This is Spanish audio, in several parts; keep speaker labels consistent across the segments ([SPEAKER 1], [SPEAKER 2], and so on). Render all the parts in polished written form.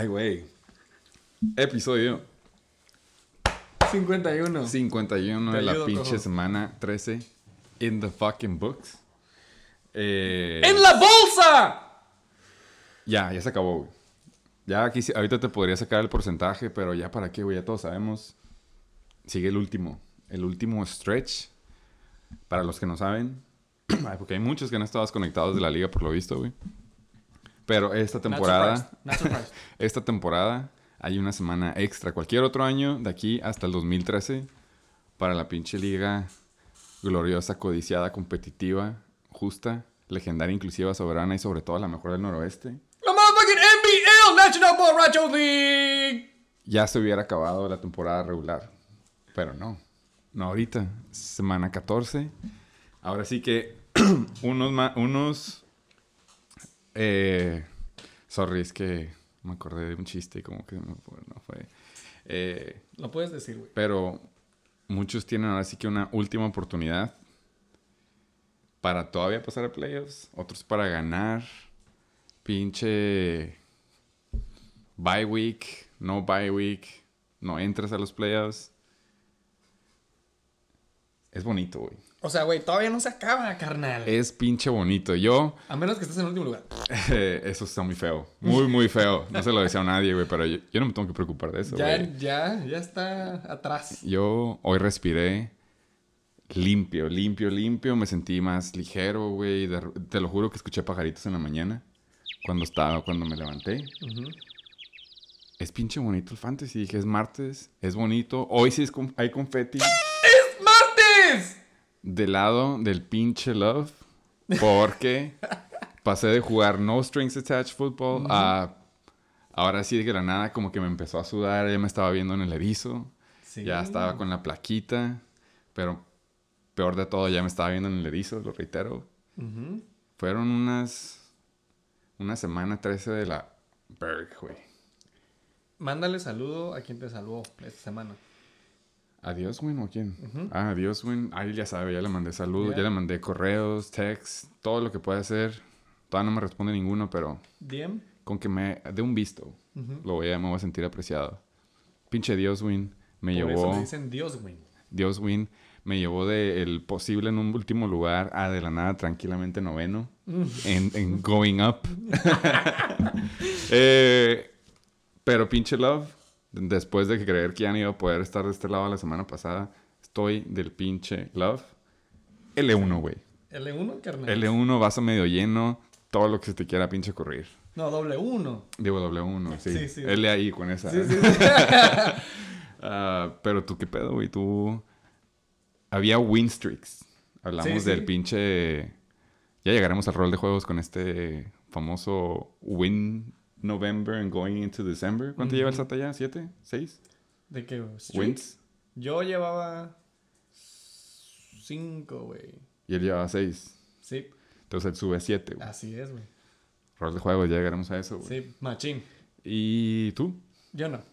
[SPEAKER 1] Ay, güey. Episodio
[SPEAKER 2] 51.
[SPEAKER 1] 51 de la
[SPEAKER 2] ayudo,
[SPEAKER 1] pinche
[SPEAKER 2] cojo.
[SPEAKER 1] semana 13. In the fucking books.
[SPEAKER 2] ¡En la bolsa!
[SPEAKER 1] Ya se acabó, güey. Ya aquí, ahorita te podría sacar el porcentaje, pero ya para qué, güey, ya todos sabemos. Sigue el último stretch. Para los que no saben, ay, porque hay muchos que no estabas conectados de la liga por lo visto, güey. Pero esta temporada,
[SPEAKER 2] Not surprised.
[SPEAKER 1] esta temporada hay una semana extra. Cualquier otro año de aquí hasta el 2013 para la pinche liga gloriosa, codiciada, competitiva, justa, legendaria, inclusiva, soberana y sobre todo la mejor del noroeste.
[SPEAKER 2] ¡La motherfucking NBL National Borracho League!
[SPEAKER 1] Ya se hubiera acabado la temporada regular. Pero no ahorita. Semana 14. Ahora sí que sorry, es que me acordé de un chiste y como que no fue.
[SPEAKER 2] Lo puedes decir, güey.
[SPEAKER 1] Pero muchos tienen ahora sí que una última oportunidad para todavía pasar a playoffs. Otros para ganar. Pinche bye week. No bye week. No entras a los playoffs. Es bonito, güey.
[SPEAKER 2] O sea, güey, todavía no se acaba, carnal.
[SPEAKER 1] Es pinche bonito. Yo...
[SPEAKER 2] A menos que estés en último lugar.
[SPEAKER 1] eso está muy feo. Muy, muy feo. No se lo decía a nadie, güey. Pero yo no me tengo que preocupar de eso, güey.
[SPEAKER 2] Ya está atrás.
[SPEAKER 1] Yo hoy respiré limpio. Me sentí más ligero, güey. Te lo juro que escuché pajaritos en la mañana. Cuando me levanté.
[SPEAKER 2] Ujú.
[SPEAKER 1] Es pinche bonito el fantasy. Dije, es martes. Es bonito. Hoy sí hay confeti.
[SPEAKER 2] ¡Es martes!
[SPEAKER 1] Del lado del pinche love. Porque pasé de jugar no strings attached football a... Ahora sí de la nada como que me empezó a sudar. Ya me estaba viendo en el erizo.
[SPEAKER 2] Sí.
[SPEAKER 1] Ya estaba con la plaquita. Pero peor de todo, ya me estaba viendo en el erizo, lo reitero.
[SPEAKER 2] Ujú.
[SPEAKER 1] Fueron una semana 13 de la Berg, güey.
[SPEAKER 2] Mándale saludo a quien te salvó esta semana.
[SPEAKER 1] ¿Adiós, Win o quién?
[SPEAKER 2] Ujú.
[SPEAKER 1] Adiós, Win. Ahí ya sabe, ya le mandé saludos,
[SPEAKER 2] Ya.
[SPEAKER 1] ya le mandé correos, texts, todo lo que pueda hacer. Todavía no me responde ninguno, pero
[SPEAKER 2] DM.
[SPEAKER 1] con que me dé un visto,
[SPEAKER 2] Ujú.
[SPEAKER 1] me voy a sentir apreciado. Pinche Dios, Win. Me
[SPEAKER 2] Por eso
[SPEAKER 1] llevó...
[SPEAKER 2] le dicen Dios, güey.
[SPEAKER 1] Dios, Win. Me llevó del posible en un último lugar a de la nada tranquilamente noveno. En going up. Pero pinche love. Después de creer que ya no iba a poder estar de este lado la semana pasada, estoy del pinche love. L1, güey.
[SPEAKER 2] L1, carnal.
[SPEAKER 1] L1, vaso medio lleno. Todo lo que se te quiera pinche correr.
[SPEAKER 2] No, W1.
[SPEAKER 1] Digo W1, sí.
[SPEAKER 2] Sí, sí.
[SPEAKER 1] L ahí con esa.
[SPEAKER 2] Sí.
[SPEAKER 1] Pero tú, ¿qué pedo, güey? Había win streaks. Hablamos
[SPEAKER 2] Sí.
[SPEAKER 1] del pinche... Ya llegaremos al rol de juegos con este famoso win November and going into December. ¿Cuánto lleva el SAT ya? ¿7? ¿6?
[SPEAKER 2] ¿De qué?
[SPEAKER 1] Wins.
[SPEAKER 2] Yo llevaba 5, güey.
[SPEAKER 1] Y él llevaba 6.
[SPEAKER 2] Sí,
[SPEAKER 1] Entonces él sube a 7, güey.
[SPEAKER 2] así es, güey.
[SPEAKER 1] Rol de juegos, ya llegaremos a eso, güey.
[SPEAKER 2] Sí, machín.
[SPEAKER 1] ¿Y tú?
[SPEAKER 2] Yo no.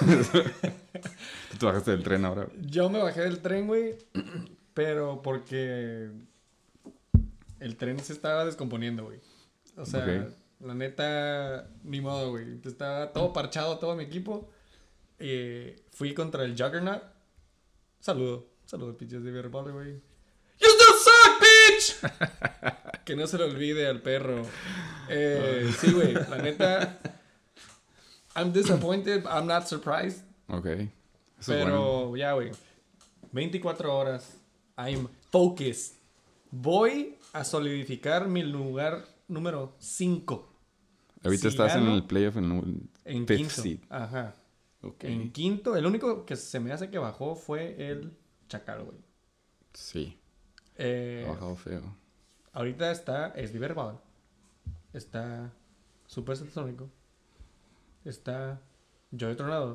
[SPEAKER 1] Tú te bajaste del tren ahora.
[SPEAKER 2] Yo me bajé del tren, güey, pero porque el tren se estaba descomponiendo, güey. O sea,
[SPEAKER 1] Ok.
[SPEAKER 2] la neta, ni modo, güey. Estaba todo parchado, todo mi equipo. Fui contra el Juggernaut. Saludo, pinches de Beer güey. You still suck, bitch! Que no se le olvide al perro. Sí, güey, la neta, I'm disappointed, I'm not surprised.
[SPEAKER 1] Ok. Eso es bueno.
[SPEAKER 2] Pero ya, güey. 24 horas. I'm focused. Voy a solidificar mi lugar número 5.
[SPEAKER 1] Ahorita
[SPEAKER 2] si
[SPEAKER 1] estás en
[SPEAKER 2] gano,
[SPEAKER 1] el playoff en fifth
[SPEAKER 2] quinto.
[SPEAKER 1] seed.
[SPEAKER 2] Ajá.
[SPEAKER 1] Ok.
[SPEAKER 2] En quinto. El único que se me hace que bajó fue el Chacal, güey.
[SPEAKER 1] Sí.
[SPEAKER 2] Eh,
[SPEAKER 1] Bajado feo.
[SPEAKER 2] Ahorita está Esdi Verbal. Está Super Satasónico. Está Joy Tornado.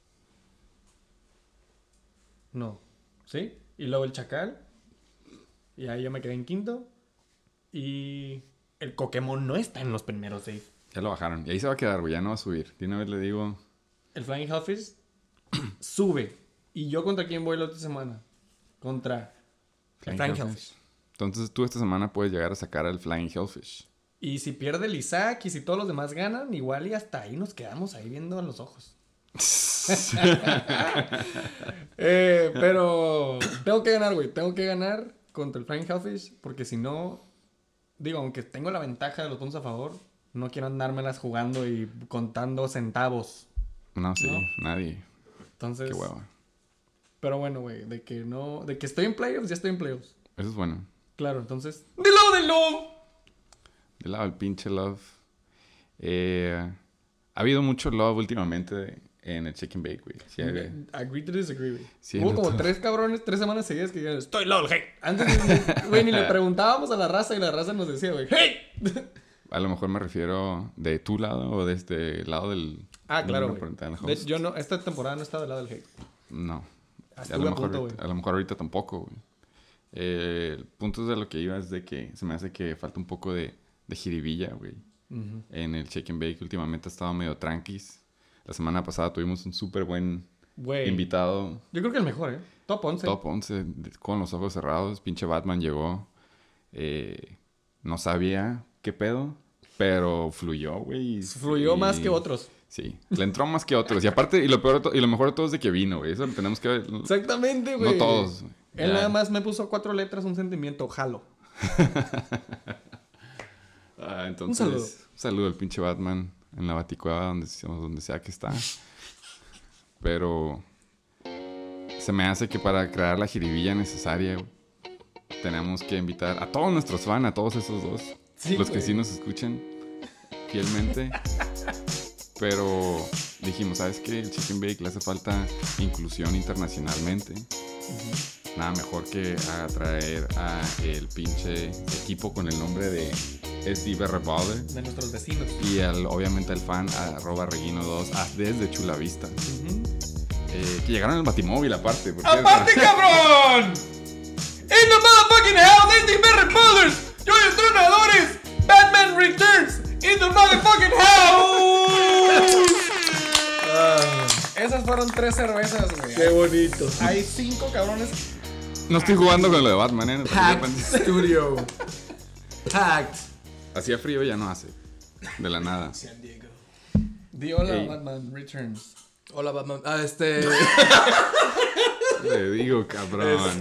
[SPEAKER 2] No. ¿Sí? Y luego el Chacal. Y ahí yo me quedé en quinto. Y el Pokémon no está en los primeros 6.
[SPEAKER 1] Ya lo bajaron. Y ahí se va a quedar, güey. Ya no va a subir. De una vez le digo...
[SPEAKER 2] El Flying Hellfish sube. ¿Y yo contra quién voy la otra semana? Contra el Flying Hellfish.
[SPEAKER 1] Entonces tú esta semana puedes llegar a sacar al Flying Hellfish.
[SPEAKER 2] Y si pierde el Isaac y si todos los demás ganan, igual y hasta ahí nos quedamos ahí viendo a los ojos. Pero tengo que ganar, güey. Tengo que ganar contra el Flying Hellfish. Porque si no, digo, aunque tengo la ventaja de los puntos a favor, no quiero andármelas jugando y contando centavos.
[SPEAKER 1] No, sí,
[SPEAKER 2] ¿No?
[SPEAKER 1] nadie.
[SPEAKER 2] Entonces.
[SPEAKER 1] Qué hueva.
[SPEAKER 2] Pero bueno, güey, de que estoy en playoffs, ya estoy en playoffs.
[SPEAKER 1] Eso es bueno.
[SPEAKER 2] Claro, entonces. ¡De lado del love!
[SPEAKER 1] Del lado del pinche love. Ha habido mucho love últimamente en el Chicken Bake, güey. Sí,
[SPEAKER 2] Agree to disagree, güey.
[SPEAKER 1] Sí,
[SPEAKER 2] Hubo
[SPEAKER 1] no
[SPEAKER 2] como
[SPEAKER 1] todo.
[SPEAKER 2] 3 cabrones, 3 semanas seguidas que dijeron, estoy lol, hey. Antes, güey, ni le preguntábamos a la raza y la raza nos decía, güey, hey.
[SPEAKER 1] A lo mejor me refiero de tu lado o de este lado del...
[SPEAKER 2] Ah, claro,
[SPEAKER 1] del
[SPEAKER 2] güey.
[SPEAKER 1] host.
[SPEAKER 2] Yo no, esta temporada no estaba del lado del hate.
[SPEAKER 1] No.
[SPEAKER 2] Estuve a punto, güey.
[SPEAKER 1] A lo mejor ahorita tampoco, güey. El punto de lo que iba es de que se me hace que falta un poco de jiribilla, güey.
[SPEAKER 2] Uh-huh.
[SPEAKER 1] En el Shake and Bake últimamente ha estado medio tranquis. La semana pasada tuvimos un súper buen
[SPEAKER 2] Güey.
[SPEAKER 1] invitado.
[SPEAKER 2] Yo creo que el mejor, ¿eh? Top 11.
[SPEAKER 1] Top 11, con los ojos cerrados. Pinche Batman llegó. No sabía qué pedo, pero fluyó, güey.
[SPEAKER 2] Fluyó más que otros.
[SPEAKER 1] Sí, le entró más que otros. Y aparte, y lo mejor de todo es de que vino, güey. Eso lo tenemos que ver.
[SPEAKER 2] Exactamente, güey.
[SPEAKER 1] No todos.
[SPEAKER 2] Él
[SPEAKER 1] Ya.
[SPEAKER 2] nada más me puso 4 letras, un sentimiento, jalo.
[SPEAKER 1] Entonces,
[SPEAKER 2] Un
[SPEAKER 1] saludo al pinche Batman en la Baticueva, donde sea que está. Pero se me hace que para crear la jiribilla necesaria, güey, tenemos que invitar a todos nuestros fans, a todos esos dos.
[SPEAKER 2] Sí,
[SPEAKER 1] los que
[SPEAKER 2] güey.
[SPEAKER 1] sí nos escuchan fielmente. Pero dijimos, ¿sabes qué? El Chicken Bake le hace falta inclusión internacionalmente. Nada mejor que atraer a el pinche equipo con el nombre de SD Berreballer.
[SPEAKER 2] De nuestros vecinos.
[SPEAKER 1] Y obviamente al fan @Reguino2 desde Chula Vista. Que llegaron al Batimóvil aparte.
[SPEAKER 2] ¡Aparte, cabrón! ¡In the motherfucking house, Andy Barrett Brothers! ¡Yo y entrenadores! ¡Batman Returns! ¡In the motherfucking house! Esas fueron 3 cervezas, güey.
[SPEAKER 3] Qué bonito.
[SPEAKER 2] Hay 5 cabrones.
[SPEAKER 1] No estoy jugando con lo de Batman, ¿eh? No te
[SPEAKER 3] Packed
[SPEAKER 1] preocupes.
[SPEAKER 3] Studio. Packed.
[SPEAKER 1] Hacía frío, ya no hace. De la nada.
[SPEAKER 3] San Diego.
[SPEAKER 2] Di hola,
[SPEAKER 1] Ey.
[SPEAKER 2] Batman Returns.
[SPEAKER 3] Hola, Batman.
[SPEAKER 1] Le digo, cabrón.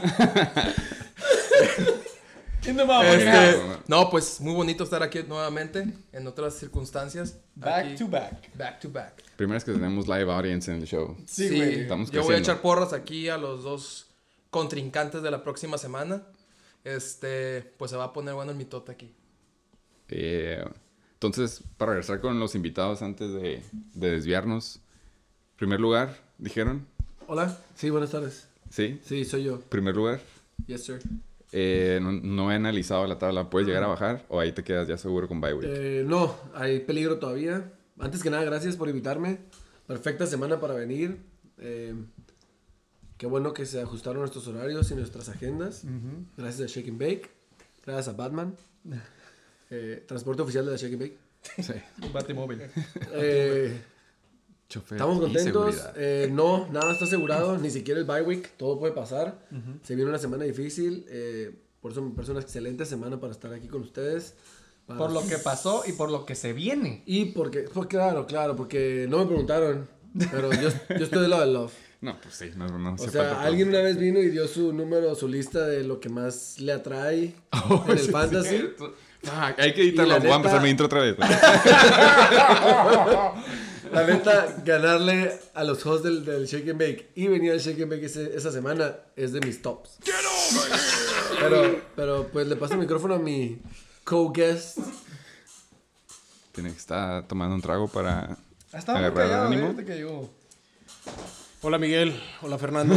[SPEAKER 2] In the motherfucking house.
[SPEAKER 3] No, pues muy bonito estar aquí nuevamente en otras circunstancias.
[SPEAKER 2] Back
[SPEAKER 3] Aquí.
[SPEAKER 2] to back.
[SPEAKER 3] Back to back.
[SPEAKER 1] Primera vez que tenemos live audience en el show.
[SPEAKER 2] Sí, güey.
[SPEAKER 1] Estamos
[SPEAKER 3] Yo voy a
[SPEAKER 1] creciendo.
[SPEAKER 3] echar porras aquí a los dos contrincantes de la próxima semana. Pues se va a poner bueno el mitote aquí.
[SPEAKER 1] Entonces, para regresar con los invitados antes de desviarnos. Primer lugar, dijeron.
[SPEAKER 4] Hola, sí, buenas tardes.
[SPEAKER 1] Sí,
[SPEAKER 4] Sí, soy yo.
[SPEAKER 1] primer lugar.
[SPEAKER 4] Yes, sir.
[SPEAKER 1] No he analizado la tabla. ¿Puedes llegar a bajar o ahí te quedas ya seguro con bye week?
[SPEAKER 4] No, hay peligro todavía. Antes que nada, gracias por invitarme. Perfecta semana para venir. Qué bueno que se ajustaron nuestros horarios y nuestras agendas. Gracias a Shake and Bake. Gracias a Batman. Transporte oficial de la Shake and Bake.
[SPEAKER 1] Sí.
[SPEAKER 2] Batimóvil.
[SPEAKER 1] Chofer
[SPEAKER 4] Estamos
[SPEAKER 1] y
[SPEAKER 4] contentos.
[SPEAKER 1] seguridad.
[SPEAKER 4] No, nada está asegurado. Ni siquiera el bye week. Todo puede pasar. Se viene una semana difícil. Por eso me parece una excelente semana para estar aquí con ustedes. Para-
[SPEAKER 2] Por lo que pasó y por lo que se viene.
[SPEAKER 4] Y porque claro, porque no me preguntaron. Pero yo estoy del lado del love.
[SPEAKER 1] No, pues sí, no
[SPEAKER 4] O
[SPEAKER 1] hace
[SPEAKER 4] sea,
[SPEAKER 1] falta
[SPEAKER 4] alguien
[SPEAKER 1] todo.
[SPEAKER 4] una vez vino y dio su número, su lista de lo que más le atrae
[SPEAKER 1] Oh,
[SPEAKER 4] en el
[SPEAKER 1] sí,
[SPEAKER 4] fantasy.
[SPEAKER 1] cierto. Hay que editarlo.
[SPEAKER 4] Y la
[SPEAKER 1] Voy a empezar
[SPEAKER 4] neta-
[SPEAKER 1] mi intro otra vez.
[SPEAKER 4] La neta, ganarle a los hosts del Shake and Bake y venir al Shake and Bake esa semana es de mis tops. Pero pues le paso el micrófono a mi co-guest.
[SPEAKER 1] Tiene que estar tomando un trago para
[SPEAKER 2] Estaba muy
[SPEAKER 1] agarrar
[SPEAKER 2] callado,
[SPEAKER 1] ánimo.
[SPEAKER 2] desde que llegó.
[SPEAKER 5] Hola Miguel, hola Fernando.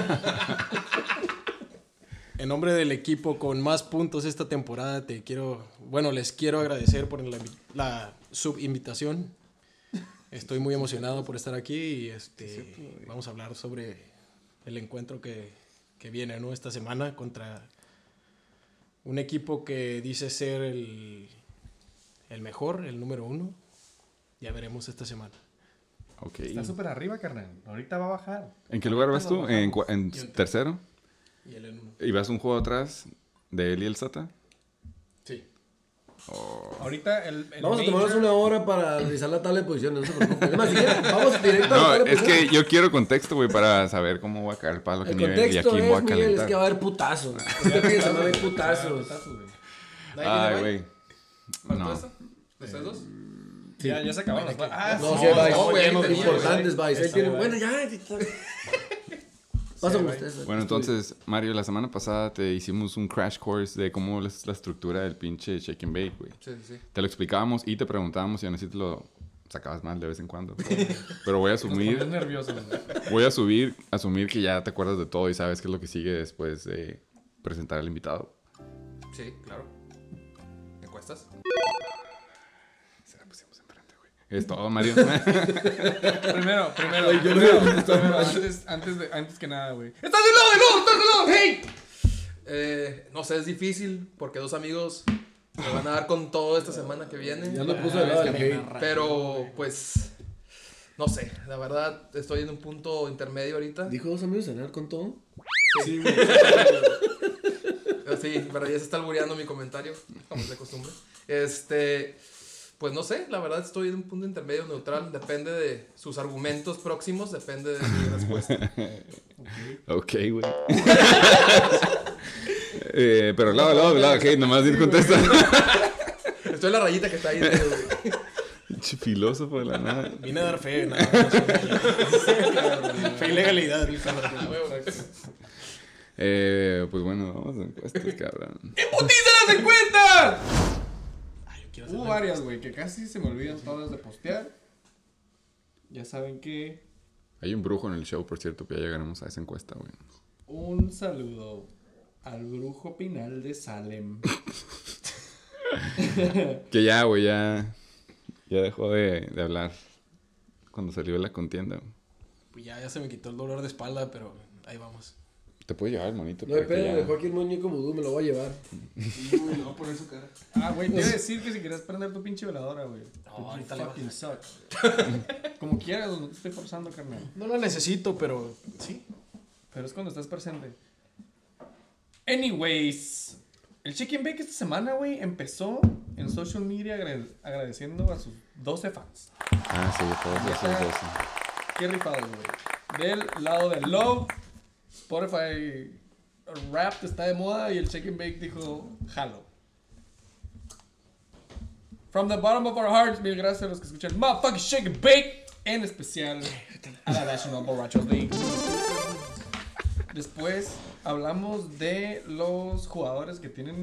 [SPEAKER 5] En nombre del equipo con más puntos esta temporada les quiero agradecer por la subinvitación. Estoy muy emocionado por estar aquí y vamos a hablar sobre el encuentro que viene, ¿no? Esta semana contra un equipo que dice ser el mejor, el número 1. Ya veremos esta semana.
[SPEAKER 1] Ok.
[SPEAKER 2] Está súper arriba, carnal. Ahorita va a bajar.
[SPEAKER 1] ¿En qué lugar vas tú? ¿En tercero?
[SPEAKER 5] Y el en 1.
[SPEAKER 1] ¿Y vas un juego atrás de él y el Sata?
[SPEAKER 5] Sí.
[SPEAKER 2] Ahorita el
[SPEAKER 4] Vamos a tomarnos
[SPEAKER 2] major-
[SPEAKER 4] una hora para revisar la tabla de posiciones, no se preocupen. Es más, si quieren, vamos directo a la
[SPEAKER 1] No,
[SPEAKER 4] tabla de
[SPEAKER 1] es
[SPEAKER 4] posiciones.
[SPEAKER 1] que yo quiero contexto, güey, para saber cómo voy a caer el palo, qué
[SPEAKER 4] El
[SPEAKER 1] nivel y a
[SPEAKER 4] contexto
[SPEAKER 1] quién
[SPEAKER 4] es,
[SPEAKER 1] voy a
[SPEAKER 4] Miguel, es
[SPEAKER 1] calentar.
[SPEAKER 4] que va a haber putazos. Este fin de semana hay putazos.
[SPEAKER 1] Ay, güey.
[SPEAKER 3] ¿Faltó
[SPEAKER 1] No.
[SPEAKER 3] eso? ¿De ustedes dos?
[SPEAKER 2] Ya se acabaron las Ah,
[SPEAKER 4] No,
[SPEAKER 2] sí,
[SPEAKER 4] sí, Vice.
[SPEAKER 3] no, güey, no,
[SPEAKER 4] Importantes, Vice. Ahí
[SPEAKER 2] Ahí
[SPEAKER 4] tienen.
[SPEAKER 2] está,
[SPEAKER 4] Bueno, ya. Pasan ustedes.
[SPEAKER 1] Bueno, entonces, Mario, la semana pasada te hicimos un crash course de cómo es la estructura del pinche shake and bake, güey.
[SPEAKER 3] Sí.
[SPEAKER 1] Te lo explicábamos y te preguntábamos y aún así te lo sacabas mal de vez en cuando. Pero voy a asumir,
[SPEAKER 2] Estás nervioso, güey.
[SPEAKER 1] voy a asumir que ya te acuerdas de todo y sabes qué es lo que sigue después de presentar al invitado.
[SPEAKER 3] Sí, claro. ¿Encuestas?
[SPEAKER 1] Se la pusimos enfrente, güey. Es todo, Mario.
[SPEAKER 2] Primero, antes que nada, güey.
[SPEAKER 3] ¡Estás de lado! ¡Hey! No sé, es difícil porque dos amigos me van a dar con todo esta semana que viene.
[SPEAKER 4] Ya me puso de lado el hate.
[SPEAKER 3] Pero, pues, no sé. La verdad, estoy en un punto intermedio ahorita.
[SPEAKER 4] ¿Dijo dos amigos cenar con todo?
[SPEAKER 3] Sí, pero ya se está albureando mi comentario, como es de costumbre. Pues no sé, la verdad estoy en un punto intermedio neutral. Depende de sus argumentos próximos, depende de mi respuesta.
[SPEAKER 1] Ok, güey. Pero lado, ok, nomás dir contesta.
[SPEAKER 3] Estoy en la rayita que está ahí. güey.
[SPEAKER 1] Pinche filósofo de la nada.
[SPEAKER 5] Vine a dar fe, nada más. Fe y legalidad.
[SPEAKER 1] Pues bueno, vamos a encuestas, cabrón.
[SPEAKER 2] ¡Putiza las encuestas!
[SPEAKER 5] Ay, yo quiero
[SPEAKER 2] Hubo
[SPEAKER 5] hacer
[SPEAKER 2] varias, güey, que casi se me olvidan todas de postear. Ya saben que...
[SPEAKER 1] Hay un brujo en el show, por cierto, que ya llegaremos a esa encuesta, güey.
[SPEAKER 2] Un saludo al brujo Pinal de Salem.
[SPEAKER 1] Que ya, güey, ya dejó de hablar cuando salió de la contienda. Güey.
[SPEAKER 5] Pues ya se me quitó el dolor de espalda, pero ahí vamos.
[SPEAKER 1] Te puede llevar el monito.
[SPEAKER 4] No hay
[SPEAKER 1] para que
[SPEAKER 4] pedo,
[SPEAKER 1] ya-
[SPEAKER 4] de cualquier muñeco vudú me lo voy a llevar.
[SPEAKER 5] Me voy a poner su cara.
[SPEAKER 2] Ah, güey, te iba a decir que si quieres prender tu pinche veladora, güey.
[SPEAKER 5] No, ahorita le
[SPEAKER 2] Fucking suck. Como quieras, no te estoy forzando, carnal.
[SPEAKER 5] No lo necesito, pero sí.
[SPEAKER 2] Pero es cuando estás presente. Anyways, el Chicken Bake esta semana, güey, empezó en social media agradeciendo a sus 12 fans.
[SPEAKER 1] Ah, sí, todos esos 12.
[SPEAKER 2] Qué rifados, güey. Del lado del Love, Spotify Rap está de moda y el Chicken Bake dijo, jalo. From the bottom of our hearts, mil gracias a los que escuchan Motherfucking Shake and Bake, en especial a la National Borrachos League. Después hablamos de los jugadores que tienen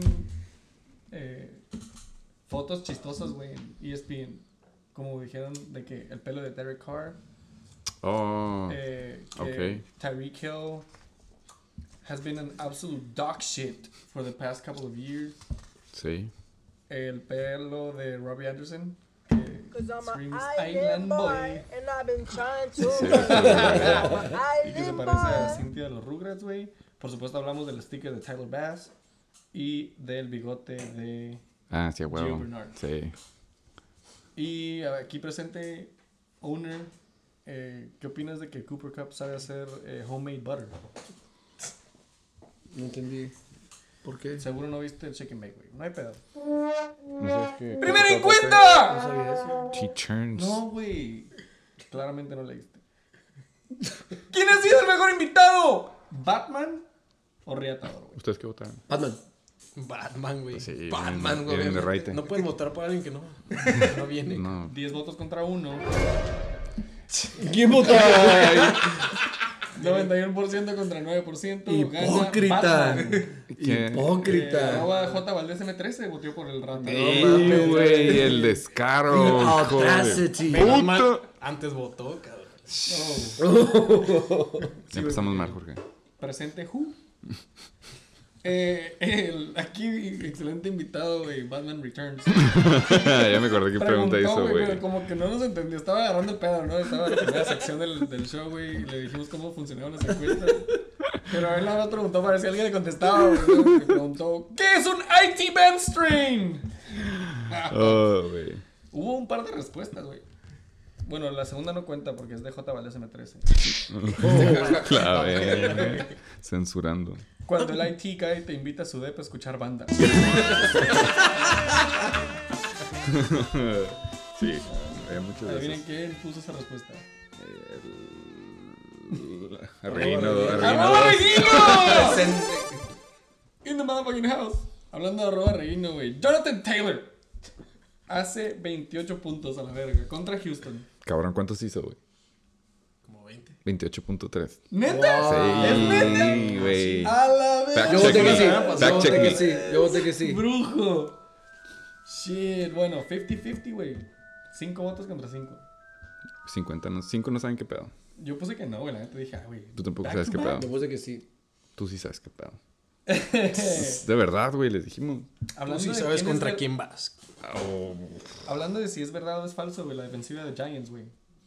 [SPEAKER 2] fotos chistosas, güey, en ESPN. Como dijeron de que el pelo de Derek Carr,
[SPEAKER 1] Oh,
[SPEAKER 2] que
[SPEAKER 1] ok.
[SPEAKER 2] Tyreek Hill has been an absolute dog shit for the past couple of years.
[SPEAKER 1] sí.
[SPEAKER 2] El pelo de Robbie Anderson, que
[SPEAKER 6] Cause I'm
[SPEAKER 2] screams
[SPEAKER 6] an
[SPEAKER 2] Island
[SPEAKER 6] island
[SPEAKER 2] Boy.
[SPEAKER 6] boy and I've been trying to
[SPEAKER 1] Sí,
[SPEAKER 2] Y que se
[SPEAKER 6] island
[SPEAKER 2] parece a
[SPEAKER 6] boy.
[SPEAKER 2] Cynthia de los Rugrats, güey. Por supuesto hablamos del sticker de Tyler Bass y del bigote de...
[SPEAKER 1] Ah, sí, a
[SPEAKER 2] Gio
[SPEAKER 1] huevo.
[SPEAKER 2] Bernard.
[SPEAKER 1] Sí.
[SPEAKER 2] Y aquí presente, Owner, ¿qué opinas de que Cooper Cup sabe hacer homemade butter?
[SPEAKER 4] No entendí. ¿Por qué?
[SPEAKER 2] Seguro no viste el chicken bake, güey. No hay pedo.
[SPEAKER 1] No sabes qué.
[SPEAKER 2] ¡Primera
[SPEAKER 4] No
[SPEAKER 2] encuesta!
[SPEAKER 4] sabía eso.
[SPEAKER 1] She turns.
[SPEAKER 2] No, güey. Claramente no leíste. ¿Quién ha sido el mejor invitado? ¿Batman o Riatador, güey?
[SPEAKER 1] ¿Ustedes qué votaron?
[SPEAKER 4] Batman.
[SPEAKER 5] Batman, güey.
[SPEAKER 1] Sí,
[SPEAKER 3] Batman,
[SPEAKER 1] vienen de
[SPEAKER 3] obviamente.
[SPEAKER 1] raite.
[SPEAKER 5] No pueden votar por alguien que no viene.
[SPEAKER 1] No.
[SPEAKER 2] 10 votos contra 1.
[SPEAKER 4] ¿Quién votó?
[SPEAKER 2] 91% contra 9%. Gana
[SPEAKER 4] Hipócrita.
[SPEAKER 2] Batman.
[SPEAKER 1] ¿Qué?
[SPEAKER 4] Hipócrita.
[SPEAKER 2] Arroba J Valdés M13 votó por el Ratador.
[SPEAKER 1] Sí, güey, el descaro.
[SPEAKER 4] The
[SPEAKER 1] hijo de
[SPEAKER 4] audacity.
[SPEAKER 5] Batman
[SPEAKER 1] puta.
[SPEAKER 5] antes votó, cabrón.
[SPEAKER 1] Ya empezamos mal, Jorge.
[SPEAKER 2] Presente Who. Aquí, excelente invitado, güey. Batman Returns.
[SPEAKER 1] Ya me acordé qué pregunta
[SPEAKER 2] Preguntó,
[SPEAKER 1] hizo,
[SPEAKER 2] pero
[SPEAKER 1] güey.
[SPEAKER 2] como que no nos entendió. Estaba agarrando el pedo, ¿no? Estaba en la primera sección del show, güey. Y le dijimos cómo funcionaban las encuestas. Pero él ahora preguntó para ver si alguien le contestaba, güey. Me preguntó, ¿qué es un IT band strain?
[SPEAKER 1] Oh, güey.
[SPEAKER 2] Hubo un par de respuestas, güey. Bueno, la segunda no cuenta porque es de J Valdés M13.
[SPEAKER 1] La verga. Censurando.
[SPEAKER 2] Cuando el IT guy te invita a su depa a escuchar banda.
[SPEAKER 1] Sí, había muchos de
[SPEAKER 2] Adivinen
[SPEAKER 1] esos.
[SPEAKER 2] quién puso esa respuesta.
[SPEAKER 1] Reguino
[SPEAKER 2] ¡Arroba
[SPEAKER 1] 2.
[SPEAKER 2] Reguino!
[SPEAKER 3] Presente.
[SPEAKER 2] In the motherfucking house. Hablando de arroba Reguino, güey. Jonathan Taylor. Hace 28 puntos a la verga. Contra Houston.
[SPEAKER 1] Cabrón, ¿cuántos hizo, güey?
[SPEAKER 5] Como 20.
[SPEAKER 1] 28.3.
[SPEAKER 2] ¿Neta?
[SPEAKER 1] Sí, güey.
[SPEAKER 2] A la verga.
[SPEAKER 1] Fact
[SPEAKER 4] Yo
[SPEAKER 1] check
[SPEAKER 4] voté que
[SPEAKER 1] me.
[SPEAKER 4] sí.
[SPEAKER 1] Fact
[SPEAKER 4] Yo voté
[SPEAKER 1] check
[SPEAKER 4] que
[SPEAKER 1] me.
[SPEAKER 4] sí. Yo voté que sí.
[SPEAKER 2] Brujo. Shit. Bueno, 50-50, güey. 5 votos contra 5.
[SPEAKER 1] 5 no saben qué pedo.
[SPEAKER 2] Yo puse que no, güey. La neta dije, güey.
[SPEAKER 1] Tú tampoco
[SPEAKER 2] back
[SPEAKER 1] sabes
[SPEAKER 2] to
[SPEAKER 1] qué
[SPEAKER 2] back.
[SPEAKER 1] pedo.
[SPEAKER 4] Yo puse que sí.
[SPEAKER 1] Tú sí sabes qué pedo. De verdad, güey, les dijimos.
[SPEAKER 5] Tú
[SPEAKER 2] Hablando
[SPEAKER 5] sí
[SPEAKER 2] de
[SPEAKER 5] sabes
[SPEAKER 2] quién
[SPEAKER 5] contra
[SPEAKER 2] es
[SPEAKER 5] quién vas.
[SPEAKER 2] Hablando de si es verdad o es falso, güey. La defensiva de Giants, güey.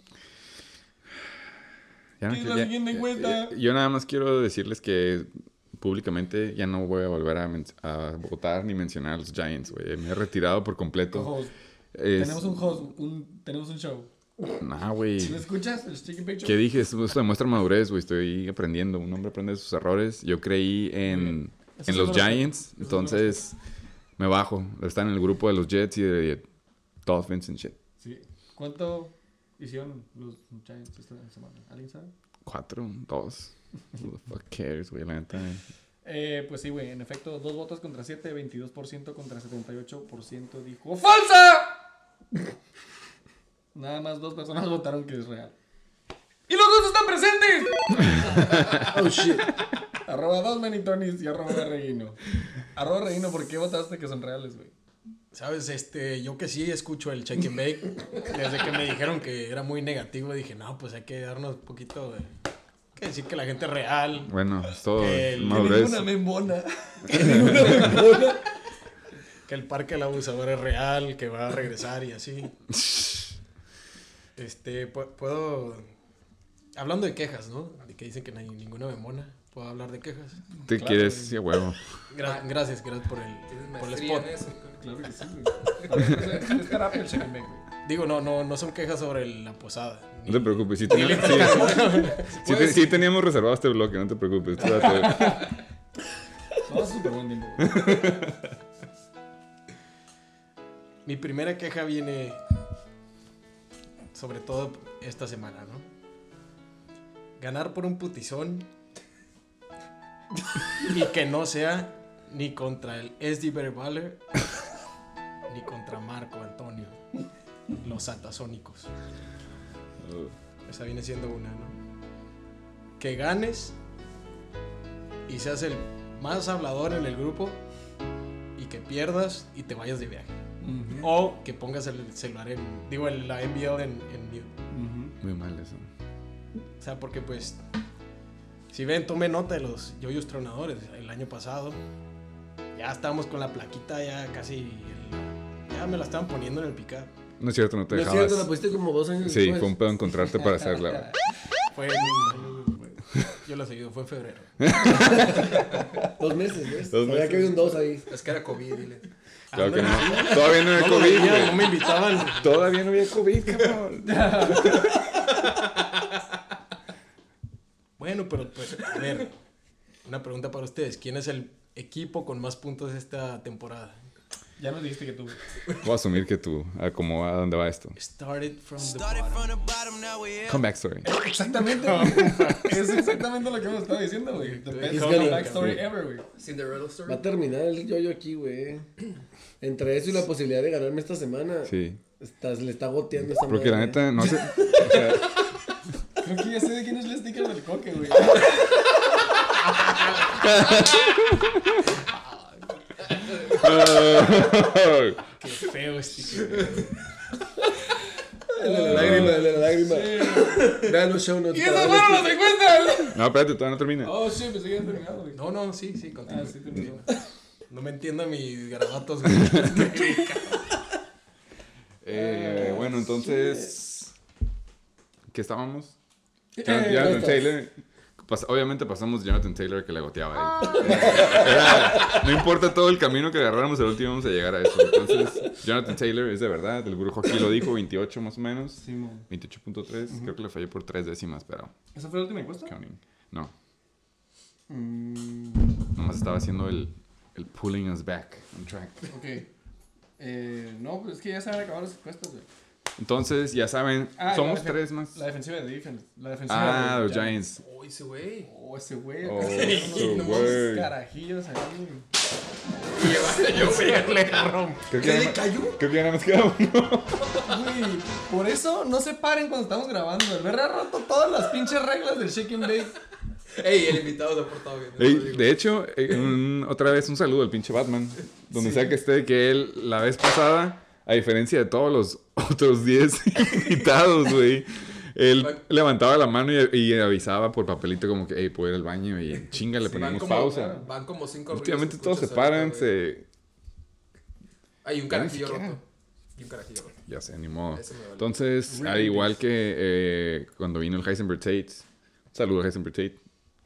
[SPEAKER 1] Ya no
[SPEAKER 2] ¿Qué es
[SPEAKER 1] quiero-
[SPEAKER 2] la siguiente encuesta?
[SPEAKER 1] yo nada más quiero decirles que públicamente ya no voy a volver a votar ni mencionar a los Giants, güey. Me he retirado por completo.
[SPEAKER 2] Co-host.
[SPEAKER 1] Es-
[SPEAKER 2] Tenemos un host, tenemos un show.
[SPEAKER 1] Nah, güey.
[SPEAKER 2] ¿Lo escuchas? El Chicken Bake Show.
[SPEAKER 1] ¿Qué dije? Esto demuestra madurez, güey. Estoy aprendiendo. Un hombre aprende de sus errores. Yo creí en
[SPEAKER 2] Eso
[SPEAKER 1] en
[SPEAKER 2] sí
[SPEAKER 1] los
[SPEAKER 2] lo respeto.
[SPEAKER 1] Giants.
[SPEAKER 2] Eso sí lo
[SPEAKER 1] Entonces me bajo. Están en el grupo de los Jets y de Dolphins and shit.
[SPEAKER 2] Sí. ¿Cuánto hicieron los Giants esta semana? ¿Alguien sabe?
[SPEAKER 1] 4, 2. Who the fuck cares, güey? La neta.
[SPEAKER 2] Pues sí, güey. En efecto, 2 votos contra 7, 22% contra 78% dijo ¡falsa! Nada más 2 personas votaron que es real. ¡Y los dos están presentes!
[SPEAKER 4] Oh shit.
[SPEAKER 2] Arroba 2 Manitonis y arroba Reguino. Arroba Reguino, ¿por qué votaste que son reales, güey?
[SPEAKER 5] ¿Sabes? Yo que sí escucho el check and bake. Desde que me dijeron que era muy negativo, dije, no, pues hay que darnos un poquito de... Hay que decir que la gente es real.
[SPEAKER 1] Bueno, es todo.
[SPEAKER 5] El-
[SPEAKER 1] Madurez.
[SPEAKER 2] membona.
[SPEAKER 5] Que el parque del abusador es real, que va a regresar y así. Puedo... Hablando de quejas, ¿no? De que dicen que no hay ninguna memona. ¿Puedo hablar de quejas?
[SPEAKER 1] ¿Te
[SPEAKER 2] Claro,
[SPEAKER 1] quieres?
[SPEAKER 2] güey.
[SPEAKER 1] Sí, a huevo.
[SPEAKER 5] Gracias por
[SPEAKER 3] Tienes
[SPEAKER 5] el
[SPEAKER 3] maestría
[SPEAKER 5] spot.
[SPEAKER 3] en eso.
[SPEAKER 2] Claro que sí, güey. Es terapia el Chicken Bake, güey.
[SPEAKER 5] Digo, no son quejas sobre la posada.
[SPEAKER 1] No te preocupes. Sí teníamos reservado este bloque. No te preocupes. Tú date.
[SPEAKER 2] No, es súper buen tiempo, güey.
[SPEAKER 5] Mi primera queja viene sobre todo esta semana, ¿no? Ganar por un putizón y que no sea ni contra el SD Baller ni contra Marco Antonio, los atasónicos. Esa viene siendo una, ¿no? Que ganes y seas el más hablador en el grupo y que pierdas y te vayas de viaje. O que pongas el celular la NBL en mute.
[SPEAKER 1] Muy mal eso.
[SPEAKER 5] O sea, porque pues, si ven, tome nota de los yoyos tronadores. El año pasado ya estábamos con la plaquita ya casi, ya me la estaban poniendo en el pick-up.
[SPEAKER 1] No es cierto, no te
[SPEAKER 4] No es
[SPEAKER 1] dejabas.
[SPEAKER 4] cierto, la pusiste como 2 años
[SPEAKER 1] Sí,
[SPEAKER 4] después.
[SPEAKER 1] fue un pedo encontrarte para hacerla.
[SPEAKER 5] Fue yo lo he seguido, fue en febrero.
[SPEAKER 4] 2 meses, ¿ves?
[SPEAKER 1] 2
[SPEAKER 4] Sabía
[SPEAKER 1] meses.
[SPEAKER 4] que había un 2 ahí.
[SPEAKER 3] Es que era COVID, dile.
[SPEAKER 1] Claro que no. Todavía no había
[SPEAKER 5] No,
[SPEAKER 1] COVID,
[SPEAKER 5] no
[SPEAKER 1] güey.
[SPEAKER 5] me invitaban.
[SPEAKER 1] Todavía no había COVID, cabrón.
[SPEAKER 5] Bueno, pero pues, a ver, una pregunta para ustedes. ¿Quién es el equipo con más puntos esta temporada?
[SPEAKER 2] Ya nos dijiste que tú.
[SPEAKER 1] Voy a asumir que tú, a dónde va esto.
[SPEAKER 5] Started from the bottom.
[SPEAKER 1] Comeback story.
[SPEAKER 2] Exactamente, güey. Es exactamente lo que hemos estado diciendo, güey. The best
[SPEAKER 4] He's
[SPEAKER 2] comeback
[SPEAKER 4] gonna-
[SPEAKER 2] story ever, güey.
[SPEAKER 3] Cinderella
[SPEAKER 4] Va
[SPEAKER 3] Story.
[SPEAKER 4] a terminar el yo aquí, güey. Entre eso y la posibilidad de ganarme esta semana,
[SPEAKER 1] Sí.
[SPEAKER 4] le está goteando esta
[SPEAKER 1] Porque la
[SPEAKER 4] madre.
[SPEAKER 1] neta, no sé. O sea,
[SPEAKER 2] Creo que ya sé de quién es el sticker del coque, güey.
[SPEAKER 5] Qué feo sticker.
[SPEAKER 4] El de la lágrima, el de la lágrima. Vean los show notes.
[SPEAKER 2] ¡Y
[SPEAKER 4] para
[SPEAKER 2] esas
[SPEAKER 4] ver
[SPEAKER 2] fueron las encuestas!
[SPEAKER 1] no, espérate, todavía no termina.
[SPEAKER 2] Oh, shit, pensé que habían terminado, güey.
[SPEAKER 5] No, sí, continúa.
[SPEAKER 2] Ah, sí, terminó.
[SPEAKER 5] No me entiendo mis garabatos, güey.
[SPEAKER 1] Bueno, entonces. ¿Qué estábamos?
[SPEAKER 4] ¿dónde
[SPEAKER 1] Jonathan
[SPEAKER 4] estás?
[SPEAKER 1] Taylor. Obviamente pasamos Jonathan Taylor que le goteaba a él. No importa todo el camino que agarráramos, el último vamos a llegar a eso. Entonces, Jonathan Taylor es de verdad. El brujo aquí lo dijo, 28 más o menos.
[SPEAKER 2] Sí, mo.
[SPEAKER 1] 28.3. Creo que le fallé por 3 décimas, pero
[SPEAKER 2] ¿Esa fue la última encuesta?
[SPEAKER 1] counting. No. Nomás estaba haciendo el pulling us back on track.
[SPEAKER 2] Ok. No, pues es que ya se van a acabar las encuestas, güey.
[SPEAKER 1] Entonces, ya saben, somos
[SPEAKER 2] la
[SPEAKER 1] 3 más.
[SPEAKER 2] La defensiva de defense. La defensiva de
[SPEAKER 1] Los Giants.
[SPEAKER 3] Oh, ese güey.
[SPEAKER 2] Oh, ese güey.
[SPEAKER 1] Oh,
[SPEAKER 2] Unos
[SPEAKER 1] ese güey.
[SPEAKER 2] carajillos ahí.
[SPEAKER 1] Creo que le cayó? Creo que ya nada más queda uno.
[SPEAKER 2] Güey, por eso no se paren cuando estamos grabando. El ver ha roto todas las pinches reglas del shake and bake.
[SPEAKER 3] Ey, el invitado se ha portado bien.
[SPEAKER 1] Ey, de hecho, otra vez un saludo al pinche Batman. Donde sea que esté, que él la vez pasada, a diferencia de todos los otros 10 invitados, güey, él levantaba la mano y avisaba por papelito como que, hey, puedo ir al baño y en chinga le ponemos pausa.
[SPEAKER 3] Van como 5
[SPEAKER 1] Últimamente todos se paran,
[SPEAKER 3] Hay un carajillo
[SPEAKER 1] siquiera.
[SPEAKER 3] roto. Y un carajillo roto.
[SPEAKER 1] Ya sé, ni modo.
[SPEAKER 3] Eso me vale.
[SPEAKER 1] Entonces, al igual que cuando vino el Heisenberg Tate, saludo a Heisenberg Tate,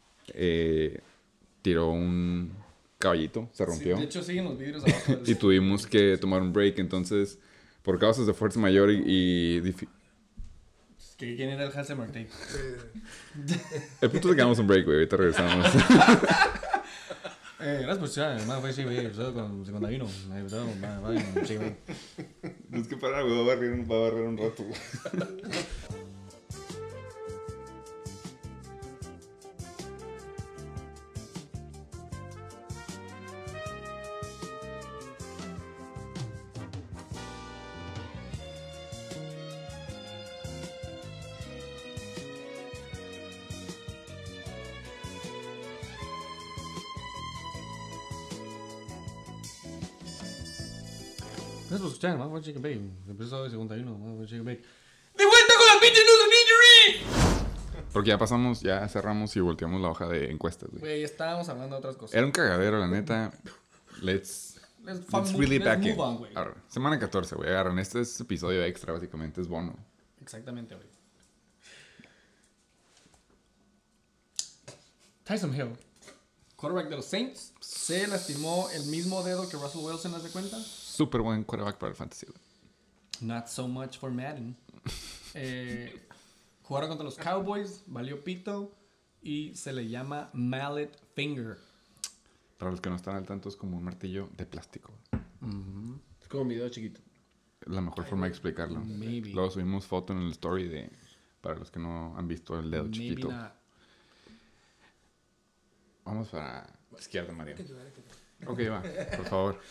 [SPEAKER 1] tiró un caballito, se rompió.
[SPEAKER 2] Sí, de hecho, siguen los vidrios abajo.
[SPEAKER 1] Y tuvimos que tomar un break, entonces, por causas de fuerza mayor
[SPEAKER 2] ¿Quién era el Hansen Martin?
[SPEAKER 1] el punto es que damos un break, güey, ahorita regresamos.
[SPEAKER 2] Gracias por escuchar. Más fue episodio con 51.
[SPEAKER 1] Es que para, güey, va a barrer un rato, güey.
[SPEAKER 2] Gracias por escuchar. Más fue Chicken Bake. Episodio 51. Más fue Chicken Bake. ¡De vuelta con la pinche news of injury!
[SPEAKER 1] Porque ya pasamos, ya cerramos y volteamos la hoja de encuestas, güey.
[SPEAKER 2] Güey, estábamos hablando de otras cosas.
[SPEAKER 1] Era un cagadero, la neta. Let's really back in.
[SPEAKER 2] move on, güey.
[SPEAKER 1] Ahora, semana 14, güey. Agarran. Este es episodio extra, básicamente. Es bono.
[SPEAKER 2] Exactamente, güey. Tyson Hill, quarterback de los Saints, se lastimó el mismo dedo que Russell Wilson, ¿haz de cuenta?
[SPEAKER 1] Súper buen quarterback para el fantasy, güey.
[SPEAKER 2] Not so much for Madden. Jugaron contra los Cowboys, valió pito y se le llama mallet finger.
[SPEAKER 1] Para los que no están al tanto, es como un martillo de plástico.
[SPEAKER 4] Es como mi dedo chiquito.
[SPEAKER 1] La mejor forma de explicarlo.
[SPEAKER 2] Maybe.
[SPEAKER 1] Luego subimos foto en el story para los que no han visto el dedo chiquito.
[SPEAKER 2] Maybe not.
[SPEAKER 1] Vamos para izquierda, Mario. Ok, va, por favor.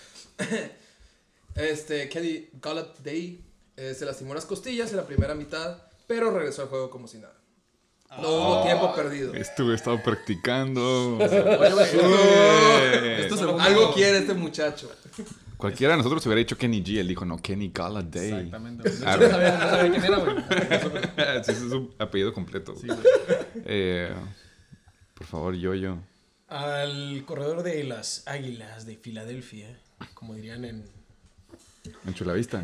[SPEAKER 3] Kenny Galladay se lastimó las costillas en la primera mitad, pero regresó al juego como si nada. No hubo tiempo perdido.
[SPEAKER 1] Estuve estado practicando.
[SPEAKER 3] Oye, güey,
[SPEAKER 2] Esto
[SPEAKER 3] algo quiere este muchacho.
[SPEAKER 1] Cualquiera de nosotros hubiera dicho Kenny G. Él dijo, no, Kenny Galladay.
[SPEAKER 2] Exactamente. Güey. De hecho, no sabía quién era, güey.
[SPEAKER 1] Sí, ese es su apellido completo.
[SPEAKER 2] Sí,
[SPEAKER 1] güey.
[SPEAKER 2] güey.
[SPEAKER 1] Por favor, yo.
[SPEAKER 5] Al corredor de las Águilas de Filadelfia, como dirían en
[SPEAKER 1] En Chulavista.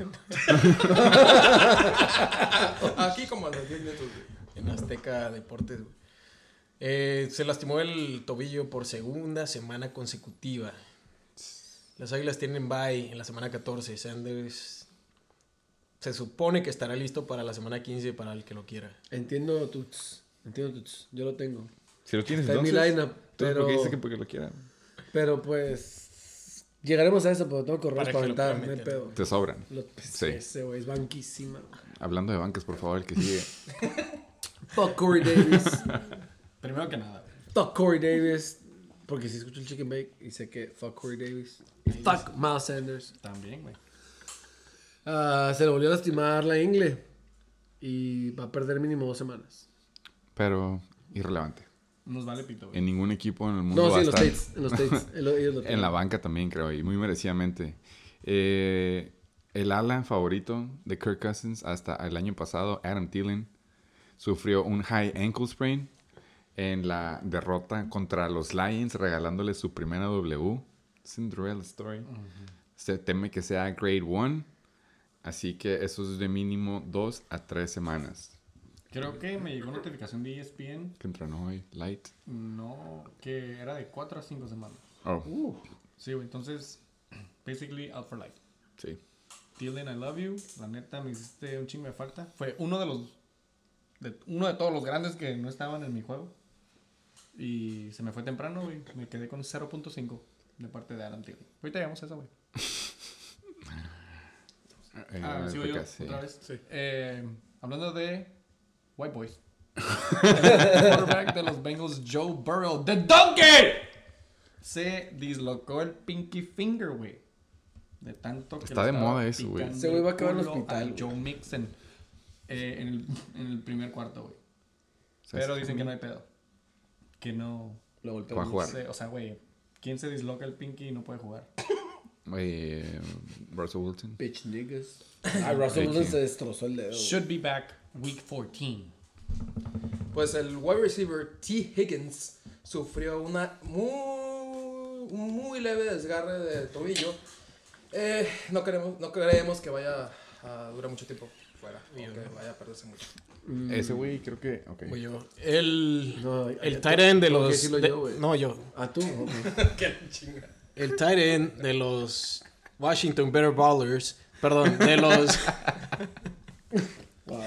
[SPEAKER 3] Aquí como a los 10 minutos.
[SPEAKER 5] en Azteca Deportes, güey. Se lastimó el tobillo por segunda semana consecutiva. Las Águilas tienen bye en la semana 14. Sanders se supone que estará listo para la semana 15 para el que lo quiera.
[SPEAKER 4] Entiendo Tuts. Yo lo tengo.
[SPEAKER 1] Si lo tienes,
[SPEAKER 4] Está en mi
[SPEAKER 1] entonces.
[SPEAKER 4] lineup,
[SPEAKER 1] Pero...
[SPEAKER 4] pero,
[SPEAKER 1] porque dice que porque lo quiera.
[SPEAKER 4] pero pues llegaremos a eso, pero tengo correos
[SPEAKER 5] Para
[SPEAKER 4] para
[SPEAKER 5] que lo
[SPEAKER 4] aventar,
[SPEAKER 5] pueda
[SPEAKER 4] no hay
[SPEAKER 5] meter.
[SPEAKER 4] pedo.
[SPEAKER 1] Te sobran. Sí.
[SPEAKER 4] Ese güey es banquísima.
[SPEAKER 1] Hablando de bancas, por favor, el que sigue.
[SPEAKER 4] Fuck Corey Davis.
[SPEAKER 2] Primero que nada, güey.
[SPEAKER 4] Fuck Corey Davis. Porque si escucho el Chicken Bake y sé que fuck Corey Davis. Y fuck Miles Sanders.
[SPEAKER 2] También, güey.
[SPEAKER 4] Se le volvió a lastimar la ingle. Y va a perder mínimo 2 semanas.
[SPEAKER 1] Pero irrelevante.
[SPEAKER 2] Nos vale pito, güey.
[SPEAKER 1] En ningún equipo en el mundo
[SPEAKER 4] No,
[SPEAKER 1] va
[SPEAKER 4] sí,
[SPEAKER 1] a
[SPEAKER 4] en los
[SPEAKER 1] estar.
[SPEAKER 4] States. En los States. Ellos lo
[SPEAKER 1] En
[SPEAKER 4] tienen.
[SPEAKER 1] la banca también, creo, y muy merecidamente. El ala favorito de Kirk Cousins hasta el año pasado, Adam Thielen, sufrió un high ankle sprain en la derrota contra los Lions, regalándole su primera W. Cinderella Story. Se teme que sea Grade 1, así que eso es de mínimo 2 a 3 semanas.
[SPEAKER 2] Creo que me llegó notificación de ESPN.
[SPEAKER 1] Que entrenó hoy, Light.
[SPEAKER 2] No, que era de 4 a 5 semanas.
[SPEAKER 1] Oh,
[SPEAKER 2] Sí, güey. Entonces, basically out for life.
[SPEAKER 1] sí.
[SPEAKER 2] Thielen, I love you. La neta, me hiciste un chingo de falta. Fue uno de todos los grandes que no estaban en mi juego. Y se me fue temprano, güey. Me quedé con 0.5 de parte de Adam Thielen. Ahorita llegamos a eso, güey. Sigo yo
[SPEAKER 1] sí.
[SPEAKER 2] otra vez.
[SPEAKER 5] Sí.
[SPEAKER 2] Hablando de White Boys. El quarterback de los Bengals, Joe Burrow, ¡The Donkey! Se dislocó el pinky finger, güey. De tanto que
[SPEAKER 1] Está
[SPEAKER 2] le
[SPEAKER 1] de
[SPEAKER 2] estaba
[SPEAKER 1] moda eso, güey.
[SPEAKER 2] picando
[SPEAKER 4] Ese güey va a
[SPEAKER 2] el
[SPEAKER 4] acabar en el
[SPEAKER 2] culo
[SPEAKER 4] hospital,
[SPEAKER 2] a
[SPEAKER 4] güey.
[SPEAKER 2] Joe Mixon en el primer cuarto, güey.
[SPEAKER 1] O sea,
[SPEAKER 2] Pero dicen que no hay pedo. Que no...
[SPEAKER 4] Lo golpeó.
[SPEAKER 1] Va a jugar.
[SPEAKER 2] O sea, güey, ¿quién se disloca el pinky y no puede jugar?
[SPEAKER 1] Russell Wilson.
[SPEAKER 4] Bitch niggas. Russell Wilson se destrozó el dedo.
[SPEAKER 2] Should be back week 14.
[SPEAKER 3] Pues el wide receiver T. Higgins sufrió un muy leve desgarre de tobillo. No creemos que vaya a durar mucho tiempo fuera, o que vaya a perderse mucho.
[SPEAKER 1] Ese güey creo que... Ok.
[SPEAKER 5] Voy yo. El
[SPEAKER 4] No,
[SPEAKER 5] tight end de
[SPEAKER 4] tengo que
[SPEAKER 5] los...
[SPEAKER 4] decirlo
[SPEAKER 5] de-
[SPEAKER 4] yo, güey.
[SPEAKER 5] no, yo.
[SPEAKER 4] Ah, tú. Ok.
[SPEAKER 5] El tight end de los Washington Better Ballers. Perdón, de los...
[SPEAKER 4] Wow.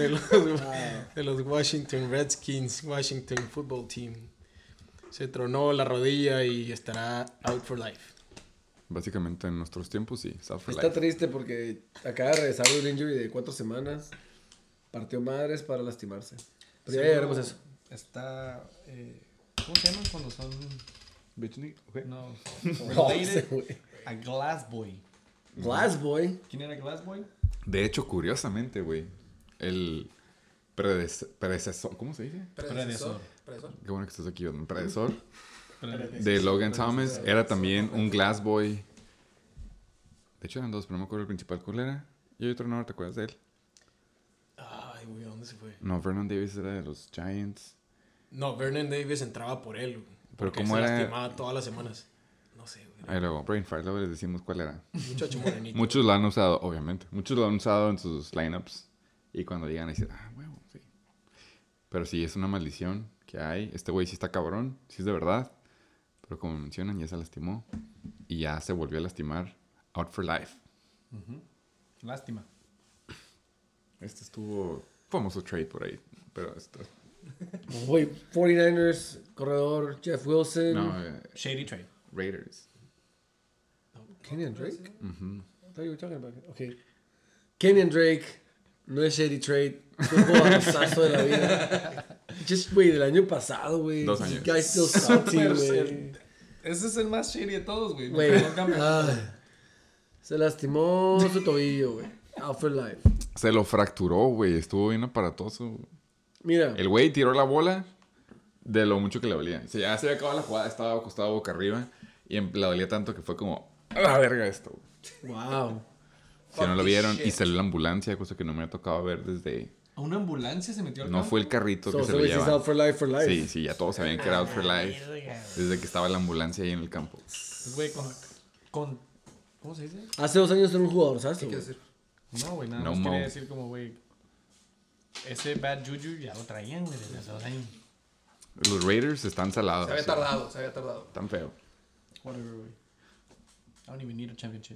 [SPEAKER 5] de los Washington Redskins, Washington Football Team. Se tronó la rodilla y estará out for life.
[SPEAKER 1] Básicamente en nuestros tiempos, sí. South for
[SPEAKER 4] Está
[SPEAKER 1] life.
[SPEAKER 4] triste porque acaba de regresar de un injury de 4 semanas. Partió madres para lastimarse. Pero ya llegaremos a eso.
[SPEAKER 2] Está... ¿cómo se llaman cuando son...
[SPEAKER 1] Bitch nigga, ok.
[SPEAKER 2] No,
[SPEAKER 4] No, ese
[SPEAKER 2] related
[SPEAKER 4] güey.
[SPEAKER 2] a Glass Boy.
[SPEAKER 4] Glass Boy.
[SPEAKER 2] ¿Quién era Glass Boy?
[SPEAKER 1] De hecho, curiosamente, güey, el predecesor, ¿cómo se dice?
[SPEAKER 2] Predecesor.
[SPEAKER 1] Qué bueno que estás aquí, un predecesor de Logan Thomas era también un Glass Boy. De hecho, eran dos, pero no me acuerdo el principal cuál era. Y hay otro, ¿no te acuerdas de él?
[SPEAKER 5] Ay, güey, ¿a dónde se fue?
[SPEAKER 1] No, Vernon Davis era de los Giants.
[SPEAKER 5] No, Vernon Davis entraba por él, güey.
[SPEAKER 1] Pero
[SPEAKER 5] Porque
[SPEAKER 1] ¿cómo
[SPEAKER 5] se
[SPEAKER 1] era?
[SPEAKER 5] lastimaba todas las semanas. No sé, güey.
[SPEAKER 1] Ahí luego, Brain Fart, luego les decimos cuál era.
[SPEAKER 5] Muchacho morenito.
[SPEAKER 1] Muchos lo han usado, obviamente. Muchos lo han usado en sus lineups. Y cuando llegan a decir, huevo, sí. Pero sí, es una maldición que hay. Este güey sí está cabrón, sí es de verdad. Pero como mencionan, ya se lastimó. Y ya se volvió a lastimar. Out for life.
[SPEAKER 2] Lástima.
[SPEAKER 1] Este estuvo famoso trade por ahí. Pero esto...
[SPEAKER 4] Güey, 49ers, corredor, Jeff Wilson.
[SPEAKER 1] No,
[SPEAKER 2] Shady trade.
[SPEAKER 1] Raiders.
[SPEAKER 4] Kenyan Drake? I thought you were talking about it. Okay. Kenyan Drake, no es shady trade. Es un jugadorazo de la vida. Just, güey, del año pasado, güey.
[SPEAKER 1] 2 años.
[SPEAKER 4] Guy still salty,
[SPEAKER 2] Super
[SPEAKER 4] güey.
[SPEAKER 2] Ese es el más shady de todos, güey.
[SPEAKER 4] Güey,
[SPEAKER 2] No cambia.
[SPEAKER 4] se lastimó su tobillo, güey. Out for life.
[SPEAKER 1] Se lo fracturó, güey. Estuvo bien aparatoso.
[SPEAKER 4] Mira,
[SPEAKER 1] El güey tiró la bola de lo mucho que le dolía. O sea, ya se había acabado la jugada, estaba acostado boca arriba. Y le dolía tanto que fue como, a la verga esto.
[SPEAKER 4] wow.
[SPEAKER 1] Si no lo
[SPEAKER 3] Fucking
[SPEAKER 1] vieron,
[SPEAKER 3] shit.
[SPEAKER 1] y salió la ambulancia, cosa que no me ha tocado ver desde...
[SPEAKER 2] ¿A una ambulancia se metió al
[SPEAKER 1] No
[SPEAKER 2] campo?
[SPEAKER 1] fue el carrito
[SPEAKER 4] So,
[SPEAKER 1] que se
[SPEAKER 4] so
[SPEAKER 1] lo
[SPEAKER 4] he's out
[SPEAKER 1] lleva.
[SPEAKER 4] for life, for life.
[SPEAKER 1] Sí, sí, ya todos sabían que era out for life. Desde que estaba la ambulancia ahí en el campo.
[SPEAKER 2] Pues, güey, con... ¿Cómo se dice?
[SPEAKER 4] Hace 2 años era un jugador, ¿sabes?
[SPEAKER 3] ¿Qué quieres decir?
[SPEAKER 2] No, güey, nada
[SPEAKER 1] No
[SPEAKER 2] más
[SPEAKER 1] mo.
[SPEAKER 2] quería decir como, güey... Ese bad juju ya lo traían, güey, desde hace 2 años.
[SPEAKER 1] Los Raiders están salados.
[SPEAKER 3] Se había tardado, se había tardado.
[SPEAKER 1] Tan feo.
[SPEAKER 2] Whatever, güey. I don't even need a championship.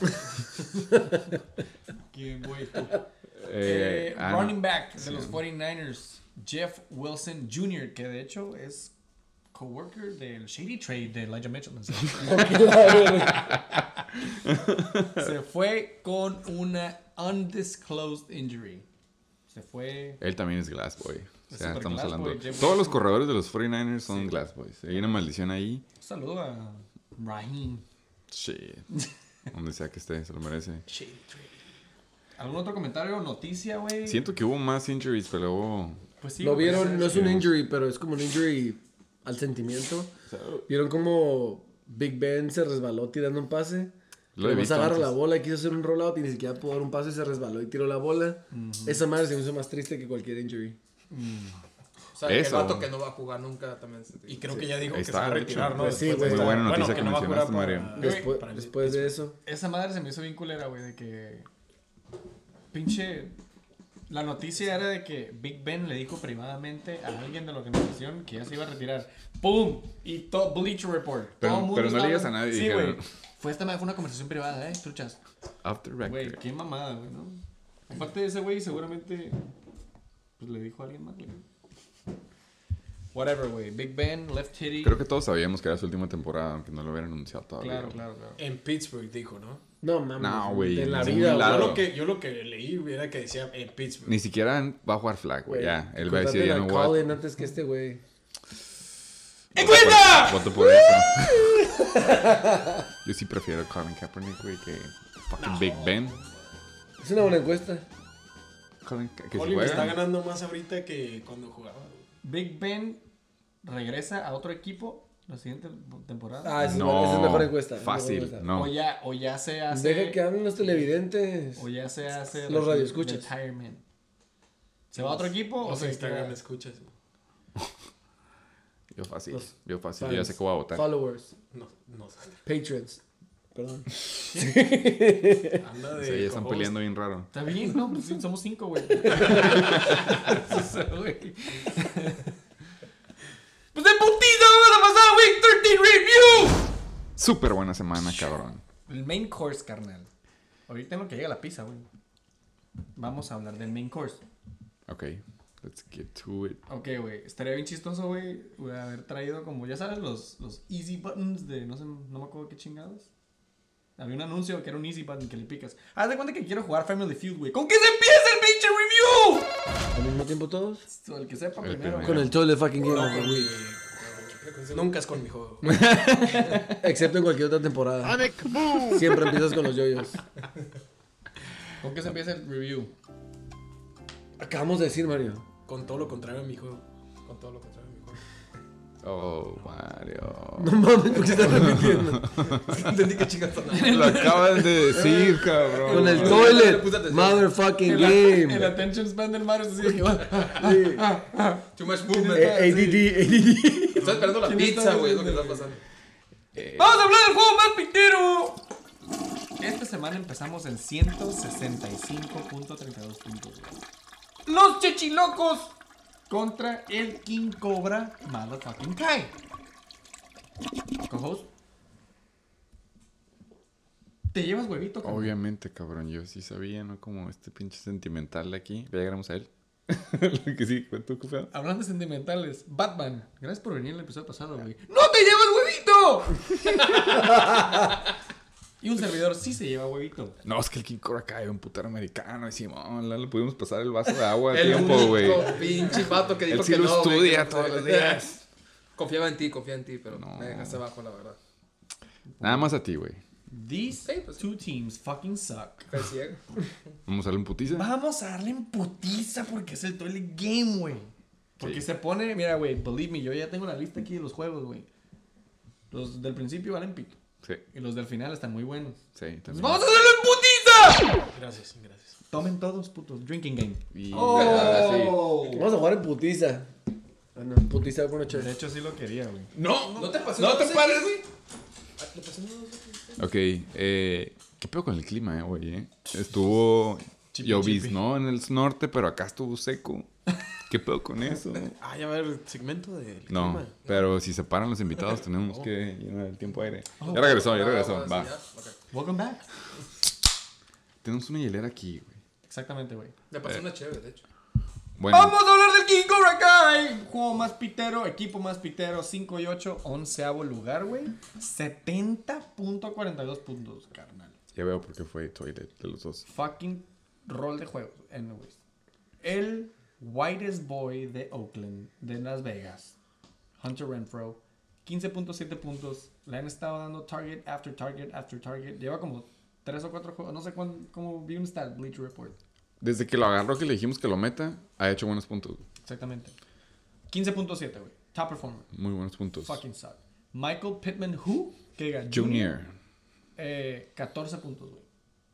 [SPEAKER 2] ¿Quién, güey? Running back de los 49ers, Jeff Wilson Jr., que de hecho es coworker del Shady Trade de Elijah Mitchell. Se fue con una undisclosed injury. Se fue...
[SPEAKER 1] Él también es Glass Boy. O
[SPEAKER 2] Es
[SPEAKER 1] sea,
[SPEAKER 2] super
[SPEAKER 1] estamos
[SPEAKER 2] Glass
[SPEAKER 1] hablando.
[SPEAKER 2] Boy, Jeff
[SPEAKER 1] Todos los
[SPEAKER 2] Wilson.
[SPEAKER 1] corredores de los 49ers son Glass Boys. Hay una maldición ahí.
[SPEAKER 2] Un saludo a Raheem.
[SPEAKER 1] Shit. Donde sea que esté, se lo merece.
[SPEAKER 2] ¿Algún otro comentario o noticia, güey?
[SPEAKER 1] Siento que hubo más injuries, pero luego...
[SPEAKER 2] Pues sí,
[SPEAKER 4] Lo
[SPEAKER 2] güey,
[SPEAKER 4] vieron, no es un
[SPEAKER 1] sí.
[SPEAKER 4] injury, pero es como un injury al sentimiento. Vieron como Big Ben se resbaló tirando un pase.
[SPEAKER 1] Lo he
[SPEAKER 4] Además
[SPEAKER 1] visto
[SPEAKER 4] agarra
[SPEAKER 1] antes.
[SPEAKER 4] la bola y quiso hacer un rollout y ni siquiera pudo dar un pase y se resbaló y tiró la bola. Esa madre se me hizo más triste que cualquier injury.
[SPEAKER 3] O sea,
[SPEAKER 1] Eso.
[SPEAKER 3] el vato que no va a jugar nunca también.
[SPEAKER 5] Y creo que ya dijo
[SPEAKER 1] Ahí
[SPEAKER 5] que
[SPEAKER 1] está,
[SPEAKER 5] se va a
[SPEAKER 1] de hecho.
[SPEAKER 5] retirar, ¿no?
[SPEAKER 4] Pues sí,
[SPEAKER 5] Después
[SPEAKER 4] güey.
[SPEAKER 5] de
[SPEAKER 1] Muy
[SPEAKER 5] esta-
[SPEAKER 1] buena noticia que
[SPEAKER 5] no va a jugar
[SPEAKER 1] mencionaste,
[SPEAKER 5] para-
[SPEAKER 1] Mario.
[SPEAKER 5] para el-
[SPEAKER 4] Después de eso.
[SPEAKER 2] Esa madre se me hizo bien culera, güey, de que... Pinche... La noticia era de que Big Ben le dijo privadamente a alguien de la organización que ya se iba a retirar. ¡Pum! Y todo Bleacher Report.
[SPEAKER 1] Pero-
[SPEAKER 2] Todo el mundo
[SPEAKER 1] pero no le
[SPEAKER 2] estaba-
[SPEAKER 1] digas a nadie,
[SPEAKER 2] Sí,
[SPEAKER 1] dijeron.
[SPEAKER 2] güey. Esta madre fue una conversación privada, truchas.
[SPEAKER 1] Off the
[SPEAKER 2] Güey,
[SPEAKER 1] record.
[SPEAKER 2] qué mamada, güey, ¿no? Aparte de ese güey, seguramente... Pues le dijo a alguien más, güey. Whatever, güey. Big Ben, left hitting.
[SPEAKER 1] Creo que todos sabíamos que era su última temporada, aunque no lo hubieran anunciado todavía.
[SPEAKER 2] Claro,
[SPEAKER 1] güey.
[SPEAKER 2] claro, claro.
[SPEAKER 5] En Pittsburgh dijo, ¿no?
[SPEAKER 4] No, mames.
[SPEAKER 1] No, güey,
[SPEAKER 4] En la
[SPEAKER 1] en
[SPEAKER 4] vida,
[SPEAKER 1] ningún
[SPEAKER 4] güey.
[SPEAKER 1] lado.
[SPEAKER 5] Yo lo que leí era que decía en Pittsburgh.
[SPEAKER 1] Ni siquiera va a jugar flag, güey. Ya, él va a decir,
[SPEAKER 4] Contraten
[SPEAKER 1] you
[SPEAKER 4] a
[SPEAKER 1] know what.
[SPEAKER 4] Colin antes que este güey.
[SPEAKER 1] Voto por eso. Yo sí prefiero a Colin Kaepernick, güey, que fucking Big Ben.
[SPEAKER 4] Es una buena encuesta.
[SPEAKER 1] Colin, que si
[SPEAKER 5] Colin
[SPEAKER 1] juega.
[SPEAKER 5] está ganando más ahorita que cuando jugaba.
[SPEAKER 2] Big Ben regresa a otro equipo la siguiente temporada.
[SPEAKER 4] Ah, esa
[SPEAKER 1] No,
[SPEAKER 4] es mejor encuesta. es
[SPEAKER 1] fácil,
[SPEAKER 4] mejor encuesta.
[SPEAKER 1] no.
[SPEAKER 2] O ya se hace.
[SPEAKER 4] Deja que hablen los televidentes.
[SPEAKER 2] O ya se hace.
[SPEAKER 4] Los radioescuchas.
[SPEAKER 2] Retirement. ¿Se va a otro equipo o
[SPEAKER 5] Los
[SPEAKER 2] se
[SPEAKER 5] Instagram
[SPEAKER 2] queda?
[SPEAKER 5] escuchas.
[SPEAKER 1] Yo fácil,
[SPEAKER 4] Los
[SPEAKER 1] yo fácil.
[SPEAKER 4] fans,
[SPEAKER 1] Yo ya sé que voy a votar.
[SPEAKER 4] Followers.
[SPEAKER 5] No.
[SPEAKER 4] Patrons. Perdón.
[SPEAKER 5] Anda de.
[SPEAKER 1] Sí, están
[SPEAKER 5] co-host.
[SPEAKER 1] peleando bien raro.
[SPEAKER 2] Está bien, no, pues sí, somos 5, güey. Pues de putiza vamos a pasar a Week 13 Review.
[SPEAKER 1] Súper buena semana, cabrón.
[SPEAKER 2] El main course, carnal. Ahorita en lo que llega la pizza, güey. Vamos a hablar del main course.
[SPEAKER 1] Ok, let's get to it.
[SPEAKER 2] Ok, güey. Estaría bien chistoso, güey, haber traído como, ya sabes, los easy buttons de, no sé, no me acuerdo qué chingados. Había un anuncio que era un easy button que le picas. Haz de cuenta que quiero jugar Family Feud, güey. ¿Con qué se empieza el pinche review?
[SPEAKER 4] ¿Al mismo tiempo todos?
[SPEAKER 2] O el que sepa
[SPEAKER 1] El
[SPEAKER 2] primero.
[SPEAKER 1] primero.
[SPEAKER 4] Con el toilet fucking game
[SPEAKER 5] No,
[SPEAKER 4] of the week.
[SPEAKER 5] Nunca es con mi juego.
[SPEAKER 4] Excepto en cualquier otra temporada. Siempre empiezas con los yoyos.
[SPEAKER 2] ¿Con qué se empieza el review?
[SPEAKER 4] Acabamos de decir, Mario.
[SPEAKER 5] Con todo lo contrario a mi juego. Con todo lo contrario a mi juego.
[SPEAKER 1] Oh, Mario.
[SPEAKER 4] No mames, ¿por qué estás repitiendo?
[SPEAKER 3] Entendí que chingas
[SPEAKER 1] Lo acabas de decir, cabrón.
[SPEAKER 4] Con el
[SPEAKER 3] Le
[SPEAKER 4] toilet.
[SPEAKER 3] puse atención.
[SPEAKER 4] Motherfucking
[SPEAKER 2] El
[SPEAKER 4] game.
[SPEAKER 2] attention span del Mario es así de que va.
[SPEAKER 4] Sí.
[SPEAKER 3] Too much movement.
[SPEAKER 4] ADD.
[SPEAKER 3] Estoy esperando la
[SPEAKER 2] ¿Quién
[SPEAKER 3] pizza,
[SPEAKER 2] está
[SPEAKER 3] güey, es lo que
[SPEAKER 2] viendo,
[SPEAKER 3] está pasando.
[SPEAKER 2] ¡Vamos a hablar del juego más pintero! Esta semana empezamos en 165.32 puntos. Los Chechilocos contra el King Cobra Motherfucking Kai. Co-host. ¿Te llevas huevito? Carnal?
[SPEAKER 1] Obviamente, cabrón. Yo sí sabía, ¿no? Como este pinche sentimental de aquí. Ya llegamos a él. Lo que sí, ¿tú qué fue?
[SPEAKER 2] Hablando de sentimentales, Batman. Gracias por venir el episodio pasado, güey. ¡No te llevas huevito! Y un servidor sí se lleva huevito.
[SPEAKER 1] No, es que el King Cobra cae un putero americano. Y Simón, le pudimos pasar el vaso de agua a
[SPEAKER 3] El
[SPEAKER 1] tiempo, güey.
[SPEAKER 3] único pinche pato que dijo
[SPEAKER 1] Él sí
[SPEAKER 3] que
[SPEAKER 1] lo
[SPEAKER 3] no, güey,
[SPEAKER 1] estudia
[SPEAKER 3] que
[SPEAKER 1] todos
[SPEAKER 3] no
[SPEAKER 1] los
[SPEAKER 3] sé.
[SPEAKER 1] días.
[SPEAKER 3] Confía en ti, pero
[SPEAKER 1] No.
[SPEAKER 3] me dejaste abajo, la verdad.
[SPEAKER 1] Nada más a ti, güey.
[SPEAKER 2] These
[SPEAKER 3] Sí, pues sí.
[SPEAKER 2] two teams fucking suck.
[SPEAKER 3] Fue ciego.
[SPEAKER 1] Vamos a darle un putiza.
[SPEAKER 2] Vamos a darle en putiza porque es el toilet game, güey. Porque se pone, mira, güey, believe me, yo ya tengo la lista aquí de los juegos, güey. Los del principio valen pito.
[SPEAKER 1] Sí,
[SPEAKER 2] Y los del final están muy buenos.
[SPEAKER 1] sí,
[SPEAKER 2] Pues
[SPEAKER 1] también.
[SPEAKER 2] ¡vamos a hacerlo en putiza!
[SPEAKER 5] Gracias.
[SPEAKER 2] Tomen todos, putos. Drinking game.
[SPEAKER 1] Y...
[SPEAKER 4] Vamos a jugar en putiza. Ah, no, putiza con una
[SPEAKER 2] De
[SPEAKER 4] chévere.
[SPEAKER 2] hecho, sí lo quería, güey.
[SPEAKER 3] No te pasó.
[SPEAKER 2] No te pares,
[SPEAKER 3] güey.
[SPEAKER 1] Ok, ¿qué pedo con el clima, güey? Estuvo
[SPEAKER 2] Chipi,
[SPEAKER 1] lloviznó en el norte, pero acá estuvo seco. ¿Qué pedo con eso?
[SPEAKER 5] Ah, ya va el segmento del
[SPEAKER 1] No,
[SPEAKER 5] clima.
[SPEAKER 1] pero si se paran los invitados, tenemos que llenar el tiempo aire. Ya regresó, va.
[SPEAKER 2] Welcome back.
[SPEAKER 1] Tenemos una hielera aquí, güey.
[SPEAKER 2] Exactamente, güey.
[SPEAKER 3] Me pasó una chévere, de hecho.
[SPEAKER 1] Bueno,
[SPEAKER 2] Vamos a hablar del King Cobra Kai. Juego más pitero, equipo más pitero, 5 y 8, 11º lugar, güey. 70.42 puntos, carnal.
[SPEAKER 1] ya veo por qué fue Toilet de los dos.
[SPEAKER 2] Fucking rol de juegos, anyways. El whitest boy de Oakland, de Las Vegas, Hunter Renfro, 15.7 puntos. Le han estado dando target after target after target. Lleva como 3 o 4 juegos. No sé cómo vi un stat, Bleacher Report.
[SPEAKER 1] Desde que lo agarró, que le dijimos que lo meta, ha hecho buenos puntos.
[SPEAKER 2] Exactamente. 15.7, güey. Top performer.
[SPEAKER 1] Muy buenos puntos.
[SPEAKER 2] Fucking suck. Michael Pittman, who? Que diga,
[SPEAKER 1] Junior.
[SPEAKER 2] 14 puntos, güey.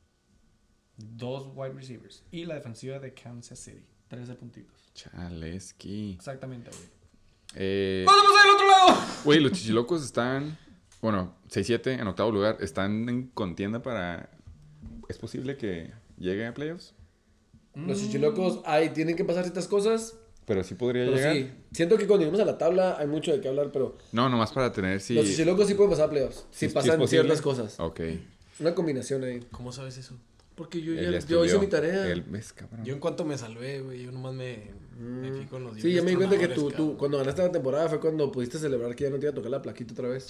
[SPEAKER 2] 2 wide receivers. Y la defensiva de Kansas City. 13 puntitos.
[SPEAKER 1] Chaleski.
[SPEAKER 2] Exactamente, güey.
[SPEAKER 1] Güey,
[SPEAKER 2] ¡Vamos al otro lado!
[SPEAKER 1] los Chichilocos están, bueno, 6-7 en octavo lugar. Están en contienda para... ¿Es posible que llegue a playoffs?
[SPEAKER 4] Los chichilocos, ay, tienen que pasar ciertas cosas.
[SPEAKER 1] Pero sí podría
[SPEAKER 4] Pero
[SPEAKER 1] llegar.
[SPEAKER 4] sí, siento que cuando lleguemos a la tabla hay mucho de qué hablar, pero
[SPEAKER 1] No, nomás para tener si...
[SPEAKER 4] los chichilocos sí pueden pasar a playoffs. Si
[SPEAKER 1] es
[SPEAKER 4] pasan
[SPEAKER 1] posible.
[SPEAKER 4] ciertas cosas.
[SPEAKER 1] Ok.
[SPEAKER 4] Una combinación ahí.
[SPEAKER 5] ¿Cómo sabes eso?
[SPEAKER 4] Porque yo
[SPEAKER 1] Él
[SPEAKER 4] ya yo
[SPEAKER 1] estudió.
[SPEAKER 4] hice mi tarea.
[SPEAKER 1] Él, ves, cabrón.
[SPEAKER 5] Yo en cuanto me salvé, güey, yo nomás me fui con los
[SPEAKER 4] Sí, ya me di cuenta que
[SPEAKER 5] tronadores,
[SPEAKER 4] tú cuando ganaste la temporada fue cuando pudiste celebrar que ya no te iba a tocar la plaquita otra vez.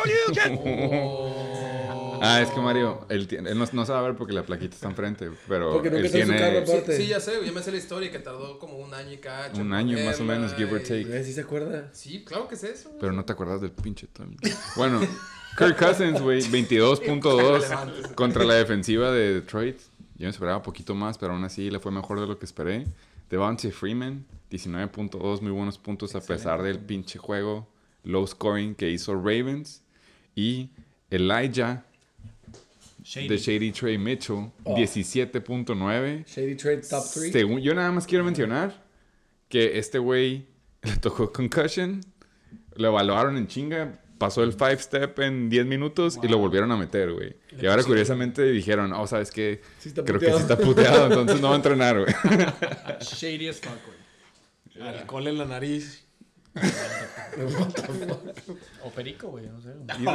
[SPEAKER 1] Ah, es que Mario, él no se va a ver porque la plaquita está enfrente, pero
[SPEAKER 4] Porque nunca
[SPEAKER 1] él
[SPEAKER 4] está en su
[SPEAKER 1] tiene
[SPEAKER 4] carro, aparte.
[SPEAKER 3] Sí, ya sé, güey, ya me sé la historia que tardó como un año y cacho.
[SPEAKER 1] un
[SPEAKER 3] en
[SPEAKER 1] año más o
[SPEAKER 3] ponerla,
[SPEAKER 1] menos, give or
[SPEAKER 3] y-
[SPEAKER 1] take.
[SPEAKER 4] ¿Sí se acuerda?
[SPEAKER 3] Sí, claro que es eso. güey.
[SPEAKER 1] Pero no te acuerdas del pinche Tony. Bueno, Kirk Cousins, güey, 22.2 contra la defensiva de Detroit. Yo me esperaba un poquito más, pero aún así le fue mejor de lo que esperé. Devontae Freeman, 19.2, muy buenos puntos a pesar del pinche juego low scoring que hizo Ravens. Y Elijah de Shady Trey Mitchell, 17.9.
[SPEAKER 4] Shady Trade Top 3.
[SPEAKER 1] Según, yo nada más quiero mencionar que este güey le tocó concussion, lo evaluaron en chinga, pasó el 5-step en 10 minutos y lo volvieron a meter, güey. Y ahora curiosamente dijeron, oh, ¿sabes qué?
[SPEAKER 4] Sí está
[SPEAKER 1] Creo que
[SPEAKER 4] puteado.
[SPEAKER 1] sí está puteado, entonces no va a entrenar, güey.
[SPEAKER 2] Shady as fuck, güey.
[SPEAKER 5] Alcohol en la nariz.
[SPEAKER 2] O perico, güey, no sé.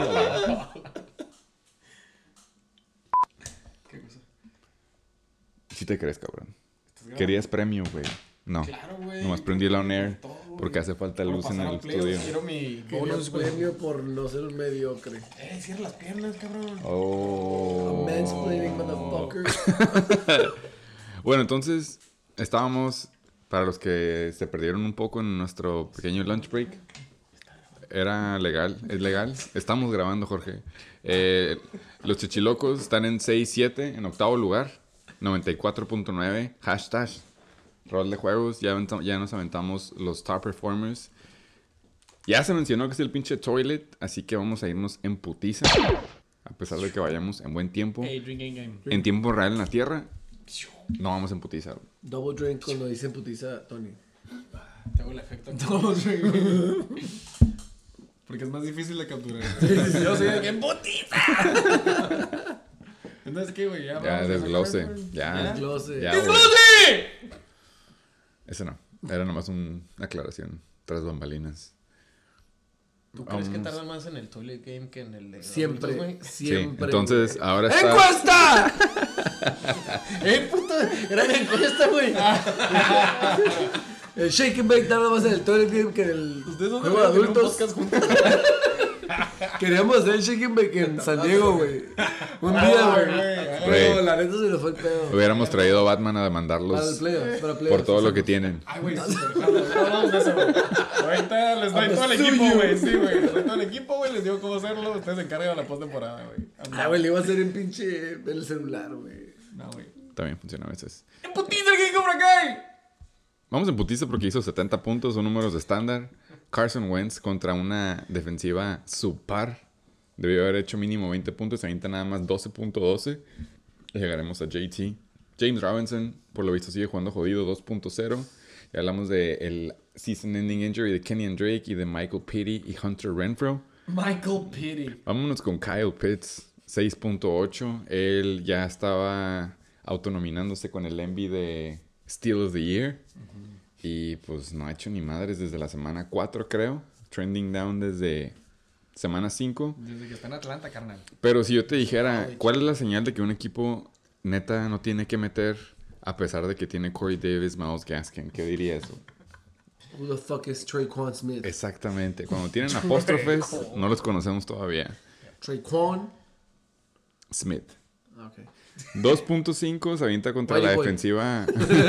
[SPEAKER 1] Sí te crees, cabrón. Querías premio, güey. No.
[SPEAKER 5] Claro, güey.
[SPEAKER 1] Nomás prendí la on-air
[SPEAKER 5] Todo, güey.
[SPEAKER 1] porque hace falta
[SPEAKER 5] Por
[SPEAKER 1] luz en
[SPEAKER 5] pasar
[SPEAKER 1] el
[SPEAKER 5] al playoff,
[SPEAKER 1] estudio.
[SPEAKER 5] Quiero mi
[SPEAKER 4] Bonus
[SPEAKER 5] bonus, güey.
[SPEAKER 4] premio por no ser un mediocre.
[SPEAKER 5] Cierra las piernas, cabrón.
[SPEAKER 1] Oh.
[SPEAKER 4] Mansplaining, motherfucker.
[SPEAKER 1] Bueno, entonces estábamos, para los que se perdieron un poco en nuestro pequeño lunch break, era legal, es legal. Estamos grabando, Jorge. Los Chichilocos están en 6-7, en octavo lugar, 94.9, hashtag, rol de juegos, ya nos aventamos los top performers. Ya se mencionó que es el pinche toilet, así que vamos a irnos en putiza, a pesar de que vayamos en buen tiempo.
[SPEAKER 2] Hey, drinking game.
[SPEAKER 1] En tiempo real en la Tierra, no vamos en putiza, güey.
[SPEAKER 4] Double drink cuando dicen putiza, Tony.
[SPEAKER 5] Tengo el efecto.
[SPEAKER 2] Porque es más difícil de capturar. Yo soy de que putita. Entonces, ¿qué, güey?
[SPEAKER 1] Ya,
[SPEAKER 2] vamos a
[SPEAKER 1] desglose.
[SPEAKER 2] sacar, güey.
[SPEAKER 1] Ya.
[SPEAKER 4] Desglose.
[SPEAKER 1] Ya, güey. Ese no. Era nomás una aclaración tras bambalinas.
[SPEAKER 5] ¿Tú crees que
[SPEAKER 1] Vamos.
[SPEAKER 5] tarda más en el toilet game que en el de
[SPEAKER 4] Siempre,
[SPEAKER 5] adultos, güey?
[SPEAKER 1] Sí,
[SPEAKER 4] siempre.
[SPEAKER 1] entonces
[SPEAKER 4] güey.
[SPEAKER 1] ahora está...
[SPEAKER 4] ¡Encuesta!
[SPEAKER 5] Puto! Era una encuesta, güey.
[SPEAKER 4] El Shake and Bake tarda más en el toilet game que en el
[SPEAKER 2] Ustedes son
[SPEAKER 4] juego de
[SPEAKER 2] tener un
[SPEAKER 4] adultos.
[SPEAKER 2] podcast juntos.
[SPEAKER 4] Queríamos hacer el Shake and Bake en San Diego, güey. Un día, güey.
[SPEAKER 1] Güey.
[SPEAKER 4] No, la neta se nos fue el pedo.
[SPEAKER 1] Hubiéramos traído a Batman a
[SPEAKER 4] Para el
[SPEAKER 1] demandarlos
[SPEAKER 4] playoff, para
[SPEAKER 1] por
[SPEAKER 4] playoff.
[SPEAKER 1] todo lo que tienen.
[SPEAKER 2] Ay, güey, súper jalo. No hablamos de eso, güey. Ahorita les doy todo el equipo, güey. Sí, güey. Les doy todo el equipo, güey. Les digo cómo hacerlo. Ustedes se encargan de la postemporada, güey.
[SPEAKER 4] Ah, güey, le iba a hacer en pinche el celular, güey.
[SPEAKER 2] No, güey.
[SPEAKER 1] También funciona a veces.
[SPEAKER 2] ¡Putita el que Cobra Kai!
[SPEAKER 1] Vamos en putiza porque hizo 70 puntos, son números de estándar. Carson Wentz contra una defensiva subpar. Debió haber hecho mínimo 20 puntos. Ahorita nada más 12.12. Llegaremos a JT. James Robinson, por lo visto, sigue jugando jodido, 2.0. Ya hablamos del season-ending injury de Kenyan Drake y de Michael Pitti y Hunter Renfro.
[SPEAKER 2] Michael Pitti.
[SPEAKER 1] Vámonos con Kyle Pitts, 6.8. Él ya estaba autonominándose con el Envy de Steal of the Year. Y pues no ha hecho ni madres desde la semana 4, creo. Trending down desde semana 5.
[SPEAKER 2] Desde que está en Atlanta, carnal.
[SPEAKER 1] Pero si yo te dijera, ¿cuál es la señal de que un equipo neta no tiene que meter a pesar de que tiene Corey Davis, Myles Gaskin? ¿Qué dirías?
[SPEAKER 4] Who the fuck is Traquan Smith?
[SPEAKER 1] Exactamente. Cuando tienen apóstrofes, no los conocemos todavía.
[SPEAKER 4] Traquan.
[SPEAKER 1] Smith.
[SPEAKER 4] Ok.
[SPEAKER 1] 2.5 se avienta contra
[SPEAKER 4] Whitey
[SPEAKER 1] la
[SPEAKER 4] boy.
[SPEAKER 1] defensiva.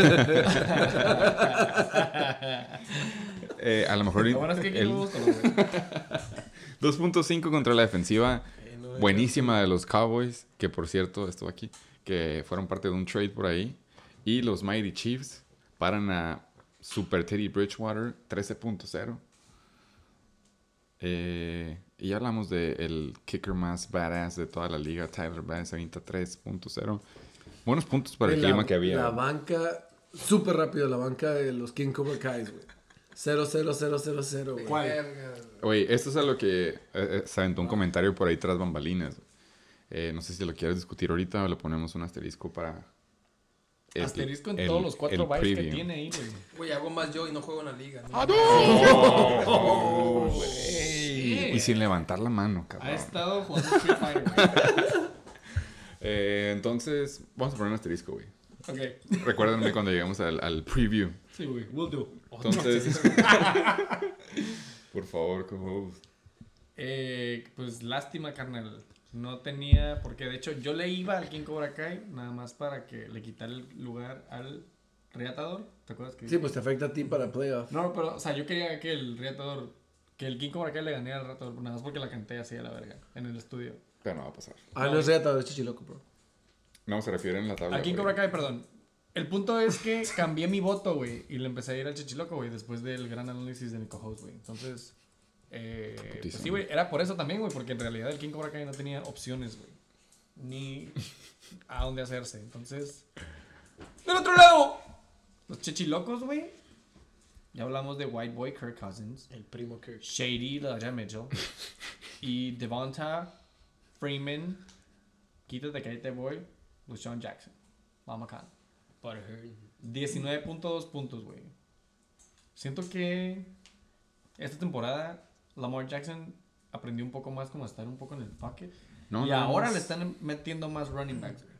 [SPEAKER 1] A lo mejor
[SPEAKER 2] Lo bueno es que aquí
[SPEAKER 1] él-
[SPEAKER 2] no vamos con los, güey.
[SPEAKER 1] 2.5 contra la defensiva buenísima de los Cowboys, que por cierto estuvo aquí, que fueron parte de un trade por ahí. Y los Mighty Chiefs paran a Super Teddy Bridgewater 13.0. Y ya hablamos del kicker más badass de toda la liga, Tyler Bass, avienta 3.0. Buenos puntos para el
[SPEAKER 4] Güey,
[SPEAKER 1] clima que había.
[SPEAKER 4] La banca, súper rápido, la banca de los King Cobra Kais, güey. 0-0-0-0-0, güey.
[SPEAKER 2] ¿Cuál?
[SPEAKER 3] Verga.
[SPEAKER 1] Oye, esto es a lo que se aventó un comentario por ahí tras bambalinas. No sé si lo quieres discutir ahorita o le ponemos un asterisco para...
[SPEAKER 2] Asterisco en todos los 4
[SPEAKER 1] el
[SPEAKER 2] bytes que
[SPEAKER 1] preview.
[SPEAKER 2] tiene ahí, güey.
[SPEAKER 3] Güey, hago más yo y no juego en la liga. ¿no?
[SPEAKER 1] Y sin levantar la mano,
[SPEAKER 2] Ha
[SPEAKER 1] cabrón.
[SPEAKER 2] estado jugando Street Fighter, güey.
[SPEAKER 1] Entonces, vamos a poner un asterisco, güey.
[SPEAKER 2] Ok.
[SPEAKER 1] Recuérdenme cuando lleguemos al preview.
[SPEAKER 2] Sí, güey. We'll do.
[SPEAKER 1] Entonces, por favor, co-host.
[SPEAKER 2] Pues lástima, carnal. No tenía, porque de hecho yo le iba al King Cobra Kai nada más para que le quitara el lugar al Reatador. ¿Te acuerdas que
[SPEAKER 4] Sí, pues te afecta a ti para playoff.
[SPEAKER 2] No, pero, o sea, yo quería que el Reatador, que el King Cobra Kai le ganara al Reatador, nada más porque la canté así a la verga en el estudio.
[SPEAKER 1] Pero no va a pasar.
[SPEAKER 4] Ah, no es reatador, es chichiloco, bro.
[SPEAKER 1] No, se refiere en la tabla.
[SPEAKER 2] Al King
[SPEAKER 1] güey.
[SPEAKER 2] Cobra Kai, perdón. El punto es que cambié mi voto, güey, y le empecé a ir al Chichiloco, güey, después del gran análisis de mi co-host, güey. Entonces, pues sí, güey, era por eso también, güey, porque en realidad el King Cobra Kai no tenía opciones, güey. Ni a dónde hacerse. Entonces, del otro lado, los Chichilocos, güey. Ya hablamos de White Boy Kirk Cousins,
[SPEAKER 5] El primo Kirk.
[SPEAKER 2] Shady Elijah Mitchell y Devonta Freeman, quítate que ahí te voy, LaShawn Jackson, Mama Khan.
[SPEAKER 5] Butterhead.
[SPEAKER 2] 19.2 puntos, güey. Siento que esta temporada Lamar Jackson aprendió un poco más como a estar un poco en el pocket.
[SPEAKER 1] No,
[SPEAKER 2] y
[SPEAKER 1] no,
[SPEAKER 2] ahora
[SPEAKER 1] no.
[SPEAKER 2] le están metiendo más running backs, güey.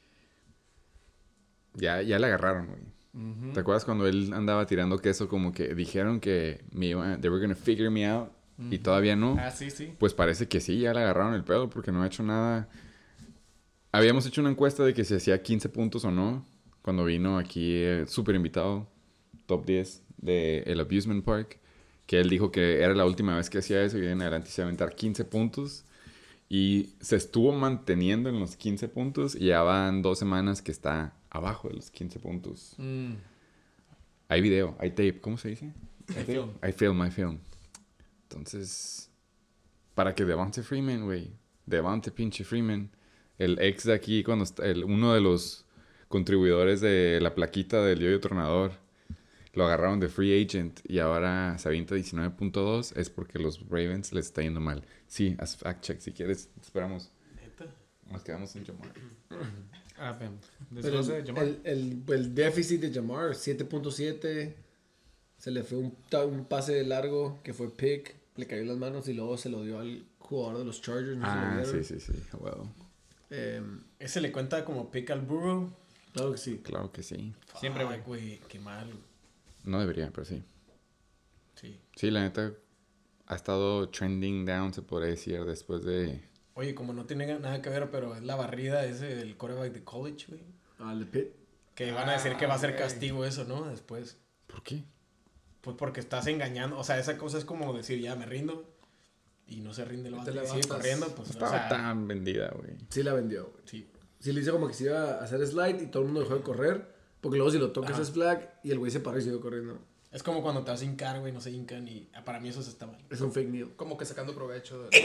[SPEAKER 1] Ya le agarraron, güey.
[SPEAKER 2] Ujú.
[SPEAKER 1] ¿Te acuerdas cuando él andaba tirando queso como que dijeron que they were gonna figure me out y todavía no?
[SPEAKER 2] Ah, sí, sí.
[SPEAKER 1] Pues parece que sí, ya le agarraron el pedo porque no ha hecho nada. Habíamos hecho una encuesta de que si hacía 15 puntos o no cuando vino aquí súper invitado, top 10 del Abusement Park, que él dijo que era la última vez que hacía eso y en adelante se iba a aventar 15 puntos y se estuvo manteniendo en los 15 puntos y ya van 2 semanas que está abajo de los 15 puntos. Hay video, hay tape, ¿cómo se dice?
[SPEAKER 2] Hay film.
[SPEAKER 1] Hay film. Entonces, para que Devonta Freeman, güey, Devonta pinche Freeman, el ex de aquí, uno de los contribuidores de la plaquita del Yo-Yo Tronador, lo agarraron de free agent y ahora se avienta 19.2, es porque los Ravens les está yendo mal. Sí, haz fact check si quieres, esperamos.
[SPEAKER 5] ¿Neta?
[SPEAKER 1] Nos quedamos en Jamar.
[SPEAKER 2] Ah, ven.
[SPEAKER 4] Pero
[SPEAKER 2] Después de Jamar.
[SPEAKER 4] el déficit de Jamar, 7.7. Se le fue un pase largo que fue pick, le cayó en las manos y luego se lo dio al jugador de los Chargers. No
[SPEAKER 1] Ah,
[SPEAKER 4] sé si lo
[SPEAKER 1] sí,
[SPEAKER 4] vieron.
[SPEAKER 1] sí. Well,
[SPEAKER 5] Ese le cuenta como pick al Burrow.
[SPEAKER 4] Claro que sí.
[SPEAKER 1] claro que sí.
[SPEAKER 2] Siempre, güey.
[SPEAKER 5] Fuck, güey. Qué mal.
[SPEAKER 1] No debería, pero sí.
[SPEAKER 5] Sí.
[SPEAKER 1] Sí, la neta ha estado trending down, se podría decir, después de...
[SPEAKER 5] Oye, como no tiene nada que ver, pero es la barrida ese del quarterback de college, güey.
[SPEAKER 4] Al de Pitt.
[SPEAKER 5] Que van a decir que va a ser
[SPEAKER 2] güey.
[SPEAKER 5] castigo eso, ¿no? Después.
[SPEAKER 1] ¿Por qué?
[SPEAKER 5] Pues porque estás engañando. O sea, esa cosa es como decir, ya me rindo. Y no se rinde el
[SPEAKER 3] Y
[SPEAKER 5] vato
[SPEAKER 3] te
[SPEAKER 5] y sigue
[SPEAKER 3] levantas.
[SPEAKER 5] corriendo. Pues,
[SPEAKER 1] Estaba
[SPEAKER 5] o sea,
[SPEAKER 1] tan vendida, güey.
[SPEAKER 4] Sí la vendió, güey.
[SPEAKER 5] sí.
[SPEAKER 4] Sí le hizo como que se iba a hacer slide y todo el mundo dejó de correr. Porque luego si lo tocas
[SPEAKER 5] Ajá.
[SPEAKER 4] es flag y el güey se paró y siguió corriendo.
[SPEAKER 5] Es como cuando te vas a hincar, güey, no se hincan. Y para mí eso se está mal.
[SPEAKER 4] Es un fake news.
[SPEAKER 3] Como que sacando provecho de...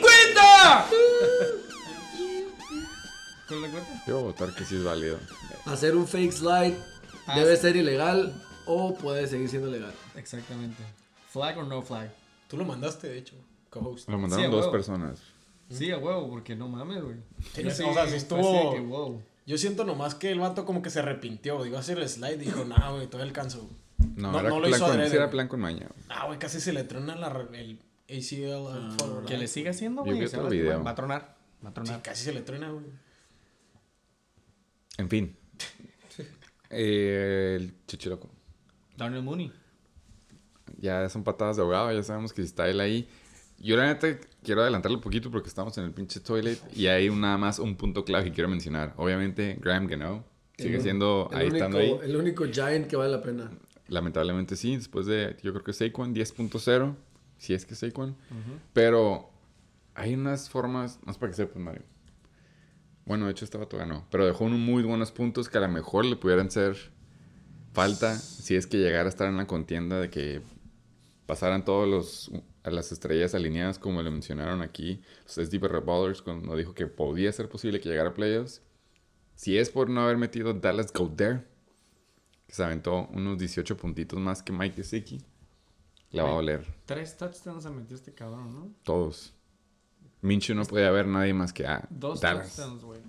[SPEAKER 2] ¿Cuál le cuenta?
[SPEAKER 1] Yo voy a votar que sí es válido.
[SPEAKER 4] Hacer un fake slide debe ser ilegal o puede seguir siendo legal.
[SPEAKER 2] Exactamente. ¿Flag o no flag?
[SPEAKER 5] Tú lo mandaste, de hecho, co-host.
[SPEAKER 1] Lo mandaron
[SPEAKER 2] Sí, a
[SPEAKER 1] dos
[SPEAKER 2] huevo.
[SPEAKER 1] personas.
[SPEAKER 2] Sí, a huevo, porque no mames, güey.
[SPEAKER 5] Sí,
[SPEAKER 2] Yo
[SPEAKER 5] o sea, sí
[SPEAKER 2] fue
[SPEAKER 5] estuvo-
[SPEAKER 2] así de que, wow.
[SPEAKER 5] Yo siento nomás que el vato como que se arrepintió. Iba a hacer el slide y dijo, no, güey, todavía alcanzo.
[SPEAKER 1] No,
[SPEAKER 5] No,
[SPEAKER 1] era,
[SPEAKER 5] no lo
[SPEAKER 1] plan
[SPEAKER 5] hizo
[SPEAKER 1] con,
[SPEAKER 5] adrede,
[SPEAKER 1] sí era
[SPEAKER 5] güey.
[SPEAKER 1] plan con maña. Güey.
[SPEAKER 5] Ah, güey, casi se le trona el ACL al forward
[SPEAKER 2] Que
[SPEAKER 5] line.
[SPEAKER 2] le siga haciendo,
[SPEAKER 1] Yo
[SPEAKER 2] güey.
[SPEAKER 1] vi
[SPEAKER 2] se
[SPEAKER 1] otro
[SPEAKER 2] va a lastimar.
[SPEAKER 1] video.
[SPEAKER 2] Va a tronar. Va a
[SPEAKER 5] Sí,
[SPEAKER 2] tronar.
[SPEAKER 5] casi se le truena, güey.
[SPEAKER 1] En fin. El chichiloco.
[SPEAKER 2] Darnell Mooney.
[SPEAKER 1] Ya son patadas de ahogado, ya sabemos que si está él ahí. Yo la neta quiero adelantarle un poquito porque estamos en el pinche toilet y hay nada más un punto clave que quiero mencionar. Obviamente, Graham Gano sigue siendo ahí estando ahí.
[SPEAKER 4] El único Giant que vale la pena.
[SPEAKER 1] Lamentablemente sí, después de, yo creo que Saquon 10.0, si es que Saquon. Pero hay unas formas, no es para que sepas, Mario. Bueno, de hecho este vato ganó, pero dejó unos muy buenos puntos que a lo mejor le pudieran ser falta si es que llegara a estar en la contienda de que pasaran todos a las estrellas alineadas como le mencionaron aquí, los SD Ballers cuando dijo que podía ser posible que llegara a playoffs. Si es por no haber metido Dallas Goddard, que se aventó unos 18 puntitos más que Mike Gesicki, la va a oler
[SPEAKER 2] 3 touchdowns se metió este cabrón, ¿no?
[SPEAKER 1] todos. Minshew no puede haber nadie más que a
[SPEAKER 2] 2
[SPEAKER 1] Dallas.
[SPEAKER 2] touchdowns, güey.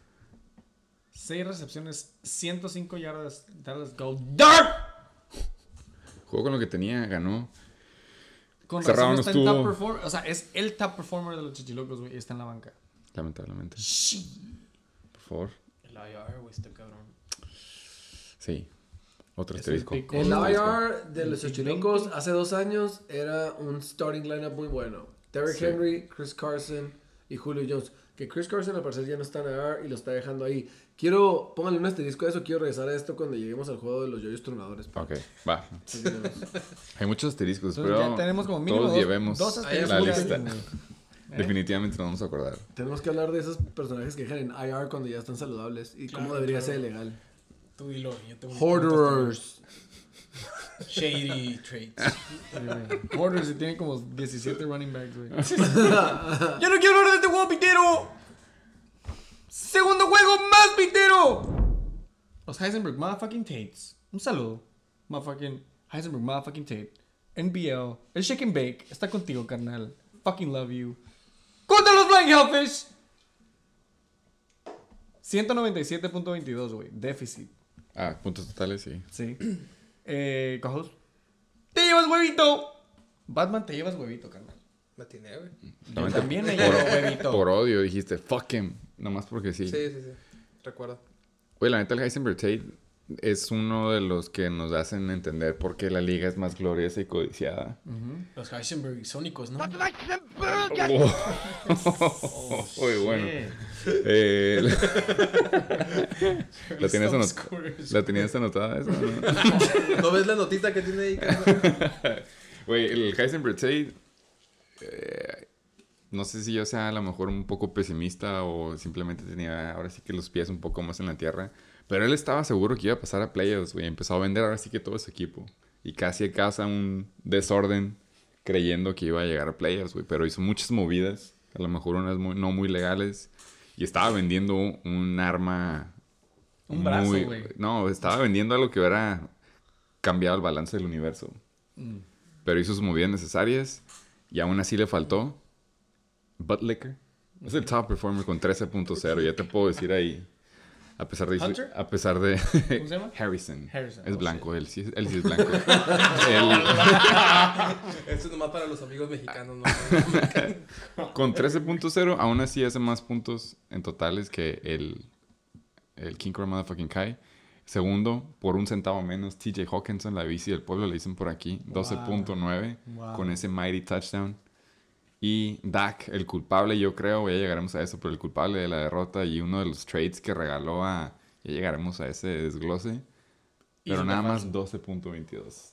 [SPEAKER 2] 6 recepciones, 105 yardas. Dallas Go Dark.
[SPEAKER 1] Jugó con lo que tenía, ganó.
[SPEAKER 2] Con
[SPEAKER 1] Cerrado
[SPEAKER 2] razón
[SPEAKER 1] no
[SPEAKER 2] está en top
[SPEAKER 1] estuvo.
[SPEAKER 2] performer. O sea, es el top performer de los chichilocos, güey. Y está en la banca.
[SPEAKER 1] Lamentablemente. Por For.
[SPEAKER 5] El IR, güey, está cabrón.
[SPEAKER 1] Sí. Otro
[SPEAKER 2] Es
[SPEAKER 1] asterisco.
[SPEAKER 2] el pick.
[SPEAKER 4] El
[SPEAKER 2] Oh,
[SPEAKER 4] IR de los Xochilocos hace 2 años era un starting lineup muy bueno. Derrick
[SPEAKER 1] Sí.
[SPEAKER 4] Henry, Chris Carson y Julio Jones. Que Chris Carson al parecer ya no está en IR y lo está dejando ahí. Póngale un asterisco a eso. Quiero regresar a esto cuando lleguemos al juego de los yoyos tronadores.
[SPEAKER 1] Ok, va.
[SPEAKER 4] Así que tenemos.
[SPEAKER 1] Hay muchos asteriscos,
[SPEAKER 2] Entonces
[SPEAKER 1] pero
[SPEAKER 2] ya tenemos como mínimo
[SPEAKER 1] todos
[SPEAKER 2] dos,
[SPEAKER 1] llevemos
[SPEAKER 2] dos asteriscos.
[SPEAKER 1] la
[SPEAKER 3] Ahí
[SPEAKER 1] lista.
[SPEAKER 2] güey.
[SPEAKER 1] Definitivamente nos vamos a acordar.
[SPEAKER 4] Tenemos que hablar de esos personajes que dejan en IR cuando ya están saludables y cómo
[SPEAKER 5] Claro,
[SPEAKER 4] debería
[SPEAKER 5] claro.
[SPEAKER 4] ser legal.
[SPEAKER 5] Tú dilo, yo tengo mis
[SPEAKER 4] Hoarders.
[SPEAKER 5] preguntas también. Shady traits.
[SPEAKER 2] Borders y tiene como 17 running backs, güey. ¡Ya no quiero hablar de este juego pitero! ¡Segundo juego más pitero! Los Heisenberg motherfucking Tates. Un saludo. Motherfucking Heisenberg motherfucking Tate. NBL. El Shake and Bake. Está contigo, carnal. Fucking love you. ¡Contra los Flying Hellfish! 197.22, güey. Déficit.
[SPEAKER 1] Ah, puntos totales, sí.
[SPEAKER 2] Sí. Cojos. ¡Te llevas huevito! Batman, te llevas huevito, carnal.
[SPEAKER 3] Me atiné, güey.
[SPEAKER 2] Yo también me llevo huevito.
[SPEAKER 1] Por odio dijiste, fuck him. Nomás porque sí.
[SPEAKER 3] Sí. Recuerdo.
[SPEAKER 1] Oye, la neta, el Heisenberg Tate es uno de los que nos hacen entender por qué la liga es más gloriosa y codiciada.
[SPEAKER 5] Los Heisenberg sónicos, ¿no?
[SPEAKER 1] Muy bueno. ¿La tenías ¿La tenías anotada esa? ¿No?
[SPEAKER 3] ¿No ves la notita que tiene ahí, carnal?
[SPEAKER 1] Güey, el Heisenberg Tate... no sé si yo sea a lo mejor un poco pesimista o simplemente tenía ahora sí que los pies un poco más en la tierra. Pero él estaba seguro que iba a pasar a playoffs, güey. Empezó a vender ahora sí que todo su equipo. Y casi causa un desorden creyendo que iba a llegar a playoffs, güey. Pero hizo muchas movidas, a lo mejor unas no muy legales. Y estaba vendiendo un arma...
[SPEAKER 2] Un brazo, güey.
[SPEAKER 1] No, estaba vendiendo algo que hubiera cambiado el balance del universo. Pero hizo sus movidas necesarias y aún así le faltó. Buttlicker es el top performer con 13.0. Ya te puedo decir ahí. A pesar de...
[SPEAKER 2] ¿Hunter?
[SPEAKER 1] A pesar de...
[SPEAKER 2] ¿Cómo se llama?
[SPEAKER 1] Harrison.
[SPEAKER 2] Harrison,
[SPEAKER 1] Es
[SPEAKER 2] oh,
[SPEAKER 1] blanco. Él sí es blanco.
[SPEAKER 3] Esto es nomás para los amigos mexicanos, ¿no?
[SPEAKER 1] Con 13.0 aún así hace más puntos en totales que el King Cobra Motherfucking Kai. Segundo, por un centavo menos, TJ Hawkinson, la bici del pueblo, le dicen por aquí. 12.9
[SPEAKER 2] Wow.
[SPEAKER 1] con ese mighty touchdown. Y Dak, el culpable, yo creo, ya llegaremos a eso, pero el culpable de la derrota y uno de los trades que regaló ya llegaremos a ese desglose. Pero nada más 12.22.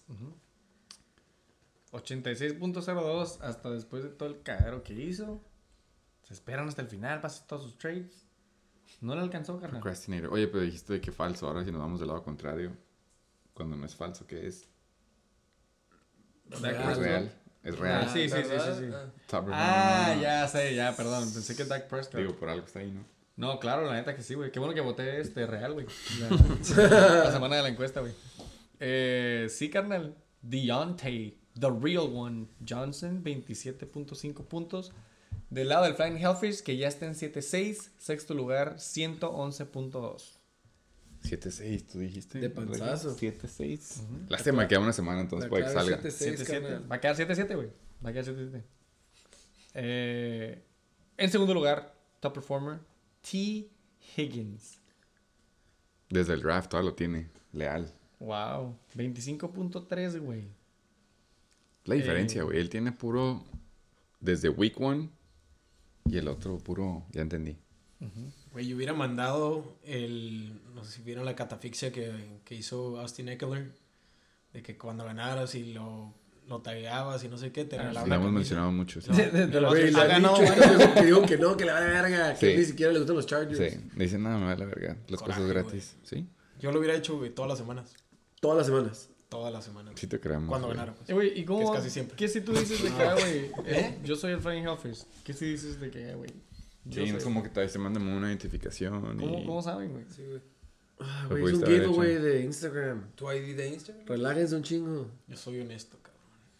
[SPEAKER 2] 86.02 hasta después de todo el cagadero que hizo. Se esperan hasta el final para hacer todos sus trades. No le alcanzó, carnal.
[SPEAKER 1] Procrastinator. Oye, pero dijiste que falso. Ahora si nos vamos del lado contrario, cuando no es falso, ¿qué es? Es real. Es real.
[SPEAKER 2] Ah, sí.
[SPEAKER 3] ¿Verdad?
[SPEAKER 1] Top
[SPEAKER 2] Ah,
[SPEAKER 1] performer.
[SPEAKER 2] ya sé, ya, perdón. Pensé que Dak Prescott.
[SPEAKER 1] Digo, por algo está ahí, ¿no?
[SPEAKER 2] No, claro, la neta que sí, güey. Qué bueno que voté real, güey. La semana de la encuesta, güey. Sí, carnal. Deontay, the real one. Johnson, 27.5 puntos. Del lado del Flying Hellfish, que ya está en 7.6. Sexto lugar, 111.2.
[SPEAKER 1] 7-6, tú dijiste.
[SPEAKER 4] De panzazo.
[SPEAKER 1] 7-6. Lástima que a una semana, entonces puede que salga.
[SPEAKER 2] 7-7. Va a quedar 7-7, güey. Va a quedar 7-7. En segundo lugar, top performer, T. Higgins.
[SPEAKER 1] Desde el draft todavía lo tiene. Leal.
[SPEAKER 2] Wow. 25.3, güey.
[SPEAKER 1] La diferencia, güey. Él tiene puro... Desde week 1 y el otro puro... Ya entendí.
[SPEAKER 5] Güey, yo hubiera mandado no sé si vieron la catafixia que hizo Austin Eckler. De que cuando ganaras y lo tagueabas y no sé qué, te regalaban
[SPEAKER 1] Lo
[SPEAKER 5] una
[SPEAKER 1] hemos
[SPEAKER 5] camisa.
[SPEAKER 1] mencionado mucho. Sí.
[SPEAKER 4] Güey, le
[SPEAKER 5] Ha
[SPEAKER 4] han
[SPEAKER 5] ganado
[SPEAKER 4] dicho
[SPEAKER 5] varios.
[SPEAKER 4] que digo que no, que le vale verga. Que
[SPEAKER 1] Sí.
[SPEAKER 4] ni siquiera le gustan los Chargers.
[SPEAKER 1] Sí. Dicen, nada, me vale la verga. Las
[SPEAKER 5] Coraje,
[SPEAKER 1] cosas gratis. ¿Sí?
[SPEAKER 5] Yo lo hubiera hecho, güey, todas las semanas.
[SPEAKER 4] Todas las semanas.
[SPEAKER 5] Todas las semanas.
[SPEAKER 1] Sí te creemos.
[SPEAKER 5] Cuando
[SPEAKER 1] güey.
[SPEAKER 5] ganara, pues.
[SPEAKER 2] Güey, ¿y cómo?
[SPEAKER 5] Que es casi siempre.
[SPEAKER 2] ¿Qué si tú dices de que, güey? Yo soy el Flying Hellfish. ¿Qué si dices de que, güey?
[SPEAKER 1] Sí, no es como que te mandan una identificación.
[SPEAKER 2] ¿Cómo saben, güey?
[SPEAKER 3] Sí, güey.
[SPEAKER 4] Ah,
[SPEAKER 1] Lo
[SPEAKER 4] güey, es un
[SPEAKER 1] pudiste haber
[SPEAKER 4] giveaway
[SPEAKER 1] hecho.
[SPEAKER 4] de Instagram.
[SPEAKER 3] ¿Tu ID de Instagram?
[SPEAKER 4] Relájense un chingo.
[SPEAKER 5] Yo soy honesto, cabrón.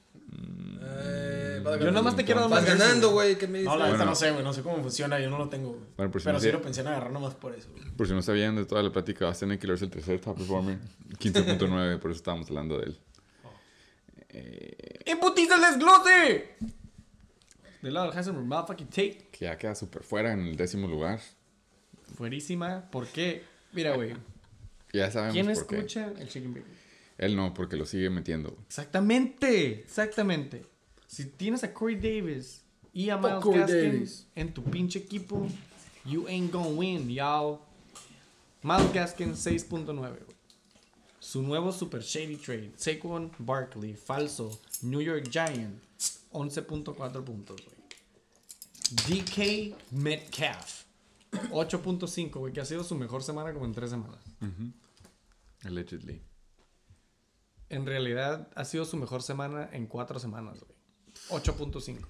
[SPEAKER 2] Yo nada más te quiero dar
[SPEAKER 3] Vas
[SPEAKER 2] una
[SPEAKER 3] ganando, güey. ¿Qué me dices?
[SPEAKER 5] No, la neta
[SPEAKER 1] Bueno.
[SPEAKER 5] no sé, güey. No sé cómo funciona. Yo no lo tengo, güey.
[SPEAKER 1] Bueno, por si
[SPEAKER 5] Pero
[SPEAKER 1] no
[SPEAKER 5] sí
[SPEAKER 1] sé-
[SPEAKER 5] lo pensé en agarrar nomás por eso, güey.
[SPEAKER 1] Por si no sabían de toda la plática, Austin Eckler es el tercer top performer. 15.9, por eso estábamos hablando de él.
[SPEAKER 2] ¡Imputiza el desglose! Del lado del Heisenberg, motherfucking Tate.
[SPEAKER 1] Que ya queda súper fuera en el 10º lugar.
[SPEAKER 2] Fuerísima. ¿Por qué? Mira, güey.
[SPEAKER 1] Ya sabemos
[SPEAKER 2] ¿Quién
[SPEAKER 1] por qué.
[SPEAKER 2] escucha el Chicken Bake?
[SPEAKER 1] Él no, porque lo sigue metiendo.
[SPEAKER 2] Exactamente. Si tienes a Corey Davis y a Miles
[SPEAKER 4] Corey
[SPEAKER 2] Gaskin
[SPEAKER 4] Davis.
[SPEAKER 2] en tu pinche equipo, you ain't gonna win, y'all. Miles Gaskin 6.9, güey. Su nuevo super shady trade. Saquon Barkley, falso. New York Giant, 11.4 puntos, güey. DK Metcalf, 8.5, güey, que ha sido su mejor semana como en 3 semanas.
[SPEAKER 1] Allegedly.
[SPEAKER 2] En realidad ha sido su mejor semana en 4 semanas, güey. 8.5.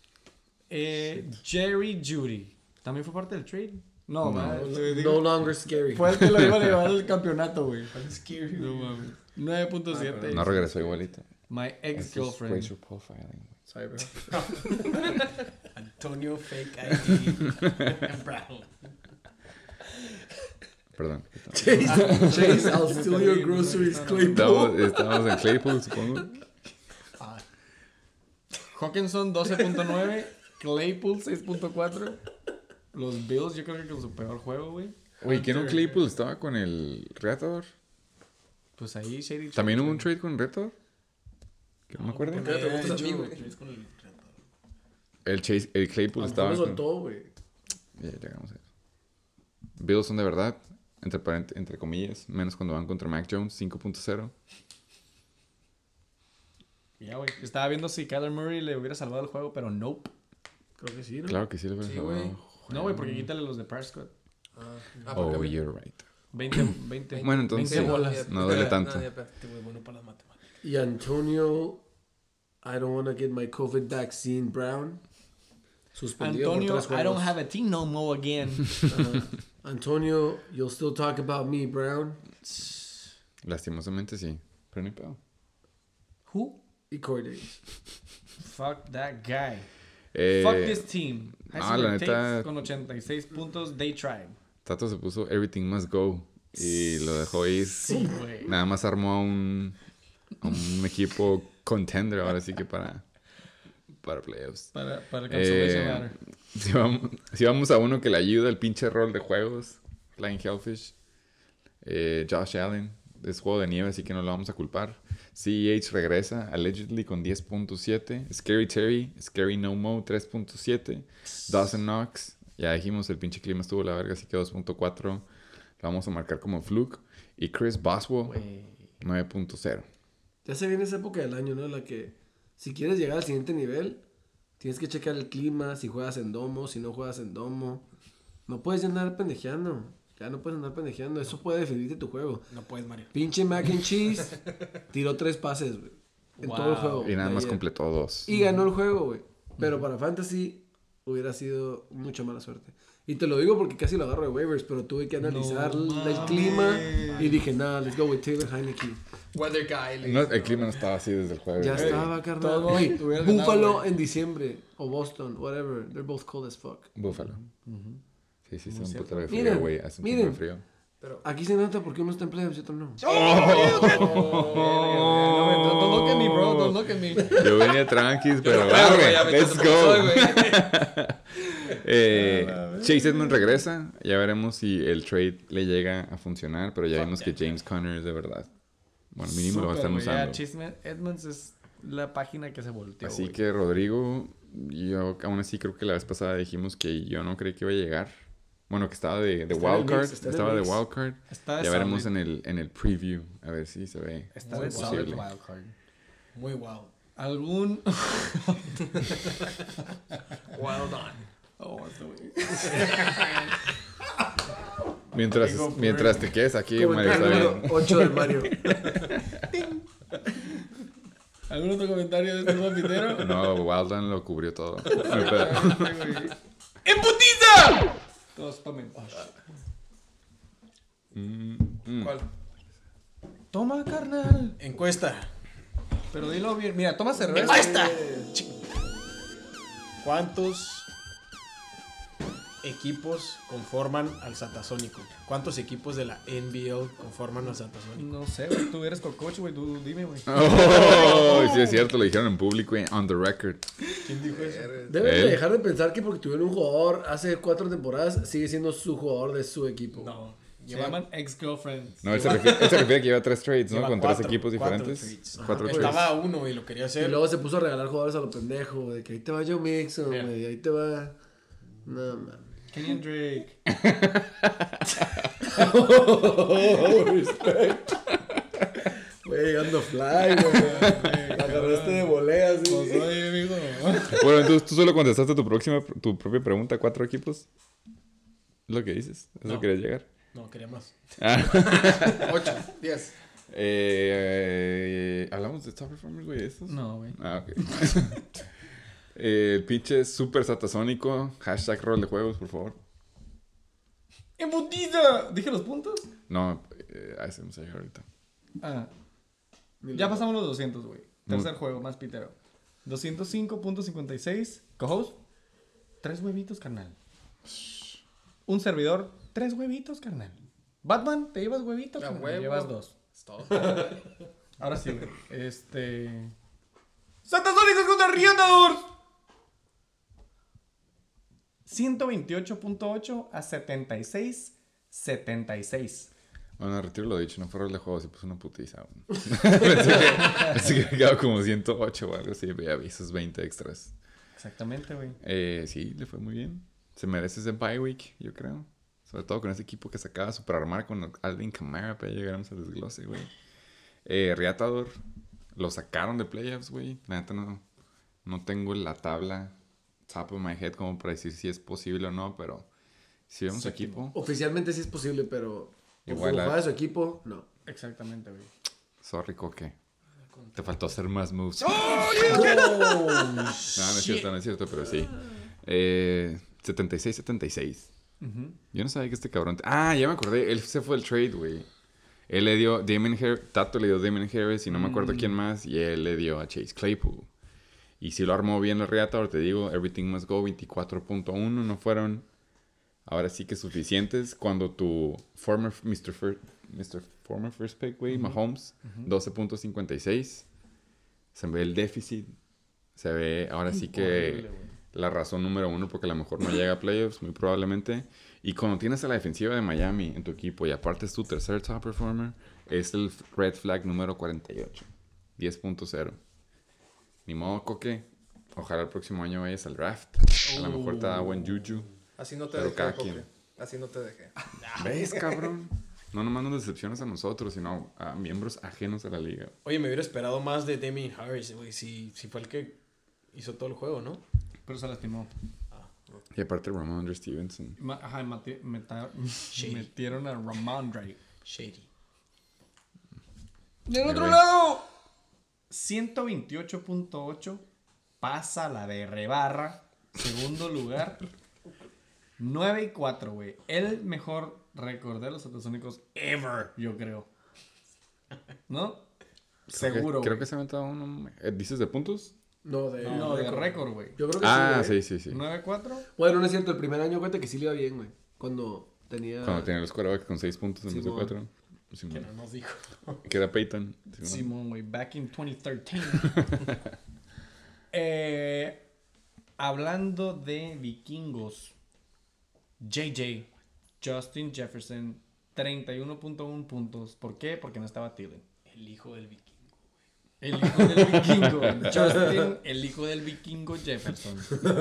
[SPEAKER 2] Jerry Jeudy. ¿También fue parte del trade? No,
[SPEAKER 4] No longer scary.
[SPEAKER 2] fue el que lo iba a llevar al campeonato, güey. No mames. 9.7.
[SPEAKER 1] No regresó igualito.
[SPEAKER 2] My ex-girlfriend.
[SPEAKER 1] Racial profiling.
[SPEAKER 4] Sorry, bro.
[SPEAKER 5] Antonio Fake ID. Brown.
[SPEAKER 1] Perdón.
[SPEAKER 4] Chase, I'll steal your groceries, Claypool.
[SPEAKER 1] Estábamos en Claypool, supongo.
[SPEAKER 2] Hawkinson 12.9. Claypool 6.4. Los Bills yo creo que con su peor juego, güey.
[SPEAKER 1] Oye, ¿qué no Claypool estaba con el Retor?
[SPEAKER 2] Pues ahí Shady.
[SPEAKER 1] ¿También hubo un trade con Retor? Que no me acuerdo.
[SPEAKER 4] ¿Por qué te gustas a mí, güey?
[SPEAKER 1] El Claypool
[SPEAKER 4] Lo
[SPEAKER 1] estaba con...
[SPEAKER 4] soltó, güey.
[SPEAKER 1] Ya llegamos a eso. Bills son de verdad, entre comillas, menos cuando van contra Mac Jones, 5.0.
[SPEAKER 2] Ya, güey. Estaba viendo si Kyler Murray le hubiera salvado el juego, pero nope.
[SPEAKER 4] Creo que sí, ¿no?
[SPEAKER 1] Claro que sí le hubiera
[SPEAKER 3] Sí,
[SPEAKER 1] salvado.
[SPEAKER 3] güey.
[SPEAKER 2] No, güey, porque quítale los de Prescott.
[SPEAKER 1] Oh, you're right.
[SPEAKER 2] 20.
[SPEAKER 1] Bueno, entonces
[SPEAKER 2] 20 bolas.
[SPEAKER 1] no duele tanto.
[SPEAKER 5] Este güey bueno para las matemáticas.
[SPEAKER 4] Y Antonio, I don't want to get my COVID vaccine, Brown. Suspendido
[SPEAKER 2] Antonio,
[SPEAKER 4] por 3
[SPEAKER 2] I don't
[SPEAKER 4] juegos.
[SPEAKER 2] have a team no more again.
[SPEAKER 4] Antonio, you'll still talk about me, Brown.
[SPEAKER 1] Lastimosamente sí, pero ni pedo.
[SPEAKER 2] Who?
[SPEAKER 4] Y Corey Davis.
[SPEAKER 2] Fuck that guy.
[SPEAKER 1] Eh,
[SPEAKER 2] Fuck this team.
[SPEAKER 1] no, la neta-
[SPEAKER 2] Con 86 puntos, they tried.
[SPEAKER 1] Tato se puso Everything Must Go y lo dejó ir.
[SPEAKER 2] Sí, güey.
[SPEAKER 1] Nada más armó a un equipo contender ahora sí que para playoffs.
[SPEAKER 2] Para el consolation
[SPEAKER 1] Eh,
[SPEAKER 2] ladder.
[SPEAKER 1] si vamos a uno que le ayuda el pinche rol de juegos, Flying Hellfish, Josh Allen, es juego de nieve, así que no lo vamos a culpar. CEH regresa, allegedly con 10.7. Scary Terry, Scary No Mo, 3.7. Dawson Knox, ya dijimos, el pinche clima estuvo la verga, así que 2.4. Lo vamos a marcar como fluke. Y Chris Boswell, 9.0.
[SPEAKER 4] Ya se viene esa época del año, ¿no? En la que si quieres llegar al siguiente nivel, tienes que checar el clima, si juegas en domo, si no juegas en domo. No puedes andar pendejeando. Ya no puedes andar pendejeando. Eso puede definirte tu juego.
[SPEAKER 5] No puedes, Mario.
[SPEAKER 4] Pinche Mac and Cheese tiró 3 pases, güey. En
[SPEAKER 2] Wow.
[SPEAKER 4] todo el juego.
[SPEAKER 1] Y nada
[SPEAKER 4] de
[SPEAKER 1] más
[SPEAKER 4] ayer.
[SPEAKER 1] completó 2.
[SPEAKER 4] Y ganó el juego, güey. Pero para Fantasy hubiera sido mucha mala suerte. Y te lo digo porque casi lo agarro de waivers, pero tuve que analizar el clima y dije, nah, let's go with Taylor Heineke.
[SPEAKER 3] Weather guy. le
[SPEAKER 1] No,
[SPEAKER 3] dice.
[SPEAKER 1] el clima no estaba así desde el jueves.
[SPEAKER 4] Ya
[SPEAKER 1] güey.
[SPEAKER 4] estaba, carnal.
[SPEAKER 2] todo
[SPEAKER 4] Güey,
[SPEAKER 2] hubiera ganado,
[SPEAKER 4] Buffalo
[SPEAKER 2] güey.
[SPEAKER 4] en diciembre o Boston, whatever. They're both cold as fuck.
[SPEAKER 1] Búfalo. Sí, sí, está un
[SPEAKER 2] cierto.
[SPEAKER 1] putero de frío,
[SPEAKER 4] Miren,
[SPEAKER 1] güey. Hace un
[SPEAKER 4] miren.
[SPEAKER 1] chingo de frío.
[SPEAKER 4] Aquí se nota porque uno está en playoffs y otro no.
[SPEAKER 2] Don't look at me, bro. Don't look at me.
[SPEAKER 1] Yo venía tranquis, pero
[SPEAKER 3] Claro,
[SPEAKER 1] güey,
[SPEAKER 3] güey, ya me
[SPEAKER 1] let's
[SPEAKER 3] echaste por
[SPEAKER 1] go.
[SPEAKER 3] güey.
[SPEAKER 1] Chase Edmonds regresa. Ya veremos si el trade le llega a funcionar, pero ya vimos que James Conner es de verdad. Bueno, mínimo lo va a estar
[SPEAKER 2] Súper, güey.
[SPEAKER 1] usando.
[SPEAKER 2] Ya, Chisme Edmonds es la página que se volteó,
[SPEAKER 1] Así
[SPEAKER 2] güey.
[SPEAKER 1] que Rodrigo, yo aún así creo que la vez pasada dijimos que yo no creí que iba a llegar. Bueno, que estaba de
[SPEAKER 4] Está en el
[SPEAKER 1] wildcard.
[SPEAKER 4] mix, está en el
[SPEAKER 1] Estaba de
[SPEAKER 4] mix.
[SPEAKER 1] wildcard.
[SPEAKER 2] Está de
[SPEAKER 1] Ya veremos
[SPEAKER 2] solid.
[SPEAKER 1] en el preview. A ver si se ve
[SPEAKER 2] Está
[SPEAKER 5] Muy
[SPEAKER 2] de solid
[SPEAKER 1] posible.
[SPEAKER 2] wildcard.
[SPEAKER 5] Muy wow.
[SPEAKER 2] ¿Algún...?
[SPEAKER 3] Well done.
[SPEAKER 2] Oh, este güey.
[SPEAKER 1] Mientras te quedes aquí, Mario, está
[SPEAKER 4] Comentario
[SPEAKER 1] bien.
[SPEAKER 4] 8 de Mario.
[SPEAKER 2] ¿Algún otro comentario de este nuevo pitero?
[SPEAKER 1] No, Wildland lo cubrió todo. No hay pedo.
[SPEAKER 2] ¡Embutiza! Todos spamen.
[SPEAKER 3] ¿Cuál?
[SPEAKER 2] Toma, carnal.
[SPEAKER 5] Encuesta.
[SPEAKER 2] Pero dilo bien. Mira, toma cerveza.
[SPEAKER 5] ¡Encuesta! ¿Cuántos equipos conforman al Satasónico? ¿Cuántos equipos de la NBL conforman al Satasónico?
[SPEAKER 2] No sé, güey. Tú eres coach, güey. Tú dime, güey.
[SPEAKER 1] Oh, sí es cierto, lo dijeron en público, on the record.
[SPEAKER 5] ¿Quién dijo eso?
[SPEAKER 4] Deben de
[SPEAKER 1] Él.
[SPEAKER 4] dejar de pensar que porque tuvieron un jugador hace 4 temporadas, sigue siendo su jugador de su equipo.
[SPEAKER 5] No.
[SPEAKER 2] Se llaman ex-girlfriends.
[SPEAKER 1] No, él se refiere a que lleva 3 trades, ¿no?
[SPEAKER 5] Lleva
[SPEAKER 1] Con 3
[SPEAKER 5] cuatro,
[SPEAKER 1] equipos
[SPEAKER 5] 4
[SPEAKER 1] diferentes.
[SPEAKER 5] trades.
[SPEAKER 1] 4 trades.
[SPEAKER 5] Estaba a uno y lo quería
[SPEAKER 4] Y
[SPEAKER 5] hacer.
[SPEAKER 4] luego se puso a regalar jugadores a lo pendejo, de que ahí te va Joe Mixon,
[SPEAKER 2] Mira.
[SPEAKER 4] güey, ahí te va... No, man.
[SPEAKER 2] Kenyon Drake.
[SPEAKER 4] Güey, ando fly, güey. Agarraste de volea, así.
[SPEAKER 2] Pues oye, amigo.
[SPEAKER 1] Bueno, entonces tú solo contestaste tu propia pregunta, 4 equipos. ¿Es lo que dices? ¿Es lo
[SPEAKER 5] No.
[SPEAKER 1] que querías llegar?
[SPEAKER 5] No, quería más.
[SPEAKER 3] 8, 10.
[SPEAKER 1] ¿Hablamos de top performers, güey? ¿Estos?
[SPEAKER 2] No, güey.
[SPEAKER 1] Ah, ok. El pinche super satasónico. Hashtag rol de juegos, por favor.
[SPEAKER 2] ¡Embutida! ¿Dije los puntos?
[SPEAKER 1] No, a ese me salió ahorita.
[SPEAKER 2] Ah. Ya pasamos los 200, güey. Tercer juego, más pitero. 205.56. Co-host. 3 huevitos, carnal. Un servidor. 3 huevitos, carnal. Batman, ¿te llevas huevitos?
[SPEAKER 3] A
[SPEAKER 2] carnal?
[SPEAKER 3] huevo.
[SPEAKER 2] Llevas 2.
[SPEAKER 3] Es todo.
[SPEAKER 2] Ahora sí, güey. ¡Satasónicos contra Riotadores! 128.8 a 76.
[SPEAKER 1] Bueno, retiro lo dicho, no fue rol de juegos, se puso una putiza. pensé que me quedaba como 108 o algo así, ya vi esos 20 extras.
[SPEAKER 2] Exactamente, güey.
[SPEAKER 1] Sí, le fue muy bien. Se merece ese bye week, yo creo. Sobre todo con ese equipo que se acaba de superarmar con Alvin Kamara, pero ya llegaremos al desglose, güey. Riatador, lo sacaron de playoffs, güey. La neta no tengo la tabla top of my head como para decir si es posible o no, pero si vemos equipo,
[SPEAKER 4] Oficialmente sí es posible, pero...
[SPEAKER 1] Igual
[SPEAKER 4] Igual
[SPEAKER 1] a-
[SPEAKER 4] de su equipo, no.
[SPEAKER 2] Exactamente, güey.
[SPEAKER 1] sorry, Coque. Te faltó hacer más moves.
[SPEAKER 4] Oh,
[SPEAKER 1] No, no es cierto, pero sí. 76-76. Yo no sabía que este cabrón... Ah, ya me acordé. Él se fue el trade, güey. Él le dio Tato le dio Damon Harris y no me acuerdo quién más. Y él le dio a Chase Claypool. Y si lo armó bien el Reatador, te digo, Everything Must Go 24.1 no fueron ahora sí que suficientes. Cuando tu Mr. Former First Pick, güey, Mahomes, 12.56. Se ve el déficit. Se ve ahora sí que la razón número 1 porque a lo mejor no llega a playoffs, muy probablemente. Y cuando tienes a la defensiva de Miami en tu equipo y aparte es tu tercer top performer, es el red flag número 48. 10.0. Ni modo, Coque. Ojalá el próximo año vayas al draft. A lo mejor te da buen juju.
[SPEAKER 3] Así no te
[SPEAKER 1] Pero
[SPEAKER 3] dejé,
[SPEAKER 1] cada
[SPEAKER 3] Coque.
[SPEAKER 1] quien.
[SPEAKER 3] Así no te dejé.
[SPEAKER 1] ¿Ves, cabrón? No nomás nos decepcionas a nosotros, sino a miembros ajenos a la liga.
[SPEAKER 5] Oye, me hubiera esperado más de Damien Harris, güey. Si fue el que hizo todo el juego, ¿no?
[SPEAKER 2] Pero se lastimó.
[SPEAKER 1] Y aparte Ramondre Stevenson.
[SPEAKER 2] Ajá, metieron a Ramondre.
[SPEAKER 5] Shady.
[SPEAKER 2] Del otro
[SPEAKER 1] güey.
[SPEAKER 2] lado, 128.8 pasa la de rebarra. Segundo lugar, 9-4, güey. El mejor récord de los Satasónicos ever, yo creo. ¿No? Seguro,
[SPEAKER 1] Creo
[SPEAKER 2] güey.
[SPEAKER 1] que se ha aventado uno. ¿Dices de puntos?
[SPEAKER 4] No, de...
[SPEAKER 2] No, de récord, güey.
[SPEAKER 4] Yo creo que
[SPEAKER 1] Ah,
[SPEAKER 4] sí, güey.
[SPEAKER 1] sí.
[SPEAKER 2] 9-4.
[SPEAKER 4] Bueno, no es cierto, el primer año cuenta que sí le iba bien, güey. Cuando tenía...
[SPEAKER 1] Cuando tenía los quarterbacks con 6 puntos en vez de
[SPEAKER 4] Simón.
[SPEAKER 1] 4.
[SPEAKER 5] Que
[SPEAKER 1] Simón.
[SPEAKER 5] no nos dijo.
[SPEAKER 1] Que era Peyton. Simón.
[SPEAKER 2] Simón, güey. Back in 2013. Hablando de vikingos. Justin Jefferson, 31.1 puntos. ¿Por qué? Porque no estaba Thielen.
[SPEAKER 5] El hijo del vikingo.
[SPEAKER 2] El hijo del vikingo. Justin, el hijo del vikingo Jefferson.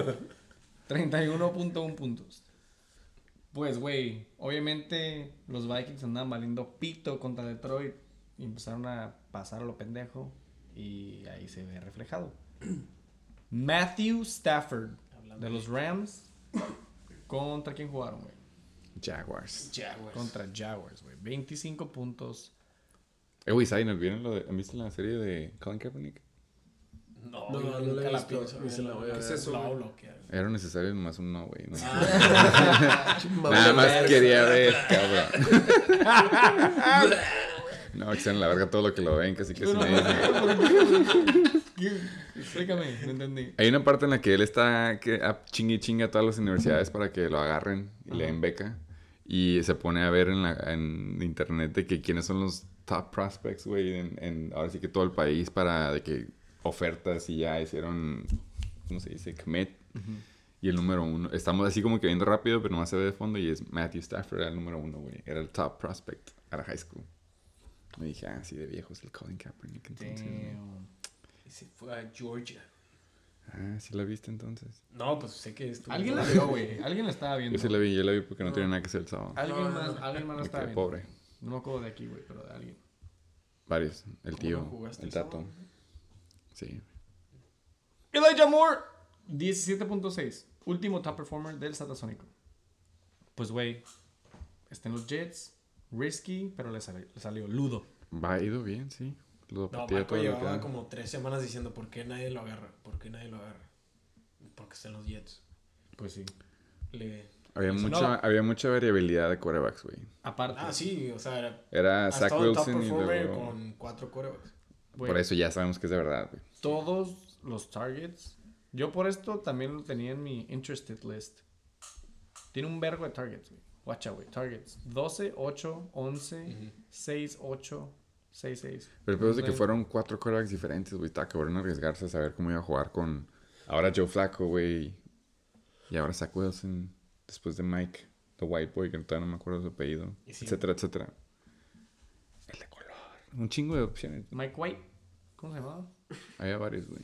[SPEAKER 2] 31.1 puntos. Pues, güey, obviamente los Vikings andaban valiendo pito contra Detroit y empezaron a pasar a lo pendejo y ahí se ve reflejado. Matthew Stafford de los Rams. ¿Contra quién jugaron, güey?
[SPEAKER 1] Jaguars.
[SPEAKER 5] Jaguars.
[SPEAKER 2] Contra Jaguars, güey. 25 puntos.
[SPEAKER 1] Güey, ¿saben? ¿Vieron ¿viste la serie de Colin Kaepernick?
[SPEAKER 5] No,
[SPEAKER 4] No,
[SPEAKER 5] yo
[SPEAKER 4] no
[SPEAKER 5] nunca
[SPEAKER 4] la he
[SPEAKER 5] la
[SPEAKER 4] visto,
[SPEAKER 5] pienso.
[SPEAKER 4] ni se la voy a
[SPEAKER 3] ¿Qué
[SPEAKER 4] ver.
[SPEAKER 3] es eso,
[SPEAKER 5] La
[SPEAKER 3] güey?
[SPEAKER 5] bloquea.
[SPEAKER 1] Era necesario nomás un no, güey. No.
[SPEAKER 4] Nada
[SPEAKER 1] Nada más quería ver, cabrón. No, que sean la verga todo lo que lo ven, casi que se me dicen.
[SPEAKER 2] Explícame, no entendí.
[SPEAKER 1] Hay una parte en la que él está chingue y chingue a todas las universidades para que lo agarren y le den beca. Y se pone a ver en internet de que quiénes son los top prospects, güey, ahora sí que todo el país para de que ofertas y ya hicieron, ¿cómo se dice? Commit. Y el número 1, estamos así como que viendo rápido, pero nomás se ve de fondo y es Matthew Stafford, era el número 1, güey. Era el top prospect a high school. Me dije, así de viejo es el Colin Kaepernick entonces, güey.
[SPEAKER 5] Y se fue a Georgia.
[SPEAKER 1] ¿Sí la viste entonces?
[SPEAKER 5] No, pues sé que estuvo.
[SPEAKER 2] Alguien la vio, güey. Alguien la estaba viendo.
[SPEAKER 1] Yo la vi porque no tenía nada que hacer el sábado.
[SPEAKER 2] Alguien más la
[SPEAKER 1] Me
[SPEAKER 2] estaba
[SPEAKER 1] quedé
[SPEAKER 2] viendo.
[SPEAKER 1] pobre.
[SPEAKER 2] No me acuerdo de aquí, güey, pero de alguien.
[SPEAKER 1] Varios. El
[SPEAKER 5] ¿Cómo
[SPEAKER 1] tío,
[SPEAKER 5] no jugaste
[SPEAKER 1] el
[SPEAKER 5] el
[SPEAKER 1] tato.
[SPEAKER 5] sábado?
[SPEAKER 1] Sí.
[SPEAKER 2] Elijah Moore, 17.6. Último top performer del Satasónico. Pues, güey, está en los Jets. Risky, pero le salió ludo.
[SPEAKER 1] Va ido bien, sí. Lo
[SPEAKER 5] No,
[SPEAKER 1] partía
[SPEAKER 5] Marco
[SPEAKER 1] todo lo que
[SPEAKER 5] llevaba
[SPEAKER 1] da.
[SPEAKER 5] como 3 semanas diciendo ¿por qué nadie lo agarra? ¿Por qué nadie lo agarra? Porque está en los Jets.
[SPEAKER 2] Pues sí.
[SPEAKER 1] Había
[SPEAKER 2] Eso
[SPEAKER 1] había mucha variabilidad de quarterbacks, güey.
[SPEAKER 2] Aparte,
[SPEAKER 5] Ah, sí, o sea,
[SPEAKER 1] Era
[SPEAKER 5] ha
[SPEAKER 1] Zach
[SPEAKER 5] estado en top
[SPEAKER 1] Wilson y
[SPEAKER 5] performer
[SPEAKER 1] luego...
[SPEAKER 5] con 4 quarterbacks.
[SPEAKER 2] güey,
[SPEAKER 1] Por eso ya sabemos que es de verdad, güey.
[SPEAKER 2] todos los targets. Yo por esto también lo tenía en mi interested list. Tiene un vergo de targets, güey. Watch out, güey. Targets. 12, 8, 11, 6, 8, 6, 6.
[SPEAKER 1] Pero el peor es de que fueron 4 quarterbacks diferentes, güey. Estaba cabrón arriesgarse a saber cómo iba a jugar con... Ahora Joe Flacco, güey. Y ahora Zach Wilson. Después de Mike, the white boy, que todavía no me acuerdo su apellido.
[SPEAKER 5] Sí.
[SPEAKER 1] Etcétera, etcétera. El de color. Un chingo de opciones.
[SPEAKER 2] Mike White. ¿Cómo se llamaba?
[SPEAKER 1] Había varios, güey.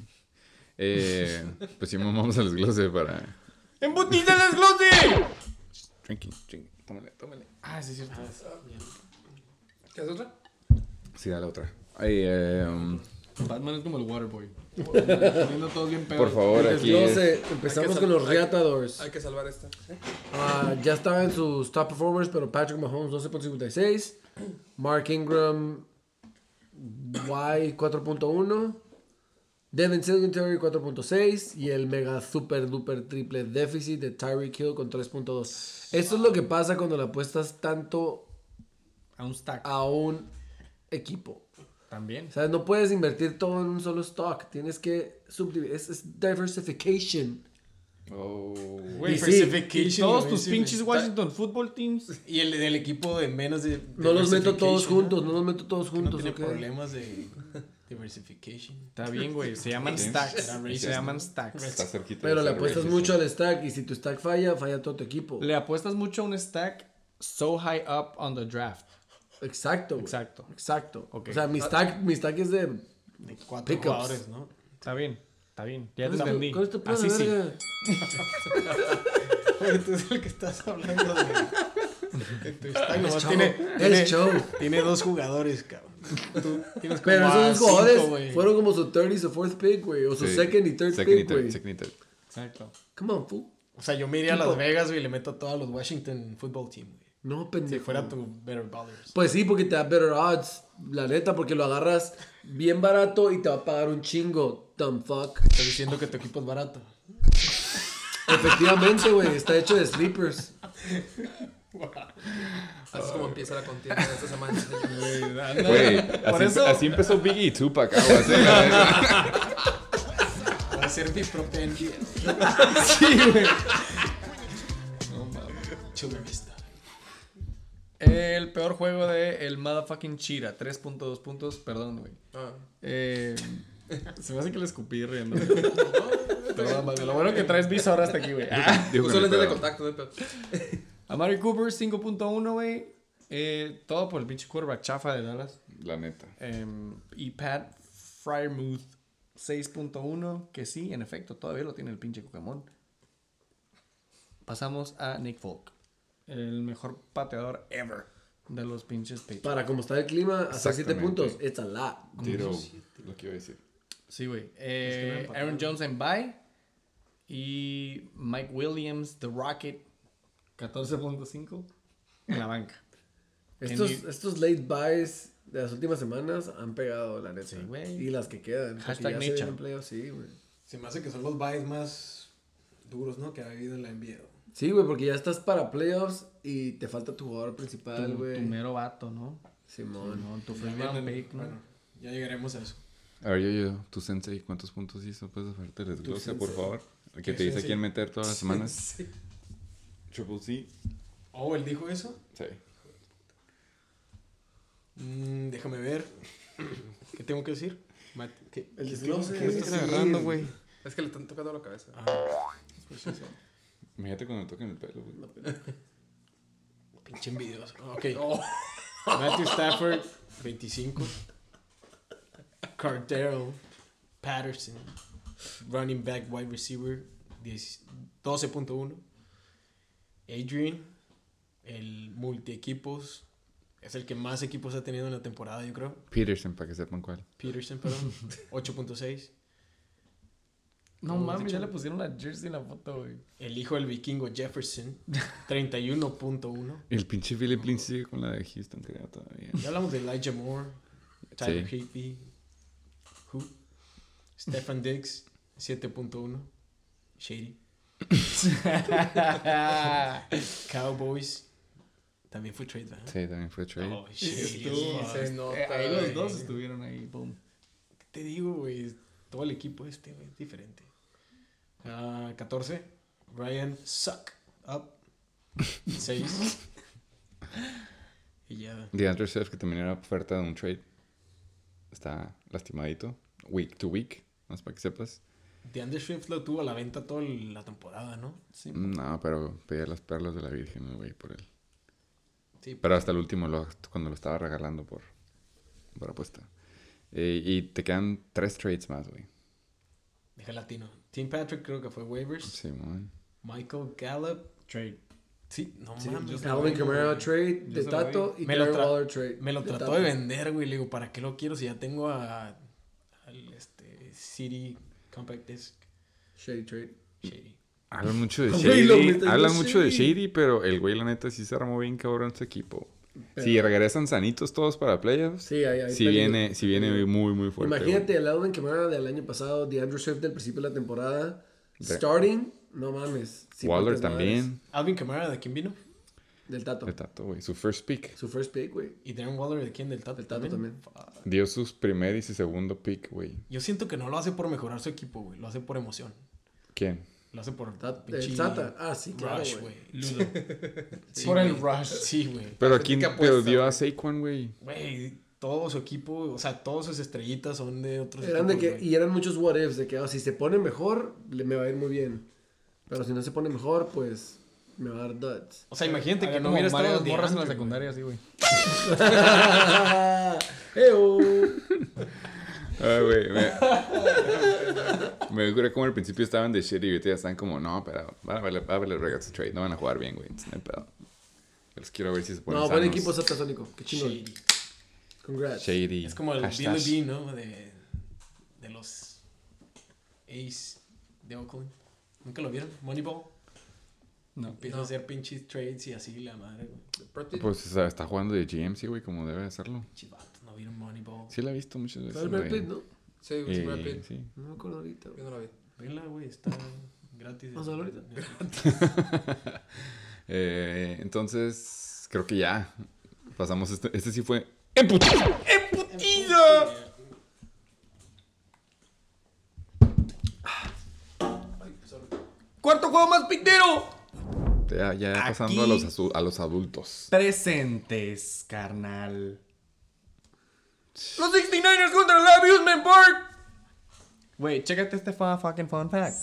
[SPEAKER 1] Pues sí, vamos al desglose para...
[SPEAKER 2] ¡Embutiste el desglose!
[SPEAKER 1] Drinking. Tómale.
[SPEAKER 2] Ah, sí, es cierto.
[SPEAKER 3] ¿Qué es otra?
[SPEAKER 1] Sí, dale otra.
[SPEAKER 2] Batman es como el Waterboy. Poniendo todos bien pedos.
[SPEAKER 1] Por favor, aquí es...
[SPEAKER 4] Entonces, empezamos con los Reatadores.
[SPEAKER 3] Hay que salvar esta.
[SPEAKER 4] Ya estaba en sus top performers, pero Patrick Mahomes 12.56, Mark Ingram Y 4.1, Devin Singletary 4.6 y el mega super duper triple déficit de Tyreek Hill con 3.2. Esto es lo que pasa cuando le apuestas tanto
[SPEAKER 2] A un stack.
[SPEAKER 4] a un equipo.
[SPEAKER 2] También.
[SPEAKER 4] O sea, no puedes invertir todo en un solo stock. Tienes que subdividir. Es diversification.
[SPEAKER 1] Oh.
[SPEAKER 2] Güey,
[SPEAKER 4] Y sí,
[SPEAKER 2] y todos tus
[SPEAKER 5] sí,
[SPEAKER 2] pinches
[SPEAKER 5] güey.
[SPEAKER 2] Washington Football Teams.
[SPEAKER 5] Y el del equipo de menos de
[SPEAKER 4] No los meto todos
[SPEAKER 5] diversification,
[SPEAKER 4] juntos. No los meto todos
[SPEAKER 5] ¿no?
[SPEAKER 4] juntos.
[SPEAKER 5] No
[SPEAKER 4] ¿ok?
[SPEAKER 5] tiene problemas de diversification.
[SPEAKER 2] Está bien, güey. Se llaman stacks. Se llaman stacks.
[SPEAKER 1] Está cerquita.
[SPEAKER 4] Pero
[SPEAKER 1] de
[SPEAKER 4] le
[SPEAKER 1] ser
[SPEAKER 4] apuestas
[SPEAKER 1] racist.
[SPEAKER 4] mucho al stack. Y si tu stack falla, falla todo tu equipo.
[SPEAKER 2] Le apuestas mucho a un stack so high up on the draft.
[SPEAKER 4] Exacto. güey.
[SPEAKER 2] Exacto.
[SPEAKER 4] Exacto.
[SPEAKER 2] Ok.
[SPEAKER 4] O sea, mi stack es de.
[SPEAKER 5] De 4
[SPEAKER 4] Pickups.
[SPEAKER 5] jugadores, ¿no?
[SPEAKER 2] Está bien. Está bien. Ya te
[SPEAKER 4] ¿Cuál es tu-
[SPEAKER 2] entendí.
[SPEAKER 4] cuál es tu plan,
[SPEAKER 2] Así sí.
[SPEAKER 4] verga?
[SPEAKER 5] Oye, tú eres el que estás hablando de tu stack. Nomás
[SPEAKER 4] show.
[SPEAKER 5] tiene
[SPEAKER 4] Es show.
[SPEAKER 5] tiene 2 jugadores, cabrón. Tú tienes
[SPEAKER 4] Pero
[SPEAKER 5] como a
[SPEAKER 4] esos dos jugadores
[SPEAKER 5] 5, güey.
[SPEAKER 4] fueron como su 30 y su 4th pick, güey. O su
[SPEAKER 1] Sí.
[SPEAKER 4] second y third
[SPEAKER 1] Second y
[SPEAKER 4] pick,
[SPEAKER 1] third,
[SPEAKER 4] güey.
[SPEAKER 1] second y third.
[SPEAKER 2] Exacto.
[SPEAKER 4] Come on, fool.
[SPEAKER 5] O sea, yo me iría a
[SPEAKER 4] Tipo-
[SPEAKER 5] Las Vegas, güey, y le meto a todos los Washington Football Team, güey.
[SPEAKER 4] No, pendejo.
[SPEAKER 5] Si fuera tu Better Ballers.
[SPEAKER 4] Pues sí, porque te da better odds. La neta, porque lo agarras bien barato y te va a pagar un chingo. Dumb fuck.
[SPEAKER 5] Estás diciendo que tu equipo es barato.
[SPEAKER 4] Efectivamente, güey. Está hecho de sleepers.
[SPEAKER 3] Así es como empieza la contienda de esta semana.
[SPEAKER 1] Güey, así empezó Biggie y Tupac. Aguas,
[SPEAKER 5] Va a ser mi propia NBA.
[SPEAKER 2] Sí, güey.
[SPEAKER 5] Chula Vista.
[SPEAKER 2] El peor juego de el motherfucking Cheetah. 3.2 puntos. Perdón, güey.
[SPEAKER 3] Ah.
[SPEAKER 2] Se me hace que le escupí riendo. Perdón, madre. Lo bueno que traes visor hasta aquí, güey.
[SPEAKER 1] Dijo
[SPEAKER 3] Puso
[SPEAKER 1] que no
[SPEAKER 3] lentes de
[SPEAKER 1] pedo.
[SPEAKER 3] contacto, de pedo.
[SPEAKER 2] Amari Cooper, 5.1, güey. Todo por el pinche quarterback chafa de Dallas.
[SPEAKER 1] La neta.
[SPEAKER 2] Y Pat Fryermuth, 6.1. Que sí, en efecto, todavía lo tiene el pinche Pokémon. Pasamos a Nick Folk. El mejor pateador ever de los pinches Patriots.
[SPEAKER 4] Para como está el clima, hasta 7
[SPEAKER 1] Exactamente.
[SPEAKER 4] puntos. It's a lot.
[SPEAKER 1] Tiro lo que iba a decir.
[SPEAKER 2] Sí, güey.
[SPEAKER 5] que no empataron.
[SPEAKER 2] Aaron Jones en bye. Y Mike Williams, The Rocket, 14.5 en la banca.
[SPEAKER 4] Estos late buys de las últimas semanas han pegado, la neta.
[SPEAKER 2] Sí, güey.
[SPEAKER 4] Y las que quedan. porque
[SPEAKER 2] Hashtag
[SPEAKER 4] ya se
[SPEAKER 2] nature.
[SPEAKER 4] vienen playoffs, sí, güey.
[SPEAKER 5] Se me hace que son los buys más duros, ¿no? Que ha habido en la NBA.
[SPEAKER 4] Sí, güey, porque ya estás para playoffs y te falta tu jugador principal,
[SPEAKER 2] Tu
[SPEAKER 4] güey.
[SPEAKER 2] mero vato, ¿no?
[SPEAKER 4] Simón.
[SPEAKER 2] No, tu
[SPEAKER 5] Ya
[SPEAKER 2] first
[SPEAKER 5] vienen-
[SPEAKER 2] round pick, ¿no?
[SPEAKER 5] bueno, ya llegaremos a eso.
[SPEAKER 1] A ver, yo, tu sensei, ¿cuántos puntos hizo? ¿Puedes hacerte el desglose, por favor? El que te dice a quién meter todas las semanas.
[SPEAKER 3] Sí.
[SPEAKER 1] Triple C.
[SPEAKER 5] Oh, ¿él dijo eso?
[SPEAKER 1] Sí.
[SPEAKER 5] Déjame ver. ¿Qué tengo que decir? ¿Qué,
[SPEAKER 4] El
[SPEAKER 5] qué-
[SPEAKER 4] desglose.
[SPEAKER 5] ¿Qué estás agarrando, güey?
[SPEAKER 3] Es que le están tocando la cabeza.
[SPEAKER 1] Imagínate cuando me toquen el pelo, güey.
[SPEAKER 5] Pinche envidioso. Ok. Matthew Stafford, 25. Cardell Patterson, running back, wide receiver, 12.1. Adrian, el multi-equipos, es el que más equipos ha tenido en la temporada, yo creo.
[SPEAKER 1] Peterson, para que sepan cuál.
[SPEAKER 5] Peterson, perdón, 8.6.
[SPEAKER 2] No mames, ya le pusieron la jersey en la foto, güey.
[SPEAKER 5] El hijo del vikingo Jefferson, 31.1.
[SPEAKER 1] El pinche Philip Lindsay sigue con la de Houston, creo, todavía.
[SPEAKER 5] Ya hablamos de Elijah Moore, Tyler Higbee, Stefan Diggs, 7.1. Shady. Cowboys. También fue trade, ¿verdad?
[SPEAKER 1] Sí, también fue trade.
[SPEAKER 5] Oh, shady.
[SPEAKER 3] Estuvo,
[SPEAKER 5] as fuck.
[SPEAKER 3] se nota.
[SPEAKER 2] Ahí los
[SPEAKER 3] güey.
[SPEAKER 2] dos estuvieron ahí, boom.
[SPEAKER 5] ¿Qué te digo, güey? Todo el equipo güey, es diferente. 14. Ryan Suck Up. 6. Y ya.
[SPEAKER 1] DeAndre Swift, que también era oferta de un trade. Está lastimadito. Week to week. Más para que sepas.
[SPEAKER 5] DeAndre Swift lo tuvo a la venta toda la temporada, ¿no?
[SPEAKER 2] Sí.
[SPEAKER 1] No, pero pedía las perlas de la Virgen, güey, por él.
[SPEAKER 5] Sí.
[SPEAKER 1] Pero hasta el último, cuando lo estaba regalando por apuesta. Y te quedan 3 trades más, güey.
[SPEAKER 5] Deja latino. Tim Patrick creo que fue waivers.
[SPEAKER 1] Sí, man.
[SPEAKER 5] Michael Gallup.
[SPEAKER 2] Trade.
[SPEAKER 5] Sí, no
[SPEAKER 2] Sí,
[SPEAKER 5] mames.
[SPEAKER 2] yo
[SPEAKER 4] Alvin Kamara trade
[SPEAKER 2] Yo
[SPEAKER 4] de
[SPEAKER 2] se lo
[SPEAKER 4] Tato y
[SPEAKER 5] Me lo
[SPEAKER 4] Darren
[SPEAKER 5] tra-
[SPEAKER 4] Waller trade.
[SPEAKER 5] Me lo
[SPEAKER 4] de
[SPEAKER 5] trató
[SPEAKER 4] Tato.
[SPEAKER 5] de vender, güey. Le digo, ¿para qué lo quiero si ya tengo al CD Compact Disc?
[SPEAKER 4] Shady trade.
[SPEAKER 5] Shady.
[SPEAKER 1] Hablan mucho de
[SPEAKER 4] Güey, lo
[SPEAKER 1] Shady.
[SPEAKER 4] meten
[SPEAKER 1] Hablan
[SPEAKER 4] de
[SPEAKER 1] mucho de
[SPEAKER 4] Shady.
[SPEAKER 1] Shady, pero el güey, la neta, sí se armó bien cabrón su equipo.
[SPEAKER 4] Pero-
[SPEAKER 1] Si regresan sanitos todos para playoffs,
[SPEAKER 4] Sí, ahí
[SPEAKER 1] si viene muy, muy fuerte.
[SPEAKER 4] Imagínate el Alvin Kamara del año pasado, DeAndre Swift del principio de la temporada, starting, no mames. sí,
[SPEAKER 1] Waller
[SPEAKER 4] putas madres.
[SPEAKER 1] también.
[SPEAKER 5] Alvin Kamara, ¿de quién vino?
[SPEAKER 4] Del Tato.
[SPEAKER 1] De Tato, güey. Su first pick.
[SPEAKER 4] Su first pick, güey.
[SPEAKER 5] Y Darren Waller, ¿de quién? Del Tato.
[SPEAKER 4] Del Tato también.
[SPEAKER 1] Dio sus primer y su segundo pick, güey.
[SPEAKER 5] Yo siento que no lo hace por mejorar su equipo, güey. Lo hace por emoción.
[SPEAKER 1] ¿Quién?
[SPEAKER 5] Lo hace por
[SPEAKER 4] El Sata. Ah, sí, claro,
[SPEAKER 5] rush,
[SPEAKER 4] güey.
[SPEAKER 5] güey. Sí,
[SPEAKER 2] Por el
[SPEAKER 5] güey.
[SPEAKER 2] rush.
[SPEAKER 5] Sí, güey.
[SPEAKER 1] Pero
[SPEAKER 3] La
[SPEAKER 1] aquí
[SPEAKER 3] gente que
[SPEAKER 1] pero
[SPEAKER 3] apuesta,
[SPEAKER 1] dio a
[SPEAKER 3] güey.
[SPEAKER 1] Saquon, güey.
[SPEAKER 5] Güey, todo su equipo, o sea, todas sus estrellitas son de otros
[SPEAKER 4] Eran de
[SPEAKER 5] equipos,
[SPEAKER 4] que,
[SPEAKER 5] güey.
[SPEAKER 4] y eran muchos what ifs, de que si se pone mejor, me va a ir muy bien. Pero si no se pone mejor, pues me va a dar duds.
[SPEAKER 5] O sea, imagínate que
[SPEAKER 2] Había
[SPEAKER 5] no
[SPEAKER 2] como
[SPEAKER 5] hubiera estado
[SPEAKER 2] varias morras en la
[SPEAKER 5] DeAndre,
[SPEAKER 2] secundaria, así, güey.
[SPEAKER 4] ¡Eo!
[SPEAKER 1] Ah, güey. Me ocurre como al principio estaban de shit y ahorita ya están como, no, pero va a valer regazo trade. No van a jugar bien, güey. No hay pedo. Los quiero ver si se ponen
[SPEAKER 4] No, buen
[SPEAKER 1] sanos.
[SPEAKER 4] equipo satasónico. Qué chingón.
[SPEAKER 5] Shady.
[SPEAKER 4] Congrats.
[SPEAKER 1] Shady.
[SPEAKER 5] Es como el
[SPEAKER 1] Hashtag.
[SPEAKER 5] Billy B, ¿no? De los Ace de Oakland. ¿Nunca lo vieron? Moneyball.
[SPEAKER 2] No.
[SPEAKER 5] Empieza a hacer pinches trades y así la madre, güey.
[SPEAKER 3] Brad Pitt.
[SPEAKER 1] Pues o sea, está jugando de GMC, güey, como debe hacerlo.
[SPEAKER 5] Chivatos, ¿no vieron Moneyball?
[SPEAKER 1] Sí la he visto muchas veces.
[SPEAKER 4] ¿Sabes Brad
[SPEAKER 1] güey.
[SPEAKER 4] Pitt, no?
[SPEAKER 3] Sí, sí, Brad Pitt.
[SPEAKER 1] Sí.
[SPEAKER 4] No me acuerdo ahorita.
[SPEAKER 3] Yo no la vi.
[SPEAKER 5] Venla, güey, está gratis.
[SPEAKER 4] Vamos a ver ahorita.
[SPEAKER 1] Entonces, creo que ya. Pasamos este sí fue ¡emputiza!
[SPEAKER 2] ¡Cuarto juego más pintero!
[SPEAKER 1] Ya pasando a los adultos.
[SPEAKER 2] Presentes, carnal. Los 69ers contra el Amusement Park. Güey, chécate este fucking fun fact.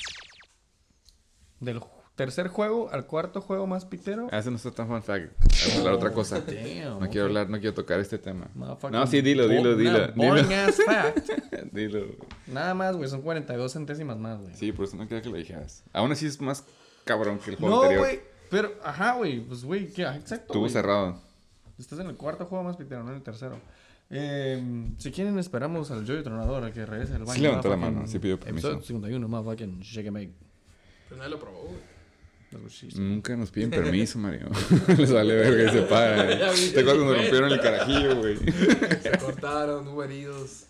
[SPEAKER 2] Del tercer juego al cuarto juego más pitero.
[SPEAKER 1] Ese no está tan fun fact. Vamos a hablar otra cosa.
[SPEAKER 2] Damn,
[SPEAKER 1] No quiero hablar, no quiero tocar este tema.
[SPEAKER 2] Motherfucking
[SPEAKER 1] No, sí, dilo.
[SPEAKER 2] Boring ass fact.
[SPEAKER 1] Dilo.
[SPEAKER 2] Nada más, güey, son 42 centésimas más, güey.
[SPEAKER 1] Sí, por eso no quería que lo dijeras. Aún así es más cabrón que el juego
[SPEAKER 2] No,
[SPEAKER 1] anterior.
[SPEAKER 2] güey. Pero, ajá, güey. Pues, güey, ¿qué? Exacto.
[SPEAKER 1] Estuvo
[SPEAKER 2] güey.
[SPEAKER 1] cerrado.
[SPEAKER 2] Estás en el cuarto juego más pitero, no en el tercero. Si quieren, esperamos al Joey Tronador a que regrese al baño.
[SPEAKER 1] Sí levantó la
[SPEAKER 2] Motherfucking
[SPEAKER 1] mano, sí pidió permiso.
[SPEAKER 2] Episodio 51, motherfucking shake and bake.
[SPEAKER 3] Pero nadie lo probó, güey.
[SPEAKER 2] That's what she said.
[SPEAKER 1] Nunca nos piden permiso, Mario. Les vale verga y se paran.
[SPEAKER 3] Ya vi,
[SPEAKER 1] ¿Te acuerdas cuando
[SPEAKER 3] güey.
[SPEAKER 1] rompieron el carajillo, güey?
[SPEAKER 3] Se cortaron, hubo heridos.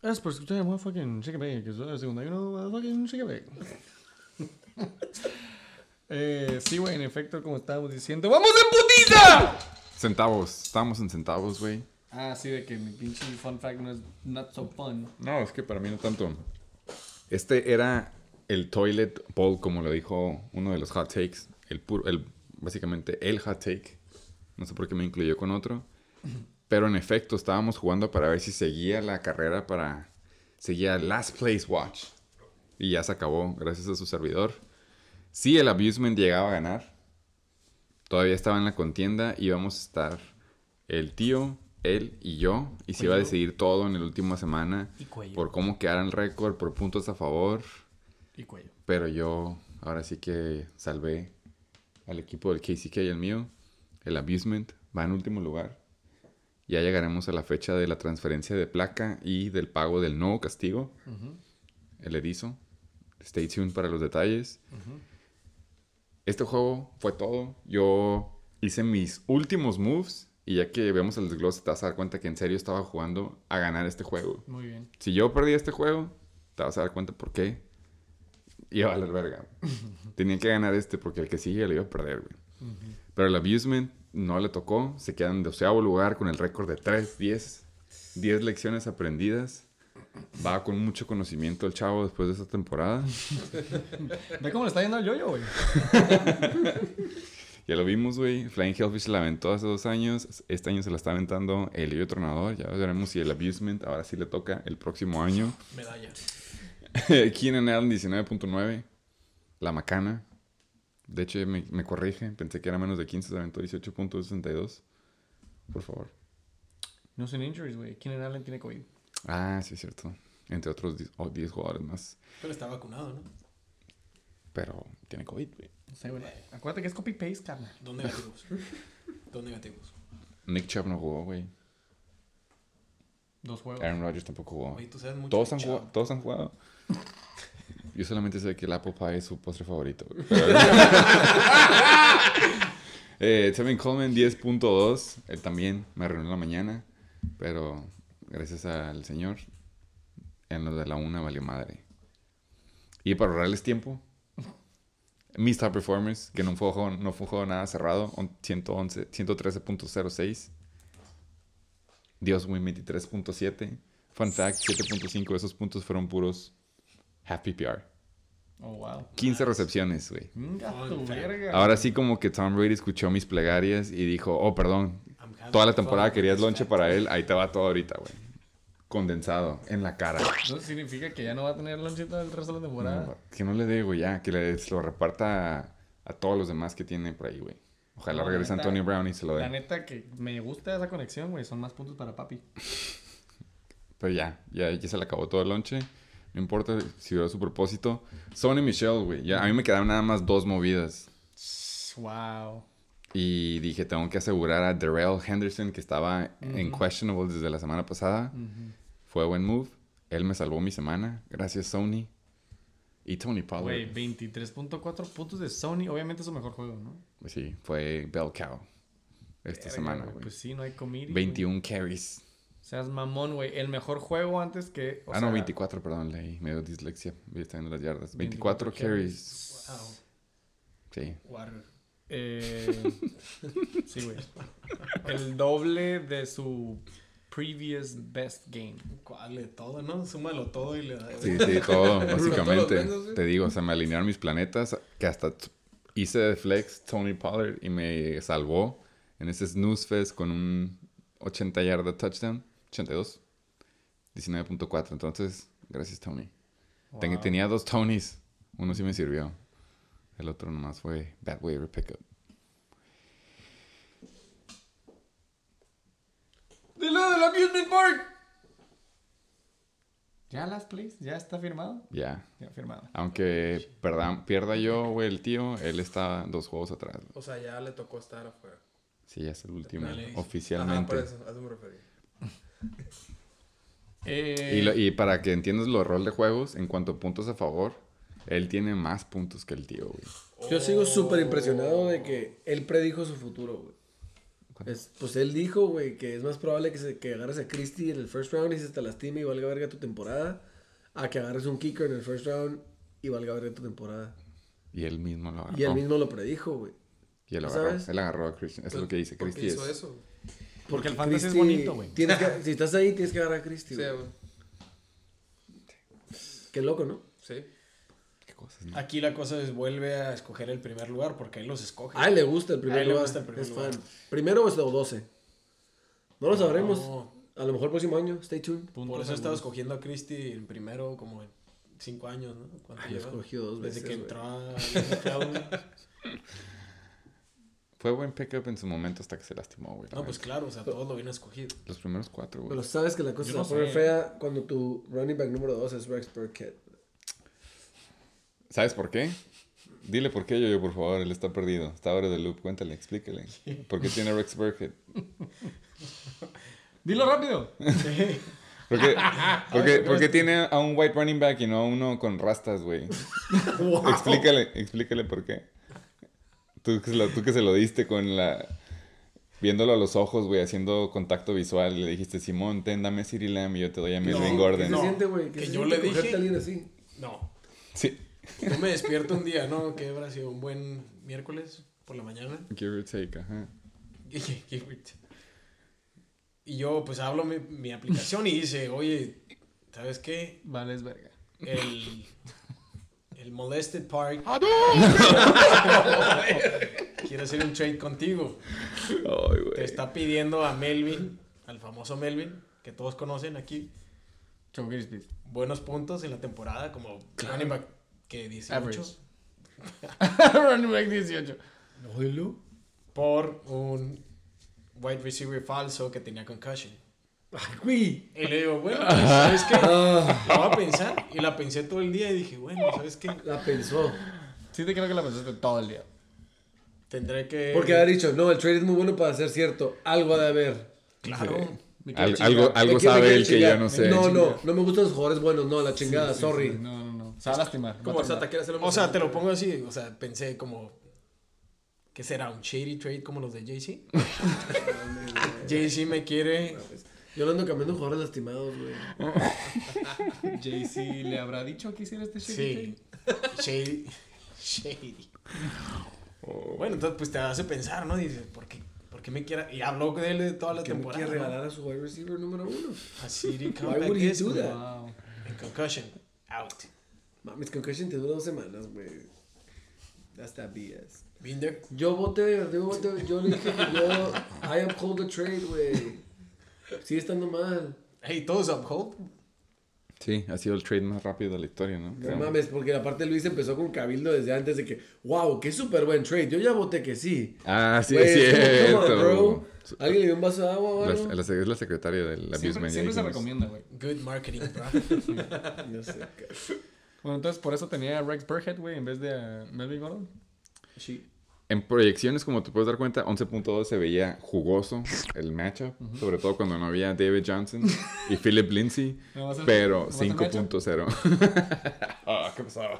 [SPEAKER 2] Es por escuchar a fucking Chicken Bake, que es el 51, fucking Chicken Bake. Sí, güey, en efecto, como estábamos diciendo, ¡vamos en putiza!
[SPEAKER 1] Centavos. Estábamos en centavos, güey.
[SPEAKER 2] Ah, sí, de que mi pinche fun fact no es not so fun.
[SPEAKER 1] No, es que para mí no tanto. Este era el toilet bowl, como lo dijo uno de los hot takes. Básicamente el hot take. No sé por qué me incluyó con otro. Pero en efecto, estábamos jugando para ver si seguía la carrera seguía Last Place Watch. Y ya se acabó, gracias a su servidor. Si el Abusement llegaba a ganar, todavía estaba en la contienda. Íbamos a estar el tío, él y yo. Y se iba a decidir todo en la última semana.
[SPEAKER 2] Y cuello.
[SPEAKER 1] Por cómo quedara el récord, por puntos a favor.
[SPEAKER 2] Y cuello.
[SPEAKER 1] Pero yo ahora sí que salvé al equipo del KCK y el mío. El Abusement va en último lugar. Ya llegaremos a la fecha de la transferencia de placa y del pago del nuevo castigo. El erizo. Stay tuned para los detalles. Este juego fue todo. Yo hice mis últimos moves. Y ya que vemos el desglose, te vas a dar cuenta que en serio estaba jugando a ganar este juego.
[SPEAKER 2] Muy bien.
[SPEAKER 1] Si yo perdí este juego, te vas a dar cuenta por qué. Iba a valer verga. Tenía que ganar este porque el que sigue lo iba a perder, güey. Pero el Abusement no le tocó. Se quedan en 12º lugar con el récord de 10 lecciones aprendidas. Va con mucho conocimiento el chavo después de esta temporada.
[SPEAKER 2] Ve cómo le está yendo al yo-yo, güey.
[SPEAKER 1] Ya lo vimos, güey. Flying Hellfish se la aventó hace 2 años. Este año se la está aventando el yo tronador. Ya veremos si el Abusement ahora sí le toca el próximo año.
[SPEAKER 5] Medalla.
[SPEAKER 1] Keenan Allen 19.9. La macana. De hecho, me corrige. Pensé que era menos de 15. Se aventó 18.62. Por favor.
[SPEAKER 2] No son injuries, güey. Keenan Allen tiene COVID.
[SPEAKER 1] Ah, sí, es cierto. Entre otros 10 jugadores más.
[SPEAKER 5] Pero está vacunado, ¿no?
[SPEAKER 1] Pero tiene COVID, güey.
[SPEAKER 2] No sé, güey. Acuérdate que es copy-paste, carnal.
[SPEAKER 5] Dos negativos. Dos negativos.
[SPEAKER 1] Nick Chubb no jugó, güey.
[SPEAKER 2] 2 juegos.
[SPEAKER 1] Aaron Rodgers tampoco jugó.
[SPEAKER 5] Oye, tú sabes mucho
[SPEAKER 1] Todos
[SPEAKER 5] de
[SPEAKER 1] han
[SPEAKER 5] Chubb.
[SPEAKER 1] jugado. Todos han jugado. Yo solamente sé que el apple pie es su postre favorito. Tevin Coleman 10.2. Él también me arruinó la mañana. Pero gracias al señor, en lo de la 1 valió madre. Y para ahorrarles tiempo, mis top performers, que no fue un juego nada cerrado, 113.06. Dios Win 23.7. Fun fact, 7.5 de esos puntos fueron puros half PPR.
[SPEAKER 2] Oh, wow.
[SPEAKER 1] 15 recepciones, güey.
[SPEAKER 2] Venga, tu verga.
[SPEAKER 1] Ahora sí como que Tom Brady escuchó mis plegarias y dijo, oh, perdón,
[SPEAKER 5] I'm having
[SPEAKER 1] toda la temporada
[SPEAKER 5] fun
[SPEAKER 1] querías
[SPEAKER 5] with
[SPEAKER 1] lonche
[SPEAKER 5] this
[SPEAKER 1] para él, ahí te va todo ahorita, güey. Condensado, en la cara.
[SPEAKER 2] Eso significa que ya no va a tener lonchita el resto de la temporada.
[SPEAKER 1] No, que no le dé, güey, ya. Que se lo reparta a todos los demás que tiene por ahí, güey. Ojalá
[SPEAKER 2] No,
[SPEAKER 1] regrese
[SPEAKER 2] neta,
[SPEAKER 1] Antonio Brown y se lo
[SPEAKER 2] La
[SPEAKER 1] dé.
[SPEAKER 2] neta que me gusta esa conexión, güey. Son más puntos para papi.
[SPEAKER 1] Pero ya se le acabó todo el lonche. No importa si era su propósito. Sonny Michel, güey. Ya, a mí me quedaron nada más 2 movidas.
[SPEAKER 2] Wow.
[SPEAKER 1] Y dije, tengo que asegurar a Darrell Henderson, que estaba en questionable desde la semana pasada. Fue buen move. Él me salvó mi semana. Gracias, Sony. Y Tony Pollard.
[SPEAKER 2] Güey, 23.4 puntos de Sony. Obviamente es su mejor juego, ¿no?
[SPEAKER 1] Pues sí, fue bell cow esta
[SPEAKER 2] Verga,
[SPEAKER 1] semana,
[SPEAKER 2] güey.
[SPEAKER 1] güey.
[SPEAKER 2] Pues sí, no hay comida.
[SPEAKER 1] 21 carries.
[SPEAKER 2] Seas mamón, güey. El mejor juego antes que...
[SPEAKER 1] No, 24, perdón, leí. Me dio dislexia. Voy a estar en las yardas. 24 carries.
[SPEAKER 5] Wow.
[SPEAKER 1] Sí.
[SPEAKER 5] Water.
[SPEAKER 2] Sí, güey. El doble de su previous best game.
[SPEAKER 5] ¿Cuál de todo, no? Súmalo todo y le da.
[SPEAKER 1] Sí, todo, básicamente.
[SPEAKER 3] Todos los menos,
[SPEAKER 1] Te digo, o sea, me alinearon mis planetas. Que hasta hice de flex Tony Pollard y me salvó en ese snooze fest con un 80 yarda touchdown. 82. 19.4. Entonces, gracias, Tony.
[SPEAKER 2] Wow.
[SPEAKER 1] Tenía 2 Tonys. Uno sí me sirvió. El otro nomás fue bad waiver pickup.
[SPEAKER 2] ¡De lo del Amusement Park! ¿Ya las plays? ¿Ya está firmado?
[SPEAKER 1] Ya.
[SPEAKER 2] Ya firmado.
[SPEAKER 1] Aunque pierda yo, güey, el tío, él está 2 juegos atrás.
[SPEAKER 3] O sea, ya le tocó estar afuera.
[SPEAKER 1] Sí, ya es el último,
[SPEAKER 5] Dale.
[SPEAKER 1] oficialmente.
[SPEAKER 3] Por eso, a eso me refería.
[SPEAKER 1] Y para que entiendas los rol de juegos, en cuanto a puntos a favor, él tiene más puntos que el tío, güey.
[SPEAKER 4] Yo sigo súper impresionado de que él predijo su futuro, güey. Pues él dijo, güey, que es más probable que agarres a Christie en el first round y se te lastime y valga verga tu temporada, a que agarres un kicker en el first round y valga verga tu temporada.
[SPEAKER 1] Y él mismo lo agarró.
[SPEAKER 4] Y él mismo lo predijo, güey.
[SPEAKER 1] Y él lo agarró.
[SPEAKER 4] ¿Sabes?
[SPEAKER 1] Él agarró a Christian. Eso es lo que dice.
[SPEAKER 3] ¿Por qué
[SPEAKER 1] Christie
[SPEAKER 3] hizo
[SPEAKER 1] es...
[SPEAKER 3] eso?
[SPEAKER 2] Porque el fantasy es bonito, güey.
[SPEAKER 4] Si estás ahí, tienes que agarrar a Christie,
[SPEAKER 3] Sí,
[SPEAKER 4] güey.
[SPEAKER 3] güey.
[SPEAKER 4] Qué loco, ¿no?
[SPEAKER 3] Sí.
[SPEAKER 1] Qué cosas, ¿no?
[SPEAKER 5] Aquí la cosa es vuelve a escoger el primer lugar porque ahí los escoge.
[SPEAKER 4] A él le gusta el
[SPEAKER 5] A
[SPEAKER 4] primer
[SPEAKER 5] él le
[SPEAKER 4] lugar.
[SPEAKER 5] gusta el primer
[SPEAKER 4] Es
[SPEAKER 5] lugar.
[SPEAKER 4] fan. ¿Primero o 12? No lo sabremos.
[SPEAKER 5] No.
[SPEAKER 4] A lo mejor el próximo año. Stay tuned.
[SPEAKER 5] Por eso he estado escogiendo a Christie en primero como en 5 años, ¿no? ¿Cuánto
[SPEAKER 4] Yo he
[SPEAKER 5] lleva?
[SPEAKER 4] escogido 2
[SPEAKER 5] Desde
[SPEAKER 4] veces,
[SPEAKER 5] que
[SPEAKER 4] güey.
[SPEAKER 5] entró a NFL.
[SPEAKER 1] Fue buen pickup en su momento hasta que se lastimó, güey. la
[SPEAKER 5] No, pues
[SPEAKER 1] neta.
[SPEAKER 5] claro, o sea, todos lo vienen escogido.
[SPEAKER 1] Los primeros 4, güey.
[SPEAKER 4] Pero sabes que la cosa
[SPEAKER 2] Yo
[SPEAKER 4] se va
[SPEAKER 2] no
[SPEAKER 4] a poner
[SPEAKER 2] sé.
[SPEAKER 4] fea cuando tu running back número 2 es Rex Burkhead.
[SPEAKER 1] ¿Sabes por qué? Dile por qué, yo, por favor. Él está perdido. Está ahora de loop. Cuéntale, explíquele. ¿Por qué tiene Rex Burkhead?
[SPEAKER 2] Dilo rápido.
[SPEAKER 1] ¿Por qué tiene a un white running back y no a uno con rastas, güey? Explícale por qué. Tú que se lo diste con la... Viéndolo a los ojos, güey, haciendo contacto visual. Y le dijiste, Simón, dame a CeeDee Lamb y yo te doy a Melvin
[SPEAKER 4] ¿Qué
[SPEAKER 1] Gordon.
[SPEAKER 4] se
[SPEAKER 5] No,
[SPEAKER 4] siente, güey? ¿Qué
[SPEAKER 5] que
[SPEAKER 4] se
[SPEAKER 5] yo
[SPEAKER 4] siente
[SPEAKER 5] le dije-
[SPEAKER 4] cogerte a alguien así?
[SPEAKER 5] No.
[SPEAKER 1] Sí.
[SPEAKER 5] Yo me despierto un día, ¿no? Que habrá sido un buen miércoles por la mañana.
[SPEAKER 1] Give or take, ajá.
[SPEAKER 5] Y yo pues hablo mi aplicación y dice, oye, ¿sabes qué?
[SPEAKER 2] Vale, es verga.
[SPEAKER 5] El Molested Park quiere hacer un trade contigo.
[SPEAKER 1] Ay, güey.
[SPEAKER 5] Te está pidiendo a Melvin, al famoso Melvin, que todos conocen aquí,
[SPEAKER 2] Choco Crispy.
[SPEAKER 5] buenos puntos en la temporada, como running back que 18
[SPEAKER 2] Average. Running back 18.
[SPEAKER 4] Oílo.
[SPEAKER 5] por un wide receiver falso que tenía concussion.
[SPEAKER 4] Ay, güey.
[SPEAKER 5] Y le digo, bueno, pues, ¿sabes qué? La voy a pensar. Y la pensé todo el día y dije, bueno, ¿sabes qué?
[SPEAKER 4] La pensó.
[SPEAKER 2] Sí te creo que la pensaste todo el día.
[SPEAKER 5] Tendré que...
[SPEAKER 4] Porque ha dicho, no, el trade es muy bueno para ser cierto. Algo ha de haber.
[SPEAKER 5] Claro.
[SPEAKER 2] Me quiere chingar.
[SPEAKER 1] Algo
[SPEAKER 4] Me quiere
[SPEAKER 1] sabe él que
[SPEAKER 4] chingar.
[SPEAKER 1] yo no sé.
[SPEAKER 4] No me gustan los jugadores buenos. No, la chingada, sorry.
[SPEAKER 2] Sí, no. Se va a lastimar.
[SPEAKER 3] Como
[SPEAKER 2] Va a
[SPEAKER 3] Sata quiere hacerlo
[SPEAKER 5] O sea, te lo pongo así. O sea, pensé como... ¿Qué será? ¿Un shady trade como los de Jay-Z? Jay-Z me quiere...
[SPEAKER 4] Yo lo ando cambiando jugadores lastimados, güey.
[SPEAKER 2] terminar. Jay-Z le habrá dicho que hiciera este shit.
[SPEAKER 5] Sí. Shady. Shady. Bueno, entonces pues te hace pensar, ¿no? Dices, ¿por qué me quiera? Y habló de él de toda la
[SPEAKER 4] Que me
[SPEAKER 5] temporada.
[SPEAKER 4] quiere
[SPEAKER 5] ¿no?
[SPEAKER 4] regalar a su wide receiver número 1.
[SPEAKER 5] Así de
[SPEAKER 4] Why would he do that?
[SPEAKER 2] Wow.
[SPEAKER 5] En concussion. Out.
[SPEAKER 4] Mames, concussion te dura 2 semanas, güey. That's that BS.
[SPEAKER 5] Been there.
[SPEAKER 4] Yo le dije que yo... I uphold the trade, güey. Sigue estando mal.
[SPEAKER 5] Hey, todos uphold.
[SPEAKER 1] Sí, ha sido el trade más rápido de la historia, ¿no?
[SPEAKER 4] No
[SPEAKER 1] Creo.
[SPEAKER 4] mames, porque aparte Luis empezó con Cabildo desde antes de que, wow, qué súper buen trade. Yo ya voté que sí.
[SPEAKER 1] Ah, sí,
[SPEAKER 4] Güey,
[SPEAKER 1] es
[SPEAKER 4] come on,
[SPEAKER 1] cierto.
[SPEAKER 4] bro. ¿Alguien le dio un vaso de agua o algo?
[SPEAKER 1] Es la secretaria del
[SPEAKER 2] Siempre,
[SPEAKER 1] Abuse
[SPEAKER 2] siempre se
[SPEAKER 1] Management.
[SPEAKER 2] recomienda, güey.
[SPEAKER 5] Good marketing, bro.
[SPEAKER 4] No sé.
[SPEAKER 2] Bueno, entonces por eso tenía a Rex Burkhead, güey, en vez de a Melvin Gordon.
[SPEAKER 4] Sí.
[SPEAKER 1] En proyecciones, como te puedes dar cuenta, 11.2 se veía jugoso el matchup, sobre todo cuando no había David Johnson y Philip Lindsay,
[SPEAKER 2] ¿No va a ser-
[SPEAKER 1] pero
[SPEAKER 2] no va a ser
[SPEAKER 1] 5.0. Ah, ¿qué pasaba?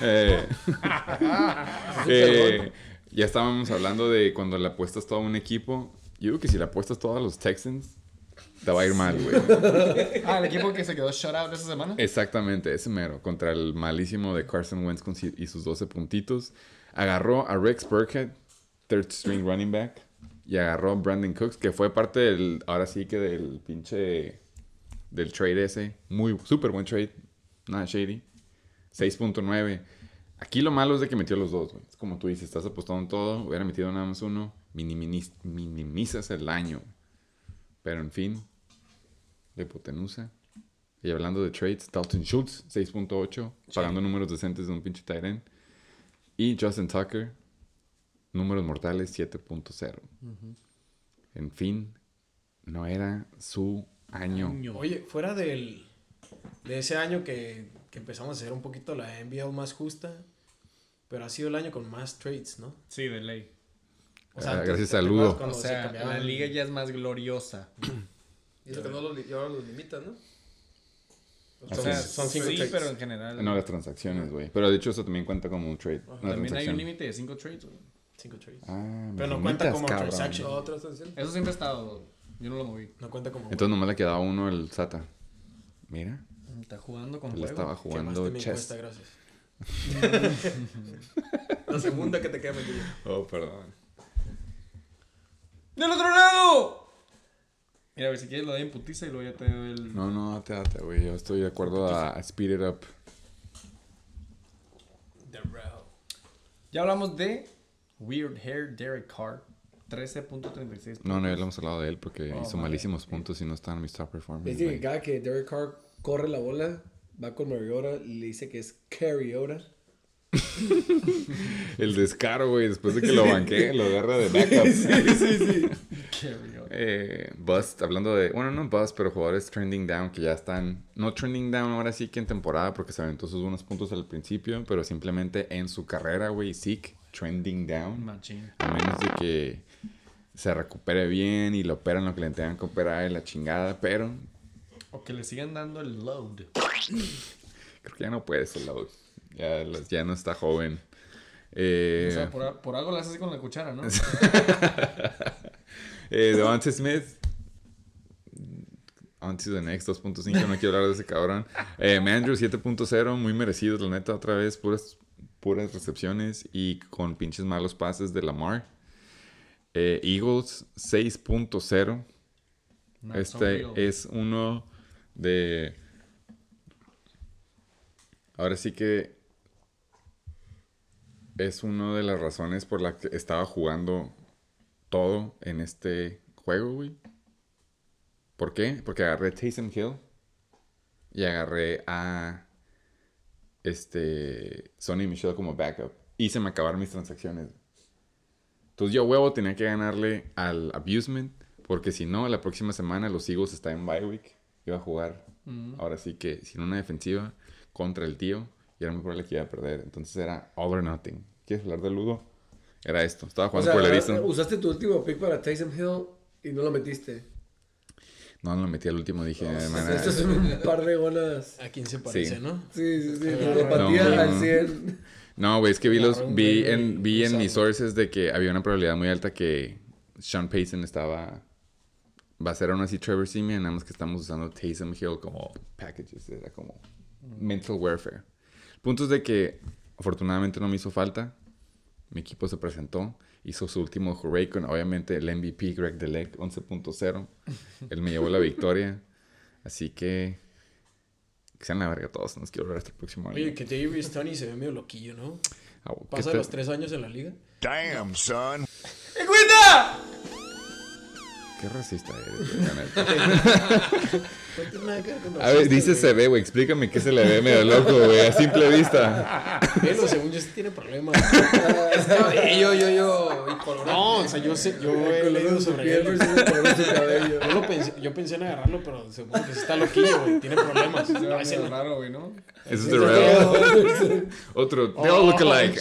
[SPEAKER 1] Ya estábamos hablando de cuando le apuestas todo a un equipo. Yo digo que si le apuestas todo a los Texans, te va a ir mal, güey.
[SPEAKER 2] Ah, el equipo que se quedó shutout esa semana.
[SPEAKER 1] Exactamente, ese mero, contra el malísimo de Carson Wentz y sus 12 puntitos. Agarró a Rex Burkhead, third string running back, y agarró a Brandon Cooks, que fue parte del, ahora sí que del pinche, del trade ese. Muy, súper buen trade, nada shady. 6.9. Aquí lo malo es de que metió los dos, güey. Es como tú dices, estás apostando en todo, hubiera metido nada más uno, minimizas el daño. Pero en fin, de hipotenusa. Y hablando de trades, Dalton Schultz, 6.8, pagando números decentes de un pinche tight end. Y Justin Tucker, números mortales, 7.0. En fin, no era su año.
[SPEAKER 5] Oye, fuera de ese año que empezamos a hacer un poquito la NBL más justa, pero ha sido el año con más trades, ¿no?
[SPEAKER 2] Sí, de ley.
[SPEAKER 5] O sea,
[SPEAKER 1] Gracias
[SPEAKER 5] ¿te
[SPEAKER 1] a
[SPEAKER 5] acuerdas
[SPEAKER 1] Ludo.
[SPEAKER 2] O
[SPEAKER 5] cuando se
[SPEAKER 2] sea,
[SPEAKER 5] cambiaban?
[SPEAKER 2] la liga ya es más gloriosa.
[SPEAKER 3] Y eso que no los, y ahora los limitan, ¿no?
[SPEAKER 2] O sea,
[SPEAKER 5] Son cinco
[SPEAKER 2] sí,
[SPEAKER 5] trades.
[SPEAKER 2] pero en general.
[SPEAKER 1] No, las transacciones, güey. Pero de hecho eso también cuenta como un trade. Una
[SPEAKER 2] también hay un
[SPEAKER 1] transacción.
[SPEAKER 2] límite de 5 trades, güey.
[SPEAKER 5] 5 trades.
[SPEAKER 1] Ah,
[SPEAKER 5] Pero no
[SPEAKER 1] me
[SPEAKER 5] cuenta
[SPEAKER 1] limitas,
[SPEAKER 5] como
[SPEAKER 1] cabrón.
[SPEAKER 5] transaction.
[SPEAKER 3] No, otra transacción.
[SPEAKER 2] Eso siempre ha estado. Yo no lo moví.
[SPEAKER 5] No cuenta como.
[SPEAKER 1] Entonces nomás le quedaba uno el SATA. Mira,
[SPEAKER 2] Está jugando con
[SPEAKER 1] él
[SPEAKER 2] juego.
[SPEAKER 1] estaba jugando
[SPEAKER 5] mi
[SPEAKER 1] chess.
[SPEAKER 5] encuesta, gracias.
[SPEAKER 3] La segunda que te queda metido.
[SPEAKER 1] Oh, perdón.
[SPEAKER 2] ¡Del otro lado! Mira, a ver si quieres lo doy en putiza y luego ya te doy el...
[SPEAKER 1] No, date, güey. Yo estoy de acuerdo a speed it up.
[SPEAKER 5] The Row.
[SPEAKER 2] Ya hablamos de Weird Hair Derek Carr. 13.36.
[SPEAKER 1] No, ya lo hemos hablado de él porque
[SPEAKER 2] Oh,
[SPEAKER 1] hizo
[SPEAKER 2] madre.
[SPEAKER 1] malísimos puntos y no está en mis top performers.
[SPEAKER 4] Dice que
[SPEAKER 1] güey.
[SPEAKER 4] cada que Derek Carr corre la bola, va con Mariota y le dice que es Carriota.
[SPEAKER 1] El descaro, güey, después de que lo banqué, lo agarra de backup. Bust, hablando de, bueno, no bust, pero jugadores trending down que ya están, no trending down ahora sí que en temporada porque se aventó sus buenos puntos al principio, pero simplemente en su carrera, güey, Zeke, trending down.
[SPEAKER 2] Machín.
[SPEAKER 1] A menos de que se recupere bien y lo operan lo que le tengan que operar y la chingada, pero
[SPEAKER 2] O que le sigan dando el load.
[SPEAKER 1] creo que ya no puede ser load. Ya no está joven.
[SPEAKER 2] O sea, por algo le haces así con la cuchara, ¿no?
[SPEAKER 1] Devonta Smith. On to the next 2.5. No quiero hablar de ese cabrón. Mandrew 7.0. Muy merecido, la neta, otra vez. Puras recepciones y con pinches malos pases de Lamar. Eagles 6.0.
[SPEAKER 2] Not so
[SPEAKER 1] Este
[SPEAKER 2] real.
[SPEAKER 1] es uno de... Ahora sí que es una de las razones por la que estaba jugando todo en este juego, güey. ¿Por qué? Porque agarré a Taysom Hill y agarré a Sonny Michel como backup y se me acabaron mis transacciones. Entonces yo huevo tenía que ganarle al Abusement porque si no, la próxima semana los Eagles están en bye week. Iba a jugar ahora sí que sin una defensiva contra el tío y era muy probable que iba a perder. Entonces era all or nothing. ¿Quieres hablar de Ludo? Era esto. Estaba
[SPEAKER 4] O
[SPEAKER 1] jugando
[SPEAKER 4] sea,
[SPEAKER 1] por el erizo.
[SPEAKER 4] usaste tu último pick para Taysom Hill y no lo metiste.
[SPEAKER 1] No lo metí al último. Dije, "Man,
[SPEAKER 4] Esto es un par de golas.
[SPEAKER 5] ¿A quién se parece,
[SPEAKER 1] Sí.
[SPEAKER 5] no?
[SPEAKER 4] Sí.
[SPEAKER 5] No,
[SPEAKER 4] Empatía
[SPEAKER 1] no.
[SPEAKER 4] al 100.
[SPEAKER 1] No, güey, es que vi
[SPEAKER 5] Agarró un
[SPEAKER 1] vi
[SPEAKER 5] güey
[SPEAKER 1] en mis
[SPEAKER 5] usado.
[SPEAKER 1] sources de que había una probabilidad muy alta que Sean Payton va a ser aún así Trevor Siemian, nada más que estamos usando Taysom Hill como packages, era como mental warfare. El punto es de que afortunadamente no me hizo falta, mi equipo se presentó, hizo su último hurray con obviamente el MVP Greg Delec 11.0, él me llevó la victoria, así que sean la verga todos, nos quiero ver hasta el próximo año.
[SPEAKER 5] Oye, que David Stoney se ve medio loquillo, ¿no?
[SPEAKER 1] Ah, ¿qué
[SPEAKER 5] Pasa
[SPEAKER 1] te-
[SPEAKER 5] los 3 años en la liga.
[SPEAKER 7] Damn, son.
[SPEAKER 1] Qué racista eres, güey, la neta.
[SPEAKER 5] No tiene nada que ver con
[SPEAKER 1] A ver, dice se ve, güey. Explícame qué se le ve medio loco, güey. A simple vista.
[SPEAKER 5] Pero según yo sí tiene problemas.
[SPEAKER 3] Yo. Y colorado.
[SPEAKER 5] No, o sea, yo he leído sobre
[SPEAKER 4] Piel
[SPEAKER 5] él.
[SPEAKER 4] versus el color de su cabello.
[SPEAKER 5] Yo pensé en agarrarlo, pero seguro que sí está loquillo, güey. Tiene problemas.
[SPEAKER 2] Se ve
[SPEAKER 5] Ese
[SPEAKER 2] medio
[SPEAKER 5] no-
[SPEAKER 2] raro, güey, ¿no?
[SPEAKER 1] Ese es The Real. Otro. They all look alike.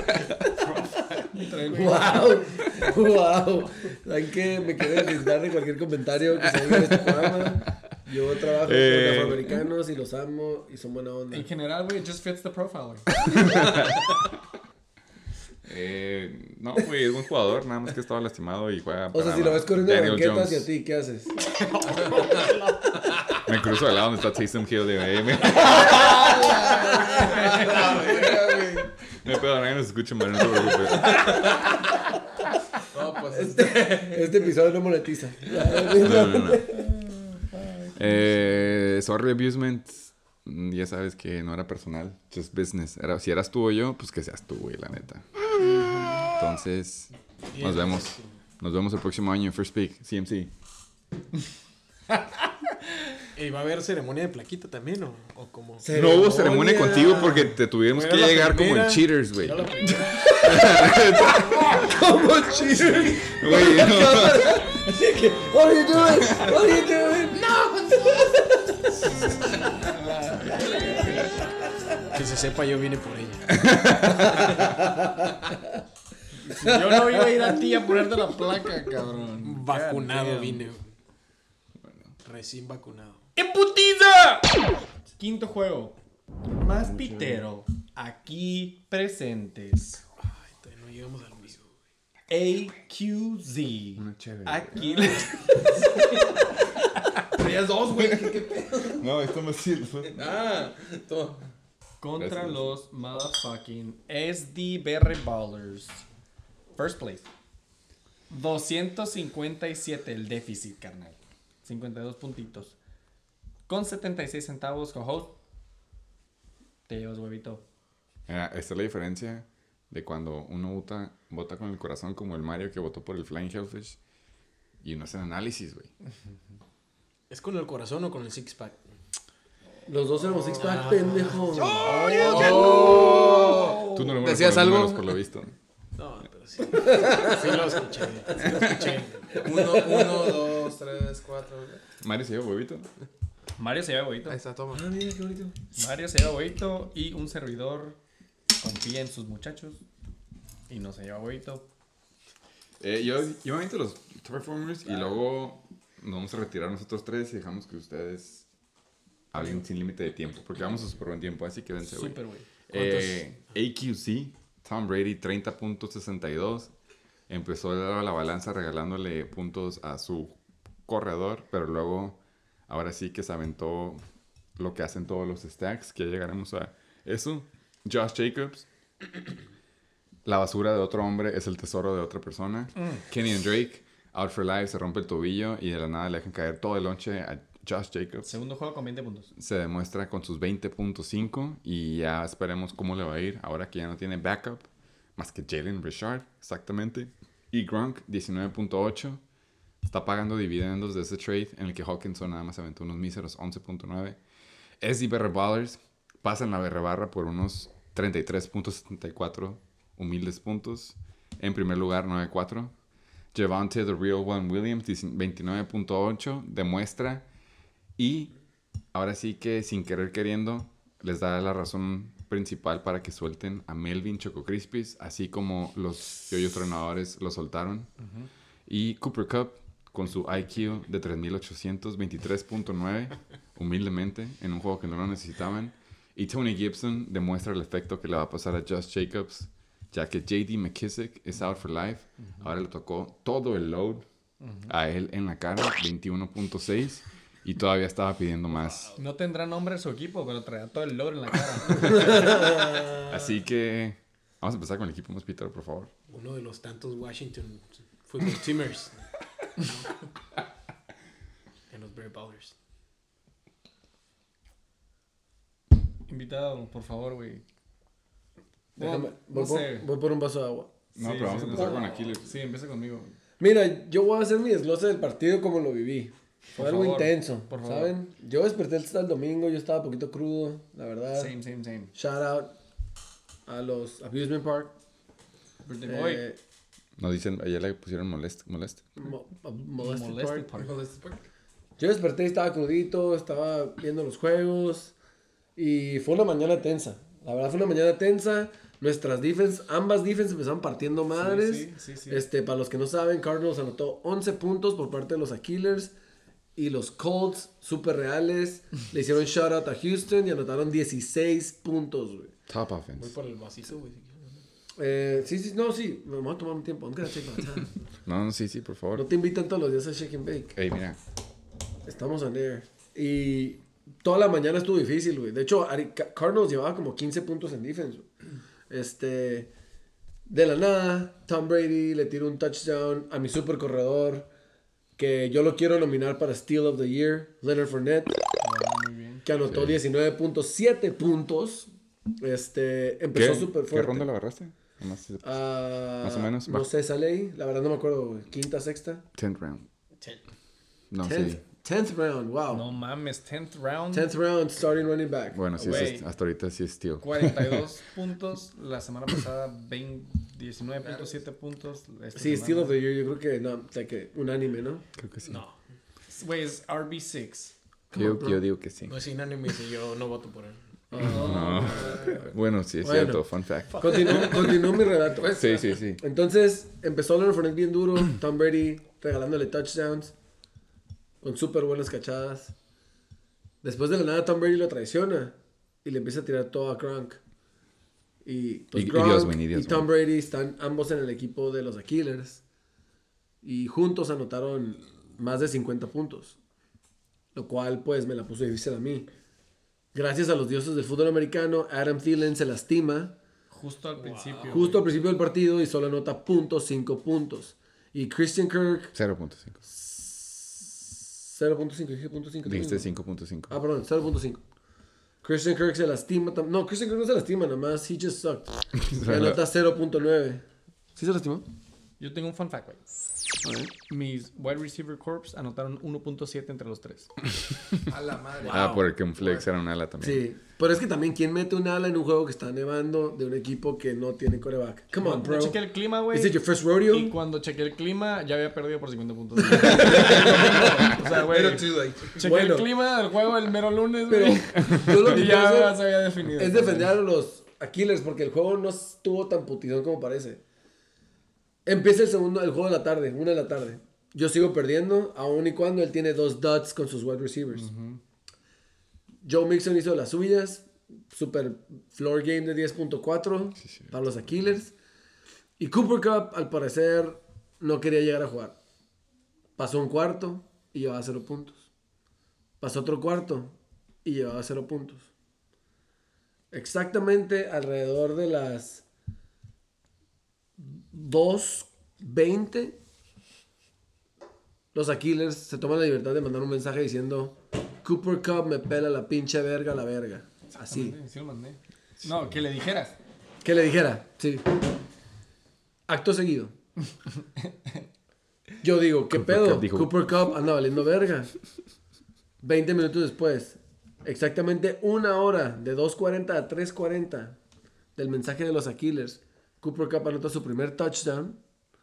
[SPEAKER 4] Wow. ¿Saben qué? Me quiero deslindar de cualquier comentario que se diga en este programa. Yo trabajo con afroamericanos y los amo y son buena onda.
[SPEAKER 2] En general, güey, it just fits the profile, güey.
[SPEAKER 1] No, güey, es buen jugador. Nada más que estaba lastimado y juega.
[SPEAKER 4] O sea,
[SPEAKER 1] para
[SPEAKER 4] si lo ves corriendo de
[SPEAKER 1] Daniel
[SPEAKER 4] banqueta
[SPEAKER 1] Jones.
[SPEAKER 4] hacia ti, ¿qué haces?
[SPEAKER 1] Me cruzo al lado donde está Taysom Hill de AM. Me pedo, nadie nos escucha, man. No te preocupes.
[SPEAKER 3] No, pues
[SPEAKER 4] Este episodio no monetiza.
[SPEAKER 1] No. Sorry, Abusement. Ya sabes que no era personal. Just business. Si eras tú o yo, pues que seas tú, güey, la neta. Entonces, nos vemos. Nos vemos el próximo año en First Pick, CMC.
[SPEAKER 5] ¿Y va a haber ceremonia de plaquita también o cómo?
[SPEAKER 1] No hubo ceremonia contigo porque te tuvimos que
[SPEAKER 5] Era la
[SPEAKER 1] llegar como en
[SPEAKER 5] primera.
[SPEAKER 1] cheaters, güey.
[SPEAKER 5] Era la primera.
[SPEAKER 4] ¿Cómo cheaters?
[SPEAKER 1] Güey, no.
[SPEAKER 4] Así que, what are you doing? What are you doing?
[SPEAKER 5] Que se sepa, yo vine por ella.
[SPEAKER 2] Yo no iba a ir a ti a ponerte la placa, cabrón.
[SPEAKER 5] Vacunado
[SPEAKER 2] God damn.
[SPEAKER 5] vine. Recién vacunado.
[SPEAKER 2] ¡Emputiza! Quinto juego. Más pitero. Aquí presentes.
[SPEAKER 5] Ay, todavía no llegamos al mío.
[SPEAKER 2] AQZ.
[SPEAKER 1] Una chévere.
[SPEAKER 2] Aquiles.
[SPEAKER 3] Traías dos, güey. ¿Qué pedo?
[SPEAKER 1] No, esto me sirve.
[SPEAKER 3] Ah, toma.
[SPEAKER 2] Contra
[SPEAKER 1] Gracias.
[SPEAKER 2] los motherfucking SD Berry Ballers. First place. 257 el déficit, carnal. 52 puntitos. Con 76 centavos, co-host. Te llevas, huevito.
[SPEAKER 1] Mira, esta es la diferencia de cuando uno vota con el corazón, como el Mario que votó por el Flying Hellfish, y uno hace análisis, güey.
[SPEAKER 5] ¿Es con el corazón o con el six pack?
[SPEAKER 4] Los dos éramos six pack, pendejo.
[SPEAKER 1] Tú no lo
[SPEAKER 3] ¿Decías
[SPEAKER 1] por los
[SPEAKER 3] algo?
[SPEAKER 1] números, por lo visto.
[SPEAKER 5] No, pero sí. Sí lo escuché. Sí lo escuché.
[SPEAKER 3] 1, 2, 3, 4.
[SPEAKER 1] Mario se lleva huevito.
[SPEAKER 2] Mario se lleva huevito.
[SPEAKER 3] Ahí está, toma.
[SPEAKER 4] Ah, mira qué bonito.
[SPEAKER 2] Mario se lleva huevito y un servidor confía en sus muchachos y no se lleva huevito.
[SPEAKER 1] Yo me aviento los performers y luego nos vamos a retirar nosotros tres y dejamos que ustedes hablen sin límite de tiempo, porque vamos a súper buen tiempo, así que dense, güey.
[SPEAKER 2] Súper, güey.
[SPEAKER 1] AQC, Tom Brady, 30.62. Empezó la balanza regalándole puntos a su corredor, pero luego, ahora sí que se aventó lo que hacen todos los stacks, que ya llegaremos a eso. Josh Jacobs, la basura de otro hombre es el tesoro de otra persona. Kenyon Drake, out for life, se rompe el tobillo y de la nada le dejan caer todo el lonche a Josh Jacobs.
[SPEAKER 2] Segundo juego con 20 puntos.
[SPEAKER 1] Se demuestra con sus 20.5 y ya esperemos cómo le va a ir ahora que ya no tiene backup, más que Jalen Richard, exactamente. Y Gronk, 19.8. Está pagando dividendos de ese trade en el que Hawkinson nada más aventó unos míseros 11.9. SD Berre Ballers pasan la berre barra por unos 33.74 humildes puntos. En primer lugar, 9.4. Javonte The Real One Williams, 29.8. Demuestra. Y ahora sí que sin querer queriendo les da la razón principal para que suelten a Melvin Choco Crispies, así como los yoyos tronadores lo soltaron. Y Cooper Kupp con su IQ de 3823.9, humildemente, en un juego que no lo necesitaban. Y Tony Gibson demuestra el efecto que le va a pasar a Josh Jacobs, ya que JD McKissick es out for life. Ahora le tocó todo el load a él en la cara, 21.6. Y todavía estaba pidiendo más.
[SPEAKER 2] No tendrá nombre su equipo, pero traerá todo el logro en la cara.
[SPEAKER 1] Así que vamos a empezar con el equipo más Peter, por favor.
[SPEAKER 5] Uno de los tantos Washington Football Teamers. En los Berry Ballers.
[SPEAKER 2] Invitado, por favor, güey.
[SPEAKER 4] Déjame,
[SPEAKER 2] No sé.
[SPEAKER 4] voy por un vaso de agua.
[SPEAKER 1] No,
[SPEAKER 2] Sí,
[SPEAKER 1] pero vamos
[SPEAKER 2] sí,
[SPEAKER 1] a empezar
[SPEAKER 2] no.
[SPEAKER 1] con Aquiles.
[SPEAKER 2] Sí, empieza conmigo.
[SPEAKER 4] Mira, yo voy a hacer mi desglose del partido como lo viví. Fue
[SPEAKER 2] Por
[SPEAKER 4] algo
[SPEAKER 2] favor,
[SPEAKER 4] intenso,
[SPEAKER 2] por favor.
[SPEAKER 4] ¿saben? Yo desperté hasta el domingo, yo estaba un poquito crudo, la verdad.
[SPEAKER 2] Same.
[SPEAKER 4] Shout out a los Abusement Park.
[SPEAKER 2] Birthday boy.
[SPEAKER 1] Nos dicen, ayer le pusieron moleste.
[SPEAKER 4] Molested
[SPEAKER 2] Molested
[SPEAKER 4] Park.
[SPEAKER 2] Park.
[SPEAKER 4] Yo desperté y estaba crudito, estaba viendo los juegos y fue una mañana tensa. La verdad fue una mañana tensa. Nuestras ambas defense empezaron partiendo madres.
[SPEAKER 2] Sí.
[SPEAKER 4] Para los que no saben, Cardinals anotó 11 puntos por parte de los Aquilers y los Colts, súper reales, le hicieron shout out a Houston y anotaron 16 puntos, güey.
[SPEAKER 1] Top
[SPEAKER 5] Voy
[SPEAKER 1] offense.
[SPEAKER 5] por el vasito, güey.
[SPEAKER 4] Sí, me voy a tomar un tiempo. I'm gonna take my time.
[SPEAKER 1] No, sí, por
[SPEAKER 4] No
[SPEAKER 1] favor.
[SPEAKER 4] te invitan todos los días a Shake and Bake.
[SPEAKER 1] Ey, mira.
[SPEAKER 4] Estamos on air. Y toda la mañana estuvo difícil, güey. De hecho, Cardinals llevaba como 15 puntos en defense, güey. De la nada, Tom Brady le tiró un touchdown a mi super corredor, que yo lo quiero nominar para Steal of the Year, Leonard Fournette,
[SPEAKER 2] Muy bien.
[SPEAKER 4] que anotó 19.7 puntos. Empezó súper fuerte.
[SPEAKER 1] ¿Qué ronda lo agarraste? Más o menos,
[SPEAKER 4] No
[SPEAKER 1] va.
[SPEAKER 4] sé, sale ahí. La verdad no me acuerdo, güey. Quinta, sexta.
[SPEAKER 1] 10th round. No,
[SPEAKER 4] 10th,
[SPEAKER 1] sí.
[SPEAKER 4] 10th round, wow.
[SPEAKER 2] No mames, 10th round.
[SPEAKER 4] 10th round, starting running back.
[SPEAKER 1] Bueno, sí,
[SPEAKER 2] Güey.
[SPEAKER 1] hasta ahorita sí es steal.
[SPEAKER 2] 42 puntos. La semana pasada 19.7 puntos. Esta
[SPEAKER 4] Sí,
[SPEAKER 2] semana.
[SPEAKER 4] Steal of the Year, yo creo que no, unánime, ¿no?
[SPEAKER 1] Creo que sí.
[SPEAKER 5] No.
[SPEAKER 2] Güey, es RB6.
[SPEAKER 1] Yo digo que sí.
[SPEAKER 5] No es inánime y yo no voto por él.
[SPEAKER 1] No. Bueno, sí es
[SPEAKER 4] Bueno.
[SPEAKER 1] cierto. Fun fact.
[SPEAKER 4] Continúo mi relato.
[SPEAKER 1] Sí.
[SPEAKER 4] Entonces, empezó Leonard Fournette bien duro. Tom Brady regalándole touchdowns. Con súper buenas cachadas. Después de la nada, Tom Brady lo traiciona. Y le empieza a tirar todo a Gronk. Y, pues,
[SPEAKER 1] Y
[SPEAKER 4] Gronk
[SPEAKER 1] Diosmin,
[SPEAKER 4] y Tom Brady están ambos en el equipo de los Aquilers. Y juntos anotaron más de 50 puntos. Lo cual, pues, me la puso difícil a mí. Gracias a los dioses del fútbol americano, Adam Thielen se lastima
[SPEAKER 2] Justo al principio.
[SPEAKER 4] justo al principio del partido y solo anota 0.5 puntos. Y Christian Kirk,
[SPEAKER 1] 0.5.
[SPEAKER 4] 0.5, dije 0.5.
[SPEAKER 1] Dijiste 5.5.
[SPEAKER 4] Ah, perdón, 0.5. Christian Kirk se lastima. No, Christian Kirk no se lastima, nada más. He just sucked. Y anota 0.9. ¿Sí se lastimó?
[SPEAKER 2] Yo tengo un fun fact, güey. Mis wide receiver corps anotaron 1.7 entre los tres.
[SPEAKER 3] A la madre.
[SPEAKER 1] Porque un flex era un ala también.
[SPEAKER 4] Sí. Pero es que también, ¿quién mete un ala en un juego que está nevando de un equipo que no tiene quarterback? Come on, bro.
[SPEAKER 2] Yo chequé el clima, güey.
[SPEAKER 4] Is it your first rodeo?
[SPEAKER 2] Y cuando chequé el clima, ya había perdido por 50 puntos. O sea, güey.
[SPEAKER 3] Pero too late.
[SPEAKER 2] Chequé
[SPEAKER 4] Bueno.
[SPEAKER 2] el clima del juego el mero lunes,
[SPEAKER 4] Pero
[SPEAKER 2] güey.
[SPEAKER 4] yo lo que
[SPEAKER 2] Y
[SPEAKER 4] quiero
[SPEAKER 2] ya
[SPEAKER 4] hacer
[SPEAKER 2] se había definido.
[SPEAKER 4] es defender a los Aquilers porque el juego no estuvo tan putidón como parece. Empieza el juego de la tarde, 1 de la tarde. Yo sigo perdiendo, aun y cuando él tiene 2 duds con sus wide receivers. Joe Mixon hizo las suyas. Super floor game de 10.4 para los Aquilers. Y Cooper Kupp, al parecer, no quería llegar a jugar. Pasó un cuarto y llevaba 0 puntos. Pasó otro cuarto y llevaba 0 puntos. Exactamente alrededor de las 2:20, los Aquilers se toman la libertad de mandar un mensaje diciendo: Cooper Kupp me pela la pinche verga, la verga. Así.
[SPEAKER 2] Sí, lo mandé. No, que le dijeras.
[SPEAKER 4] Que le dijera, sí. Acto seguido. Yo digo, ¿qué
[SPEAKER 1] Cooper
[SPEAKER 4] pedo?
[SPEAKER 1] Kupp dijo-
[SPEAKER 4] Cooper Kupp anda valiendo verga. 20 minutos después, exactamente 1 hora, de 2:40 a 3:40 del mensaje de los Aquilers, Cooper Kupp anota su primer touchdown.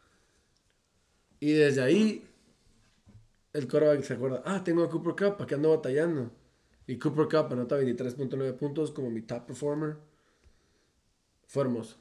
[SPEAKER 4] Y desde ahí, el quarterback se acuerda, tengo a Cooper Kupp, ¿para qué ando batallando? Y Cooper Kupp anota 23.9 puntos como mi top performer. Fue hermoso.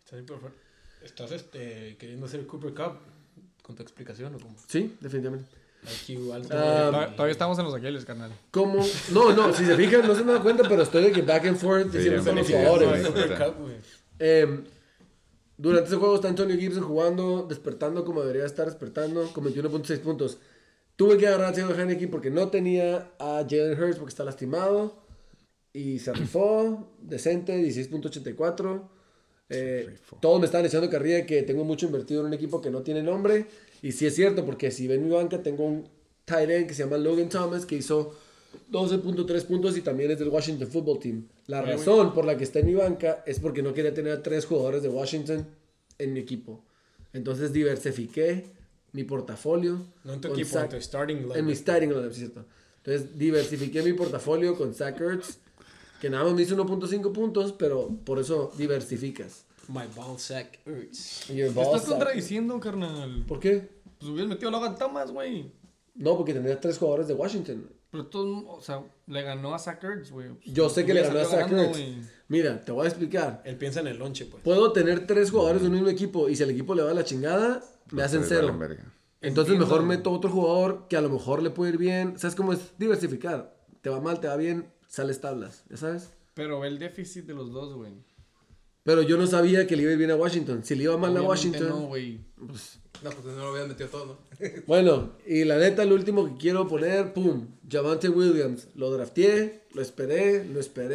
[SPEAKER 5] ¿Estás queriendo hacer Cooper Cup con tu explicación o cómo?
[SPEAKER 4] Sí, definitivamente.
[SPEAKER 5] IQ alto.
[SPEAKER 2] Todavía estamos en los Aqueles, carnal.
[SPEAKER 4] ¿Cómo? No, si se fijan, no se me da cuenta, pero estoy de que back and forth diciendo
[SPEAKER 1] Sí,
[SPEAKER 4] son los
[SPEAKER 1] sí,
[SPEAKER 4] jugadores.
[SPEAKER 1] sí.
[SPEAKER 5] Cooper Cup, güey.
[SPEAKER 4] Durante ese juego está Antonio Gibson jugando, despertando como debería estar despertando, con 21.6 puntos. Tuve que agarrar a Taylor Heineke porque no tenía a Jalen Hurts porque está lastimado. Y se rifó, decente, 16.84. Todos me estaban echando carrilla que tengo mucho invertido en un equipo que no tiene nombre. Y sí es cierto, porque si ven mi banca, tengo un tight end que se llama Logan Thomas, que hizo 12.3 puntos y también es del Washington Football Team. La razón por la que está en mi banca es porque no quería tener a 3 jugadores de Washington en mi equipo. Entonces diversifiqué mi portafolio.
[SPEAKER 5] No en tu
[SPEAKER 4] con
[SPEAKER 5] equipo, en tu starting lineup.
[SPEAKER 4] En mi starting lineup, sí, cierto. Entonces diversifiqué mi portafolio con Zach Ertz, que nada más me hizo 1.5 puntos, pero por eso diversificas.
[SPEAKER 5] My ball sack hurts.
[SPEAKER 4] Your
[SPEAKER 2] ¿Qué
[SPEAKER 4] ball
[SPEAKER 2] estás
[SPEAKER 4] sack.
[SPEAKER 2] contradiciendo, carnal?
[SPEAKER 4] ¿Por qué?
[SPEAKER 2] Pues hubieras metido a Logan Thomas, güey.
[SPEAKER 4] No, porque tenía 3 jugadores de Washington.
[SPEAKER 2] Pero todo, o sea, le ganó a Zach Ertz, güey.
[SPEAKER 4] Yo sé que le ganó a
[SPEAKER 2] Salió
[SPEAKER 4] Zach
[SPEAKER 2] ganando,
[SPEAKER 4] Ertz.
[SPEAKER 2] güey.
[SPEAKER 4] Mira, te voy a explicar.
[SPEAKER 5] Él piensa en el lonche, pues.
[SPEAKER 4] Puedo tener 3 jugadores de un mismo equipo y si el equipo le va a la chingada, me hacen
[SPEAKER 1] Ustedes
[SPEAKER 4] 0.
[SPEAKER 1] valen verga.
[SPEAKER 4] Entonces
[SPEAKER 2] Entiendo.
[SPEAKER 4] mejor meto otro jugador que a lo mejor le puede ir bien. ¿Sabes cómo es? Diversificar. Te va mal, te va bien, sales tablas. ¿Ya sabes?
[SPEAKER 2] Pero ve el déficit de los dos, güey.
[SPEAKER 4] Pero yo no sabía que le iba a ir bien a Washington. Si le iba mal a
[SPEAKER 2] Obviamente
[SPEAKER 4] Washington...
[SPEAKER 2] no, güey.
[SPEAKER 3] No, pues no lo habían metido todo, ¿no?
[SPEAKER 4] Bueno, y la neta, lo último que quiero poner, pum, Javonte Williams. Lo drafteé, lo esperé.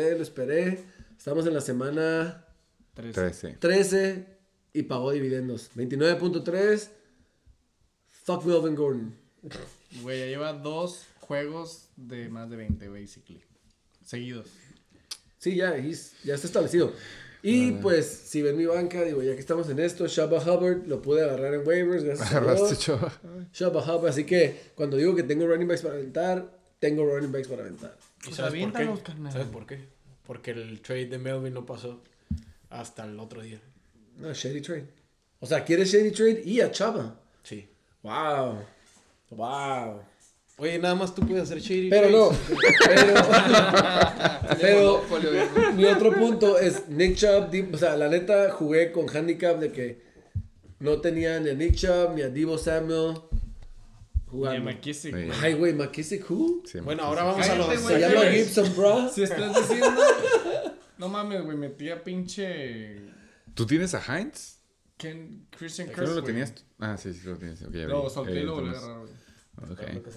[SPEAKER 4] Estamos en la semana
[SPEAKER 1] 13.
[SPEAKER 4] 13 y pagó dividendos. 29.3. Fuck Melvin Gordon.
[SPEAKER 2] Güey, ya lleva 2 juegos de más de 20, basically. Seguidos.
[SPEAKER 4] Sí, ya está establecido. Y pues, si ven mi banca, digo, ya que estamos en esto, Shabba Hubbard lo pude agarrar en waivers, gracias a
[SPEAKER 1] Agarraste,
[SPEAKER 4] Dios.
[SPEAKER 1] chava.
[SPEAKER 4] Shabba Hubbard, así que cuando digo que tengo running backs para aventar, tengo running backs para aventar.
[SPEAKER 5] ¿Y
[SPEAKER 2] Pues
[SPEAKER 5] sabes por qué?
[SPEAKER 2] aviéntalos, carnal.
[SPEAKER 5] ¿Sabes por qué? Porque el trade de Melvin no pasó hasta el otro día.
[SPEAKER 4] No, shady trade. O sea, ¿quieres shady trade? Y a Chava.
[SPEAKER 5] Sí.
[SPEAKER 4] Wow.
[SPEAKER 5] Oye, nada más tú puedes hacer shady
[SPEAKER 4] Pero
[SPEAKER 5] trades.
[SPEAKER 4] no. Pero
[SPEAKER 3] Monopolio, viejo.
[SPEAKER 4] mi otro punto es Nick Chubb. O sea, la neta jugué con handicap de que no tenía ni a Nick Chubb ni a Deebo Samuel
[SPEAKER 2] Y
[SPEAKER 4] jugando.
[SPEAKER 2] McKissick.
[SPEAKER 1] Sí.
[SPEAKER 4] Ay, güey, McKissick, who?
[SPEAKER 1] Sí,
[SPEAKER 5] Bueno,
[SPEAKER 1] sí,
[SPEAKER 5] ahora
[SPEAKER 1] sí.
[SPEAKER 5] vamos a
[SPEAKER 2] Cállate,
[SPEAKER 5] los...
[SPEAKER 2] güey.
[SPEAKER 4] Se llama
[SPEAKER 2] ¿qué?
[SPEAKER 4] Gibson, bro.
[SPEAKER 2] Si estás diciendo No mames, güey, metí a pinche
[SPEAKER 1] ¿Tú tienes a Heinz?
[SPEAKER 2] Christian
[SPEAKER 1] ¿Qué
[SPEAKER 2] Kirk,
[SPEAKER 1] no lo
[SPEAKER 2] güey.
[SPEAKER 1] tenías? Ah, sí, lo tienes. Okay,
[SPEAKER 2] Lo solté y lo volví a
[SPEAKER 1] entonces-
[SPEAKER 2] agarrar, güey.
[SPEAKER 1] Ok.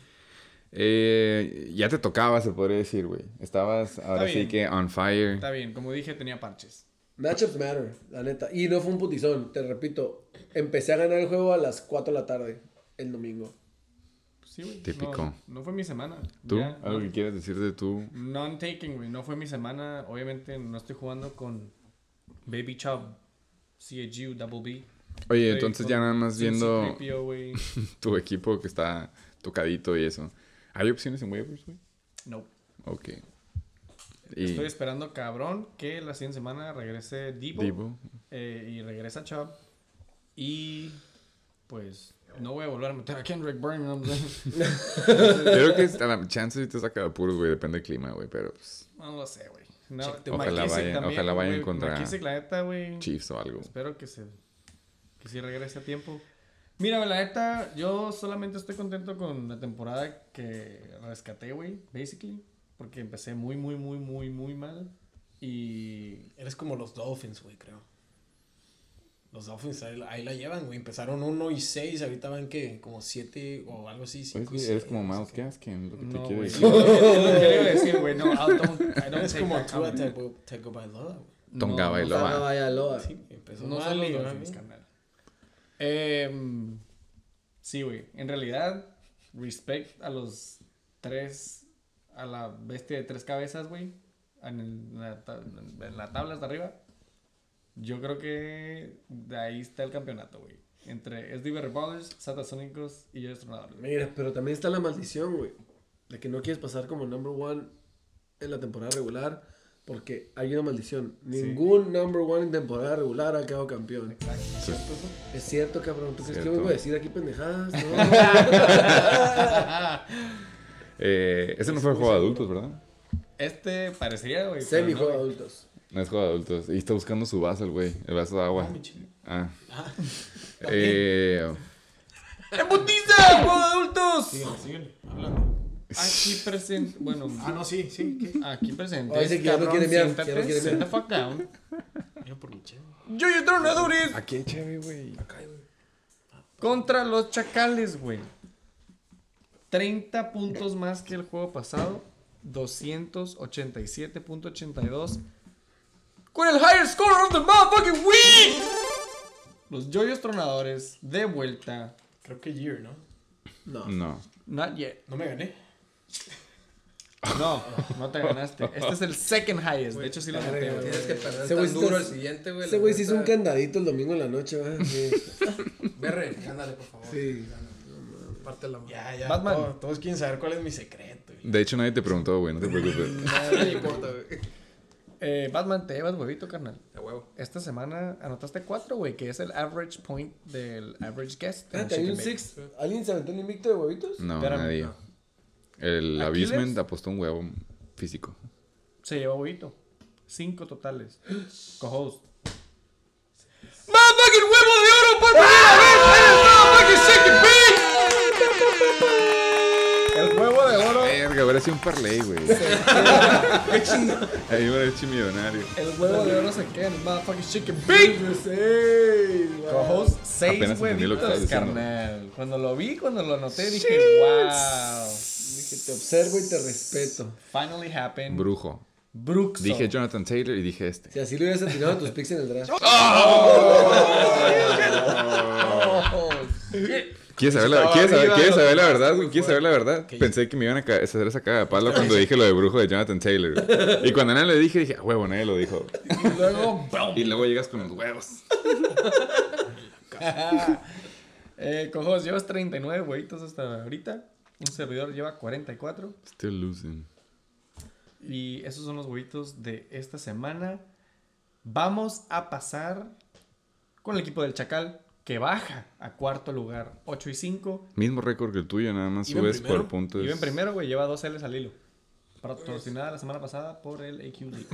[SPEAKER 1] Ya te tocaba, se podría decir, güey. Estabas ahora sí
[SPEAKER 2] bien.
[SPEAKER 1] que on fire.
[SPEAKER 2] Está bien, como dije, tenía parches.
[SPEAKER 4] Matchups matter, la neta. Y no fue un putizón, te repito. Empecé a ganar el juego a las 4 de la tarde el domingo.
[SPEAKER 2] Sí, güey.
[SPEAKER 1] Típico.
[SPEAKER 2] No fue mi semana.
[SPEAKER 1] ¿Tú?
[SPEAKER 2] Ya,
[SPEAKER 1] ¿Algo que quieras decir de tú?
[SPEAKER 2] Non-taking, güey. No fue mi semana. Obviamente no estoy jugando con Baby Chubb, CHU, Double B.
[SPEAKER 1] Oye,
[SPEAKER 2] Estoy
[SPEAKER 1] entonces
[SPEAKER 2] con
[SPEAKER 1] ya nada más viendo
[SPEAKER 2] C3PO, güey.
[SPEAKER 1] tu equipo que está tocadito y eso. ¿Hay opciones en waivers, güey?
[SPEAKER 2] No.
[SPEAKER 1] Ok. Y
[SPEAKER 2] Estoy esperando, cabrón, que la siguiente semana regrese Debo.
[SPEAKER 1] Debo.
[SPEAKER 2] Y regresa Chubb. Y pues no voy a volver a meter a Kendrick Bourne. ¿no?
[SPEAKER 1] Creo que a la chance sí te saca de apuros, güey. Depende del clima, güey. Pero pues,
[SPEAKER 2] No lo sé, güey. No,
[SPEAKER 1] Ojalá
[SPEAKER 2] McKissick
[SPEAKER 1] vaya-
[SPEAKER 2] también,
[SPEAKER 1] ojalá vayan
[SPEAKER 2] güey.
[SPEAKER 1] contra
[SPEAKER 2] McKissick, la neta, güey.
[SPEAKER 1] Chiefs o algo.
[SPEAKER 2] Espero que sí regrese a tiempo. Mira, la neta, yo solamente estoy contento con la temporada que rescaté, güey, basically. Porque empecé muy mal. Y
[SPEAKER 5] Eres como los Dolphins, güey, creo. Los Dolphins ahí la llevan, güey. Empezaron 1-6, ahorita van que como 7 o algo así.
[SPEAKER 1] Pues,
[SPEAKER 5] 5
[SPEAKER 1] güey, eres como Miles Gaskin, lo que te
[SPEAKER 2] no,
[SPEAKER 1] quiero
[SPEAKER 2] güey.
[SPEAKER 1] decir.
[SPEAKER 2] Es lo que iba a decir, güey. No, I don't
[SPEAKER 5] Eres
[SPEAKER 2] take
[SPEAKER 5] como
[SPEAKER 2] that
[SPEAKER 5] Tua
[SPEAKER 2] comment.
[SPEAKER 5] Tagovailoa, güey.
[SPEAKER 1] Tonga Bailoa.
[SPEAKER 4] Ah, vaya, Loa.
[SPEAKER 5] Sí, empezó
[SPEAKER 2] No
[SPEAKER 5] mal
[SPEAKER 2] son los
[SPEAKER 5] y
[SPEAKER 2] Dolphins, carnal. Sí, güey. En realidad, respect a los 3, a la bestia de 3 cabezas, güey. En la tabla hasta arriba. Yo creo que de ahí está el campeonato, güey. Entre SDB Ballers, Satasónicos y yo Tronadores.
[SPEAKER 4] Mira, pero también está la maldición, güey. De que no quieres pasar como number one en la temporada regular. Porque hay una maldición. Ningún number one en temporada regular ha quedado campeón. Es cierto, cabrón. ¿Tú crees que
[SPEAKER 1] Cierto.
[SPEAKER 4] me voy a decir aquí pendejadas? No.
[SPEAKER 1] Ese no fue el juego de adultos, ¿verdad?
[SPEAKER 2] Este parecería, güey. pero
[SPEAKER 4] Semi-juego
[SPEAKER 2] no,
[SPEAKER 4] de
[SPEAKER 2] güey.
[SPEAKER 4] adultos.
[SPEAKER 1] No es juego de adultos. Y está buscando su vaso el güey. El vaso de agua.
[SPEAKER 5] mi chile.
[SPEAKER 1] Ah.
[SPEAKER 2] ¡Embutiza! ¡Juego de adultos!
[SPEAKER 5] Síguele, hablando.
[SPEAKER 2] Aquí presente. Bueno,
[SPEAKER 5] No, sí, ¿qué?
[SPEAKER 2] aquí presente.
[SPEAKER 4] Oh, dice que ya no quiere miar, ya no quiere
[SPEAKER 2] Sit the
[SPEAKER 4] miar.
[SPEAKER 2] fuck down.
[SPEAKER 5] Mira por mi chile.
[SPEAKER 2] Yo Tronadores.
[SPEAKER 1] Aquí hay chévere, güey.
[SPEAKER 2] Contra los Chacales, güey. 30 puntos más que el juego pasado. 287.82. Con el higher score of the motherfucking week. Los Yoyos Tronadores de vuelta.
[SPEAKER 5] Creo que Year, ¿no?
[SPEAKER 1] No.
[SPEAKER 2] Not yet.
[SPEAKER 5] No me gané.
[SPEAKER 2] No, no te ganaste. Este es el second highest. De hecho, sí lo noté, güey.
[SPEAKER 3] Tienes que perder
[SPEAKER 4] Ese
[SPEAKER 3] tan
[SPEAKER 4] güey sí
[SPEAKER 3] duro
[SPEAKER 4] está-
[SPEAKER 3] el siguiente, güey.
[SPEAKER 4] Ese
[SPEAKER 3] la
[SPEAKER 4] güey se hizo un
[SPEAKER 3] neta.
[SPEAKER 4] candadito el domingo en la noche, ¿verdad? Sí.
[SPEAKER 3] Berre, ándale, por favor.
[SPEAKER 4] Sí.
[SPEAKER 3] Parte la mano.
[SPEAKER 5] Ya.
[SPEAKER 2] Batman.
[SPEAKER 5] Todos quieren saber cuál es mi secreto. güey.
[SPEAKER 1] De hecho, nadie te preguntó, güey. No te preocupes.
[SPEAKER 3] No me importa, güey.
[SPEAKER 2] Batman, te llevas huevito, carnal.
[SPEAKER 3] De huevo.
[SPEAKER 2] Esta semana anotaste 4, güey, que es el average point del average guest. en
[SPEAKER 4] Espérate, ¿hay un
[SPEAKER 2] Chicken
[SPEAKER 4] six? ¿Alguien se aventó el invicto de huevitos?
[SPEAKER 1] No,
[SPEAKER 2] Espérame.
[SPEAKER 1] nadie. El
[SPEAKER 2] Aquiles.
[SPEAKER 1] Abusement apostó un huevo físico.
[SPEAKER 2] Bake. Se llevó huevito. 5 totales. Co-host. ¡Motherfucking huevo de oro por primera vez en el motherfucking Chicken Bake! El huevo de oro.
[SPEAKER 1] Verga, hubiera sido un parlay, güey. Ahí hubiera hecho millonario.
[SPEAKER 2] El huevo de oro se queda en el motherfucking Chicken Bake. Co-host, 6
[SPEAKER 1] Apenas entendí lo que
[SPEAKER 2] huevitos,
[SPEAKER 1] estabas diciendo.
[SPEAKER 2] carnal. Cuando lo vi, cuando lo anoté, dije, wow.
[SPEAKER 4] Dije, te observo y te respeto.
[SPEAKER 2] Finally happened.
[SPEAKER 1] Brujo.
[SPEAKER 2] Bruxo.
[SPEAKER 1] Dije Jonathan Taylor y dije este.
[SPEAKER 4] Si así le hubieras atinado a tus picks en el draft.
[SPEAKER 1] ¿Quieres saber la verdad, güey? ¿Quieres saber la verdad? Pensé que me iban a hacer esa caga de palo cuando dije lo de brujo de Jonathan Taylor, güey. Y cuando nadie le dije, huevo, nadie lo dijo.
[SPEAKER 2] Y luego, ¡boom!
[SPEAKER 1] Y luego llegas con los huevos.
[SPEAKER 2] Cojos, llevas 39 huevitos hasta ahorita. Un servidor lleva 44.
[SPEAKER 1] Still losing.
[SPEAKER 2] Y esos son los huevitos de esta semana. Vamos a pasar con el equipo del Chacal, que baja a cuarto lugar, 8-5.
[SPEAKER 1] Mismo récord que el tuyo, nada más
[SPEAKER 5] ¿Iba en
[SPEAKER 1] subes
[SPEAKER 5] primero?
[SPEAKER 1] por puntos.
[SPEAKER 2] Y en primero, güey, lleva 2 L's al hilo. Patrocinada la semana pasada por el AQ League.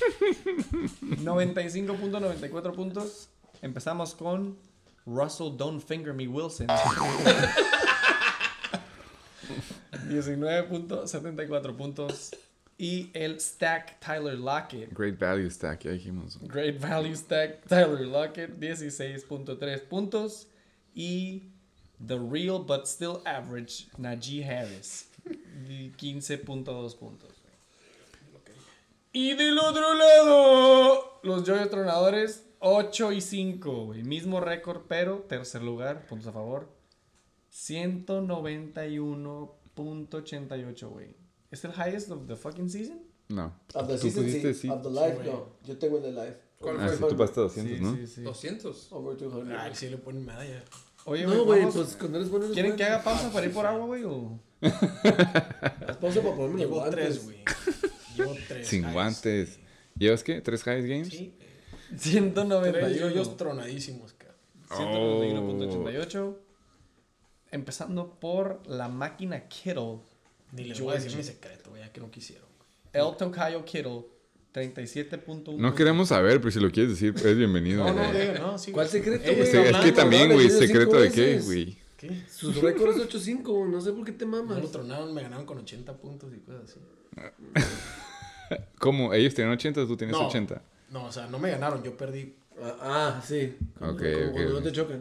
[SPEAKER 2] 95.94 puntos. Empezamos con Russell Don't Finger Me Wilson. 19.74 puntos. Y el stack Tyler Lockett.
[SPEAKER 1] Great value stack, ya dijimos.
[SPEAKER 2] Great value stack Tyler Lockett, 16.3 puntos. Y the real but still average Najee Harris, 15.2 puntos. Y del otro lado, los Joyos Tronadores, 8 y 5, güey. Mismo récord, pero tercer lugar, puntos a favor. 191.88, güey. ¿Es el highest of the fucking season?
[SPEAKER 1] No.
[SPEAKER 4] Of the
[SPEAKER 1] Tú
[SPEAKER 4] season,
[SPEAKER 1] pusiste
[SPEAKER 4] sí.
[SPEAKER 1] sí.
[SPEAKER 4] Of the life, no. Yo tengo el de life.
[SPEAKER 3] ¿Cuál
[SPEAKER 1] Ah,
[SPEAKER 3] fue?
[SPEAKER 1] sí, tú pasaste 200, ¿no?
[SPEAKER 2] sí.
[SPEAKER 3] 200.
[SPEAKER 4] Over 200.
[SPEAKER 5] Ay, sí le ponen medalla.
[SPEAKER 2] Oye,
[SPEAKER 4] No, güey,
[SPEAKER 2] vamos.
[SPEAKER 4] pues cuando eres bueno eres
[SPEAKER 2] ¿Quieren
[SPEAKER 4] bueno.
[SPEAKER 2] que haga pausa para ir por agua, güey? O...
[SPEAKER 4] Haz pausa para ponerme los
[SPEAKER 5] Llevo
[SPEAKER 4] guantes.
[SPEAKER 5] 3, güey. Llevo 3.
[SPEAKER 1] Sin guantes. ¿Llevas qué? ¿3 highest games?
[SPEAKER 5] Sí.
[SPEAKER 2] 191.
[SPEAKER 5] Ellos tronadísimos, cabrón.
[SPEAKER 2] 191.88. Empezando por la máquina Kittle.
[SPEAKER 5] Ni les voy a decir mi secreto, güey, ya que no quisieron.
[SPEAKER 2] El Tocayo Kittle, 37.1.
[SPEAKER 1] No queremos saber, pero si lo quieres decir, es bienvenido.
[SPEAKER 5] No, no,
[SPEAKER 1] güey.
[SPEAKER 5] no, sí.
[SPEAKER 4] ¿Cuál secreto,
[SPEAKER 5] Ellos
[SPEAKER 4] güey?
[SPEAKER 1] Sí, es que
[SPEAKER 5] hablando,
[SPEAKER 1] también,
[SPEAKER 4] ¿no?
[SPEAKER 1] güey,
[SPEAKER 4] Le dieron
[SPEAKER 1] ¿secreto
[SPEAKER 4] 5
[SPEAKER 1] de qué,
[SPEAKER 4] veces.
[SPEAKER 1] güey?
[SPEAKER 5] ¿Qué?
[SPEAKER 4] Sus récords es 8-5, no sé por qué te
[SPEAKER 5] No
[SPEAKER 4] mamas.
[SPEAKER 5] lo tronaron, me ganaron con 80 puntos y cosas así.
[SPEAKER 1] ¿Cómo? ¿Ellos tienen 80 o tú tienes
[SPEAKER 5] No.
[SPEAKER 1] 80?
[SPEAKER 5] No, o sea, no me ganaron, yo perdí.
[SPEAKER 4] Sí. Como
[SPEAKER 1] Ok,
[SPEAKER 4] cuando no
[SPEAKER 1] ok.
[SPEAKER 4] te chocan.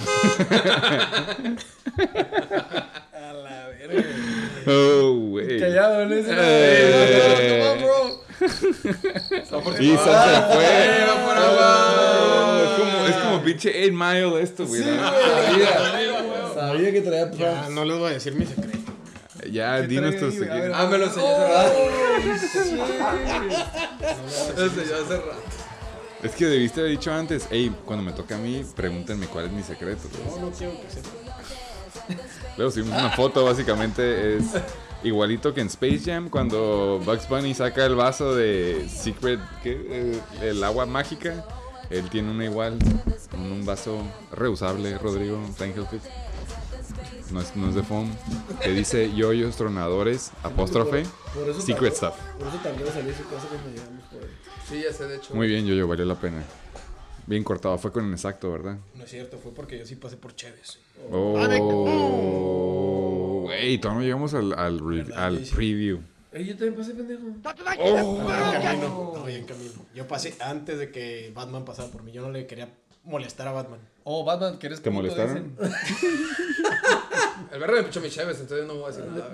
[SPEAKER 5] A la verga.
[SPEAKER 1] Oh, güey.
[SPEAKER 2] Callado, no es
[SPEAKER 1] Y se fue.
[SPEAKER 3] va por agua.
[SPEAKER 1] Es como pinche 8 Mile esto, güey. ¿no?
[SPEAKER 4] Sabía que traía
[SPEAKER 5] Ya,
[SPEAKER 4] props.
[SPEAKER 5] no les voy a decir mi secreto.
[SPEAKER 1] Ya, di nuestro
[SPEAKER 2] trae ahí, güey? A ver.
[SPEAKER 1] secreto.
[SPEAKER 3] Ah, me lo enseñó hace rato. Me lo enseñó hace rato.
[SPEAKER 1] Es que debiste haber dicho antes, hey, cuando me toque a mí, pregúntenme cuál es mi secreto. Pues.
[SPEAKER 5] No quiero que sepan.
[SPEAKER 1] Luego subimos una foto, básicamente es igualito que en Space Jam, cuando Bugs Bunny saca el vaso de Secret, ¿qué? El agua mágica. Él tiene una igual, un vaso reusable, Rodrigo, Flying Hellfish. No es de foam. Que dice yoyos tronadores, apóstrofe,
[SPEAKER 4] Por eso
[SPEAKER 1] secret
[SPEAKER 4] tardó-
[SPEAKER 1] stuff.
[SPEAKER 4] Por eso tardó en salir su casa cuando llegamos por ahí.
[SPEAKER 3] Sí, ya sé, de hecho.
[SPEAKER 1] Muy bien, yoyo, valió la pena. Bien cortado, fue con el exacto, ¿verdad?
[SPEAKER 5] No es cierto, fue porque yo sí pasé por Chévez.
[SPEAKER 1] Oh, güey, todavía no llegamos al preview.
[SPEAKER 4] Ey, yo también pasé, pendejo.
[SPEAKER 5] En camino. No, ya en camino. Yo pasé antes de que Batman pasara por mí. Yo no le quería molestar a Batman.
[SPEAKER 2] Oh, Batman, ¿quieres
[SPEAKER 1] ¿Te
[SPEAKER 2] puto?
[SPEAKER 1] molestaron?
[SPEAKER 2] Dicen.
[SPEAKER 3] El verde me pichó mi Chévez, entonces no voy a decir nada.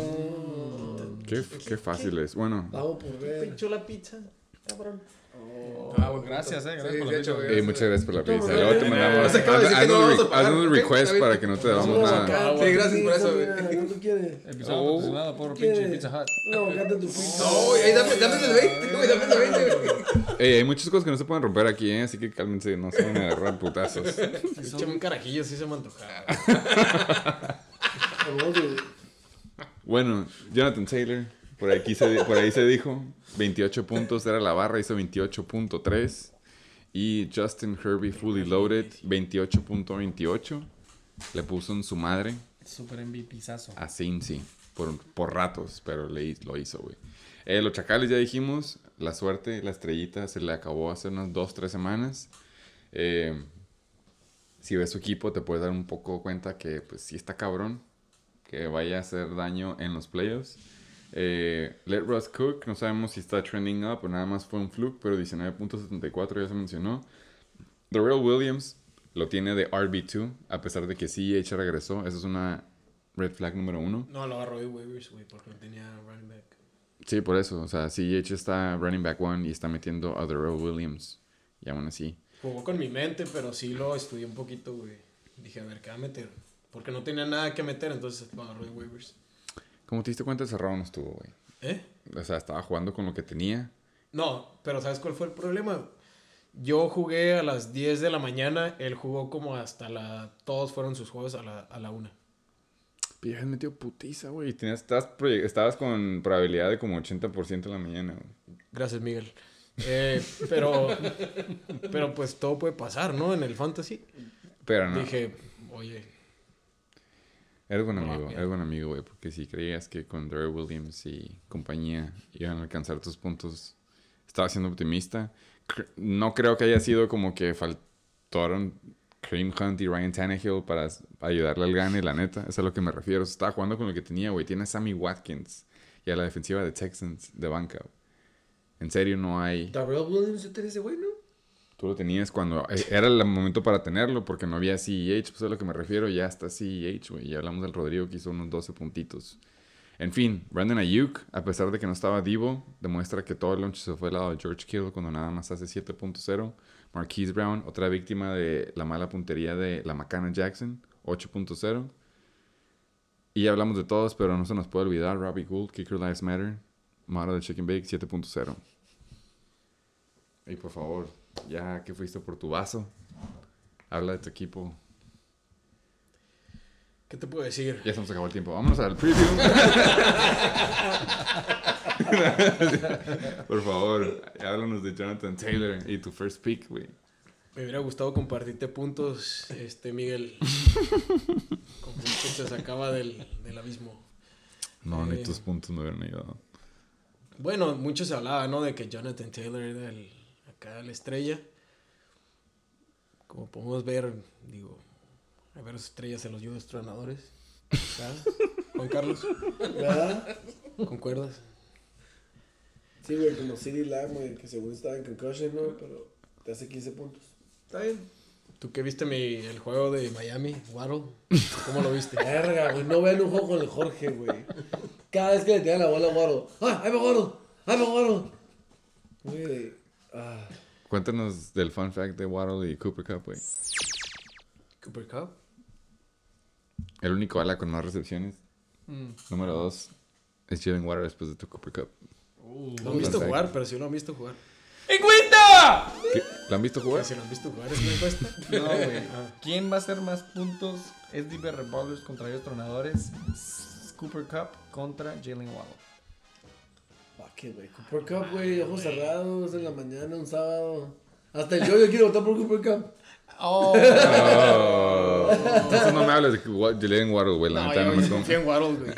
[SPEAKER 1] Qué fácil es. Bueno,
[SPEAKER 4] Vamos por ver.
[SPEAKER 5] Pinchó la pizza, cabrón.
[SPEAKER 3] Ah, bueno,
[SPEAKER 2] Gracias, gracias
[SPEAKER 3] sí,
[SPEAKER 2] por la
[SPEAKER 3] de hecho,
[SPEAKER 2] pizza.
[SPEAKER 1] muchas gracias por la pizza.
[SPEAKER 4] por
[SPEAKER 1] Luego te
[SPEAKER 4] ver.
[SPEAKER 1] mandamos.
[SPEAKER 3] Se acaba de decir que no vamos a pagar,
[SPEAKER 1] Haznos un
[SPEAKER 3] ¿ok?
[SPEAKER 1] request
[SPEAKER 3] Está bien.
[SPEAKER 1] para que no te damos
[SPEAKER 4] Vamos
[SPEAKER 1] nada.
[SPEAKER 4] acá,
[SPEAKER 3] Sí, gracias por eso,
[SPEAKER 4] mira,
[SPEAKER 3] güey.
[SPEAKER 4] ¿cuánto quieres?
[SPEAKER 2] Episodio
[SPEAKER 1] Oh.
[SPEAKER 2] patrocinado por
[SPEAKER 4] ¿Quieres?
[SPEAKER 2] pinche Pizza Hut.
[SPEAKER 4] No, gata tu pizza.
[SPEAKER 3] No, ey, dame el 20, güey, dame el 20, güey.
[SPEAKER 1] Hay muchas cosas que no se pueden romper aquí, ¿eh? Así que cálmense, no se van a agarrar putazos.
[SPEAKER 5] Échame un carajillo, sí se me antojaba.
[SPEAKER 4] Vamos de-
[SPEAKER 1] Bueno, Jonathan Taylor, por ahí se dijo, 28 puntos era la barra, hizo 28.3. Y Justin Herbie Fully Loaded, 28.28. Le puso en su madre
[SPEAKER 2] Super MVPzazo.
[SPEAKER 1] a Cincy por ratos, pero lo hizo, güey. Los Chacales ya dijimos, la suerte, la estrellita se le acabó hace unas 2-3 semanas. Si ves su equipo te puedes dar un poco cuenta que pues sí está cabrón que vaya a hacer daño en los playoffs. Let Russ Cook, no sabemos si está trending up o nada más fue un fluke, pero 19.74 ya se mencionó. Darrell Williams lo tiene de RB2, a pesar de que CEH regresó. Esa es una red flag número 1.
[SPEAKER 5] No, lo agarró de waivers, güey, porque no tenía running back.
[SPEAKER 1] Sí, por eso. O sea, CEH está running back 1 y está metiendo a Darrell Williams. Y aún así.
[SPEAKER 5] Jugó con mi mente, pero sí lo estudié un poquito, güey. Dije, a ver, ¿qué va a meter? Porque no tenía nada que meter, entonces lo agarró de waivers.
[SPEAKER 1] Como te diste cuenta, cerrado no estuvo, güey.
[SPEAKER 5] ¿Eh?
[SPEAKER 1] O sea, estaba jugando con lo que tenía.
[SPEAKER 5] No, pero ¿sabes cuál fue el problema? Yo jugué a las 10 de la mañana, él jugó como hasta todos fueron sus juegos a la 1.
[SPEAKER 1] Pero ya has metido putiza, güey. Estabas con probabilidad de como 80% en la mañana, güey.
[SPEAKER 5] Gracias, Miguel. Pero pues todo puede pasar, ¿no? En el fantasy.
[SPEAKER 1] Pero no.
[SPEAKER 5] Dije, oye,
[SPEAKER 1] Eres buen
[SPEAKER 5] No,
[SPEAKER 1] amigo,
[SPEAKER 5] bien.
[SPEAKER 1] eres buen amigo, güey. Porque si creías que con Darrell Williams y compañía iban a alcanzar tus puntos, estaba siendo optimista. No creo que haya sido como que faltaron Kareem Hunt y Ryan Tannehill para ayudarle al gane, la neta. Eso es a lo que me refiero. Estaba jugando con lo que tenía, güey. Tiene a Sammy Watkins. y a la defensiva de Texans de banca. En serio, no hay...
[SPEAKER 4] Darrell Williams, yo tenía ese güey, ¿no?
[SPEAKER 1] Tú lo tenías cuando... Era el momento para tenerlo porque no había CEH. Pues a lo que me refiero. Ya está CEH, güey. Ya hablamos del Rodrigo que hizo unos 12 puntitos. En fin, Brandon Ayuk, a pesar de que no estaba Divo, demuestra que todo el lunch se fue al lado de George Kittle cuando nada más hace 7.0. Marquise Brown, otra víctima de la mala puntería de la Macana Jackson, 8.0. Y ya hablamos de todos, pero no se nos puede olvidar Robbie Gould, Kicker Lives Matter, Maro de Chicken Bake, 7.0. Y por favor, ya que fuiste por tu vaso, habla de tu equipo.
[SPEAKER 5] ¿Qué te puedo decir?
[SPEAKER 1] Ya se nos acabó el tiempo. Vámonos al preview. Por favor, háblanos de Jonathan Taylor y tu first pick, güey.
[SPEAKER 5] Me hubiera gustado compartirte puntos, Miguel. Como que se sacaba del abismo.
[SPEAKER 1] No, ni tus puntos me hubieran ayudado.
[SPEAKER 5] Bueno, mucho se hablaba, ¿no? De que Jonathan Taylor era acá la estrella. Como podemos ver, digo, hay varias estrellas en los Juegos Tronadores. ¿Verdad? Juan Carlos,
[SPEAKER 4] ¿Verdad?
[SPEAKER 5] ¿concuerdas?
[SPEAKER 4] Sí, güey, como CeeDee Lamb, güey, que según estaba en concussion, ¿no? Pero te hace 15 puntos. Está bien.
[SPEAKER 5] ¿Tú qué viste el juego de Miami, Waddle? ¿Cómo lo viste?
[SPEAKER 4] Verga, güey, no vean un juego con el Jorge, güey. Cada vez que le tiran la bola a Waddle. ¡Ah, ahí va Waddle! ¡Ahí va Waddle! Güey,
[SPEAKER 1] Cuéntanos del fun fact de Waddle y Cooper Kupp, güey.
[SPEAKER 5] Cooper Cup.
[SPEAKER 1] El único ala con más recepciones. Número 2 es Jalen Waddle después de tu Cooper Kupp.
[SPEAKER 5] Lo han visto
[SPEAKER 1] fact.
[SPEAKER 5] jugar, pero sí lo han visto jugar.
[SPEAKER 2] ¡Encuesta!
[SPEAKER 1] ¿Qué? ¿Lo han visto jugar?
[SPEAKER 5] Si lo han visto jugar, es una encuesta.
[SPEAKER 2] No, güey. ¿Quién va a hacer más puntos? SDB Revolvers contra ellos tronadores. Cooper Cup contra Jalen Waddle.
[SPEAKER 4] ¿qué, güey? Cooper Cup, güey, ojos cerrados en la mañana, un sábado. Hasta el yo quiero votar por Cooper Cup.
[SPEAKER 2] Oh.
[SPEAKER 1] Oh. Entonces no me hables de Jalen Waddle, güey. La neta no me
[SPEAKER 5] confío
[SPEAKER 1] confío.
[SPEAKER 5] en Waddle, güey.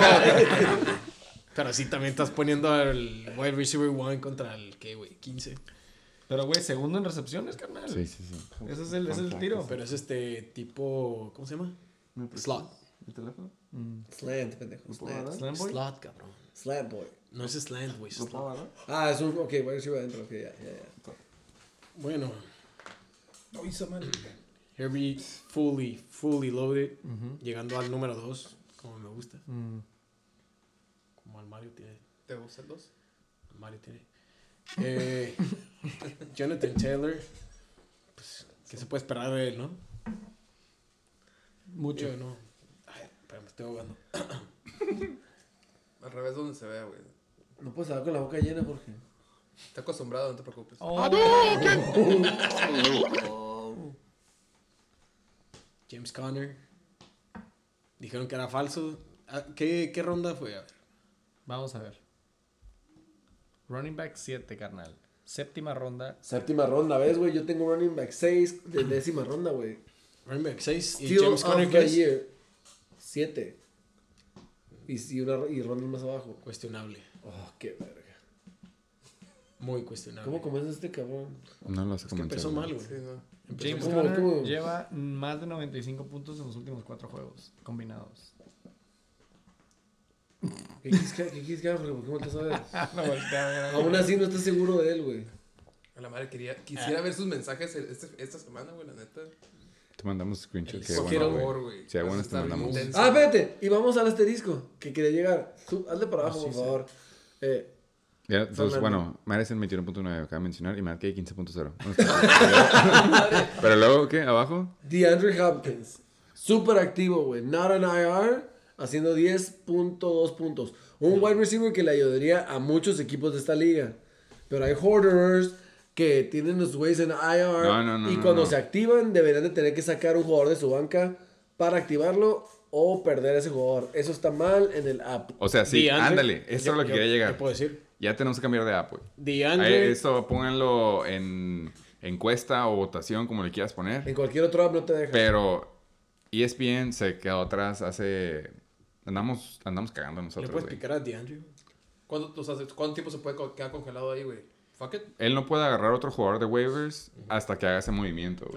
[SPEAKER 5] Pero sí también estás poniendo al wide receiver 1 contra el, ¿qué, güey? 15.
[SPEAKER 2] Pero, güey, segundo en recepciones, carnal.
[SPEAKER 1] Sí, sí, sí.
[SPEAKER 2] Ese es el tiro.
[SPEAKER 5] Pero es tipo, ¿cómo se llama? Slot.
[SPEAKER 2] ¿El teléfono?
[SPEAKER 4] Slant, pendejo. Slant.
[SPEAKER 2] ¿Slam boy?
[SPEAKER 5] Slot, cabrón.
[SPEAKER 4] Slant boy.
[SPEAKER 5] No es slant, güey. es slot.
[SPEAKER 4] Ah, es un. Ok, voy a decir adentro. Ok, ya.
[SPEAKER 5] Bueno,
[SPEAKER 4] No hizo mal.
[SPEAKER 5] Herbie fully loaded. Llegando al número 2, como me gusta. Como al Mario tiene.
[SPEAKER 3] ¿Te gusta el 2?
[SPEAKER 5] Al Mario tiene. Jonathan Taylor. Pues, ¿qué se puede esperar de él, no?
[SPEAKER 2] Mucho.
[SPEAKER 5] Yo no. Ay, pero me estoy ahogando.
[SPEAKER 3] Al revés donde se vea, güey.
[SPEAKER 4] No puedes hablar con la boca llena, Jorge.
[SPEAKER 3] Está acostumbrado, no te preocupes.
[SPEAKER 2] Oh.
[SPEAKER 5] James Conner. Dijeron que era falso. Ah, ¿Qué ronda fue? A ver.
[SPEAKER 2] Vamos a ver. Running back 7, carnal. Séptima ronda.
[SPEAKER 4] Séptima ronda, ¿ves, güey? Yo tengo running back 6 de décima ronda, güey.
[SPEAKER 5] Running back 6. ¿Y
[SPEAKER 4] Steal
[SPEAKER 5] James
[SPEAKER 4] of
[SPEAKER 5] Conner
[SPEAKER 4] the
[SPEAKER 5] qué es?
[SPEAKER 4] year. 7. Y rondas más abajo.
[SPEAKER 5] Cuestionable.
[SPEAKER 4] Oh, qué verga.
[SPEAKER 5] Muy cuestionable.
[SPEAKER 4] ¿Cómo comienza este cabrón?
[SPEAKER 1] No lo vas a
[SPEAKER 5] Es que
[SPEAKER 1] comenzar.
[SPEAKER 5] empezó mal, güey.
[SPEAKER 3] Sí, no.
[SPEAKER 5] Empezó
[SPEAKER 2] James
[SPEAKER 5] mal.
[SPEAKER 4] ¿Cómo?
[SPEAKER 2] Conner
[SPEAKER 4] ¿Cómo?
[SPEAKER 2] lleva más de 95 puntos en los últimos 4 juegos combinados.
[SPEAKER 4] ¿Qué quieres que haga? ¿Por qué me estás a ver?
[SPEAKER 2] No, voltea a ver,
[SPEAKER 4] Aún así no estás seguro de él, güey.
[SPEAKER 3] A la madre quisiera ver sus mensajes esta semana, güey, la neta.
[SPEAKER 1] Te mandamos screenshot. Que
[SPEAKER 3] Por
[SPEAKER 1] bueno,
[SPEAKER 3] favor,
[SPEAKER 1] güey.
[SPEAKER 3] güey.
[SPEAKER 1] Si hay buenas, te
[SPEAKER 3] Está bien
[SPEAKER 1] mandamos.
[SPEAKER 3] intenso.
[SPEAKER 4] Ah, espérate. Y vamos al asterisco. Que quería llegar. Hazle para abajo,
[SPEAKER 2] sí,
[SPEAKER 4] por
[SPEAKER 2] sí.
[SPEAKER 4] favor.
[SPEAKER 1] Ya, entonces,
[SPEAKER 4] Fernando.
[SPEAKER 1] bueno, Madison 21.9 acaba de mencionar y Matt Gay 15.0. Pero luego, ¿qué? ¿Abajo?
[SPEAKER 4] DeAndre Hopkins. Súper activo, güey. Not an IR. Haciendo 10.2 puntos. Un wide receiver que le ayudaría a muchos equipos de esta liga. Pero hay hoarders que tienen los güeyes en IR.
[SPEAKER 1] No,
[SPEAKER 4] y cuando
[SPEAKER 1] no.
[SPEAKER 4] se activan, deberían de tener que sacar un jugador de su banca para activarlo o perder a ese jugador. Eso está mal en el app.
[SPEAKER 1] O sea, sí,
[SPEAKER 5] DeAndre-
[SPEAKER 1] ándale. Eso es lo que quería
[SPEAKER 5] ¿Qué
[SPEAKER 1] llegar.
[SPEAKER 5] puedo decir?
[SPEAKER 1] Ya tenemos que cambiar de app, güey.
[SPEAKER 5] DeAndre.
[SPEAKER 1] Esto pónganlo en encuesta o votación, como le quieras poner.
[SPEAKER 4] En cualquier otro app no te deja.
[SPEAKER 1] Pero ESPN se quedó atrás hace... Andamos cagando
[SPEAKER 5] ¿Le
[SPEAKER 1] nosotros,
[SPEAKER 5] puedes
[SPEAKER 1] güey.
[SPEAKER 5] picar a DeAndre?
[SPEAKER 3] ¿Cuánto tiempo se puede quedar congelado ahí, güey? Fuck it.
[SPEAKER 1] Él no puede agarrar otro jugador de waivers hasta que haga ese movimiento, güey.
[SPEAKER 3] Ah, ok.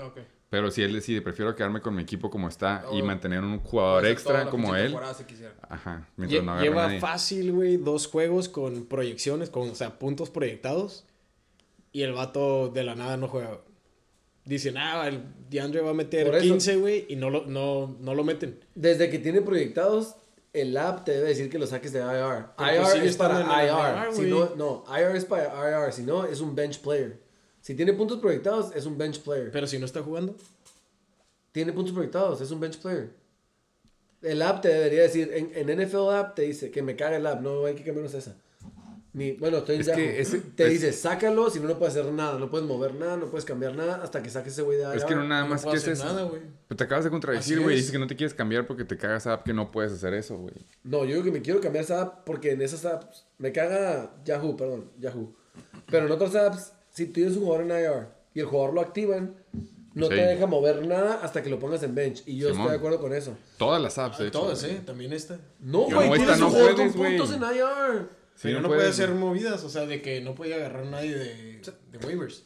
[SPEAKER 1] Pero si él decide, prefiero quedarme con mi equipo como está y
[SPEAKER 3] Oh.
[SPEAKER 1] mantener un jugador
[SPEAKER 3] Puede ser toda
[SPEAKER 1] extra
[SPEAKER 3] la
[SPEAKER 1] como
[SPEAKER 3] pinche
[SPEAKER 1] él.
[SPEAKER 3] temporada si quisiera.
[SPEAKER 1] Ajá, mientras no agarre a
[SPEAKER 5] Lleva
[SPEAKER 1] nadie.
[SPEAKER 5] fácil, güey, 2 juegos con proyecciones, o sea, puntos proyectados. Y el vato de la nada no juega. Dicen, el DeAndre va a meter
[SPEAKER 4] Por eso-
[SPEAKER 5] 15, güey, y no lo meten.
[SPEAKER 4] Desde que tiene proyectados, el app te debe decir que lo saques de IR.
[SPEAKER 5] Pero
[SPEAKER 4] IR
[SPEAKER 5] pues sigue
[SPEAKER 4] es para
[SPEAKER 5] estando en el
[SPEAKER 4] IR.
[SPEAKER 5] IR,
[SPEAKER 4] Si
[SPEAKER 5] güey.
[SPEAKER 4] no, IR es para IR. Si no, es un bench player. Si tiene puntos proyectados, es un bench player.
[SPEAKER 5] Pero si no está jugando.
[SPEAKER 4] Tiene puntos proyectados, es un bench player. El app te debería decir, en NFL app te dice que me caga el app, no hay que cambiarnos esa. Bueno, estoy en
[SPEAKER 1] Es
[SPEAKER 4] Yahoo.
[SPEAKER 1] que
[SPEAKER 4] Te dice, sácalo, si no, no puedes hacer nada, no puedes mover nada, no puedes cambiar nada hasta que saques ese güey de IR.
[SPEAKER 1] Es que no nada
[SPEAKER 5] No
[SPEAKER 1] más
[SPEAKER 5] puedo
[SPEAKER 1] que es
[SPEAKER 5] hacer
[SPEAKER 1] eso.
[SPEAKER 5] nada, güey.
[SPEAKER 1] Pero te acabas de contradecir,
[SPEAKER 5] Así
[SPEAKER 1] güey.
[SPEAKER 5] es.
[SPEAKER 1] Dices que no te quieres cambiar porque te cagas app que no puedes hacer eso, güey.
[SPEAKER 4] No, yo digo que me quiero cambiar esa app porque en esas apps me caga Yahoo. Pero en otras apps, si tienes un jugador en IR y el jugador lo activan, no
[SPEAKER 1] Sí.
[SPEAKER 4] te deja mover nada hasta que lo pongas en bench. Y yo
[SPEAKER 1] Simón.
[SPEAKER 4] estoy de acuerdo con eso.
[SPEAKER 1] Todas las apps, de hecho.
[SPEAKER 5] Todas,
[SPEAKER 1] güey.
[SPEAKER 5] También esta.
[SPEAKER 4] No,
[SPEAKER 1] Yo
[SPEAKER 4] güey,
[SPEAKER 1] no,
[SPEAKER 4] tienes
[SPEAKER 1] esta
[SPEAKER 4] un
[SPEAKER 1] no
[SPEAKER 4] jugador
[SPEAKER 1] puedes,
[SPEAKER 4] con
[SPEAKER 1] güey.
[SPEAKER 4] puntos en IR.
[SPEAKER 1] Sí,
[SPEAKER 5] Pero no
[SPEAKER 1] puedes,
[SPEAKER 5] puede hacer
[SPEAKER 1] güey.
[SPEAKER 5] movidas, o sea, de que no puede agarrar nadie de waivers.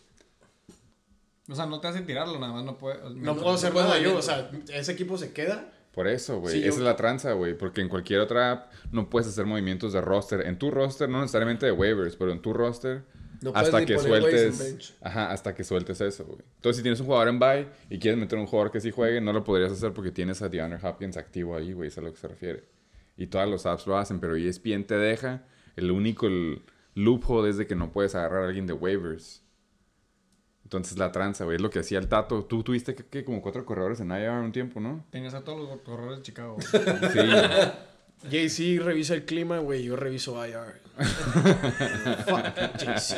[SPEAKER 2] O sea, no te hace tirarlo, nada más no puede.
[SPEAKER 5] No puedo hacer
[SPEAKER 3] puede
[SPEAKER 5] nada yo,
[SPEAKER 3] movimiento.
[SPEAKER 5] o sea, ese equipo se queda.
[SPEAKER 1] Por eso, güey.
[SPEAKER 5] Sí,
[SPEAKER 1] Esa
[SPEAKER 5] yo-
[SPEAKER 1] es la tranza, güey. Porque en cualquier otra app no puedes hacer movimientos de roster. En tu roster, no necesariamente de waivers, pero en tu roster,
[SPEAKER 4] No puedes
[SPEAKER 1] hasta
[SPEAKER 4] ni
[SPEAKER 1] que
[SPEAKER 4] poner güeyes en
[SPEAKER 1] sueltes.
[SPEAKER 4] bench.
[SPEAKER 1] Ajá, hasta que sueltes eso, güey. Entonces, si tienes un jugador en bye y quieres meter un jugador que sí juegue, no lo podrías hacer porque tienes a DeAndre Hopkins activo ahí, güey. Es a lo que se refiere. Y todas las apps lo hacen, pero ESPN te deja. El único loophole es de que no puedes agarrar a alguien de waivers. Entonces, la tranza, güey, es lo que hacía el Tato. Tú tuviste que como 4 corredores en IR un tiempo, ¿no?
[SPEAKER 2] Tenías a todos los corredores de Chicago.
[SPEAKER 1] Sí.
[SPEAKER 5] JC revisa el clima, güey, yo reviso IR. Fuck, JC.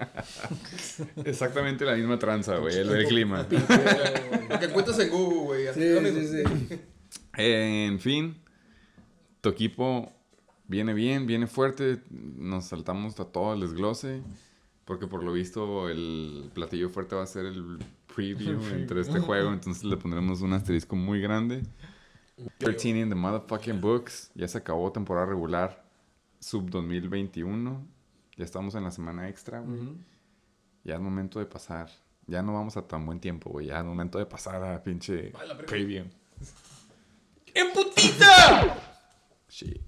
[SPEAKER 1] Exactamente la misma tranza, güey. El clima.
[SPEAKER 3] Lo que encuentras en Google, güey.
[SPEAKER 4] Sí,
[SPEAKER 3] Lo mismo.
[SPEAKER 4] sí, sí.
[SPEAKER 1] En fin, tu equipo viene bien, viene fuerte. Nos saltamos a todo el desglose. Porque por lo visto el platillo fuerte va a ser el preview entre este juego. Entonces le pondremos un asterisco muy grande. 13 in the motherfucking books. Ya se acabó temporada regular. Sub 2021. Ya estamos en la semana extra, güey. Ya es momento de pasar. Ya no vamos a tan buen tiempo, güey. Ya es momento de pasar a pinche
[SPEAKER 3] Ay, la
[SPEAKER 1] preview.
[SPEAKER 2] ¡En putita!
[SPEAKER 1] Sí.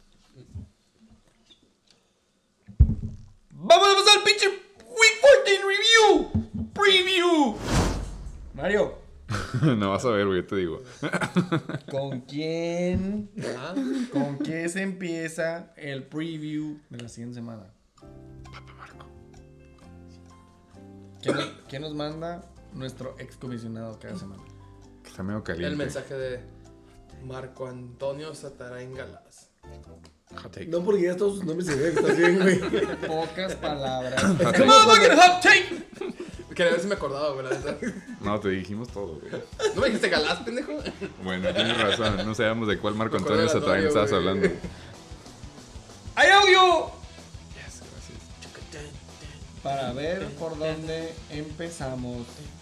[SPEAKER 2] ¡Vamos a pasar al pinche Week 14 Review! ¡Preview! Mario,
[SPEAKER 1] No vas a ver, güey, yo te digo.
[SPEAKER 2] ¿con quién? ¿Con qué se empieza el preview de la siguiente semana? ¿Quién nos manda nuestro excomisionado cada semana?
[SPEAKER 1] Que está medio caliente.
[SPEAKER 3] El mensaje de Marco Antonio Satarain Galás.
[SPEAKER 1] Hot take.
[SPEAKER 4] No, porque ya todos sus nombres se ven que estás bien, güey.
[SPEAKER 2] Pocas palabras.
[SPEAKER 1] Hot take.
[SPEAKER 2] ¡Come on, fucking hot take!
[SPEAKER 3] Quería ver si me acordaba, güey, la neta.
[SPEAKER 1] No, te dijimos todo, güey.
[SPEAKER 3] ¿No me dijiste Galás, pendejo?
[SPEAKER 1] Bueno, tienes razón. No sabíamos de cuál Marco
[SPEAKER 3] Me acuerdo
[SPEAKER 1] Antonio
[SPEAKER 3] de
[SPEAKER 1] Satrain
[SPEAKER 3] Antonio,
[SPEAKER 1] estabas
[SPEAKER 3] güey.
[SPEAKER 1] hablando.
[SPEAKER 2] ¡Hay audio!
[SPEAKER 1] Yes, gracias.
[SPEAKER 2] Para ver por dónde empezamos.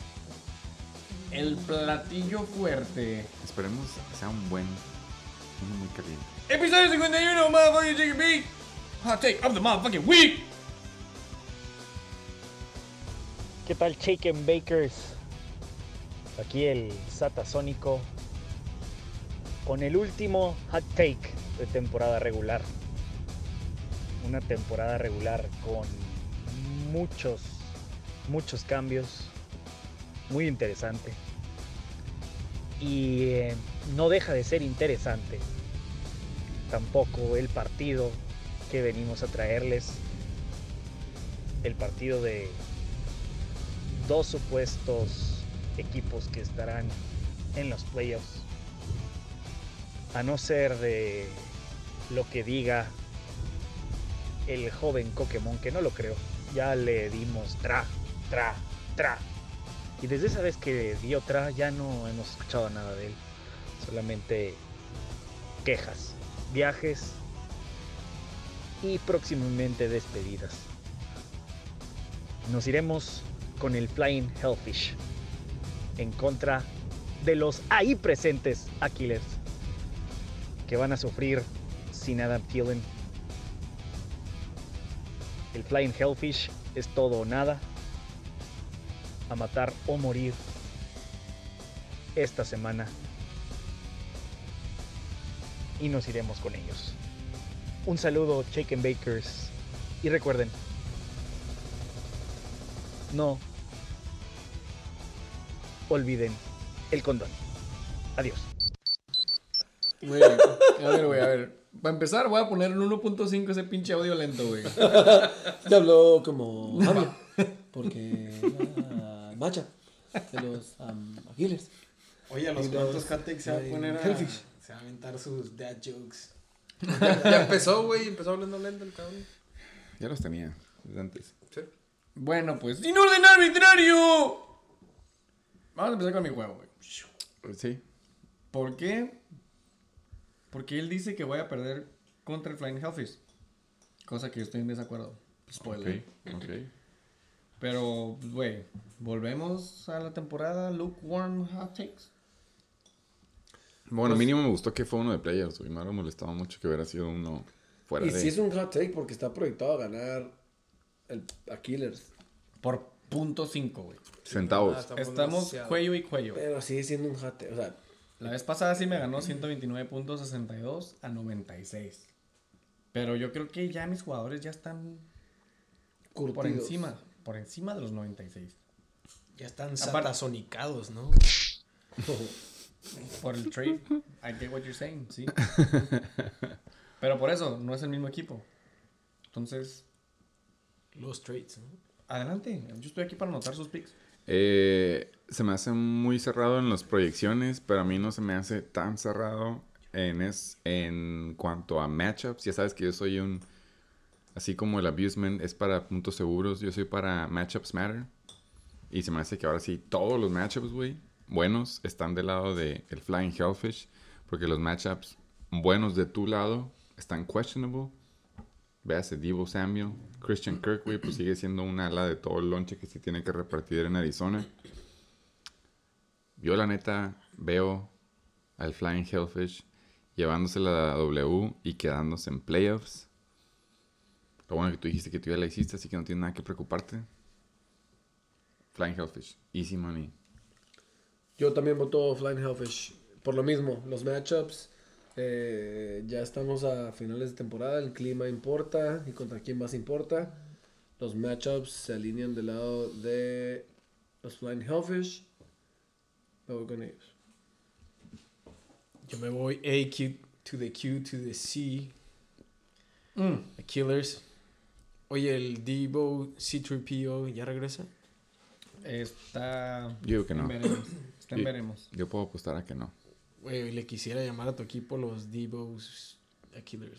[SPEAKER 2] El platillo fuerte.
[SPEAKER 1] Esperemos que sea uno muy caliente.
[SPEAKER 2] Episodio 51, motherfucking JB. Hot take of the motherfucking week.
[SPEAKER 7] ¿Qué tal, Shake and Bakers? Aquí el Satasónico con el último hot take de temporada regular. Una temporada regular con muchos cambios, muy interesante. Y no deja de ser interesante tampoco el partido que venimos a traerles, el partido de dos supuestos equipos que estarán en los playoffs, a no ser de lo que diga el joven Pokémon, que no lo creo. Ya le dimos tra, y desde esa vez que dio tra ya no hemos escuchado nada de él, solamente quejas, viajes y próximamente despedidas. Nos iremos con el Flying Hellfish en contra de los ahí presentes Aquilers, que van a sufrir sin Adam Thielen. El Flying Hellfish es todo o nada, a matar o morir, esta semana y nos iremos con ellos. Un saludo, Shake and Bakers, y recuerden, no olviden el condón. Adiós.
[SPEAKER 2] Güey, a ver. Para empezar, voy a poner en 1.5 ese pinche audio lento, güey.
[SPEAKER 4] Te habló como Javi, porque la macha de los Aquiles.
[SPEAKER 5] Oye, a los
[SPEAKER 4] Y
[SPEAKER 5] cuantos
[SPEAKER 4] los-
[SPEAKER 5] hot takes se va a poner a...
[SPEAKER 4] Hellfish.
[SPEAKER 5] Se va a aventar sus dad jokes.
[SPEAKER 3] Ya empezó, güey. Empezó hablando lento el cabrón.
[SPEAKER 1] Ya los tenía desde antes.
[SPEAKER 3] Sí.
[SPEAKER 2] Bueno, pues, ¡sin orden arbitrario! Vamos a empezar con mi juego, güey.
[SPEAKER 1] Sí.
[SPEAKER 2] ¿Por qué? Porque él dice que voy a perder contra el Flying Hellfish. Cosa que yo estoy en desacuerdo. Spoiler.
[SPEAKER 1] Ok.
[SPEAKER 2] Pero, pues, güey, volvemos a la temporada lukewarm hot takes.
[SPEAKER 1] Bueno,
[SPEAKER 2] Pues-
[SPEAKER 1] mínimo me gustó que fue uno de playoffs, güey. Me hubiera molestado mucho que hubiera sido uno fuera
[SPEAKER 4] Y
[SPEAKER 1] de...
[SPEAKER 4] sí es un hot take porque está proyectado a ganar a Killers.
[SPEAKER 2] Por .5, güey.
[SPEAKER 1] Centavos.
[SPEAKER 2] Estamos
[SPEAKER 3] demasiado.
[SPEAKER 2] cuello y cuello.
[SPEAKER 4] Pero sigue siendo un hot take. O sea,
[SPEAKER 2] La vez pasada sí me ganó 129.62 a 96. Pero yo creo que ya mis jugadores ya están por
[SPEAKER 4] curtidos.
[SPEAKER 2] por encima de los 96.
[SPEAKER 5] Ya están
[SPEAKER 2] Aparte-
[SPEAKER 5] satasonicados, ¿no?
[SPEAKER 2] Por el trade. I get what you're saying, sí. Pero por eso, no es el mismo equipo. Entonces,
[SPEAKER 5] Los trades, ¿no?
[SPEAKER 2] adelante. Yo estoy aquí para anotar sus picks.
[SPEAKER 1] Se me hace muy cerrado en las proyecciones, pero a mí no se me hace tan cerrado en cuanto a matchups. Ya sabes que yo soy así como el abusement es para puntos seguros, yo soy para matchups matter. Y se me hace que ahora sí todos los matchups, güey, buenos están del lado del Flying Hellfish, porque los matchups buenos de tu lado están questionable. Véase Deebo Samuel, Christian Kirk, güey, pues sigue siendo un ala de todo el lonche que se tiene que repartir en Arizona. Yo la neta veo al Flying Hellfish llevándose la W y quedándose en playoffs. Lo bueno que tú dijiste que tú ya la hiciste, así que no tienes nada que preocuparte. Flying Hellfish, easy money.
[SPEAKER 4] Yo también voto Flying Hellfish. Por lo mismo, los matchups. Ya estamos a finales de temporada. El clima importa. ¿Y contra quién más importa? Los matchups se alinean del lado de los Flying Hellfish. Me voy con ellos.
[SPEAKER 5] Yo me voy A, Q to the C. The Killers. Oye, el Debo C3PO ya regresa.
[SPEAKER 2] Está...
[SPEAKER 1] Yo digo que no.
[SPEAKER 2] en veremos. Está en
[SPEAKER 1] Sí.
[SPEAKER 2] veremos.
[SPEAKER 1] Yo puedo apostar a que no.
[SPEAKER 5] Güey, le quisiera llamar a tu equipo los Debo's Killers.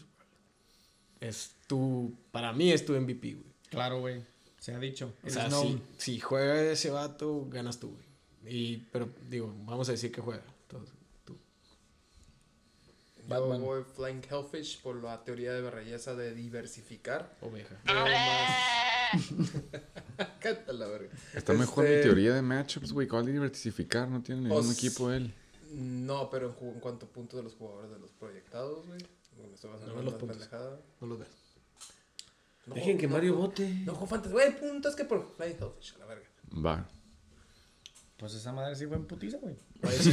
[SPEAKER 5] Para mí es tu MVP, güey.
[SPEAKER 2] Claro, güey. Se ha dicho.
[SPEAKER 5] O sea, si juega ese vato, ganas tú, güey. Pero, digo, vamos a decir que juega. Entonces, tú.
[SPEAKER 3] Yo
[SPEAKER 2] Batman.
[SPEAKER 3] voy Flying Hellfish por la teoría de belleza de diversificar.
[SPEAKER 5] Oveja.
[SPEAKER 3] Veo más. Cállate la verga.
[SPEAKER 1] Está mejor mi teoría de matchups, güey. ¿Cuál de diversificar? No tiene ningún
[SPEAKER 3] Pues,
[SPEAKER 1] equipo él.
[SPEAKER 3] No, pero en cuanto a puntos de los jugadores de los proyectados, güey. Me estoy basando
[SPEAKER 5] No,
[SPEAKER 3] en
[SPEAKER 5] los
[SPEAKER 3] una
[SPEAKER 5] puntos.
[SPEAKER 3] pendejada.
[SPEAKER 5] No los ves.
[SPEAKER 3] No,
[SPEAKER 4] Dejen que
[SPEAKER 3] no,
[SPEAKER 4] Mario
[SPEAKER 3] no,
[SPEAKER 4] vote.
[SPEAKER 3] No, juego fantasy. Güey, puntos que por Flying Hellfish, a la verga.
[SPEAKER 1] Va.
[SPEAKER 2] Pues esa madre sí fue en putiza, güey.
[SPEAKER 5] Voy a decir,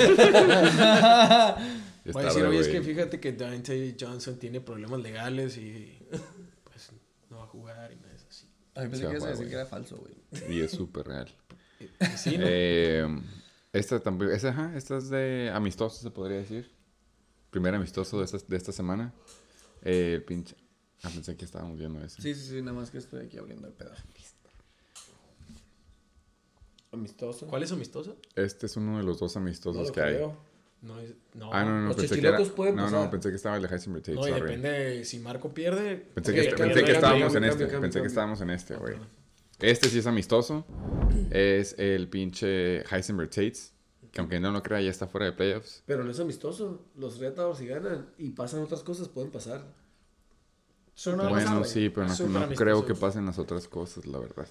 [SPEAKER 1] Es
[SPEAKER 5] voy a decir,
[SPEAKER 1] tarde,
[SPEAKER 5] oye, es
[SPEAKER 1] güey.
[SPEAKER 5] que fíjate que Dante Johnson tiene problemas legales y pues no va a jugar y nada de eso así.
[SPEAKER 2] Ay, pensé
[SPEAKER 1] Se
[SPEAKER 2] que ibas a
[SPEAKER 1] va,
[SPEAKER 2] decir
[SPEAKER 1] güey.
[SPEAKER 2] que era falso, güey.
[SPEAKER 1] Y es súper real.
[SPEAKER 5] Y sí, ¿no?
[SPEAKER 1] Esta también, esta es de amistoso, se podría decir. Primer amistoso de esta semana. El pinche... pensé que estábamos viendo ese.
[SPEAKER 2] Sí, nada más que estoy aquí abriendo el pedazo.
[SPEAKER 4] Amistoso.
[SPEAKER 5] ¿Cuál es amistoso?
[SPEAKER 1] Este es uno de los dos
[SPEAKER 4] No
[SPEAKER 1] amistosos
[SPEAKER 4] lo
[SPEAKER 1] que hay.
[SPEAKER 4] creo.
[SPEAKER 5] No, no.
[SPEAKER 1] No,
[SPEAKER 4] Los
[SPEAKER 1] pensé que era...
[SPEAKER 4] chechilocos pueden
[SPEAKER 1] No,
[SPEAKER 4] pasar.
[SPEAKER 1] pensé que estaba el de Heisenberg Tate,
[SPEAKER 5] No, y
[SPEAKER 1] sorry.
[SPEAKER 5] depende si Marco pierde.
[SPEAKER 1] Pensé
[SPEAKER 4] Ok,
[SPEAKER 1] que,
[SPEAKER 4] cambio,
[SPEAKER 1] pensé que
[SPEAKER 4] cambio,
[SPEAKER 1] estábamos
[SPEAKER 4] cambio,
[SPEAKER 1] en este.
[SPEAKER 4] cambio,
[SPEAKER 1] Pensé que
[SPEAKER 4] cambio.
[SPEAKER 1] estábamos en este, güey.
[SPEAKER 5] perdón.
[SPEAKER 1] Este sí es amistoso. Es el pinche Heisenberg Tates. Que aunque no lo crea, ya está fuera de playoffs.
[SPEAKER 4] Pero no es amistoso. Los Retadores si ganan y pasan otras cosas, pueden pasar.
[SPEAKER 2] Eso no va a
[SPEAKER 1] Bueno,
[SPEAKER 2] pasar, güey.
[SPEAKER 1] sí, pero
[SPEAKER 5] Súper
[SPEAKER 1] no
[SPEAKER 5] amistoso.
[SPEAKER 1] creo que pasen las otras cosas, la verdad.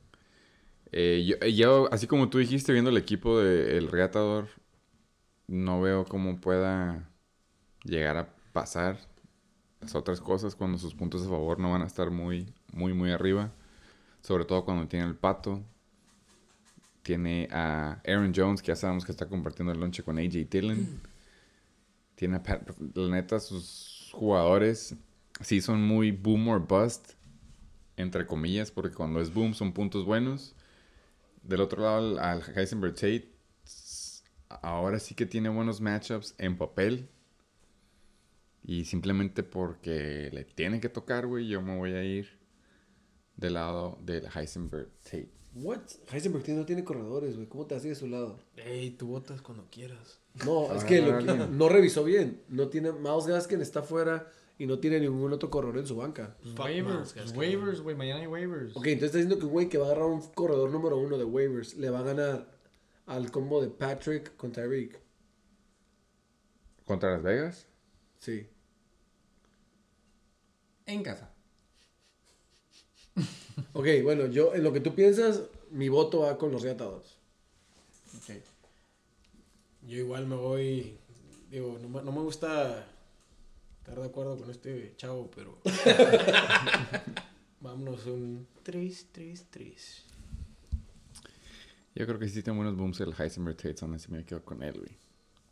[SPEAKER 1] Yo, así como tú dijiste, viendo el equipo del Reatador, no veo cómo pueda llegar a pasar las otras cosas cuando sus puntos a favor no van a estar muy arriba. Sobre todo cuando tiene el Pato. Tiene a Aaron Jones, que ya sabemos que está compartiendo el lonche con A.J. Dillon. Tiene a la neta, sus jugadores sí son muy boom or bust, entre comillas, porque cuando es boom son puntos buenos. Del otro lado, al Heisenberg Tate, ahora sí que tiene buenos matchups en papel. Y simplemente porque le tiene que tocar, güey, yo me voy a ir del lado del Heisenberg Tate.
[SPEAKER 4] What? Heisenberg no tiene corredores, güey. ¿Cómo te haces de su lado?
[SPEAKER 5] Ey, tú votas cuando quieras.
[SPEAKER 4] No, es que no revisó bien. No tiene... Miles Gaskin está fuera y no tiene ningún otro corredor en su banca.
[SPEAKER 2] Waivers, güey. Mañana hay waivers.
[SPEAKER 4] Ok, entonces está diciendo que un güey que va a agarrar un corredor número 1 de waivers le va a ganar al combo de Patrick con Tyreek.
[SPEAKER 1] ¿Contra Las Vegas?
[SPEAKER 4] Sí.
[SPEAKER 2] En casa.
[SPEAKER 4] Ok, bueno, yo en lo que tú piensas, mi voto va con los reatados.
[SPEAKER 2] Ok.
[SPEAKER 5] Yo igual me voy... Digo, no me gusta estar de acuerdo con este chavo, pero... Vámonos un 3-3-3.
[SPEAKER 1] Yo creo que sí tiene buenos booms el Heisenberg Tate, aún así me quedo con él, güey.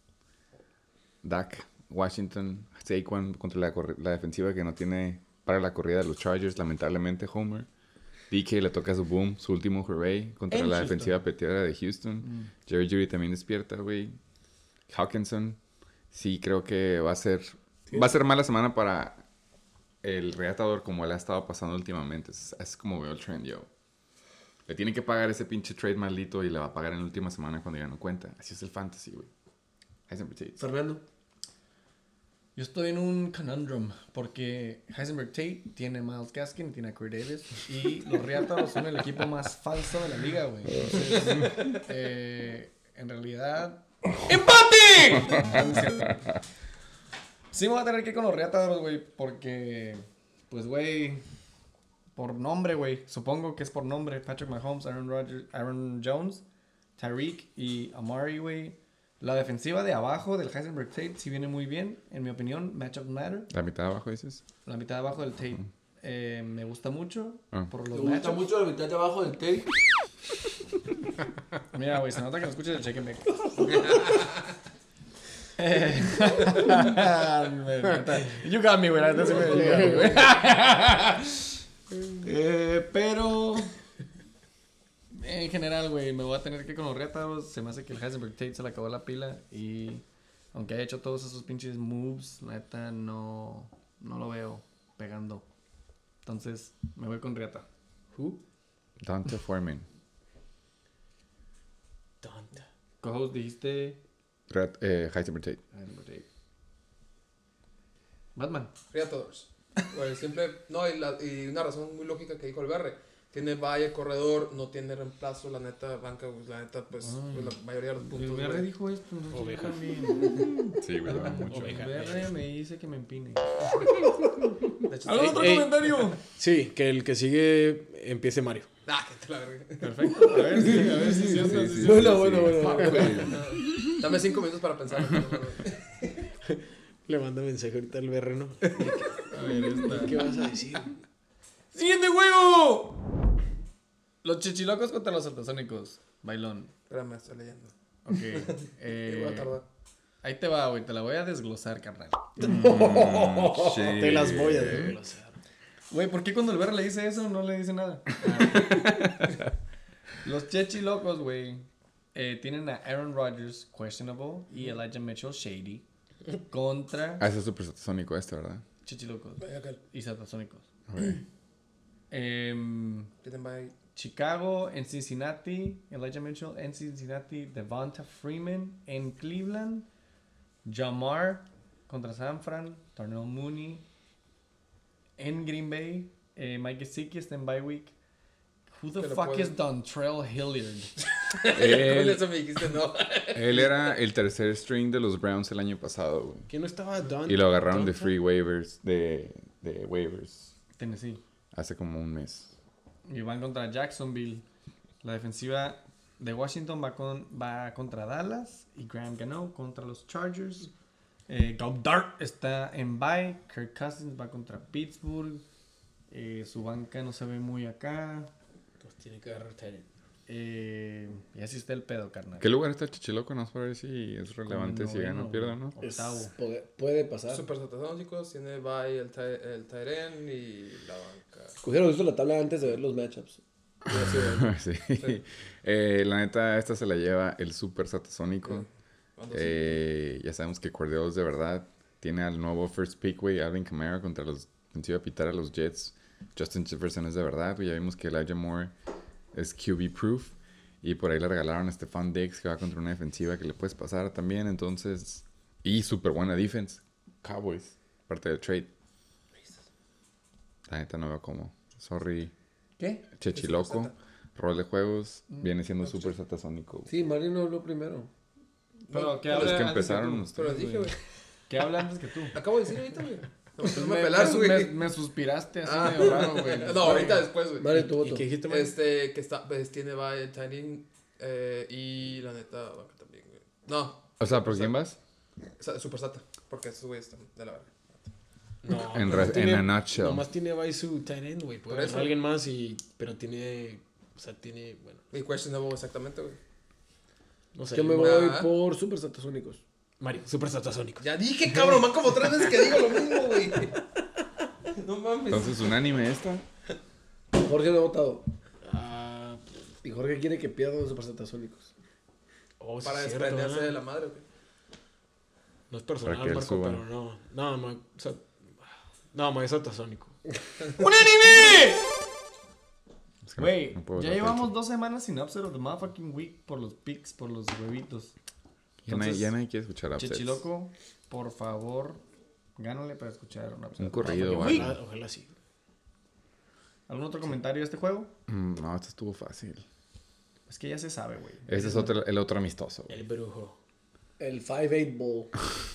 [SPEAKER 1] Dak, Washington, Saquon contra la defensiva que no tiene para la corrida de los Chargers, lamentablemente, Homer. DK le toca su boom, su último hooray contra la defensiva peteada de Houston. Jerry Jeudy también despierta, güey. Hawkinson, sí creo que va a ser mala semana para el reatador como él ha estado pasando últimamente. Es como veo el trend, yo. Le tienen que pagar ese pinche trade maldito y le va a pagar en la última semana cuando ya no cuenta. Así es el fantasy, güey. Heisenberg Tate.
[SPEAKER 4] Fernando.
[SPEAKER 2] Yo estoy en un conundrum porque Heisenberg Tate tiene a Myles Gaskin, tiene a Corey Davis y los Reatados son el equipo más falso de la liga, güey. Entonces, en realidad... ¡Empate! No es cierto. Sí me voy a tener que ir con los Reatados, güey, porque, pues, güey, por nombre, güey, supongo que es por nombre, Patrick Mahomes, Aaron Rodgers, Aaron Jones, Tyreek y Amari, güey. La defensiva de abajo del Heisenberg Tate sí viene muy bien, en mi opinión. Matchup matter.
[SPEAKER 1] ¿La mitad de abajo dices?
[SPEAKER 2] La mitad de abajo del Tate me gusta mucho por los
[SPEAKER 4] ¿Te gusta
[SPEAKER 2] matchups.
[SPEAKER 4] mucho la mitad de abajo del Tate?
[SPEAKER 2] Mira, güey, se nota que no escuchas el check and bake. You got me, güey. La neta sí me llega, güey. Pero... En general, güey, me voy a tener que ir con los Reatados. Se me hace que el Heisenberg Tate se le acabó la pila. Y aunque haya hecho todos esos pinches moves, la neta no lo veo pegando. Entonces, me voy con Riata.
[SPEAKER 4] ¿Who?
[SPEAKER 1] Dante Foreman.
[SPEAKER 2] Co-host, dijiste...
[SPEAKER 1] Heisenberg Tate.
[SPEAKER 2] Heisenberg Tate. Batman.
[SPEAKER 3] Reatadores. Güey, siempre... No, y una razón muy lógica que dijo el Berre. Tiene valle, corredor, no tiene reemplazo, la neta, banca, pues, la neta, pues la mayoría de los puntos.
[SPEAKER 2] El
[SPEAKER 3] güey.
[SPEAKER 2] BR dijo esto, no
[SPEAKER 5] Oveja.
[SPEAKER 2] yo también.
[SPEAKER 1] Sí, güey, va mucho.
[SPEAKER 2] El BR me dice que me empine.
[SPEAKER 3] De hecho,
[SPEAKER 2] ¿Algún
[SPEAKER 3] sí.
[SPEAKER 2] otro
[SPEAKER 5] Ey.
[SPEAKER 2] comentario?
[SPEAKER 5] Sí, que el que sigue empiece Mario.
[SPEAKER 3] Ah, que te la verga.
[SPEAKER 2] Perfecto. A ver si es cierto.
[SPEAKER 1] sí,
[SPEAKER 4] Bueno.
[SPEAKER 3] Dame 5 minutos para pensar.
[SPEAKER 5] Le manda mensaje ahorita al berreno.
[SPEAKER 2] A ver, esta.
[SPEAKER 5] ¿Qué vas a decir?
[SPEAKER 2] ¡Siguiente juego! Los chichilocos contra los ultrasónicos. Bailón.
[SPEAKER 3] Espérame, estoy leyendo.
[SPEAKER 2] Ok.
[SPEAKER 3] Voy a tardar.
[SPEAKER 2] Ahí te va, güey. Te la voy a desglosar, carnal.
[SPEAKER 5] Te las voy a desglosar.
[SPEAKER 2] Güey, ¿por qué cuando el BR le dice eso no le dice nada? Los chichilocos, güey, tienen a Aaron Rodgers, questionable, y Elijah Mitchell, shady, contra
[SPEAKER 1] Ah, ese es supersónico ¿verdad?
[SPEAKER 2] chichilocos
[SPEAKER 3] Vaya acá.
[SPEAKER 2] y satasónicos.
[SPEAKER 1] Okay.
[SPEAKER 3] Tienen bye.
[SPEAKER 2] Chicago en Cincinnati, Elijah Mitchell en Cincinnati, Devonta Freeman en Cleveland, Jamar contra San Fran, Darnell Mooney en Green Bay, Mike Gesicki está en bye week. Who the
[SPEAKER 3] Pero
[SPEAKER 2] fuck
[SPEAKER 3] puede-
[SPEAKER 2] is Dontrell Hilliard?
[SPEAKER 3] Con
[SPEAKER 1] Él,
[SPEAKER 3] eso me dijiste no.
[SPEAKER 1] él era el tercer string de los Browns el año pasado, güey.
[SPEAKER 5] ¿Quién no estaba Don?
[SPEAKER 1] Y lo agarraron de
[SPEAKER 5] Donta?
[SPEAKER 1] free waivers, de waivers,
[SPEAKER 2] Tennessee.
[SPEAKER 1] hace como un mes.
[SPEAKER 2] Y van contra Jacksonville. La defensiva de Washington va contra Dallas. Y Graham Gano contra los Chargers. Goddard está en bye. Kirk Cousins va contra Pittsburgh. Su banca no se ve muy acá.
[SPEAKER 5] Pues tiene que agarrar Tyrant.
[SPEAKER 2] Y así está el pedo, carnal.
[SPEAKER 1] ¿Qué lugar está Chichiloco? No para ver si es relevante,
[SPEAKER 2] Como
[SPEAKER 1] si gana o
[SPEAKER 2] noveno,
[SPEAKER 1] pierde, ¿no?
[SPEAKER 2] Octavo.
[SPEAKER 4] Puede pasar.
[SPEAKER 3] Super satasónicos, tiene bye el Tyren y la banca.
[SPEAKER 4] Cogieron visto la tabla antes de ver los matchups.
[SPEAKER 1] Sí. La neta, esta se la lleva el Super Satasónico. Ya sabemos que Cordero es de verdad. Tiene al nuevo first pick, güey, Alvin Kamara contra los... Se iba a pitar a los Jets. Justin Jefferson es de verdad, güey. Ya vimos que Elijah Moore es QB proof. Y por ahí le regalaron a Stephon Diggs, que va contra una defensiva que le puedes pasar también. Entonces... Y súper buena defense. Cowboys. Parte del trade. La neta no veo cómo. Sorry.
[SPEAKER 2] ¿Qué?
[SPEAKER 1] Chechiloco. Rol de juegos. Viene siendo súper satasónico.
[SPEAKER 4] Sí, Mario no habló primero.
[SPEAKER 2] Pero, ¿qué
[SPEAKER 1] Es
[SPEAKER 2] habla
[SPEAKER 1] que
[SPEAKER 2] antes
[SPEAKER 1] empezaron
[SPEAKER 2] que tú?
[SPEAKER 3] Pero dije, güey.
[SPEAKER 2] ¿Qué habla antes que tú?
[SPEAKER 3] Acabo de decir ahorita, güey. No me
[SPEAKER 2] Me-
[SPEAKER 3] pelaron,
[SPEAKER 2] me-
[SPEAKER 3] güey.
[SPEAKER 2] Me suspiraste así
[SPEAKER 3] Ah.
[SPEAKER 2] medio raro, güey.
[SPEAKER 3] No, ahorita después, güey.
[SPEAKER 4] Mario, tu
[SPEAKER 5] ¿Y
[SPEAKER 4] voto.
[SPEAKER 5] qué dijiste, Mario?
[SPEAKER 3] Que está, pues, tiene bye el Tyren y la neta, banca también, güey. No.
[SPEAKER 1] O sea, ¿por quién vas?
[SPEAKER 3] Super Sata, porque esos güeyes están de la verga.
[SPEAKER 5] No,
[SPEAKER 1] En
[SPEAKER 5] pero
[SPEAKER 1] re- en a nutshell.
[SPEAKER 5] Nomás tiene by su tight end, güey. Puede
[SPEAKER 3] Por
[SPEAKER 5] haber
[SPEAKER 3] eso.
[SPEAKER 5] alguien más, pero tiene... O sea, tiene... Bueno,
[SPEAKER 3] Y questionable exactamente, güey.
[SPEAKER 5] no sé.
[SPEAKER 4] Yo me voy
[SPEAKER 3] Ah.
[SPEAKER 4] por Super Satasónicos.
[SPEAKER 5] Mario, super satasónicos.
[SPEAKER 3] Ya dije, cabrón, man, como 3 veces que digo lo mismo, güey. No mames.
[SPEAKER 1] Entonces, unánime esta.
[SPEAKER 4] Jorge no ha votado.
[SPEAKER 5] Ah,
[SPEAKER 4] Y Jorge quiere que pierdan los Super Satasónicos.
[SPEAKER 5] oh, sí
[SPEAKER 3] Para
[SPEAKER 5] es cierto,
[SPEAKER 3] desprenderse
[SPEAKER 5] ¿verdad?
[SPEAKER 3] de la madre, güey.
[SPEAKER 5] No es personal,
[SPEAKER 1] Para que él
[SPEAKER 5] Marco,
[SPEAKER 1] suba.
[SPEAKER 5] pero no. No, ma, o sea, no, ma, es satasónico.
[SPEAKER 1] Es que
[SPEAKER 2] Güey,
[SPEAKER 1] no puedo
[SPEAKER 2] ya
[SPEAKER 1] dar
[SPEAKER 2] llevamos
[SPEAKER 1] fecha.
[SPEAKER 2] 2 semanas sin upset of the motherfucking week por los picks, por los huevitos.
[SPEAKER 1] Ya nadie quiere escuchar upsets.
[SPEAKER 2] Chechiloco, por favor, gánale para escuchar un upset.
[SPEAKER 1] Un corrido,
[SPEAKER 2] Motherfucking
[SPEAKER 1] güey.
[SPEAKER 2] week.
[SPEAKER 5] Ojalá sí.
[SPEAKER 2] ¿Algún otro comentario de este juego?
[SPEAKER 1] No, esto estuvo fácil.
[SPEAKER 2] Es que ya se sabe, güey.
[SPEAKER 1] Este es el otro amistoso, güey.
[SPEAKER 5] El brujo.
[SPEAKER 4] El 5-8 Bowl.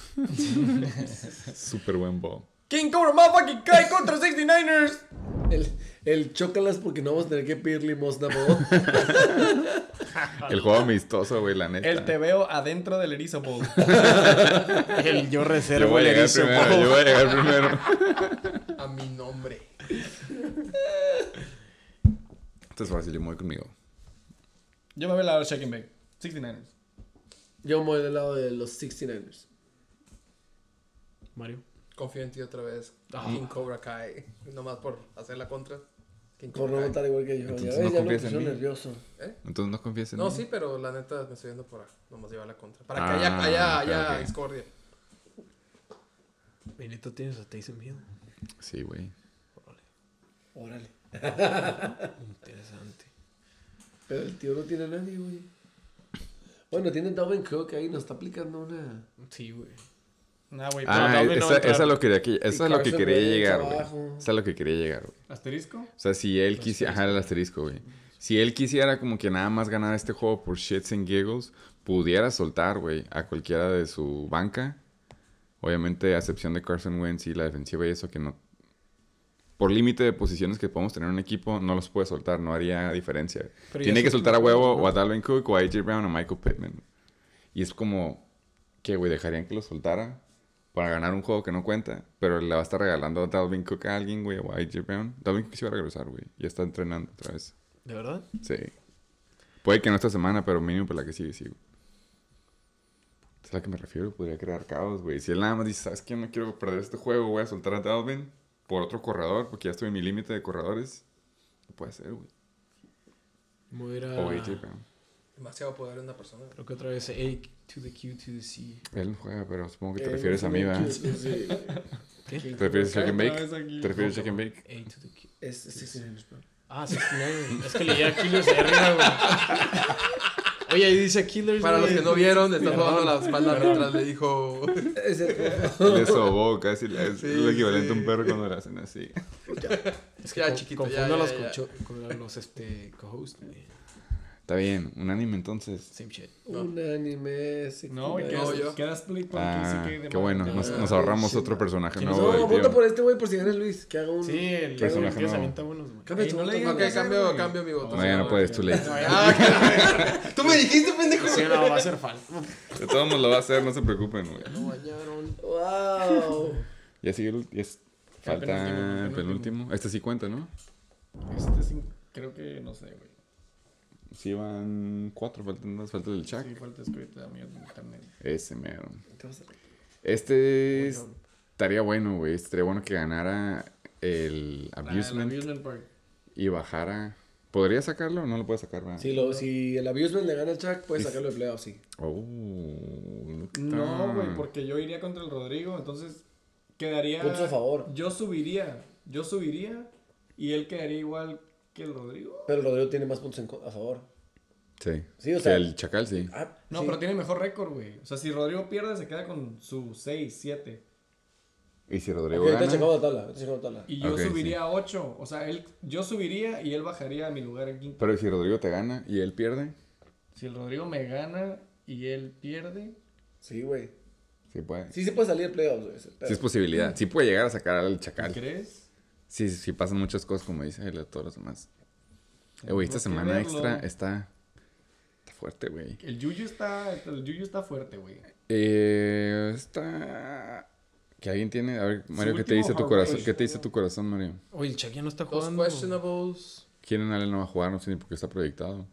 [SPEAKER 1] Súper buen ball.
[SPEAKER 2] King Cobra motherfucking Kai contra 69ers.
[SPEAKER 4] El chócalas porque no vamos a tener que pedir limosna, Bowl.
[SPEAKER 1] El juego amistoso, güey, la neta.
[SPEAKER 2] El te veo adentro del erizo bowl.
[SPEAKER 5] El yo
[SPEAKER 1] Yo
[SPEAKER 5] reservo
[SPEAKER 1] voy a
[SPEAKER 5] el
[SPEAKER 1] llegar
[SPEAKER 5] erizo,
[SPEAKER 1] primero,
[SPEAKER 5] po.
[SPEAKER 1] yo voy a llegar primero.
[SPEAKER 3] A mi nombre.
[SPEAKER 1] Esto es fácil, yo me voy conmigo.
[SPEAKER 2] Yo me voy al lado del Shaking Bake. 69ers.
[SPEAKER 4] Yo me voy del lado de los 69ers.
[SPEAKER 5] Mario.
[SPEAKER 3] Confío en ti otra vez.
[SPEAKER 5] Ah.
[SPEAKER 3] King Cobra Kai. Nomás por hacer la contra. King
[SPEAKER 4] Por no
[SPEAKER 3] Cobra Kai.
[SPEAKER 4] votar igual que yo.
[SPEAKER 1] Entonces,
[SPEAKER 4] Ya ves,
[SPEAKER 1] ¿no
[SPEAKER 4] ya me
[SPEAKER 1] confías en
[SPEAKER 4] puso
[SPEAKER 1] mí?
[SPEAKER 4] nervioso.
[SPEAKER 1] Entonces no confías en
[SPEAKER 3] No,
[SPEAKER 1] mí.
[SPEAKER 3] sí, pero la neta me estoy yendo por nomás llevar la contra. Para
[SPEAKER 1] Ah,
[SPEAKER 3] que haya
[SPEAKER 1] ok.
[SPEAKER 3] discordia.
[SPEAKER 5] Benito, tienes a Taysom Hill.
[SPEAKER 1] Sí, güey.
[SPEAKER 4] Órale.
[SPEAKER 5] Interesante.
[SPEAKER 4] Pero el tío no tiene a nadie, güey. Bueno, tiene Dalvin Cook ahí, nos está aplicando una...
[SPEAKER 5] Sí, güey.
[SPEAKER 2] Nah, güey.
[SPEAKER 1] Ah,
[SPEAKER 5] Dalvin no va a entrar.
[SPEAKER 1] esa es lo que esa es lo que
[SPEAKER 4] Carson
[SPEAKER 1] quería
[SPEAKER 4] Wentz
[SPEAKER 1] llegar, güey.
[SPEAKER 4] abajo.
[SPEAKER 1] Esa es lo que quería llegar, güey.
[SPEAKER 2] ¿Asterisco?
[SPEAKER 1] O sea, si él quisiera... Ajá, el asterisco, güey. Si él quisiera como que nada más ganar este juego por shits and giggles, pudiera soltar, güey, a cualquiera de su banca. Obviamente, a excepción de Carson Wentz y la defensiva y eso que no... Por límite de posiciones que podemos tener en un equipo, no los puede soltar, no haría diferencia.
[SPEAKER 5] Pero
[SPEAKER 1] Tiene
[SPEAKER 5] ya
[SPEAKER 1] que
[SPEAKER 5] son
[SPEAKER 1] soltar a
[SPEAKER 5] juegos,
[SPEAKER 1] huevo
[SPEAKER 5] ¿no?
[SPEAKER 1] o a Dalvin Cook o a AJ Brown o a Michael Pittman. Y es como... ¿Qué, güey? ¿Dejarían que lo soltara para ganar un juego que no cuenta? Pero le va a estar regalando a Dalvin Cook a alguien, güey, o a AJ Brown. Dalvin Cook se va a regresar, güey. Ya está entrenando otra vez.
[SPEAKER 5] ¿De verdad?
[SPEAKER 1] Sí. Puede que no esta semana, pero mínimo por la que sigue, sí, güey. Es a la que me refiero. Podría crear caos, güey. Si él nada más dice, ¿sabes qué? No quiero perder este juego. Voy a soltar a Dalvin por otro corredor, porque ya estoy en mi límite de corredores. No puede ser, güey.
[SPEAKER 5] Me voy a ir
[SPEAKER 1] O
[SPEAKER 5] a...
[SPEAKER 1] AJ Brown.
[SPEAKER 3] Demasiado poder en una persona.
[SPEAKER 5] Creo que otra vez A to the Q to the C.
[SPEAKER 1] Él no juega, pero supongo que te refieres a mí, ¿verdad?
[SPEAKER 4] Sí.
[SPEAKER 5] ¿Qué?
[SPEAKER 1] ¿Te refieres a Shake and
[SPEAKER 2] Otra
[SPEAKER 1] Bake?
[SPEAKER 2] vez aquí.
[SPEAKER 1] ¿Te refieres a Shake and Bake?
[SPEAKER 5] A to the Q.
[SPEAKER 4] Es 69ers, bro.
[SPEAKER 5] Ah, 69. Es que leía Killers de arriba, güey. Oye, ahí dice Killers.
[SPEAKER 3] Para los
[SPEAKER 5] güey.
[SPEAKER 3] que no vieron, está
[SPEAKER 5] Perdón.
[SPEAKER 3] jugando la espalda mientras le dijo.
[SPEAKER 1] Le sobó casi. Es
[SPEAKER 3] Sí,
[SPEAKER 1] lo equivalente a un
[SPEAKER 3] sí.
[SPEAKER 1] perro cuando le hacen así.
[SPEAKER 5] Es que
[SPEAKER 3] Ya,
[SPEAKER 5] con-
[SPEAKER 3] chiquito,
[SPEAKER 5] confundo
[SPEAKER 3] ya,
[SPEAKER 5] los,
[SPEAKER 3] ya.
[SPEAKER 5] con los co-hosts, güey.
[SPEAKER 1] Está bien, un anime entonces.
[SPEAKER 5] Same shit.
[SPEAKER 4] Un anime.
[SPEAKER 2] No, güey,
[SPEAKER 4] 69ers.
[SPEAKER 3] No, yo.
[SPEAKER 2] queda split por
[SPEAKER 1] Ah,
[SPEAKER 2] KCK de
[SPEAKER 1] qué bueno.
[SPEAKER 2] Marvel.
[SPEAKER 1] Nos ahorramos otro personaje
[SPEAKER 5] ¿Quién
[SPEAKER 1] nuevo
[SPEAKER 4] No,
[SPEAKER 1] del
[SPEAKER 4] vota
[SPEAKER 1] tío.
[SPEAKER 4] por este güey por si gana Luis. Que haga un...
[SPEAKER 5] Sí, el
[SPEAKER 1] Personaje
[SPEAKER 5] que se
[SPEAKER 1] nuevo.
[SPEAKER 5] avienta buenos, güey.
[SPEAKER 4] Cambia tu
[SPEAKER 2] no
[SPEAKER 4] voto.
[SPEAKER 2] le digas
[SPEAKER 3] Ok,
[SPEAKER 2] nada, güey.
[SPEAKER 3] cambio mi voto.
[SPEAKER 1] No, ya no puedes, too late.
[SPEAKER 3] Tú me dijiste, pendejo.
[SPEAKER 5] Sí, no, va a ser falta.
[SPEAKER 1] De todos modos lo va a hacer, no se preocupen, güey.
[SPEAKER 5] No bañaron.
[SPEAKER 4] Wow.
[SPEAKER 1] Ya sigue falta
[SPEAKER 2] penúltimo,
[SPEAKER 1] el penúltimo. Este sí cuenta, ¿no?
[SPEAKER 2] Este sí, creo que no sé, güey.
[SPEAKER 1] Sí, van 4, faltan 2, falta el Chuck.
[SPEAKER 2] Sí, falta escrito, amigo, de internet.
[SPEAKER 1] Ese mero.
[SPEAKER 4] ¿Qué vas a hacer?
[SPEAKER 1] Este estaría bueno, güey. Estaría bueno que ganara el
[SPEAKER 2] El
[SPEAKER 1] Abusement
[SPEAKER 2] Amusement Park.
[SPEAKER 1] y bajara. ¿Podría sacarlo o no lo puede sacar, verdad?
[SPEAKER 4] Si el Abusement le gana al Chuck, puedes sacarlo de playoff, sí.
[SPEAKER 1] Oh, look at
[SPEAKER 2] No,
[SPEAKER 1] that.
[SPEAKER 2] güey, porque yo iría contra el Rodrigo, entonces quedaría...
[SPEAKER 4] Puntos a favor.
[SPEAKER 2] Yo subiría y él quedaría igual que el Rodrigo.
[SPEAKER 4] Pero Rodrigo tiene más puntos a favor.
[SPEAKER 1] Sí.
[SPEAKER 4] Sí, o
[SPEAKER 1] Que
[SPEAKER 4] sea-
[SPEAKER 1] el Chacal, sí.
[SPEAKER 4] Ah,
[SPEAKER 2] No,
[SPEAKER 4] sí.
[SPEAKER 2] pero tiene mejor récord, güey. O sea, si Rodrigo pierde, se queda con su 6, 7.
[SPEAKER 1] Y si Rodrigo
[SPEAKER 4] Ok, ahorita
[SPEAKER 1] gana.
[SPEAKER 4] checamos la tabla. Ahorita checamos la tabla.
[SPEAKER 2] Y yo
[SPEAKER 1] Ok,
[SPEAKER 2] subiría a 8. O sea, yo subiría y él bajaría a mi lugar en quinto.
[SPEAKER 1] Pero si Rodrigo te gana y él pierde,
[SPEAKER 2] Si el Rodrigo me gana y él pierde...
[SPEAKER 4] Sí, güey.
[SPEAKER 1] sí puede.
[SPEAKER 4] Sí se puede salir de playoffs, güey.
[SPEAKER 1] Sí es posibilidad. Sí puede llegar a sacar al Chacal.
[SPEAKER 2] ¿Crees?
[SPEAKER 1] Sí pasan muchas cosas, como dice él a todos los demás. Güey, esta
[SPEAKER 2] Tengo que
[SPEAKER 1] semana
[SPEAKER 2] verlo.
[SPEAKER 1] extra está fuerte, güey.
[SPEAKER 2] El Yuyu está fuerte, güey.
[SPEAKER 1] Está... Que alguien tiene... A ver, Mario, ¿qué te
[SPEAKER 2] último
[SPEAKER 1] dice tu
[SPEAKER 2] hard
[SPEAKER 1] corazón?
[SPEAKER 2] race.
[SPEAKER 1] ¿Qué te dice tu corazón, Mario?
[SPEAKER 5] Oye, el Chuck ya no está
[SPEAKER 3] Dos
[SPEAKER 5] jugando.
[SPEAKER 3] questionables.
[SPEAKER 1] Keenan Allen no va a jugar, no sé ni por qué está proyectado.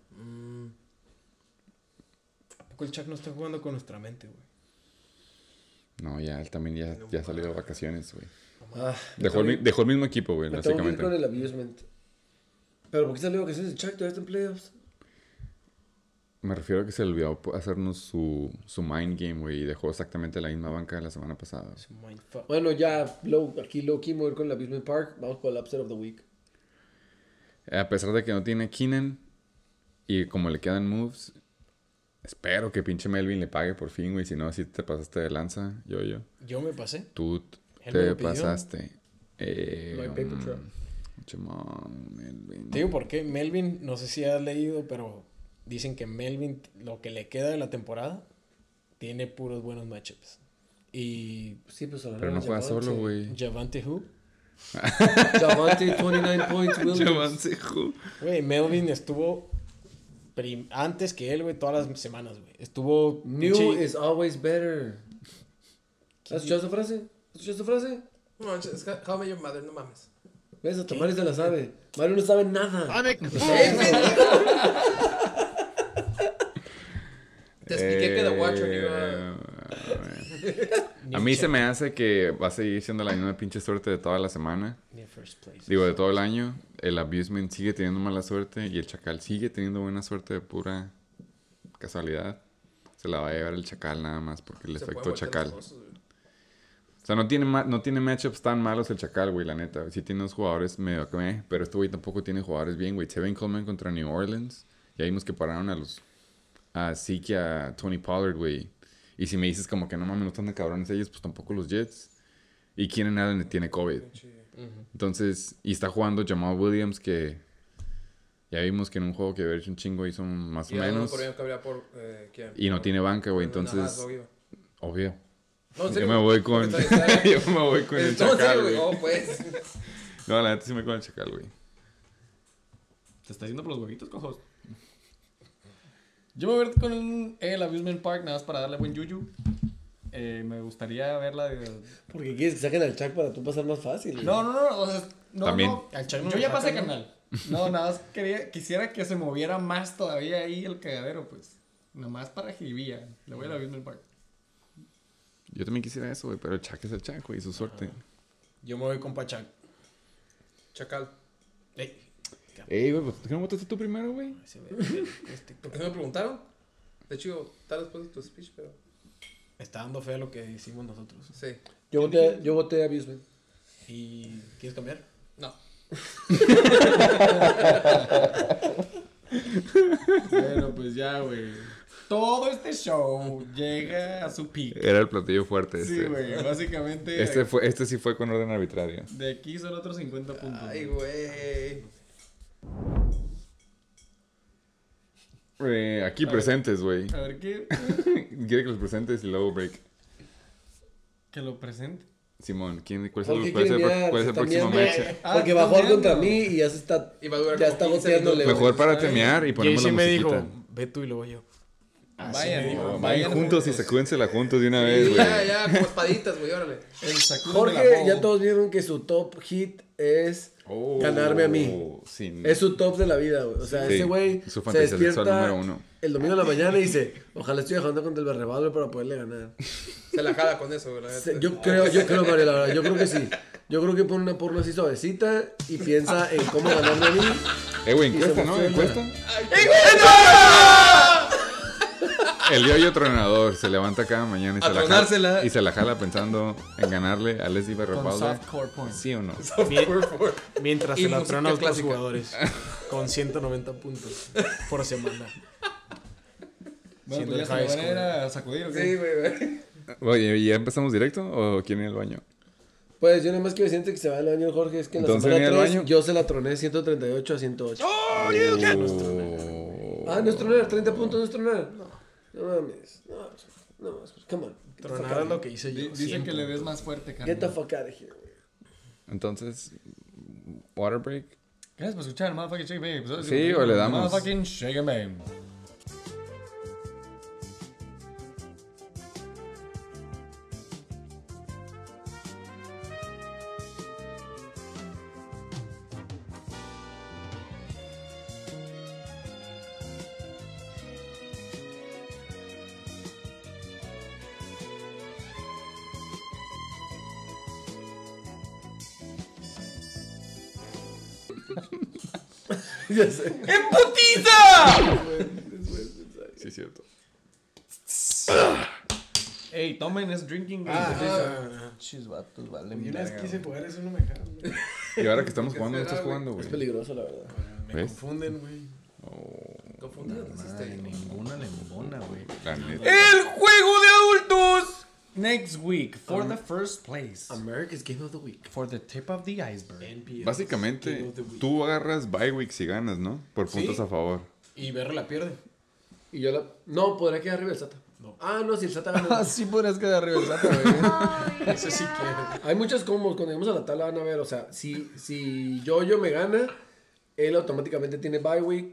[SPEAKER 5] ¿A poco el Chuck no está jugando con nuestra mente, güey?
[SPEAKER 1] No, ya, él también ya salió de vacaciones, güey.
[SPEAKER 4] Ah,
[SPEAKER 1] Dejó el mismo equipo, güey,
[SPEAKER 4] me tengo que ir
[SPEAKER 1] básicamente.
[SPEAKER 4] con el Abusement. ¿Pero por qué salió de vacaciones el Chuck? ¿Todavía está en playoffs?
[SPEAKER 1] Me refiero a que se le olvidó hacernos su mind game, güey, y dejó exactamente la misma banca de la semana pasada.
[SPEAKER 5] Es un mindfuck.
[SPEAKER 4] Bueno, ya, aquí low key me voy a ir con el Abusement Park. Vamos por el Upset of the Week.
[SPEAKER 1] A pesar de que no tiene Keenan y como le quedan moves, espero que pinche Melvin le pague por fin, güey. Si no, si te pasaste de lanza, yo.
[SPEAKER 5] Yo me pasé.
[SPEAKER 1] Tú
[SPEAKER 5] Él me
[SPEAKER 1] te
[SPEAKER 5] lo pidió.
[SPEAKER 1] pasaste.
[SPEAKER 4] No hay paper trail.
[SPEAKER 1] Melvin.
[SPEAKER 5] Te digo por qué. Melvin, no sé si has leído, pero dicen que Melvin, lo que le queda de la temporada, tiene puros buenos matchups. Y
[SPEAKER 4] Sí, pues
[SPEAKER 1] Pero no juega solo, güey.
[SPEAKER 5] Javante Who,
[SPEAKER 4] Javante, 29 points, Williams.
[SPEAKER 5] güey, Melvin estuvo antes que él, güey, todas las semanas, güey. Estuvo...
[SPEAKER 4] New
[SPEAKER 5] pinche-
[SPEAKER 4] is always better. ¿Has escuchado esa frase? ¿Has escuchado esa frase?
[SPEAKER 3] No, es How I Met Your Mother, no mames.
[SPEAKER 4] ¿Ves? Hasta Mario se la sabe. Mario no sabe nada.
[SPEAKER 3] Te expliqué que The Watcher iba...
[SPEAKER 1] A mí se me hace que va a seguir siendo la misma pinche suerte de toda la semana.
[SPEAKER 5] Ni first place.
[SPEAKER 1] Digo, de todo el año. El Abusement sigue teniendo mala suerte y el Chacal sigue teniendo buena suerte de pura casualidad. Se la va a llevar el Chacal nada más porque el
[SPEAKER 3] Se
[SPEAKER 1] efecto
[SPEAKER 3] pueden voltear
[SPEAKER 1] Chacal.
[SPEAKER 3] las cosas, güey.
[SPEAKER 1] O sea, no tiene matchups tan malos el Chacal, güey, la neta. Sí tiene unos jugadores medio que pero este güey tampoco tiene jugadores bien, güey. Tevin Coleman contra New Orleans. Ya vimos que pararon a Zeke y a Tony Pollard, güey. Y si me dices como que no mames, no están de cabrones ellos, pues tampoco los Jets. Y Keenan Allen tiene COVID. Entonces, y está jugando Jamal Williams, que ya vimos que en un juego que había hecho un chingo hizo más o
[SPEAKER 3] Y ya no
[SPEAKER 1] menos.
[SPEAKER 3] por ahí cabría por... ¿quién?
[SPEAKER 1] Y no tiene banca, güey.
[SPEAKER 3] Ajá,
[SPEAKER 1] Entonces,
[SPEAKER 3] obvio.
[SPEAKER 1] obvio.
[SPEAKER 3] No, en
[SPEAKER 1] Yo
[SPEAKER 3] serio,
[SPEAKER 1] me voy con...
[SPEAKER 3] Está-
[SPEAKER 1] yo me voy con el
[SPEAKER 3] No, en serio,
[SPEAKER 1] Chacal,
[SPEAKER 3] güey.
[SPEAKER 1] güey.
[SPEAKER 3] Oh, pues.
[SPEAKER 1] No, la neta sí me voy con el Chacal, güey.
[SPEAKER 2] Te está haciendo por los huevitos, cojos. Yo me voy a ver con el Abusement Park, nada más para darle buen yuyu. Me gustaría verla de...
[SPEAKER 4] Porque quieres que saquen al Chuck para tú pasar más fácil. güey.
[SPEAKER 2] No, o sea, no,
[SPEAKER 1] También.
[SPEAKER 2] no.
[SPEAKER 5] Al Chuck no
[SPEAKER 2] Yo
[SPEAKER 5] lo
[SPEAKER 2] ya pasé
[SPEAKER 5] sacan, ¿no?
[SPEAKER 2] canal. No, nada más quisiera que se moviera más todavía ahí el cagadero, pues. Nada más para jiribilla. Le voy al Abusement Park.
[SPEAKER 1] Yo también quisiera eso, güey. Pero el Chac es el Chac, güey. Su suerte.
[SPEAKER 5] Yo me voy con Pachak.
[SPEAKER 3] Chacal.
[SPEAKER 5] Ey,
[SPEAKER 1] Ey, güey, ¿por qué no votaste tú primero, güey?
[SPEAKER 3] ¿Por qué no me preguntaron? De hecho, tal después de tu speech, pero...
[SPEAKER 5] está dando fe a lo que hicimos nosotros.
[SPEAKER 3] Sí.
[SPEAKER 4] Yo voté Abusement.
[SPEAKER 5] ¿Y quieres cambiar?
[SPEAKER 3] No.
[SPEAKER 2] Bueno, pues ya, güey. Todo este show llega a su pico.
[SPEAKER 1] Era el platillo fuerte
[SPEAKER 2] Sí,
[SPEAKER 1] este.
[SPEAKER 2] güey. Básicamente,
[SPEAKER 1] Este sí fue con orden arbitrario.
[SPEAKER 2] de aquí son otros 50 puntos.
[SPEAKER 3] Ay,
[SPEAKER 2] güey.
[SPEAKER 3] güey.
[SPEAKER 1] Aquí presentes, güey.
[SPEAKER 2] A ver, ¿qué?
[SPEAKER 1] Quiere que los presentes y luego break.
[SPEAKER 2] Que lo presente.
[SPEAKER 1] Simón, ¿cuál
[SPEAKER 4] ¿Por
[SPEAKER 1] es
[SPEAKER 4] qué
[SPEAKER 1] el,
[SPEAKER 4] quieren mirar?
[SPEAKER 1] cuál es el
[SPEAKER 4] Están
[SPEAKER 1] próximo
[SPEAKER 4] viendo.
[SPEAKER 1] match?
[SPEAKER 4] Porque
[SPEAKER 2] Ah,
[SPEAKER 4] va a jugar
[SPEAKER 2] están
[SPEAKER 4] contra
[SPEAKER 2] viendo.
[SPEAKER 4] mí y ya se está.
[SPEAKER 3] Y va a durar
[SPEAKER 4] Ya
[SPEAKER 3] como
[SPEAKER 4] está
[SPEAKER 3] 15
[SPEAKER 4] goteándole.
[SPEAKER 3] minutos.
[SPEAKER 1] Mejor
[SPEAKER 2] está
[SPEAKER 1] párate a
[SPEAKER 2] bien.
[SPEAKER 1] mear y ponemos la
[SPEAKER 5] Jaycee me
[SPEAKER 1] musiquita.
[SPEAKER 5] dijo, ve tú y luego yo.
[SPEAKER 1] Vayan juntos y sacúdensela juntos de una vez,
[SPEAKER 3] Sí,
[SPEAKER 1] güey.
[SPEAKER 3] ya, como espaditas, güey, órale.
[SPEAKER 2] El sacudón de
[SPEAKER 4] Jorge,
[SPEAKER 2] la
[SPEAKER 4] ya
[SPEAKER 2] bowl.
[SPEAKER 4] todos vieron que su top hit es
[SPEAKER 1] Oh,
[SPEAKER 4] ganarme a mí.
[SPEAKER 1] Sí.
[SPEAKER 4] Es su top de la vida, güey. O sea,
[SPEAKER 1] Sí,
[SPEAKER 4] ese güey
[SPEAKER 1] su
[SPEAKER 4] se
[SPEAKER 1] fantasía sexual
[SPEAKER 4] despierta
[SPEAKER 1] número 1.
[SPEAKER 4] el domingo en la mañana y dice, ojalá estoy viajando contra el Berrebaldo para poderle ganar.
[SPEAKER 3] Se la jala con eso, güey. la neta.
[SPEAKER 4] Yo creo, Mario, la verdad, yo creo que sí. Yo creo que pone una porno así suavecita y piensa en cómo ganarme a mí.
[SPEAKER 1] Güey,
[SPEAKER 4] Y
[SPEAKER 1] encuesta,
[SPEAKER 4] se
[SPEAKER 1] ¿no?
[SPEAKER 4] emociona.
[SPEAKER 1] ¿Encuesta? El yo tronador se levanta cada mañana y
[SPEAKER 3] A tronársela.
[SPEAKER 1] y se la jala pensando en ganarle a Leslie
[SPEAKER 2] Con
[SPEAKER 1] Berrebaldo.
[SPEAKER 2] softcore porn.
[SPEAKER 1] ¿Sí o no?
[SPEAKER 5] Mientras
[SPEAKER 3] Y
[SPEAKER 5] se la
[SPEAKER 3] música
[SPEAKER 5] trona a otros
[SPEAKER 3] clásica.
[SPEAKER 5] jugadores. Con 190 puntos por semana.
[SPEAKER 2] Bueno,
[SPEAKER 5] Siendo
[SPEAKER 2] pues ya
[SPEAKER 5] el
[SPEAKER 2] se
[SPEAKER 5] high
[SPEAKER 2] lo van a ir a sacudir, ¿o qué?
[SPEAKER 3] Sí, güey.
[SPEAKER 1] Oye, ¿ya empezamos directo o quieren ir al baño?
[SPEAKER 4] Pues yo nada más quiero decirte que se va al baño Jorge, es que en la
[SPEAKER 1] Entonces,
[SPEAKER 4] semana
[SPEAKER 1] ¿viene al
[SPEAKER 4] 3
[SPEAKER 1] baño?
[SPEAKER 4] yo se la troné 138 a 108.
[SPEAKER 1] Oh.
[SPEAKER 4] Ah, no es tronar, 30 puntos no es tronar. No mames, no, come on.
[SPEAKER 5] Tronar es lo que hice yo.
[SPEAKER 2] Dicen
[SPEAKER 5] siempre.
[SPEAKER 2] que le ves más fuerte,
[SPEAKER 4] Get the
[SPEAKER 2] carnal.
[SPEAKER 4] fuck out of here, güey.
[SPEAKER 1] Entonces, water break.
[SPEAKER 2] Gracias por escuchar el Motherfucking Shake Babe. Episodio
[SPEAKER 1] Sí,
[SPEAKER 2] 51,
[SPEAKER 1] o le damos.
[SPEAKER 2] Motherfucking Shake Babe.
[SPEAKER 4] Ya sé.
[SPEAKER 1] Sí, es cierto.
[SPEAKER 2] Ey, tomen, es drinking. Chis, vatos, vale.
[SPEAKER 5] Yo una vez
[SPEAKER 2] verga,
[SPEAKER 5] quise
[SPEAKER 2] güey.
[SPEAKER 5] jugar eso, no me dejaron. güey.
[SPEAKER 1] Y ahora que estamos jugando, no estás jugando, güey.
[SPEAKER 4] Es peligroso, la verdad.
[SPEAKER 5] Me
[SPEAKER 1] ¿Ves?
[SPEAKER 5] confunden, güey.
[SPEAKER 3] Confundido, no hiciste.
[SPEAKER 2] Ninguna lembona, güey.
[SPEAKER 1] La neta.
[SPEAKER 2] El juego de adultos. Next week, for the first place.
[SPEAKER 4] America's Game of the Week.
[SPEAKER 2] For the tip of the iceberg.
[SPEAKER 5] NPL, Game
[SPEAKER 1] Básicamente,
[SPEAKER 5] of the Week.
[SPEAKER 1] tú agarras bye week si ganas, ¿no? Por puntos
[SPEAKER 5] Sí.
[SPEAKER 1] a favor.
[SPEAKER 5] Y Berre la pierde.
[SPEAKER 4] Y yo la... No, podrá quedar arriba el SATA.
[SPEAKER 5] No.
[SPEAKER 4] Ah, no, si el SATA gana.
[SPEAKER 2] Así podrías quedar arriba el saco, güey.
[SPEAKER 5] Ese sí quiere.
[SPEAKER 4] Hay muchos combos, cuando lleguemos a la tabla van a ver, o sea, si yo me gana, él automáticamente tiene bye week.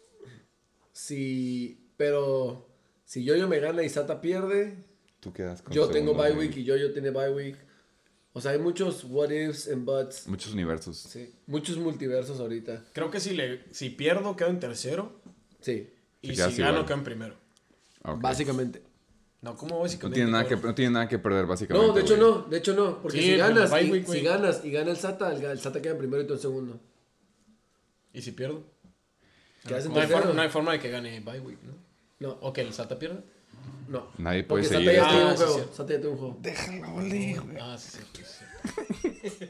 [SPEAKER 4] Pero si yo me gana y Sata pierde,
[SPEAKER 1] Tú quedas con
[SPEAKER 4] yo tengo
[SPEAKER 1] segundo,
[SPEAKER 4] bye
[SPEAKER 1] güey.
[SPEAKER 4] week y yo tiene bye week. O sea, hay muchos what ifs and buts.
[SPEAKER 1] Muchos universos.
[SPEAKER 4] Sí, muchos multiversos ahorita.
[SPEAKER 5] Creo que si pierdo, quedo en tercero.
[SPEAKER 4] Sí,
[SPEAKER 5] Y
[SPEAKER 1] Te quedas
[SPEAKER 5] si gano,
[SPEAKER 1] igual.
[SPEAKER 5] quedo en primero.
[SPEAKER 1] Ok.
[SPEAKER 4] básicamente.
[SPEAKER 5] No, ¿cómo
[SPEAKER 1] No
[SPEAKER 5] básicamente?
[SPEAKER 1] tiene, nada que,
[SPEAKER 5] cabrón?
[SPEAKER 1] no tiene nada que perder, básicamente.
[SPEAKER 4] No, de hecho
[SPEAKER 1] güey.
[SPEAKER 4] no, porque
[SPEAKER 5] Sí,
[SPEAKER 4] si ganas,
[SPEAKER 5] bye
[SPEAKER 4] y,
[SPEAKER 5] week, güey.
[SPEAKER 4] si ganas y gana el SATA queda en primero y tú en segundo.
[SPEAKER 5] ¿Y si pierdo?
[SPEAKER 4] Quedas en
[SPEAKER 5] No hay,
[SPEAKER 4] tercero.
[SPEAKER 5] no hay forma de que gane bye week, ¿no?
[SPEAKER 4] No,
[SPEAKER 5] O que el SATA pierda.
[SPEAKER 4] no.
[SPEAKER 1] Nadie puede
[SPEAKER 4] Porque
[SPEAKER 1] seguir.
[SPEAKER 4] Sata ya tiene un
[SPEAKER 5] sí,
[SPEAKER 4] juego.
[SPEAKER 5] cierto.
[SPEAKER 4] Sata ya tiene un juego.
[SPEAKER 5] Ah, sí, sí.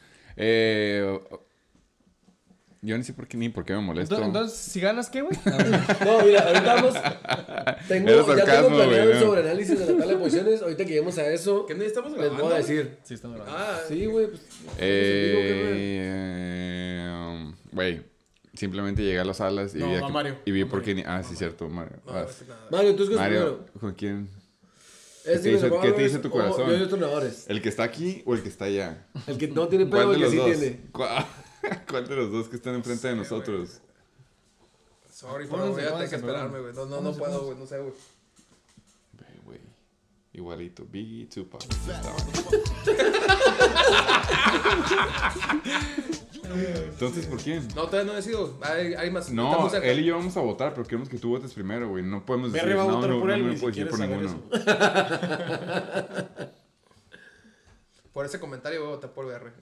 [SPEAKER 1] Yo ni sé por qué me molesto.
[SPEAKER 2] Entonces, si ganas, ¿qué, güey?
[SPEAKER 4] No, mira, ahorita vamos.
[SPEAKER 1] Era
[SPEAKER 4] Ya tengo
[SPEAKER 1] sarcasmo,
[SPEAKER 4] planeado
[SPEAKER 1] güey,
[SPEAKER 4] el
[SPEAKER 1] ¿no?
[SPEAKER 4] sobreanálisis de la tabla de posiciones. Ahorita que lleguemos a eso,
[SPEAKER 3] ¿Qué no estamos
[SPEAKER 4] les
[SPEAKER 3] grabando?
[SPEAKER 4] voy a decir.
[SPEAKER 2] Sí, estamos grabando.
[SPEAKER 3] Ah,
[SPEAKER 4] Sí, güey. Pues,
[SPEAKER 1] Güey, simplemente llegué a las salas y
[SPEAKER 5] No,
[SPEAKER 1] vi,
[SPEAKER 5] va Mario.
[SPEAKER 1] y vi
[SPEAKER 5] Va
[SPEAKER 1] por
[SPEAKER 5] Mario.
[SPEAKER 1] qué. Ah, sí, cierto, Mario.
[SPEAKER 3] no,
[SPEAKER 1] Vas.
[SPEAKER 3] no, nada.
[SPEAKER 4] Mario, tú escoges
[SPEAKER 1] Mario,
[SPEAKER 4] primero.
[SPEAKER 1] ¿con quién?
[SPEAKER 4] ¿Es
[SPEAKER 1] te hizo-
[SPEAKER 4] Steven
[SPEAKER 1] qué te
[SPEAKER 4] Roberts
[SPEAKER 1] hizo tu
[SPEAKER 4] o
[SPEAKER 1] corazón?
[SPEAKER 4] Yo Tronadores.
[SPEAKER 1] ¿El que está aquí o el que está allá?
[SPEAKER 4] El que no tiene
[SPEAKER 1] ¿Cuál
[SPEAKER 4] pelo,
[SPEAKER 1] de
[SPEAKER 4] el que
[SPEAKER 1] los
[SPEAKER 4] sí
[SPEAKER 1] dos?
[SPEAKER 4] tiene.
[SPEAKER 1] ¿Cuál de los dos que están enfrente de nosotros?
[SPEAKER 3] Sorry,
[SPEAKER 2] Pónganse,
[SPEAKER 3] pero voy a tener
[SPEAKER 2] pónganse,
[SPEAKER 3] que esperarme, güey. No
[SPEAKER 2] pónganse,
[SPEAKER 3] puedo, güey. No sé, güey.
[SPEAKER 1] Ve, güey. Igualito. Biggie y Tupac. Entonces, ¿por quién?
[SPEAKER 3] No, todavía no decido. Hay más.
[SPEAKER 1] No,
[SPEAKER 3] estamos cerca.
[SPEAKER 1] él y yo vamos a votar, pero queremos que tú votes primero, güey. No podemos decir,
[SPEAKER 5] Berre va a
[SPEAKER 1] no,
[SPEAKER 5] votar
[SPEAKER 1] no,
[SPEAKER 5] por
[SPEAKER 1] no
[SPEAKER 5] él,
[SPEAKER 1] me
[SPEAKER 5] güey,
[SPEAKER 1] puedo
[SPEAKER 5] si
[SPEAKER 1] decir por
[SPEAKER 5] quieres
[SPEAKER 1] ninguno.
[SPEAKER 5] saber eso.
[SPEAKER 3] Por ese comentario voy a votar por BR.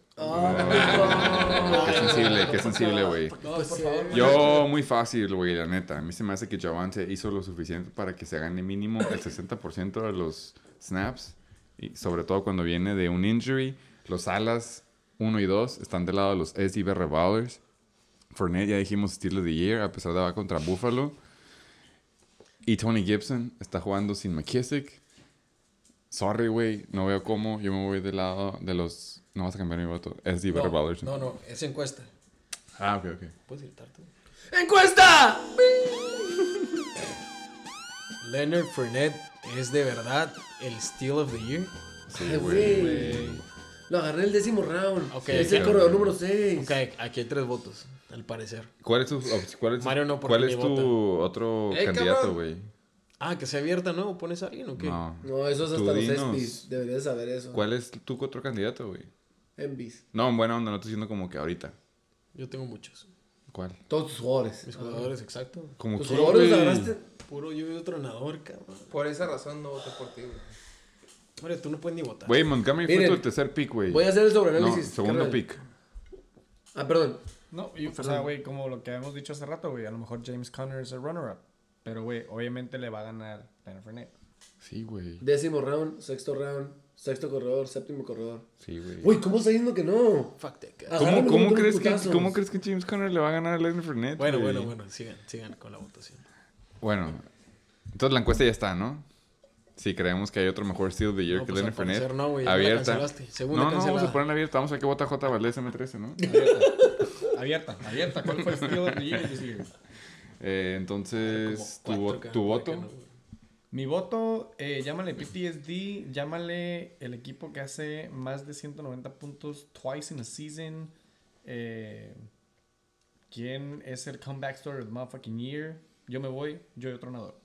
[SPEAKER 1] Qué sensible, güey.
[SPEAKER 5] No, por favor.
[SPEAKER 1] Yo, muy fácil, güey, la neta. A mí se me hace que Javante hizo lo suficiente para que se gane mínimo el 60% de los snaps. Y sobre todo cuando viene de un injury. Los alas 1 y 2 están del lado de los SDB Revolvers. Fournette, ya dijimos, Steal of the Year, a pesar de va contra Buffalo. Y Tony Gibson está jugando sin McKissick. Sorry, güey, no veo cómo. Yo me voy del lado de los... No vas a cambiar mi voto. SDB Revolvers.
[SPEAKER 5] No, es encuesta.
[SPEAKER 1] Ah, ok.
[SPEAKER 5] ¿Puedes gritar tú?
[SPEAKER 4] ¡Encuesta!
[SPEAKER 5] Leonard Fournette es de verdad el Steal of the Year.
[SPEAKER 1] Sí,
[SPEAKER 4] Ay,
[SPEAKER 1] güey.
[SPEAKER 4] güey. Lo agarré en el 10º round.
[SPEAKER 5] Ok,
[SPEAKER 4] Es el
[SPEAKER 5] ok.
[SPEAKER 4] corredor número 6.
[SPEAKER 5] Ok, aquí hay 3 votos, al parecer.
[SPEAKER 1] ¿Cuál es tu,
[SPEAKER 5] Mario no, porque
[SPEAKER 1] cuál
[SPEAKER 5] ni
[SPEAKER 1] es tu otro
[SPEAKER 3] ¡Ey,
[SPEAKER 1] candidato,
[SPEAKER 3] cabrón!
[SPEAKER 1] güey?
[SPEAKER 5] Ah, que sea abierta, ¿no? ¿O pones a alguien o qué?
[SPEAKER 1] No.
[SPEAKER 4] No, eso es
[SPEAKER 1] Tú
[SPEAKER 4] hasta los
[SPEAKER 1] dinos.
[SPEAKER 4] ESPYs. Deberías saber eso.
[SPEAKER 1] ¿Cuál es tu otro candidato, güey?
[SPEAKER 4] ESPYs.
[SPEAKER 1] No, en buena onda, no estoy diciendo como que ahorita.
[SPEAKER 5] Yo tengo muchos.
[SPEAKER 1] ¿Cuál?
[SPEAKER 4] Todos tus jugadores.
[SPEAKER 5] Mis jugadores, exacto.
[SPEAKER 1] Como
[SPEAKER 4] Tus
[SPEAKER 1] que,
[SPEAKER 4] jugadores los
[SPEAKER 1] güey.
[SPEAKER 4] agarraste.
[SPEAKER 5] Puro yo y otro nadador, cabrón.
[SPEAKER 3] Por esa razón no voté por ti, güey.
[SPEAKER 5] Hombre, tú no puedes ni votar.
[SPEAKER 1] Güey, Montgomery fue
[SPEAKER 4] Miren,
[SPEAKER 1] tu tercer pick, güey.
[SPEAKER 4] Voy a hacer el
[SPEAKER 1] No,
[SPEAKER 4] sobreanálisis.
[SPEAKER 1] segundo
[SPEAKER 4] carnal.
[SPEAKER 1] pick.
[SPEAKER 4] Ah, perdón.
[SPEAKER 2] No, o sea, güey, como lo que habíamos dicho hace rato, güey, a lo mejor James Conner es el runner-up. Pero, güey, obviamente le va a ganar Leonard Fournette.
[SPEAKER 1] Sí, güey.
[SPEAKER 4] 10º round, 6º round, 6º corredor, 7º corredor.
[SPEAKER 1] Sí, güey.
[SPEAKER 4] Uy, ¿cómo está diciendo que no?
[SPEAKER 5] Fuck that guy.
[SPEAKER 4] Agárrame con otros putazos.
[SPEAKER 1] ¿Cómo crees que James Conner le va a ganar a Leonard Fournette?
[SPEAKER 5] Bueno,
[SPEAKER 1] güey?
[SPEAKER 5] sigan con la votación.
[SPEAKER 1] Bueno, entonces la encuesta ya está, ¿no? Si creemos que hay otro mejor Steal of the Year
[SPEAKER 5] No,
[SPEAKER 1] que
[SPEAKER 5] pues,
[SPEAKER 1] Leonard
[SPEAKER 5] al
[SPEAKER 1] Fournette.
[SPEAKER 5] parecer no, güey, ya me la
[SPEAKER 1] abierta.
[SPEAKER 5] cancelaste. Segunda
[SPEAKER 1] No, vamos
[SPEAKER 5] cancelada.
[SPEAKER 1] a ponerla abierta. Vamos a ver qué vota J. Valdez M13, ¿no?
[SPEAKER 2] Abierta. ¿Cuál fue el estilo de year this year?
[SPEAKER 1] Entonces,
[SPEAKER 5] Como
[SPEAKER 1] ¿tu
[SPEAKER 5] cuatro
[SPEAKER 1] voto?
[SPEAKER 5] que no, güey.
[SPEAKER 2] Mi voto, llámale PTSD, llámale el equipo que hace más de 190 puntos twice in a season. ¿Quién es el comeback story of the motherfucking year? Yo me voy, yo y otro nadador.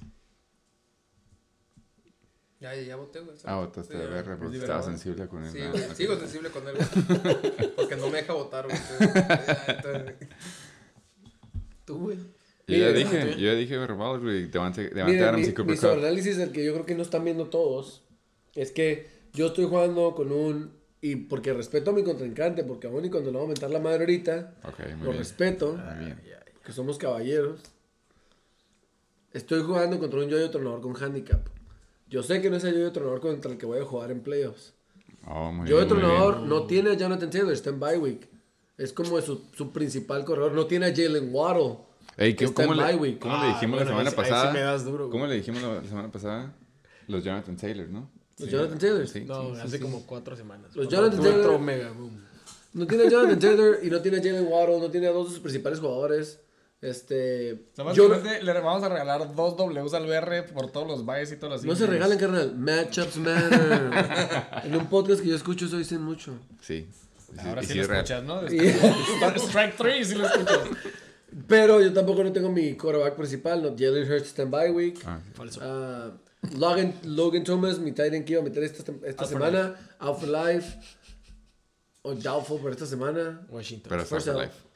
[SPEAKER 3] Ya voté, güey.
[SPEAKER 1] Votaste
[SPEAKER 3] Sí,
[SPEAKER 1] de
[SPEAKER 3] ya.
[SPEAKER 1] BR, pero
[SPEAKER 2] ¿Es
[SPEAKER 1] estaba
[SPEAKER 2] liberado?
[SPEAKER 1] sensible con él.
[SPEAKER 3] Sí,
[SPEAKER 1] Ah,
[SPEAKER 3] güey.
[SPEAKER 1] ok.
[SPEAKER 3] Sigo sensible con él, güey. Porque no me deja votar, güey. Entonces,
[SPEAKER 5] Tú, güey.
[SPEAKER 1] Yo ya
[SPEAKER 4] Mira,
[SPEAKER 1] dije verbal, güey. Devante
[SPEAKER 4] Miren,
[SPEAKER 1] Adams y
[SPEAKER 4] mi
[SPEAKER 1] Cooper Cup.
[SPEAKER 4] sobreanálisis, el que yo creo que no están viendo todos, es que yo estoy jugando con un... Y porque respeto a mi contrincante, porque aún y cuando le voy a mentar la madre ahorita,
[SPEAKER 1] Ok,
[SPEAKER 4] lo
[SPEAKER 1] muy bien.
[SPEAKER 4] respeto,
[SPEAKER 1] Muy bien.
[SPEAKER 4] que somos caballeros. Estoy jugando contra un yo-yo tronador con handicap. Yo sé que no es el yo-yo tronador contra el que voy a jugar en playoffs.
[SPEAKER 1] Oh, muy
[SPEAKER 4] Yo-yo
[SPEAKER 1] bien, muy
[SPEAKER 4] tronador
[SPEAKER 1] bien.
[SPEAKER 4] no tiene a Jonathan Taylor, está en bye week. Es como su principal corredor. No tiene a Jalen Waddle.
[SPEAKER 1] Ey,
[SPEAKER 4] está
[SPEAKER 1] ¿cómo,
[SPEAKER 4] en
[SPEAKER 1] le,
[SPEAKER 4] bye week.
[SPEAKER 1] ¿Cómo le dijimos la semana
[SPEAKER 5] Ahí
[SPEAKER 1] pasada?
[SPEAKER 5] sí me das duro,
[SPEAKER 1] ¿Cómo
[SPEAKER 5] güey.
[SPEAKER 1] le dijimos la semana pasada? Los Jonathan Taylor, ¿no?
[SPEAKER 4] ¿Los Jonathan Taylor?
[SPEAKER 1] Sí,
[SPEAKER 5] No,
[SPEAKER 1] sí,
[SPEAKER 5] hace
[SPEAKER 1] sí.
[SPEAKER 5] como 4 semanas.
[SPEAKER 4] Los
[SPEAKER 5] Cuando
[SPEAKER 4] Jonathan
[SPEAKER 5] tuvo
[SPEAKER 4] Taylor-
[SPEAKER 5] otro mega boom.
[SPEAKER 4] No tiene a Jonathan Taylor y no tiene a Jalen Waddle. No tiene a dos de sus principales jugadores.
[SPEAKER 2] O sea,
[SPEAKER 4] Yo
[SPEAKER 2] básicamente le vamos a regalar 2 Ws al BR por todos los byes y todas las
[SPEAKER 4] no se
[SPEAKER 2] injuries.
[SPEAKER 4] regalen, carnal. Matchups matter. En un podcast que yo escucho eso dicen mucho.
[SPEAKER 1] Sí.
[SPEAKER 2] Ahora
[SPEAKER 1] Y
[SPEAKER 2] sí lo
[SPEAKER 1] es real.
[SPEAKER 2] escuchas, ¿no?
[SPEAKER 4] Y-
[SPEAKER 2] Strike 3 sí lo escuchas.
[SPEAKER 4] Pero yo tampoco no tengo mi quarterback principal. No, Jalen Hurts está en bye week.
[SPEAKER 1] Ah,
[SPEAKER 5] Falso.
[SPEAKER 4] Logan Thomas, mi tight end que iba a meter esta
[SPEAKER 2] Out for
[SPEAKER 4] semana. Out for life. O doubtful por esta semana.
[SPEAKER 5] Washington.
[SPEAKER 1] pero está
[SPEAKER 4] First
[SPEAKER 1] for
[SPEAKER 4] out.
[SPEAKER 1] life.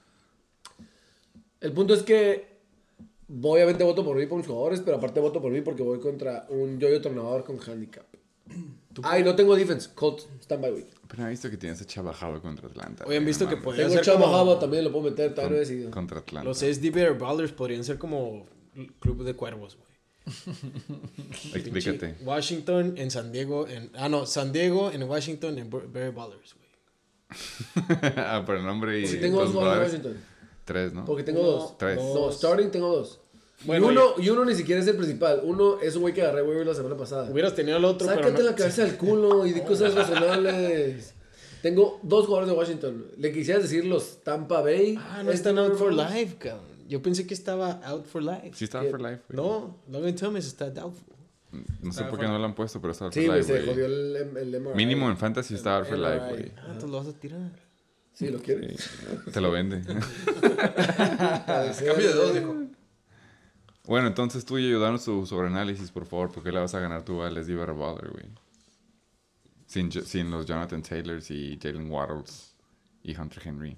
[SPEAKER 4] El punto es que obviamente voto por mí por mis jugadores, pero aparte voto por mí porque voy contra un yo-yo tornador con handicap. Y no tengo defense. Colts, stand by week.
[SPEAKER 1] Pero he visto que tienes a Chabajado contra Atlanta.
[SPEAKER 5] Hoy han
[SPEAKER 1] güey,
[SPEAKER 5] visto
[SPEAKER 1] no
[SPEAKER 5] que
[SPEAKER 1] mames.
[SPEAKER 5] podría
[SPEAKER 4] Tengo
[SPEAKER 5] ser
[SPEAKER 4] Chama
[SPEAKER 5] como...
[SPEAKER 4] Java, también lo puedo meter, todavía no he decidido.
[SPEAKER 1] Contra Atlanta.
[SPEAKER 5] Los SD Bear Ballers podrían ser como club de cuervos, güey.
[SPEAKER 1] Explícate.
[SPEAKER 5] Washington en San Diego. San Diego en Washington en Bear Ballers, güey.
[SPEAKER 1] Por el nombre y
[SPEAKER 4] Porque tengo dos
[SPEAKER 1] los
[SPEAKER 4] jugadores de
[SPEAKER 1] jugadores.
[SPEAKER 4] Washington.
[SPEAKER 1] 3, ¿no?
[SPEAKER 4] Porque tengo dos.
[SPEAKER 1] Tres.
[SPEAKER 4] No, starting tengo dos.
[SPEAKER 5] Bueno,
[SPEAKER 4] y uno ni siquiera es el principal. Uno es un güey que agarré waiver la semana pasada.
[SPEAKER 5] Hubieras tenido el otro,
[SPEAKER 4] Sácate
[SPEAKER 5] pero no.
[SPEAKER 4] la cabeza del culo y di cosas razonables. Tengo dos jugadores de Washington. Le quisieras decir los Tampa Bay.
[SPEAKER 5] No están out for life, cabrón. Yo pensé que estaba out for life.
[SPEAKER 1] Sí estaba
[SPEAKER 4] ¿Qué?
[SPEAKER 1] for life, güey.
[SPEAKER 5] No, Logan Thomas está doubtful.
[SPEAKER 1] No sé por qué no lo han puesto, pero estaba for
[SPEAKER 4] Sí, güey,
[SPEAKER 1] life,
[SPEAKER 4] se
[SPEAKER 1] güey.
[SPEAKER 4] jodió el MRI.
[SPEAKER 1] Mínimo en Fantasy estaba for life,
[SPEAKER 4] MRI.
[SPEAKER 1] güey.
[SPEAKER 5] Entonces lo vas a tirar.
[SPEAKER 4] Sí, lo quiere.
[SPEAKER 1] Te lo vende.
[SPEAKER 3] Cambio de 2, dijo.
[SPEAKER 1] Bueno, entonces tú y yo, danos tu sobreanálisis, por favor. ¿Por qué le vas a ganar tú a Leslie Baller, güey? Sin los Jonathan Taylors y Jalen Waddles y Hunter Henry.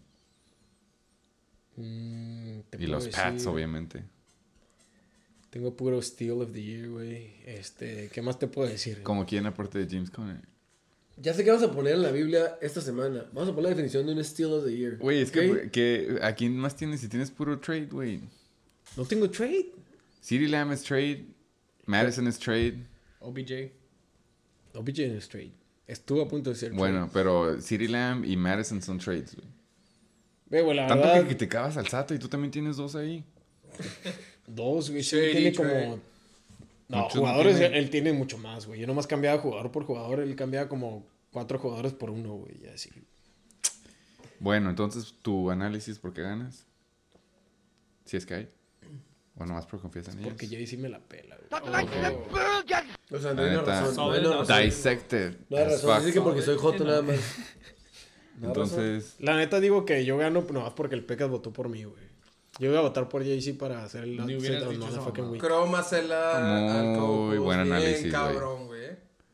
[SPEAKER 5] Te
[SPEAKER 1] Y
[SPEAKER 5] puedo
[SPEAKER 1] los Pats,
[SPEAKER 5] decir,
[SPEAKER 1] obviamente.
[SPEAKER 5] Tengo puro Steal of the Year, güey. ¿Qué más te puedo decir?
[SPEAKER 1] ¿Como quién aparte de James Conner?
[SPEAKER 4] Ya sé que vamos a poner en la Biblia esta semana. Vamos a poner la definición de un Steal of the Year.
[SPEAKER 1] Güey, es
[SPEAKER 4] ¿Ok?
[SPEAKER 1] que ¿a quién más tienes? Si tienes puro trade, güey.
[SPEAKER 5] No tengo trade.
[SPEAKER 1] CeeDee Lamb es trade. Madison es trade.
[SPEAKER 2] OBJ.
[SPEAKER 5] OBJ no es trade. Estuvo a punto de ser trade.
[SPEAKER 1] Bueno, pero CeeDee Lamb y Madison son trades, güey.
[SPEAKER 5] Ve, güey, la
[SPEAKER 1] Tanto
[SPEAKER 5] verdad,
[SPEAKER 1] que te cagas al Sato y tú también tienes dos ahí.
[SPEAKER 5] dos, güey. Sí,
[SPEAKER 3] Shady
[SPEAKER 5] tiene
[SPEAKER 3] trade.
[SPEAKER 5] como... No,
[SPEAKER 1] Muchos no
[SPEAKER 5] jugadores,
[SPEAKER 1] tienen.
[SPEAKER 5] él tiene mucho más, güey. Yo nomás cambiaba jugador por jugador. Él cambiaba como 4 jugadores por uno, güey. Y así.
[SPEAKER 1] Bueno, entonces tu análisis, ¿por qué ganas? Si es que hay. O nomás por confianza en ellos.
[SPEAKER 5] Porque Jay sí me la pela, güey.
[SPEAKER 4] O sea, no
[SPEAKER 1] La
[SPEAKER 4] hay una
[SPEAKER 1] neta,
[SPEAKER 4] razón. No hay una razón.
[SPEAKER 1] Dissected.
[SPEAKER 4] No hay
[SPEAKER 1] as
[SPEAKER 4] razón.
[SPEAKER 1] fuck.
[SPEAKER 4] Dice que porque soy joto nada más. No hay razón.
[SPEAKER 1] Entonces,
[SPEAKER 5] La neta digo que yo gano nomás porque el Pecas votó por mí, güey. Yo voy a votar por Jay-Z para hacer el
[SPEAKER 2] Ni
[SPEAKER 5] upset
[SPEAKER 2] hubieras
[SPEAKER 5] of
[SPEAKER 2] dicho esa
[SPEAKER 5] motherfucking
[SPEAKER 2] mamada.
[SPEAKER 5] week.
[SPEAKER 3] Crómasela al Cowboys.
[SPEAKER 1] Muy buen análisis,
[SPEAKER 3] Bien
[SPEAKER 1] güey.
[SPEAKER 3] cabrón, güey.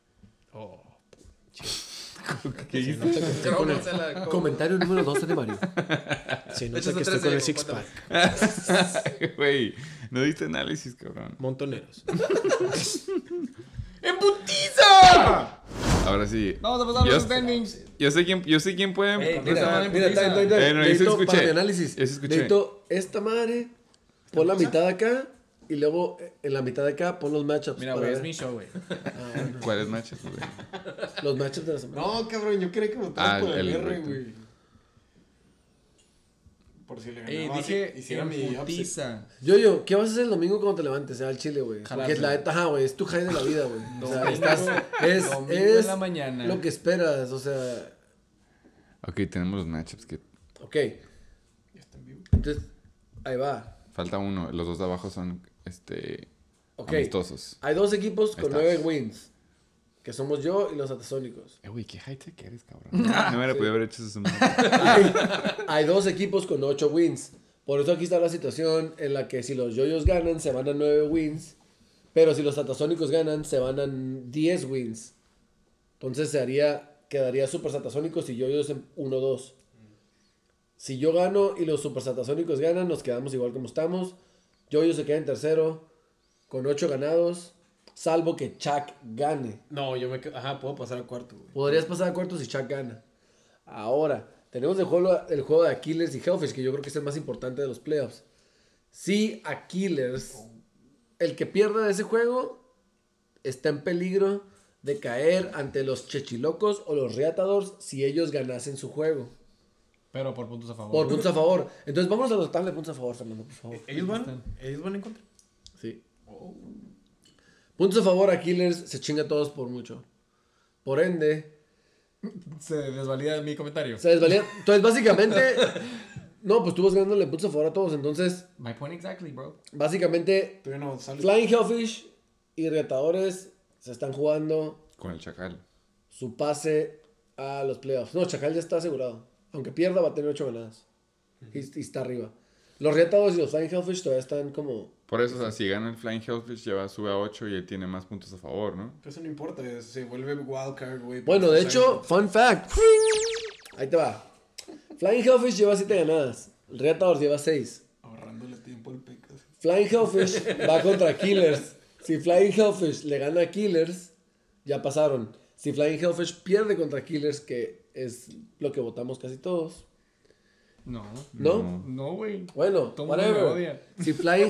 [SPEAKER 1] ¿Qué
[SPEAKER 5] Se
[SPEAKER 1] dijiste?
[SPEAKER 5] nota que estoy con el,
[SPEAKER 3] Crómasela al Cowboys.
[SPEAKER 4] Comentario número 12 de Mario.
[SPEAKER 5] se nota
[SPEAKER 3] Échate
[SPEAKER 5] que estoy
[SPEAKER 3] tres
[SPEAKER 5] con el
[SPEAKER 3] de
[SPEAKER 5] six
[SPEAKER 3] Evo,
[SPEAKER 5] pack.
[SPEAKER 1] Güey, no diste análisis, cabrón.
[SPEAKER 5] Montoneros.
[SPEAKER 1] Ahora sí.
[SPEAKER 2] Vamos a pasar a
[SPEAKER 1] Yo-
[SPEAKER 2] los standings.
[SPEAKER 1] Yo sé quién puede
[SPEAKER 4] Mira,
[SPEAKER 1] empezar.
[SPEAKER 4] mira, está.
[SPEAKER 1] No, yo sí
[SPEAKER 4] Necesito
[SPEAKER 1] escuché.
[SPEAKER 4] para mi análisis.
[SPEAKER 1] Yo sí escuché.
[SPEAKER 4] Necesito esta madre, pon la mitad de acá y luego en la mitad de acá pon los matchups.
[SPEAKER 2] Mira,
[SPEAKER 4] para
[SPEAKER 2] güey, es
[SPEAKER 4] ver.
[SPEAKER 2] mi show, güey.
[SPEAKER 1] ¿Cuáles matches, güey?
[SPEAKER 4] Los matchups de la semana.
[SPEAKER 5] No, cabrón, yo quería que votaras por el R,
[SPEAKER 1] correcto.
[SPEAKER 5] güey. Por si le
[SPEAKER 2] Ey,
[SPEAKER 5] ganaba,
[SPEAKER 2] dije
[SPEAKER 5] hiciera
[SPEAKER 2] en
[SPEAKER 5] mi upset.
[SPEAKER 2] putiza.
[SPEAKER 4] Yo, ¿qué vas a hacer el domingo cuando te levantes? Al Chile, güey. Porque
[SPEAKER 2] Jalarte.
[SPEAKER 4] la neta, ajá, güey, es tu high de la vida, güey. O sea,
[SPEAKER 2] Domingo-
[SPEAKER 4] estás.
[SPEAKER 2] domingo
[SPEAKER 4] Es
[SPEAKER 2] en la mañana.
[SPEAKER 4] lo que esperas, o sea.
[SPEAKER 1] Ok, tenemos los matchups que...
[SPEAKER 4] Ok. Entonces, ahí va.
[SPEAKER 1] Falta uno. Los dos de abajo son,
[SPEAKER 4] Ok.
[SPEAKER 1] amistosos.
[SPEAKER 4] Hay dos equipos con
[SPEAKER 1] Ahí está.
[SPEAKER 4] 9 wins. Que somos yo y los Atasónicos.
[SPEAKER 1] Güey, qué high-tech eres, cabrón. No me hubiera podido haber hecho eso.
[SPEAKER 4] Hay dos equipos con 8 wins. Por eso aquí está la situación en la que si los yoyos ganan, se van a 9 wins. Pero si los Satasónicos ganan, se van a 10 wins. Entonces quedaría Super Satasónicos y yoyos en 1-2. Si yo gano y los Super Satasónicos ganan, nos quedamos igual como estamos. Yoyos se queda en tercero con 8 ganados. Salvo que Chuck gane.
[SPEAKER 5] No, ajá, puedo pasar al cuarto, güey.
[SPEAKER 4] Podrías pasar a cuartos si Chuck gana. Ahora, tenemos el juego de Aquiles y Hellfish, que yo creo que es el más importante de los playoffs. Si Aquiles, el que pierda de ese juego, está en peligro de caer ante los Chechilocos o los Reatadores si ellos ganasen su juego.
[SPEAKER 2] Pero por puntos a favor.
[SPEAKER 4] Por puntos a favor. Entonces vamos a los tablas de puntos a favor, Fernando, por favor.
[SPEAKER 5] ¿Ellos van en contra?
[SPEAKER 4] Sí. Puntos a favor, Aquiles se chinga a todos por mucho. Por ende,
[SPEAKER 2] Se desvalida mi comentario.
[SPEAKER 4] se desvalía. Entonces, básicamente, no, pues tú vas ganándole puntos a favor a todos. Entonces,
[SPEAKER 2] My point exactly, bro.
[SPEAKER 4] básicamente,
[SPEAKER 5] Todavía no sale.
[SPEAKER 4] Flying Hellfish y Retadores se están jugando
[SPEAKER 1] Con el chacal.
[SPEAKER 4] su pase a los playoffs. No, Chacal ya está asegurado. Aunque pierda, va a tener 8 ganadas. Y está arriba. Los Retadores y los Flying Hellfish todavía están como...
[SPEAKER 1] Por eso, o sea, si gana el Flying Hellfish, sube a 8 y él tiene más puntos a favor, ¿no?
[SPEAKER 5] Pero eso no importa, se vuelve wildcard, güey.
[SPEAKER 4] Bueno, de hecho, fun fact. Ahí te va. Flying Hellfish lleva 7 ganadas. El Retadores lleva 6.
[SPEAKER 5] Ahorrándole tiempo al Pecas.
[SPEAKER 4] Flying Hellfish va contra Killers. Si Flying Hellfish le gana a Killers, ya pasaron. Si Flying Hellfish pierde contra Killers, que es lo que votamos casi todos.
[SPEAKER 2] No.
[SPEAKER 4] ¿No?
[SPEAKER 2] No, güey.
[SPEAKER 4] Bueno,
[SPEAKER 2] Todo mundo me
[SPEAKER 4] whatever.
[SPEAKER 2] odia.
[SPEAKER 4] Si Flying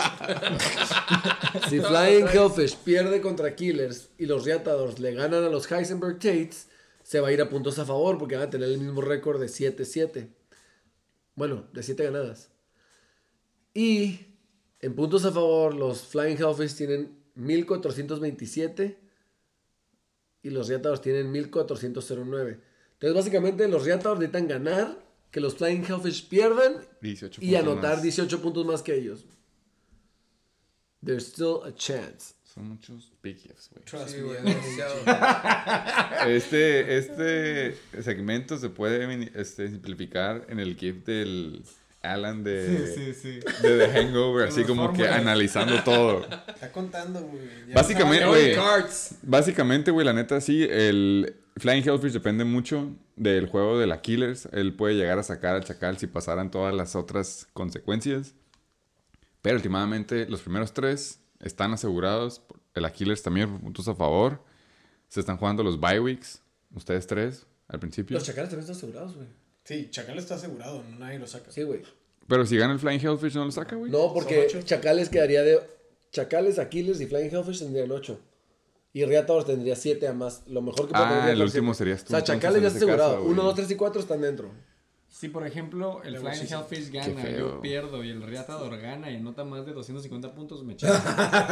[SPEAKER 4] Hellfish pierde contra Killers y los Reatadores le ganan a los Heisenberg Tates, se va a ir a puntos a favor porque van a tener el mismo récord de 7-7. Bueno, de 7 ganadas. Y en puntos a favor, los Flying Hellfish tienen 1427 y los Reatadores tienen 1409. Entonces, básicamente, los Reatadores necesitan ganar, que los Flying Hellfish pierdan
[SPEAKER 1] 18
[SPEAKER 4] y
[SPEAKER 1] puntos
[SPEAKER 4] anotar
[SPEAKER 1] más.
[SPEAKER 4] 18 puntos más que ellos. There's still a chance.
[SPEAKER 1] Son muchos big ifs, güey.
[SPEAKER 5] Trust
[SPEAKER 3] Sí,
[SPEAKER 5] me,
[SPEAKER 3] güey,
[SPEAKER 5] I know.
[SPEAKER 3] demasiado.
[SPEAKER 1] Este segmento se puede simplificar en el GIF del Alan de
[SPEAKER 2] Sí.
[SPEAKER 1] The Hangover, así
[SPEAKER 2] Las
[SPEAKER 1] como que
[SPEAKER 2] fórmulas.
[SPEAKER 1] analizando todo.
[SPEAKER 5] Está contando, güey. Ya
[SPEAKER 1] Básicamente,
[SPEAKER 5] no
[SPEAKER 1] güey.
[SPEAKER 3] Cards.
[SPEAKER 1] Básicamente, güey, la neta, sí, el Flying Hellfish depende mucho del juego de la Killers. Él puede llegar a sacar al Chacal si pasaran todas las otras consecuencias. Pero últimamente los primeros 3 están asegurados. El Killers también por puntos a favor. Se están jugando los bye weeks. Ustedes 3 al principio.
[SPEAKER 4] Los Chacales también están asegurados, güey.
[SPEAKER 5] Sí, Chacal está asegurado, nadie lo saca.
[SPEAKER 4] Sí, güey.
[SPEAKER 1] Pero si gana el Flying Hellfish, ¿no lo saca, güey?
[SPEAKER 4] No, porque
[SPEAKER 5] Son 8.
[SPEAKER 4] Chacales quedaría de... Chacales, Aquiles y Flying Hellfish tendrían 8. Y Reatadores tendría 7 a más. Lo mejor que puede tener
[SPEAKER 1] Ah, el
[SPEAKER 4] Reatadores
[SPEAKER 1] último
[SPEAKER 4] 7.
[SPEAKER 1] serías tú.
[SPEAKER 4] O sea,
[SPEAKER 1] entonces,
[SPEAKER 4] Chacales
[SPEAKER 1] en
[SPEAKER 4] ya está
[SPEAKER 1] ese caso,
[SPEAKER 4] asegurado.
[SPEAKER 1] güey.
[SPEAKER 4] 1, 2, 3 y 4 están dentro.
[SPEAKER 2] Si, por ejemplo, el
[SPEAKER 5] Luego
[SPEAKER 2] Flying
[SPEAKER 5] sí,
[SPEAKER 2] Hellfish
[SPEAKER 1] Qué
[SPEAKER 2] gana,
[SPEAKER 1] feo.
[SPEAKER 2] yo pierdo y el Reatador gana y anota más de 250 puntos, me chingo.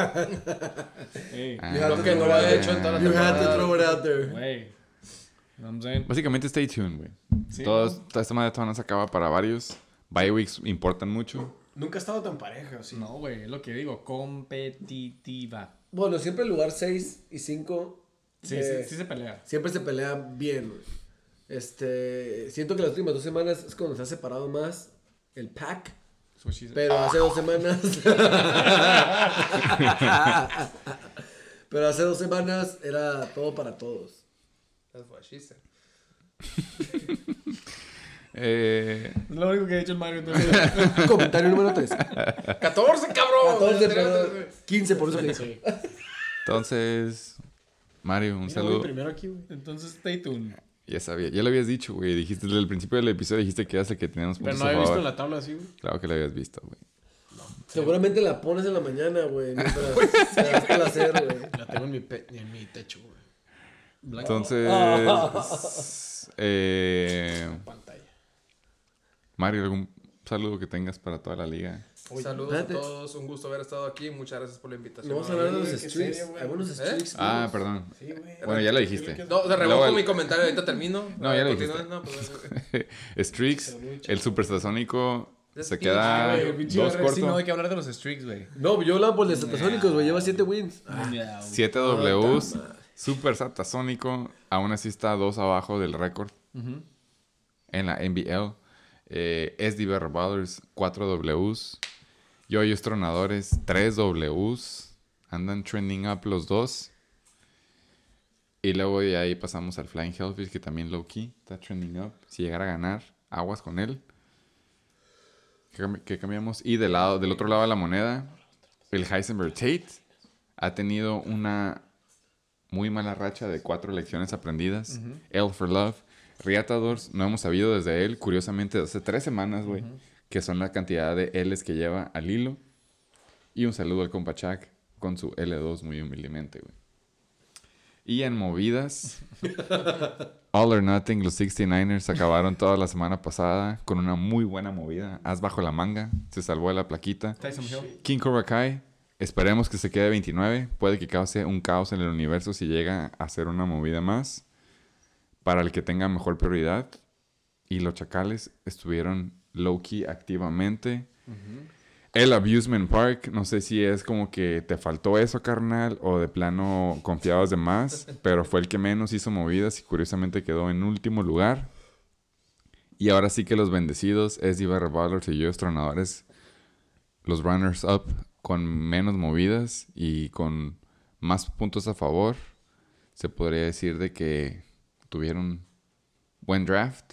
[SPEAKER 2] Ey,
[SPEAKER 1] Ah,
[SPEAKER 4] You have
[SPEAKER 3] Lo
[SPEAKER 4] to
[SPEAKER 3] que
[SPEAKER 4] throw
[SPEAKER 3] no
[SPEAKER 4] it
[SPEAKER 3] lo
[SPEAKER 4] out
[SPEAKER 3] he hecho en toda la
[SPEAKER 4] You had to
[SPEAKER 3] temporada.
[SPEAKER 4] throw it out there.
[SPEAKER 2] güey. You know what I'm saying?
[SPEAKER 1] Básicamente, stay tuned, güey.
[SPEAKER 2] Sí,
[SPEAKER 1] Toda
[SPEAKER 2] ¿no?
[SPEAKER 1] esta madre todavía no se acaba para varios. Bye weeks importan mucho.
[SPEAKER 5] Nunca ha estado tan pareja, sí.
[SPEAKER 2] No, güey, es lo que digo, competitiva.
[SPEAKER 4] Bueno, siempre el lugar 6 y 5...
[SPEAKER 2] Sí, sí se pelea.
[SPEAKER 4] Siempre se pelea bien, güey. Siento que las últimas 2 semanas es cuando se ha separado más el pack.
[SPEAKER 2] So she said.
[SPEAKER 4] Pero hace 2 semanas. Pero hace 2 semanas era todo para todos.
[SPEAKER 3] That's what she said.
[SPEAKER 2] Es lo único que ha dicho el Mario. Entonces.
[SPEAKER 4] Comentario número 3.
[SPEAKER 3] 14, cabrón.
[SPEAKER 4] 14, perdón. 15, por eso que dijo.
[SPEAKER 1] Entonces, Mario, un
[SPEAKER 5] Mira,
[SPEAKER 1] saludo.
[SPEAKER 5] voy primero aquí, güey.
[SPEAKER 2] Entonces, stay tuned.
[SPEAKER 1] Ya sabía, ya lo habías dicho, güey. Dijiste desde el principio del episodio, dijiste que eras el que teníamos
[SPEAKER 5] Pero
[SPEAKER 1] puntos
[SPEAKER 5] no
[SPEAKER 1] a
[SPEAKER 5] había visto
[SPEAKER 1] favor.
[SPEAKER 5] en la tabla así, güey.
[SPEAKER 1] Claro que lo habías visto, güey.
[SPEAKER 4] Seguramente la pones en la mañana, güey. Mientras se das placer, güey.
[SPEAKER 5] La tengo en mi techo, güey.
[SPEAKER 1] Entonces,
[SPEAKER 5] Pantalla.
[SPEAKER 1] Mario, ¿algún saludo que tengas para toda la liga?
[SPEAKER 3] Saludos
[SPEAKER 4] espérate.
[SPEAKER 3] a todos. Un gusto haber estado aquí. Muchas gracias por la invitación.
[SPEAKER 4] No vamos a hablar de los
[SPEAKER 5] qué
[SPEAKER 4] streaks.
[SPEAKER 5] serio, güey.
[SPEAKER 4] Hay buenos streaks.
[SPEAKER 1] Ah, perdón.
[SPEAKER 5] Sí, güey.
[SPEAKER 1] Bueno, ya lo dijiste.
[SPEAKER 3] No, de
[SPEAKER 1] Luego
[SPEAKER 3] revoco
[SPEAKER 1] el-
[SPEAKER 3] mi comentario. Ahorita termino.
[SPEAKER 1] No, ya lo
[SPEAKER 3] Continúa,
[SPEAKER 1] dijiste.
[SPEAKER 3] no, pues,
[SPEAKER 1] Streaks, el superstasónico se
[SPEAKER 3] Pinche,
[SPEAKER 1] queda
[SPEAKER 2] Güey, pinche
[SPEAKER 1] 2
[SPEAKER 2] Barrett, sí, no hay
[SPEAKER 1] corto.
[SPEAKER 2] que hablar de los streaks, güey.
[SPEAKER 4] No, yo hablaba por el Satasónicos, güey. Lleva 7 wins.
[SPEAKER 1] 7 Ws. Super satasónico. Aún así está 2 abajo del récord en la NBL. SDB Revolvers, 4 Ws. Yoyos Tronadores, 3 Ws. Andan trending up los dos. Y luego de ahí pasamos al Flying Hellfish, que también low key está trending up. Si llegara a ganar, aguas con él. ¿Qué cambiamos? Y del otro lado de la moneda, el Heisenberg Tate ha tenido una muy mala racha de 4 lecciones aprendidas. L for Love. Reatadores, no hemos sabido desde él, curiosamente, hace 3 semanas, güey, que son la cantidad de L's que lleva al hilo. Y un saludo al compa Chuck con su L2 muy humildemente, güey. Y en movidas, All or Nothing, los 69ers acabaron toda la semana pasada con una muy buena movida. As bajo la manga, se salvó de la plaquita.
[SPEAKER 2] Tyson Hill.
[SPEAKER 1] King Cobra Kai, esperemos que se quede 29. Puede que cause un caos en el universo si llega a hacer una movida más. Para el que tenga mejor prioridad. Y los Chacales estuvieron low-key activamente. El Abusement Park, no sé si es como que te faltó eso, carnal, o de plano confiabas de más, pero fue el que menos hizo movidas y curiosamente quedó en último lugar. Y ahora sí que los bendecidos, SDB Revolvers y Yoyos Tronadores, los runners up con menos movidas y con más puntos a favor, se podría decir de que tuvieron buen draft.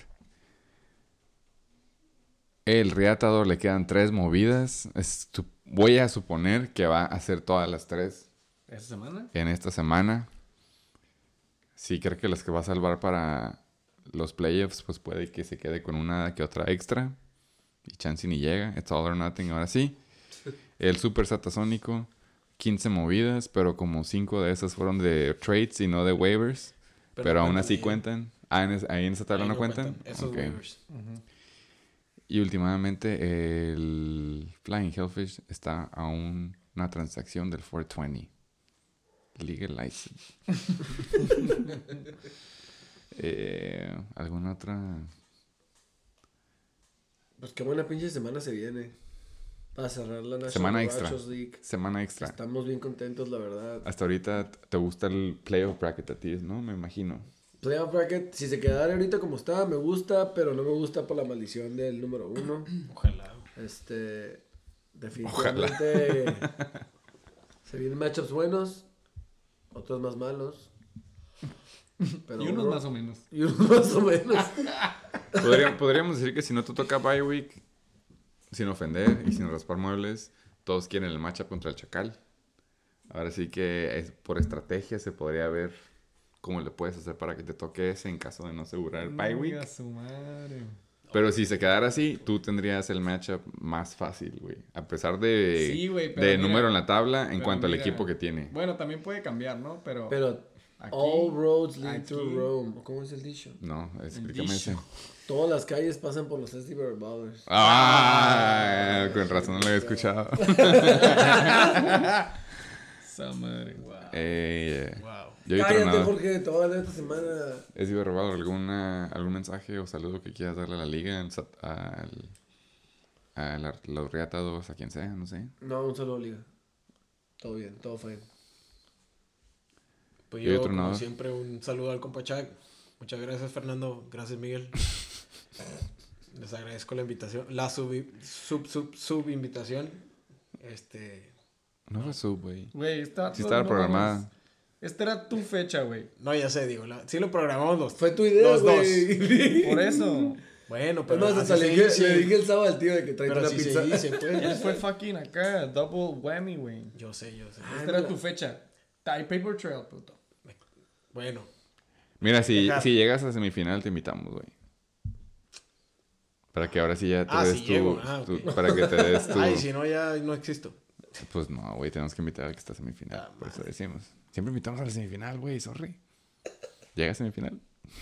[SPEAKER 1] El Reatador le quedan 3 movidas. Voy a suponer que va a hacer todas las 3
[SPEAKER 2] ¿Esta semana?
[SPEAKER 1] en esta semana. Si creo que las que va a salvar para los playoffs, pues puede que se quede con una que otra extra. Y chance ni llega. It's all or nothing ahora sí. El Super Satasónico, 15 movidas, pero como 5 de esas fueron de trades y no de waivers. Pero aún así cuentan. Ahí en esa tabla
[SPEAKER 5] Ahí
[SPEAKER 1] no cuentan.
[SPEAKER 5] Esos
[SPEAKER 1] Ok.
[SPEAKER 5] waivers.
[SPEAKER 1] Y últimamente el Flying Hellfish está a una transacción del 420. Legalized. ¿Alguna otra?
[SPEAKER 4] Pues qué buena pinche semana se viene. Para cerrar la National
[SPEAKER 1] Semana extra.
[SPEAKER 4] Bachelors League.
[SPEAKER 1] Semana extra.
[SPEAKER 4] Estamos bien contentos, la verdad.
[SPEAKER 1] Hasta ahorita te gusta el playoff bracket a ti, ¿no? Me imagino.
[SPEAKER 4] Playoff bracket, si se quedara ahorita como está, me gusta, pero no me gusta por la maldición del número 1.
[SPEAKER 5] Ojalá.
[SPEAKER 4] Definitivamente se vienen matchups buenos, otros más malos. Pero
[SPEAKER 2] Y unos más o menos.
[SPEAKER 4] Y unos más o menos.
[SPEAKER 1] Podríamos decir que si no te toca bye week, sin ofender y sin raspar muebles, todos quieren el matchup contra el Chacal. Ahora sí que por estrategia se podría ver cómo le puedes hacer para que te toque ese en caso de no asegurar el bye week.
[SPEAKER 2] Oiga, su madre.
[SPEAKER 1] Pero si se quedara así, tú tendrías el matchup más fácil, güey. A pesar de,
[SPEAKER 2] Sí, güey, pero
[SPEAKER 1] de
[SPEAKER 2] mira,
[SPEAKER 1] número en la tabla en
[SPEAKER 2] pero
[SPEAKER 1] cuanto al
[SPEAKER 2] mira.
[SPEAKER 1] equipo que tiene.
[SPEAKER 2] Bueno, también puede cambiar, ¿no? Pero aquí,
[SPEAKER 4] all roads lead
[SPEAKER 2] aquí.
[SPEAKER 4] to Rome. ¿Cómo es el dicho?
[SPEAKER 1] No, explícame
[SPEAKER 2] dicho.
[SPEAKER 1] ese.
[SPEAKER 4] Todas las calles pasan por los SDB Revolvers.
[SPEAKER 1] Ah, con razón no lo había escuchado.
[SPEAKER 2] esa madre. Wow.
[SPEAKER 5] Wow.
[SPEAKER 1] Yo
[SPEAKER 4] Cállate, Jorge, te voy a ganar esta semana.
[SPEAKER 1] ¿Es robado algún mensaje o saludo que quieras darle a la liga, a los reatados, a quien sea, no sé?
[SPEAKER 4] No, un solo liga. Todo bien, todo fine.
[SPEAKER 5] Pues
[SPEAKER 1] ¿Y
[SPEAKER 5] yo,
[SPEAKER 1] otro
[SPEAKER 5] como
[SPEAKER 1] nada?
[SPEAKER 5] siempre, un saludo al compa Chuck. Muchas gracias, Fernando. Gracias, Miguel. Les agradezco la invitación. La sub-invitación.
[SPEAKER 1] No fue sub, güey.
[SPEAKER 2] Güey, esta
[SPEAKER 1] Sí estaba programada.
[SPEAKER 2] Esta era tu fecha, güey.
[SPEAKER 5] No, ya sé, digo. Sí lo programamos los
[SPEAKER 4] Fue tu idea,
[SPEAKER 5] los dos.
[SPEAKER 4] güey.
[SPEAKER 2] Por eso.
[SPEAKER 5] Bueno,
[SPEAKER 4] Pero
[SPEAKER 5] pero
[SPEAKER 4] no, hasta
[SPEAKER 5] así
[SPEAKER 4] le
[SPEAKER 5] se dice.
[SPEAKER 4] dije el sábado al tío de que trae
[SPEAKER 5] Pero
[SPEAKER 4] una
[SPEAKER 5] así
[SPEAKER 4] pizza.
[SPEAKER 5] se dice,
[SPEAKER 2] Él
[SPEAKER 5] pues.
[SPEAKER 2] fue fucking acá. Double whammy, güey.
[SPEAKER 5] Yo sé.
[SPEAKER 2] Esta era tu fecha. Hay paper trail, puto.
[SPEAKER 5] Bueno.
[SPEAKER 1] Mira, si
[SPEAKER 5] Dejar.
[SPEAKER 1] llegas a semifinal, te invitamos, güey. Para que ahora sí ya te des
[SPEAKER 5] sí llego. Ok.
[SPEAKER 1] para que te des tu...
[SPEAKER 5] Ay, si no, ya no existo.
[SPEAKER 1] Pues no, güey, tenemos que invitar al que está a semifinal. Por eso decimos. Siempre invitamos a la semifinal, güey, sorry. ¿Llega a semifinal?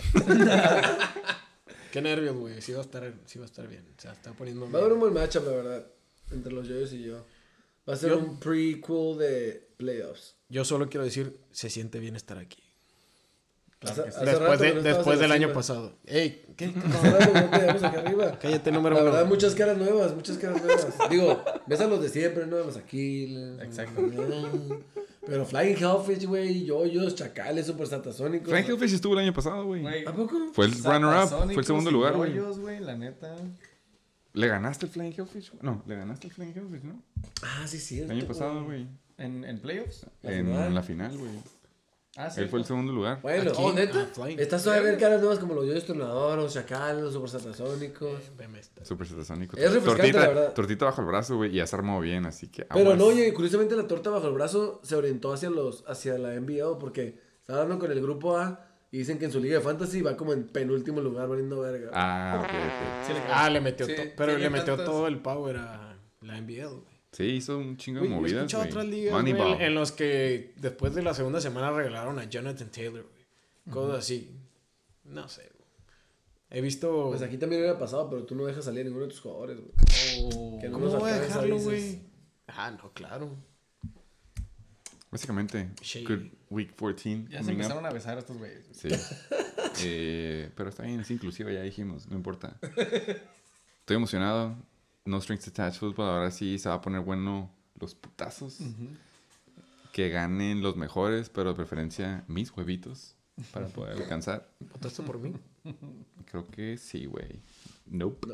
[SPEAKER 5] Qué nervios, güey. Sí va a estar bien. O sea, está poniendo...
[SPEAKER 4] Va a haber un buen matchup, la verdad. Entre los Yoyos y yo. Va a ser un prequel de playoffs.
[SPEAKER 5] Yo solo quiero decir, se siente bien estar aquí.
[SPEAKER 2] Claro que sí.
[SPEAKER 5] Después del año pasado. Ey, ¿qué?
[SPEAKER 4] Hace rato que no te veamos aquí arriba.
[SPEAKER 5] Cállate, número
[SPEAKER 4] La
[SPEAKER 5] uno.
[SPEAKER 4] verdad, muchas caras nuevas. Digo, ves a los de siempre, ¿no? Los Aquiles.
[SPEAKER 2] Exacto.
[SPEAKER 4] Pero Flying Hellfish, güey, Yoyos, Chacales, Super Satasónicos.
[SPEAKER 1] Frank Hillfish estuvo el año pasado, güey.
[SPEAKER 2] Güey,
[SPEAKER 4] ¿A poco?
[SPEAKER 1] Fue el runner-up, fue el
[SPEAKER 2] Satasónicos
[SPEAKER 1] segundo
[SPEAKER 2] y
[SPEAKER 1] lugar, güey.
[SPEAKER 2] Yoyos, güey, la neta.
[SPEAKER 1] ¿Le ganaste el Flying Hellfish? No, le ganaste el Flying Hellfish, ¿no?
[SPEAKER 4] Ah, sí, sí.
[SPEAKER 1] El año pasado, güey.
[SPEAKER 2] ¿En playoffs?
[SPEAKER 1] En la final, güey.
[SPEAKER 2] Ah, sí.
[SPEAKER 1] Él fue el segundo lugar.
[SPEAKER 4] Bueno,
[SPEAKER 5] Aquí,
[SPEAKER 3] ¿neta?
[SPEAKER 5] Flying.
[SPEAKER 4] estás todavía a ver caras nuevas como los Yoyos Tornadores, los Chacales, los Super Satasónicos.
[SPEAKER 5] Veme esta.
[SPEAKER 1] Súper satasónico.
[SPEAKER 4] Es refrescante, la verdad.
[SPEAKER 1] Tortita bajo el brazo, güey, y ya se armó bien, así que...
[SPEAKER 4] Pero
[SPEAKER 1] aguas.
[SPEAKER 4] no, oye, curiosamente la torta bajo el brazo se orientó hacia la NBL porque estaba hablando con el grupo A y dicen que en su liga de fantasy va como en penúltimo lugar valiendo verga.
[SPEAKER 1] Ah, ok,
[SPEAKER 5] Le metió
[SPEAKER 3] Sí,
[SPEAKER 5] pero
[SPEAKER 3] tiene
[SPEAKER 5] le metió
[SPEAKER 3] tantas-
[SPEAKER 5] todo el power a la NBA, güey.
[SPEAKER 1] ok. Sí, hizo un chingo de
[SPEAKER 5] Güey, he
[SPEAKER 1] movidas,
[SPEAKER 5] escuchado
[SPEAKER 1] güey.
[SPEAKER 5] otras ligas,
[SPEAKER 1] Moneyball.
[SPEAKER 5] güey, en los que después de la segunda semana regalaron a Jonathan Taylor, güey. Cosas así. No sé, güey. He visto...
[SPEAKER 4] Pues aquí también hubiera pasado, pero tú no dejas salir a ninguno de tus jugadores, güey. Que no
[SPEAKER 5] ¿Cómo
[SPEAKER 4] nos
[SPEAKER 5] voy a
[SPEAKER 4] alcanza,
[SPEAKER 5] dejarlo,
[SPEAKER 4] dices.
[SPEAKER 5] güey? Ah, no, claro.
[SPEAKER 1] Básicamente,
[SPEAKER 5] Sí.
[SPEAKER 1] good week 14.
[SPEAKER 2] Ya se
[SPEAKER 1] coming up.
[SPEAKER 2] empezaron a besar estos güeyes.
[SPEAKER 1] Sí. Pero está bien, es inclusivo, ya dijimos, no importa. Estoy emocionado. No strings attached football, ahora sí se va a poner bueno los putazos. Que ganen los mejores, pero de preferencia mis huevitos para poder alcanzar.
[SPEAKER 5] ¿Votaste por mí?
[SPEAKER 1] Creo que sí, güey. Nope.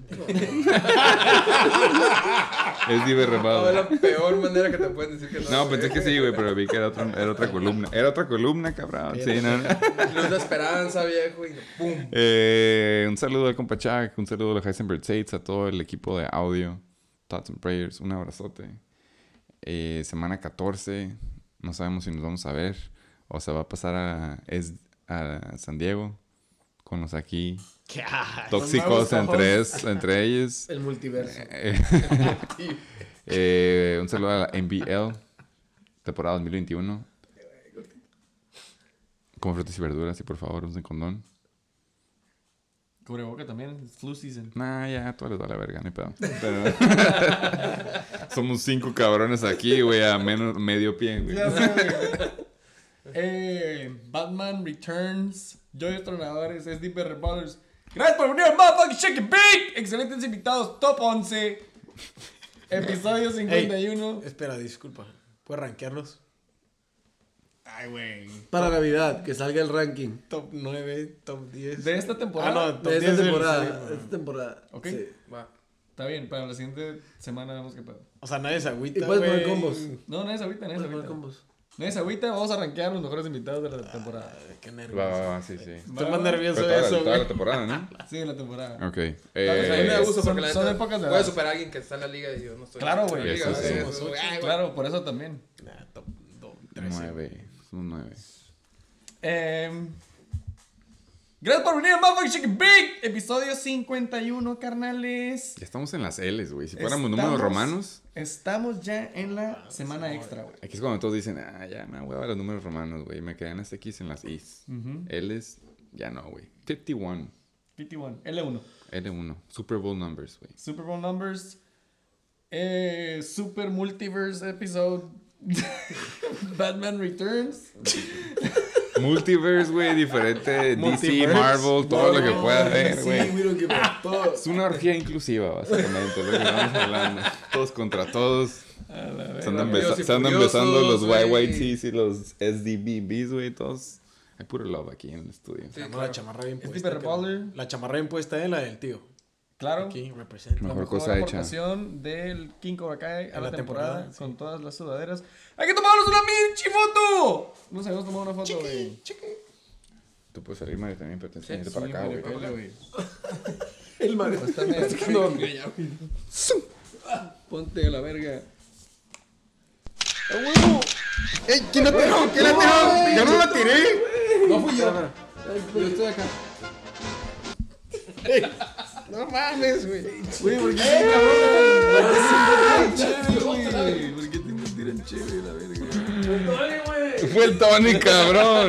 [SPEAKER 1] Es diverrebado.
[SPEAKER 3] No, es la peor manera que te pueden decir que no.
[SPEAKER 1] No,
[SPEAKER 3] güey.
[SPEAKER 1] pensé que sí, güey, pero vi que era otra columna. Era otra columna, cabrón. Sí, no.
[SPEAKER 3] Luz de esperanza, viejo, y ¡pum!
[SPEAKER 1] Un saludo al compa Chuck, un saludo a los Heisenberg Tates, a todo el equipo de audio, Thoughts and Prayers, un abrazote. Semana 14, no sabemos si nos vamos a ver o se va a pasar a San Diego con los aquí tóxicos entre ellos.
[SPEAKER 4] El multiverso.
[SPEAKER 1] Un saludo a la NBL, temporada 2021. Como frutas y verduras y por favor usen condón.
[SPEAKER 2] Cubreboca también, es flu season.
[SPEAKER 1] Nah, ya, todo les va a la verga, no hay pedo. Pero... Somos 5 cabrones aquí, güey, a medio pie, güey.
[SPEAKER 2] Ya sé, güey. Batman Returns, Joyos Tronadores, SDP Revolvers. Gracias por venir al Motherfucking Chicken Bake. Excelentes invitados, top 11. Episodio 51.
[SPEAKER 5] Espera, disculpa. ¿Puedes rankearlos?
[SPEAKER 2] Ay, güey.
[SPEAKER 4] Para Navidad, que salga el ranking.
[SPEAKER 5] Top 9, top 10.
[SPEAKER 2] De esta temporada.
[SPEAKER 5] top
[SPEAKER 4] De
[SPEAKER 5] 10
[SPEAKER 4] esta
[SPEAKER 5] del-
[SPEAKER 4] temporada. De esta temporada.
[SPEAKER 2] Ok.
[SPEAKER 4] Sí.
[SPEAKER 3] Va.
[SPEAKER 2] Está bien, para la siguiente semana vemos qué pedo.
[SPEAKER 5] O sea, nadie se agüita,
[SPEAKER 4] Y puedes poner
[SPEAKER 5] güey.
[SPEAKER 4] combos.
[SPEAKER 2] No, nadie se agüita, nadie se
[SPEAKER 4] Puedes poner
[SPEAKER 2] agüita.
[SPEAKER 4] combos.
[SPEAKER 2] Nadie se agüita, vamos a rankear los mejores invitados de la temporada.
[SPEAKER 5] Ay, qué nervios.
[SPEAKER 1] Va, sí, sí.
[SPEAKER 5] Estoy más nervioso
[SPEAKER 1] Pero
[SPEAKER 5] de eso,
[SPEAKER 1] toda la
[SPEAKER 5] güey.
[SPEAKER 1] temporada, ¿no?
[SPEAKER 2] Sí, de la temporada.
[SPEAKER 1] Ok.
[SPEAKER 3] Pues a mí me da gusto
[SPEAKER 2] son-
[SPEAKER 3] porque la
[SPEAKER 2] son
[SPEAKER 3] neta
[SPEAKER 2] épocas de
[SPEAKER 3] puede
[SPEAKER 2] edad.
[SPEAKER 3] superar a alguien que está en la liga y yo no estoy
[SPEAKER 2] Claro,
[SPEAKER 3] en la
[SPEAKER 2] güey.
[SPEAKER 3] liga.
[SPEAKER 1] Eso sí.
[SPEAKER 3] Eso, güey, ay, güey.
[SPEAKER 2] Claro, por eso también.
[SPEAKER 5] Nah, top 13.
[SPEAKER 1] 9. Son 9.
[SPEAKER 2] Gracias por venir a Motherfucking Chicken Bake. Episodio 51, carnales.
[SPEAKER 1] Ya estamos en las L's, güey. Si fuéramos
[SPEAKER 2] Estamos-
[SPEAKER 1] números romanos,
[SPEAKER 2] Estamos ya en la semana extra, güey.
[SPEAKER 1] aquí es cuando todos dicen, ya me voy a los números romanos, güey. Me quedan las X en las I's. L's, ya no, güey. 51.
[SPEAKER 2] 51, L1.
[SPEAKER 1] L1. Super Bowl numbers, güey.
[SPEAKER 2] Super Bowl numbers. Super Multiverse episode. Batman Returns.
[SPEAKER 1] Multiverse, güey. Diferente. DC,
[SPEAKER 5] Multiverse.
[SPEAKER 1] Marvel, todo lo que pueda haber,
[SPEAKER 4] Sí,
[SPEAKER 1] güey.
[SPEAKER 4] we don't give a fuck.
[SPEAKER 1] Es una orgía inclusiva, básicamente, es lo que estamos hablando. Todos contra todos. Se andan,
[SPEAKER 3] Rápidos y
[SPEAKER 1] se andan
[SPEAKER 3] Furiosos,
[SPEAKER 1] besando los
[SPEAKER 3] güey.
[SPEAKER 1] YYTs y los SDBBs, güey, todos. Hay puro love aquí en el estudio.
[SPEAKER 3] Sí,
[SPEAKER 5] Tenemos
[SPEAKER 3] claro.
[SPEAKER 5] la chamarra bien
[SPEAKER 2] Steve
[SPEAKER 5] puesta.
[SPEAKER 2] Revolver.
[SPEAKER 5] La chamarra bien puesta es la del tío.
[SPEAKER 2] Claro.
[SPEAKER 5] Aquí, represent.
[SPEAKER 2] La
[SPEAKER 1] Mejor
[SPEAKER 2] mejor
[SPEAKER 1] cosa hecha.
[SPEAKER 2] aportación del King Cobra Kai a
[SPEAKER 5] En
[SPEAKER 2] la
[SPEAKER 5] la
[SPEAKER 2] temporada,
[SPEAKER 5] temporada, sí.
[SPEAKER 2] con todas las sudaderas. ¡Hay que tomarnos una minchi foto! Nos habíamos tomado una foto, güey.
[SPEAKER 1] Tú puedes salir, Mario, también, pero tienes que venirte para
[SPEAKER 2] Sí,
[SPEAKER 1] acá,
[SPEAKER 2] Mario,
[SPEAKER 1] güey.
[SPEAKER 2] pele, güey.
[SPEAKER 4] El Mario.
[SPEAKER 2] Está
[SPEAKER 4] sacando dormido ya, güey.
[SPEAKER 2] Ponte a la verga.
[SPEAKER 1] ¡Ey! ¿Quién la tiró? ¿Quién la tiró? ¡Yo no la tiré!
[SPEAKER 3] No fui yo.
[SPEAKER 2] Yo estoy acá.
[SPEAKER 4] No mames, güey.
[SPEAKER 2] Güey, ¿por qué siempre tiran chévere, güey? ¿Por qué siempre tiran chévere, la verga?
[SPEAKER 1] Fue el Tony, cabrón.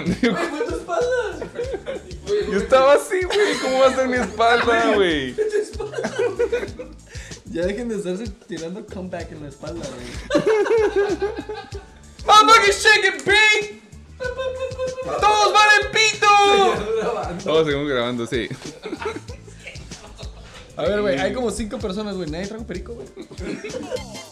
[SPEAKER 1] Yo estaba así, güey. ¿Cómo va a ser mi espalda, güey?
[SPEAKER 2] Ya dejen de estarse tirando comeback en la espalda, güey. ¡Motherfucking shake it, big! ¡Todos valen pito!
[SPEAKER 1] Todos seguimos grabando, sí.
[SPEAKER 2] A ver, güey, hay como 5 personas, güey. Nadie trajo perico, güey.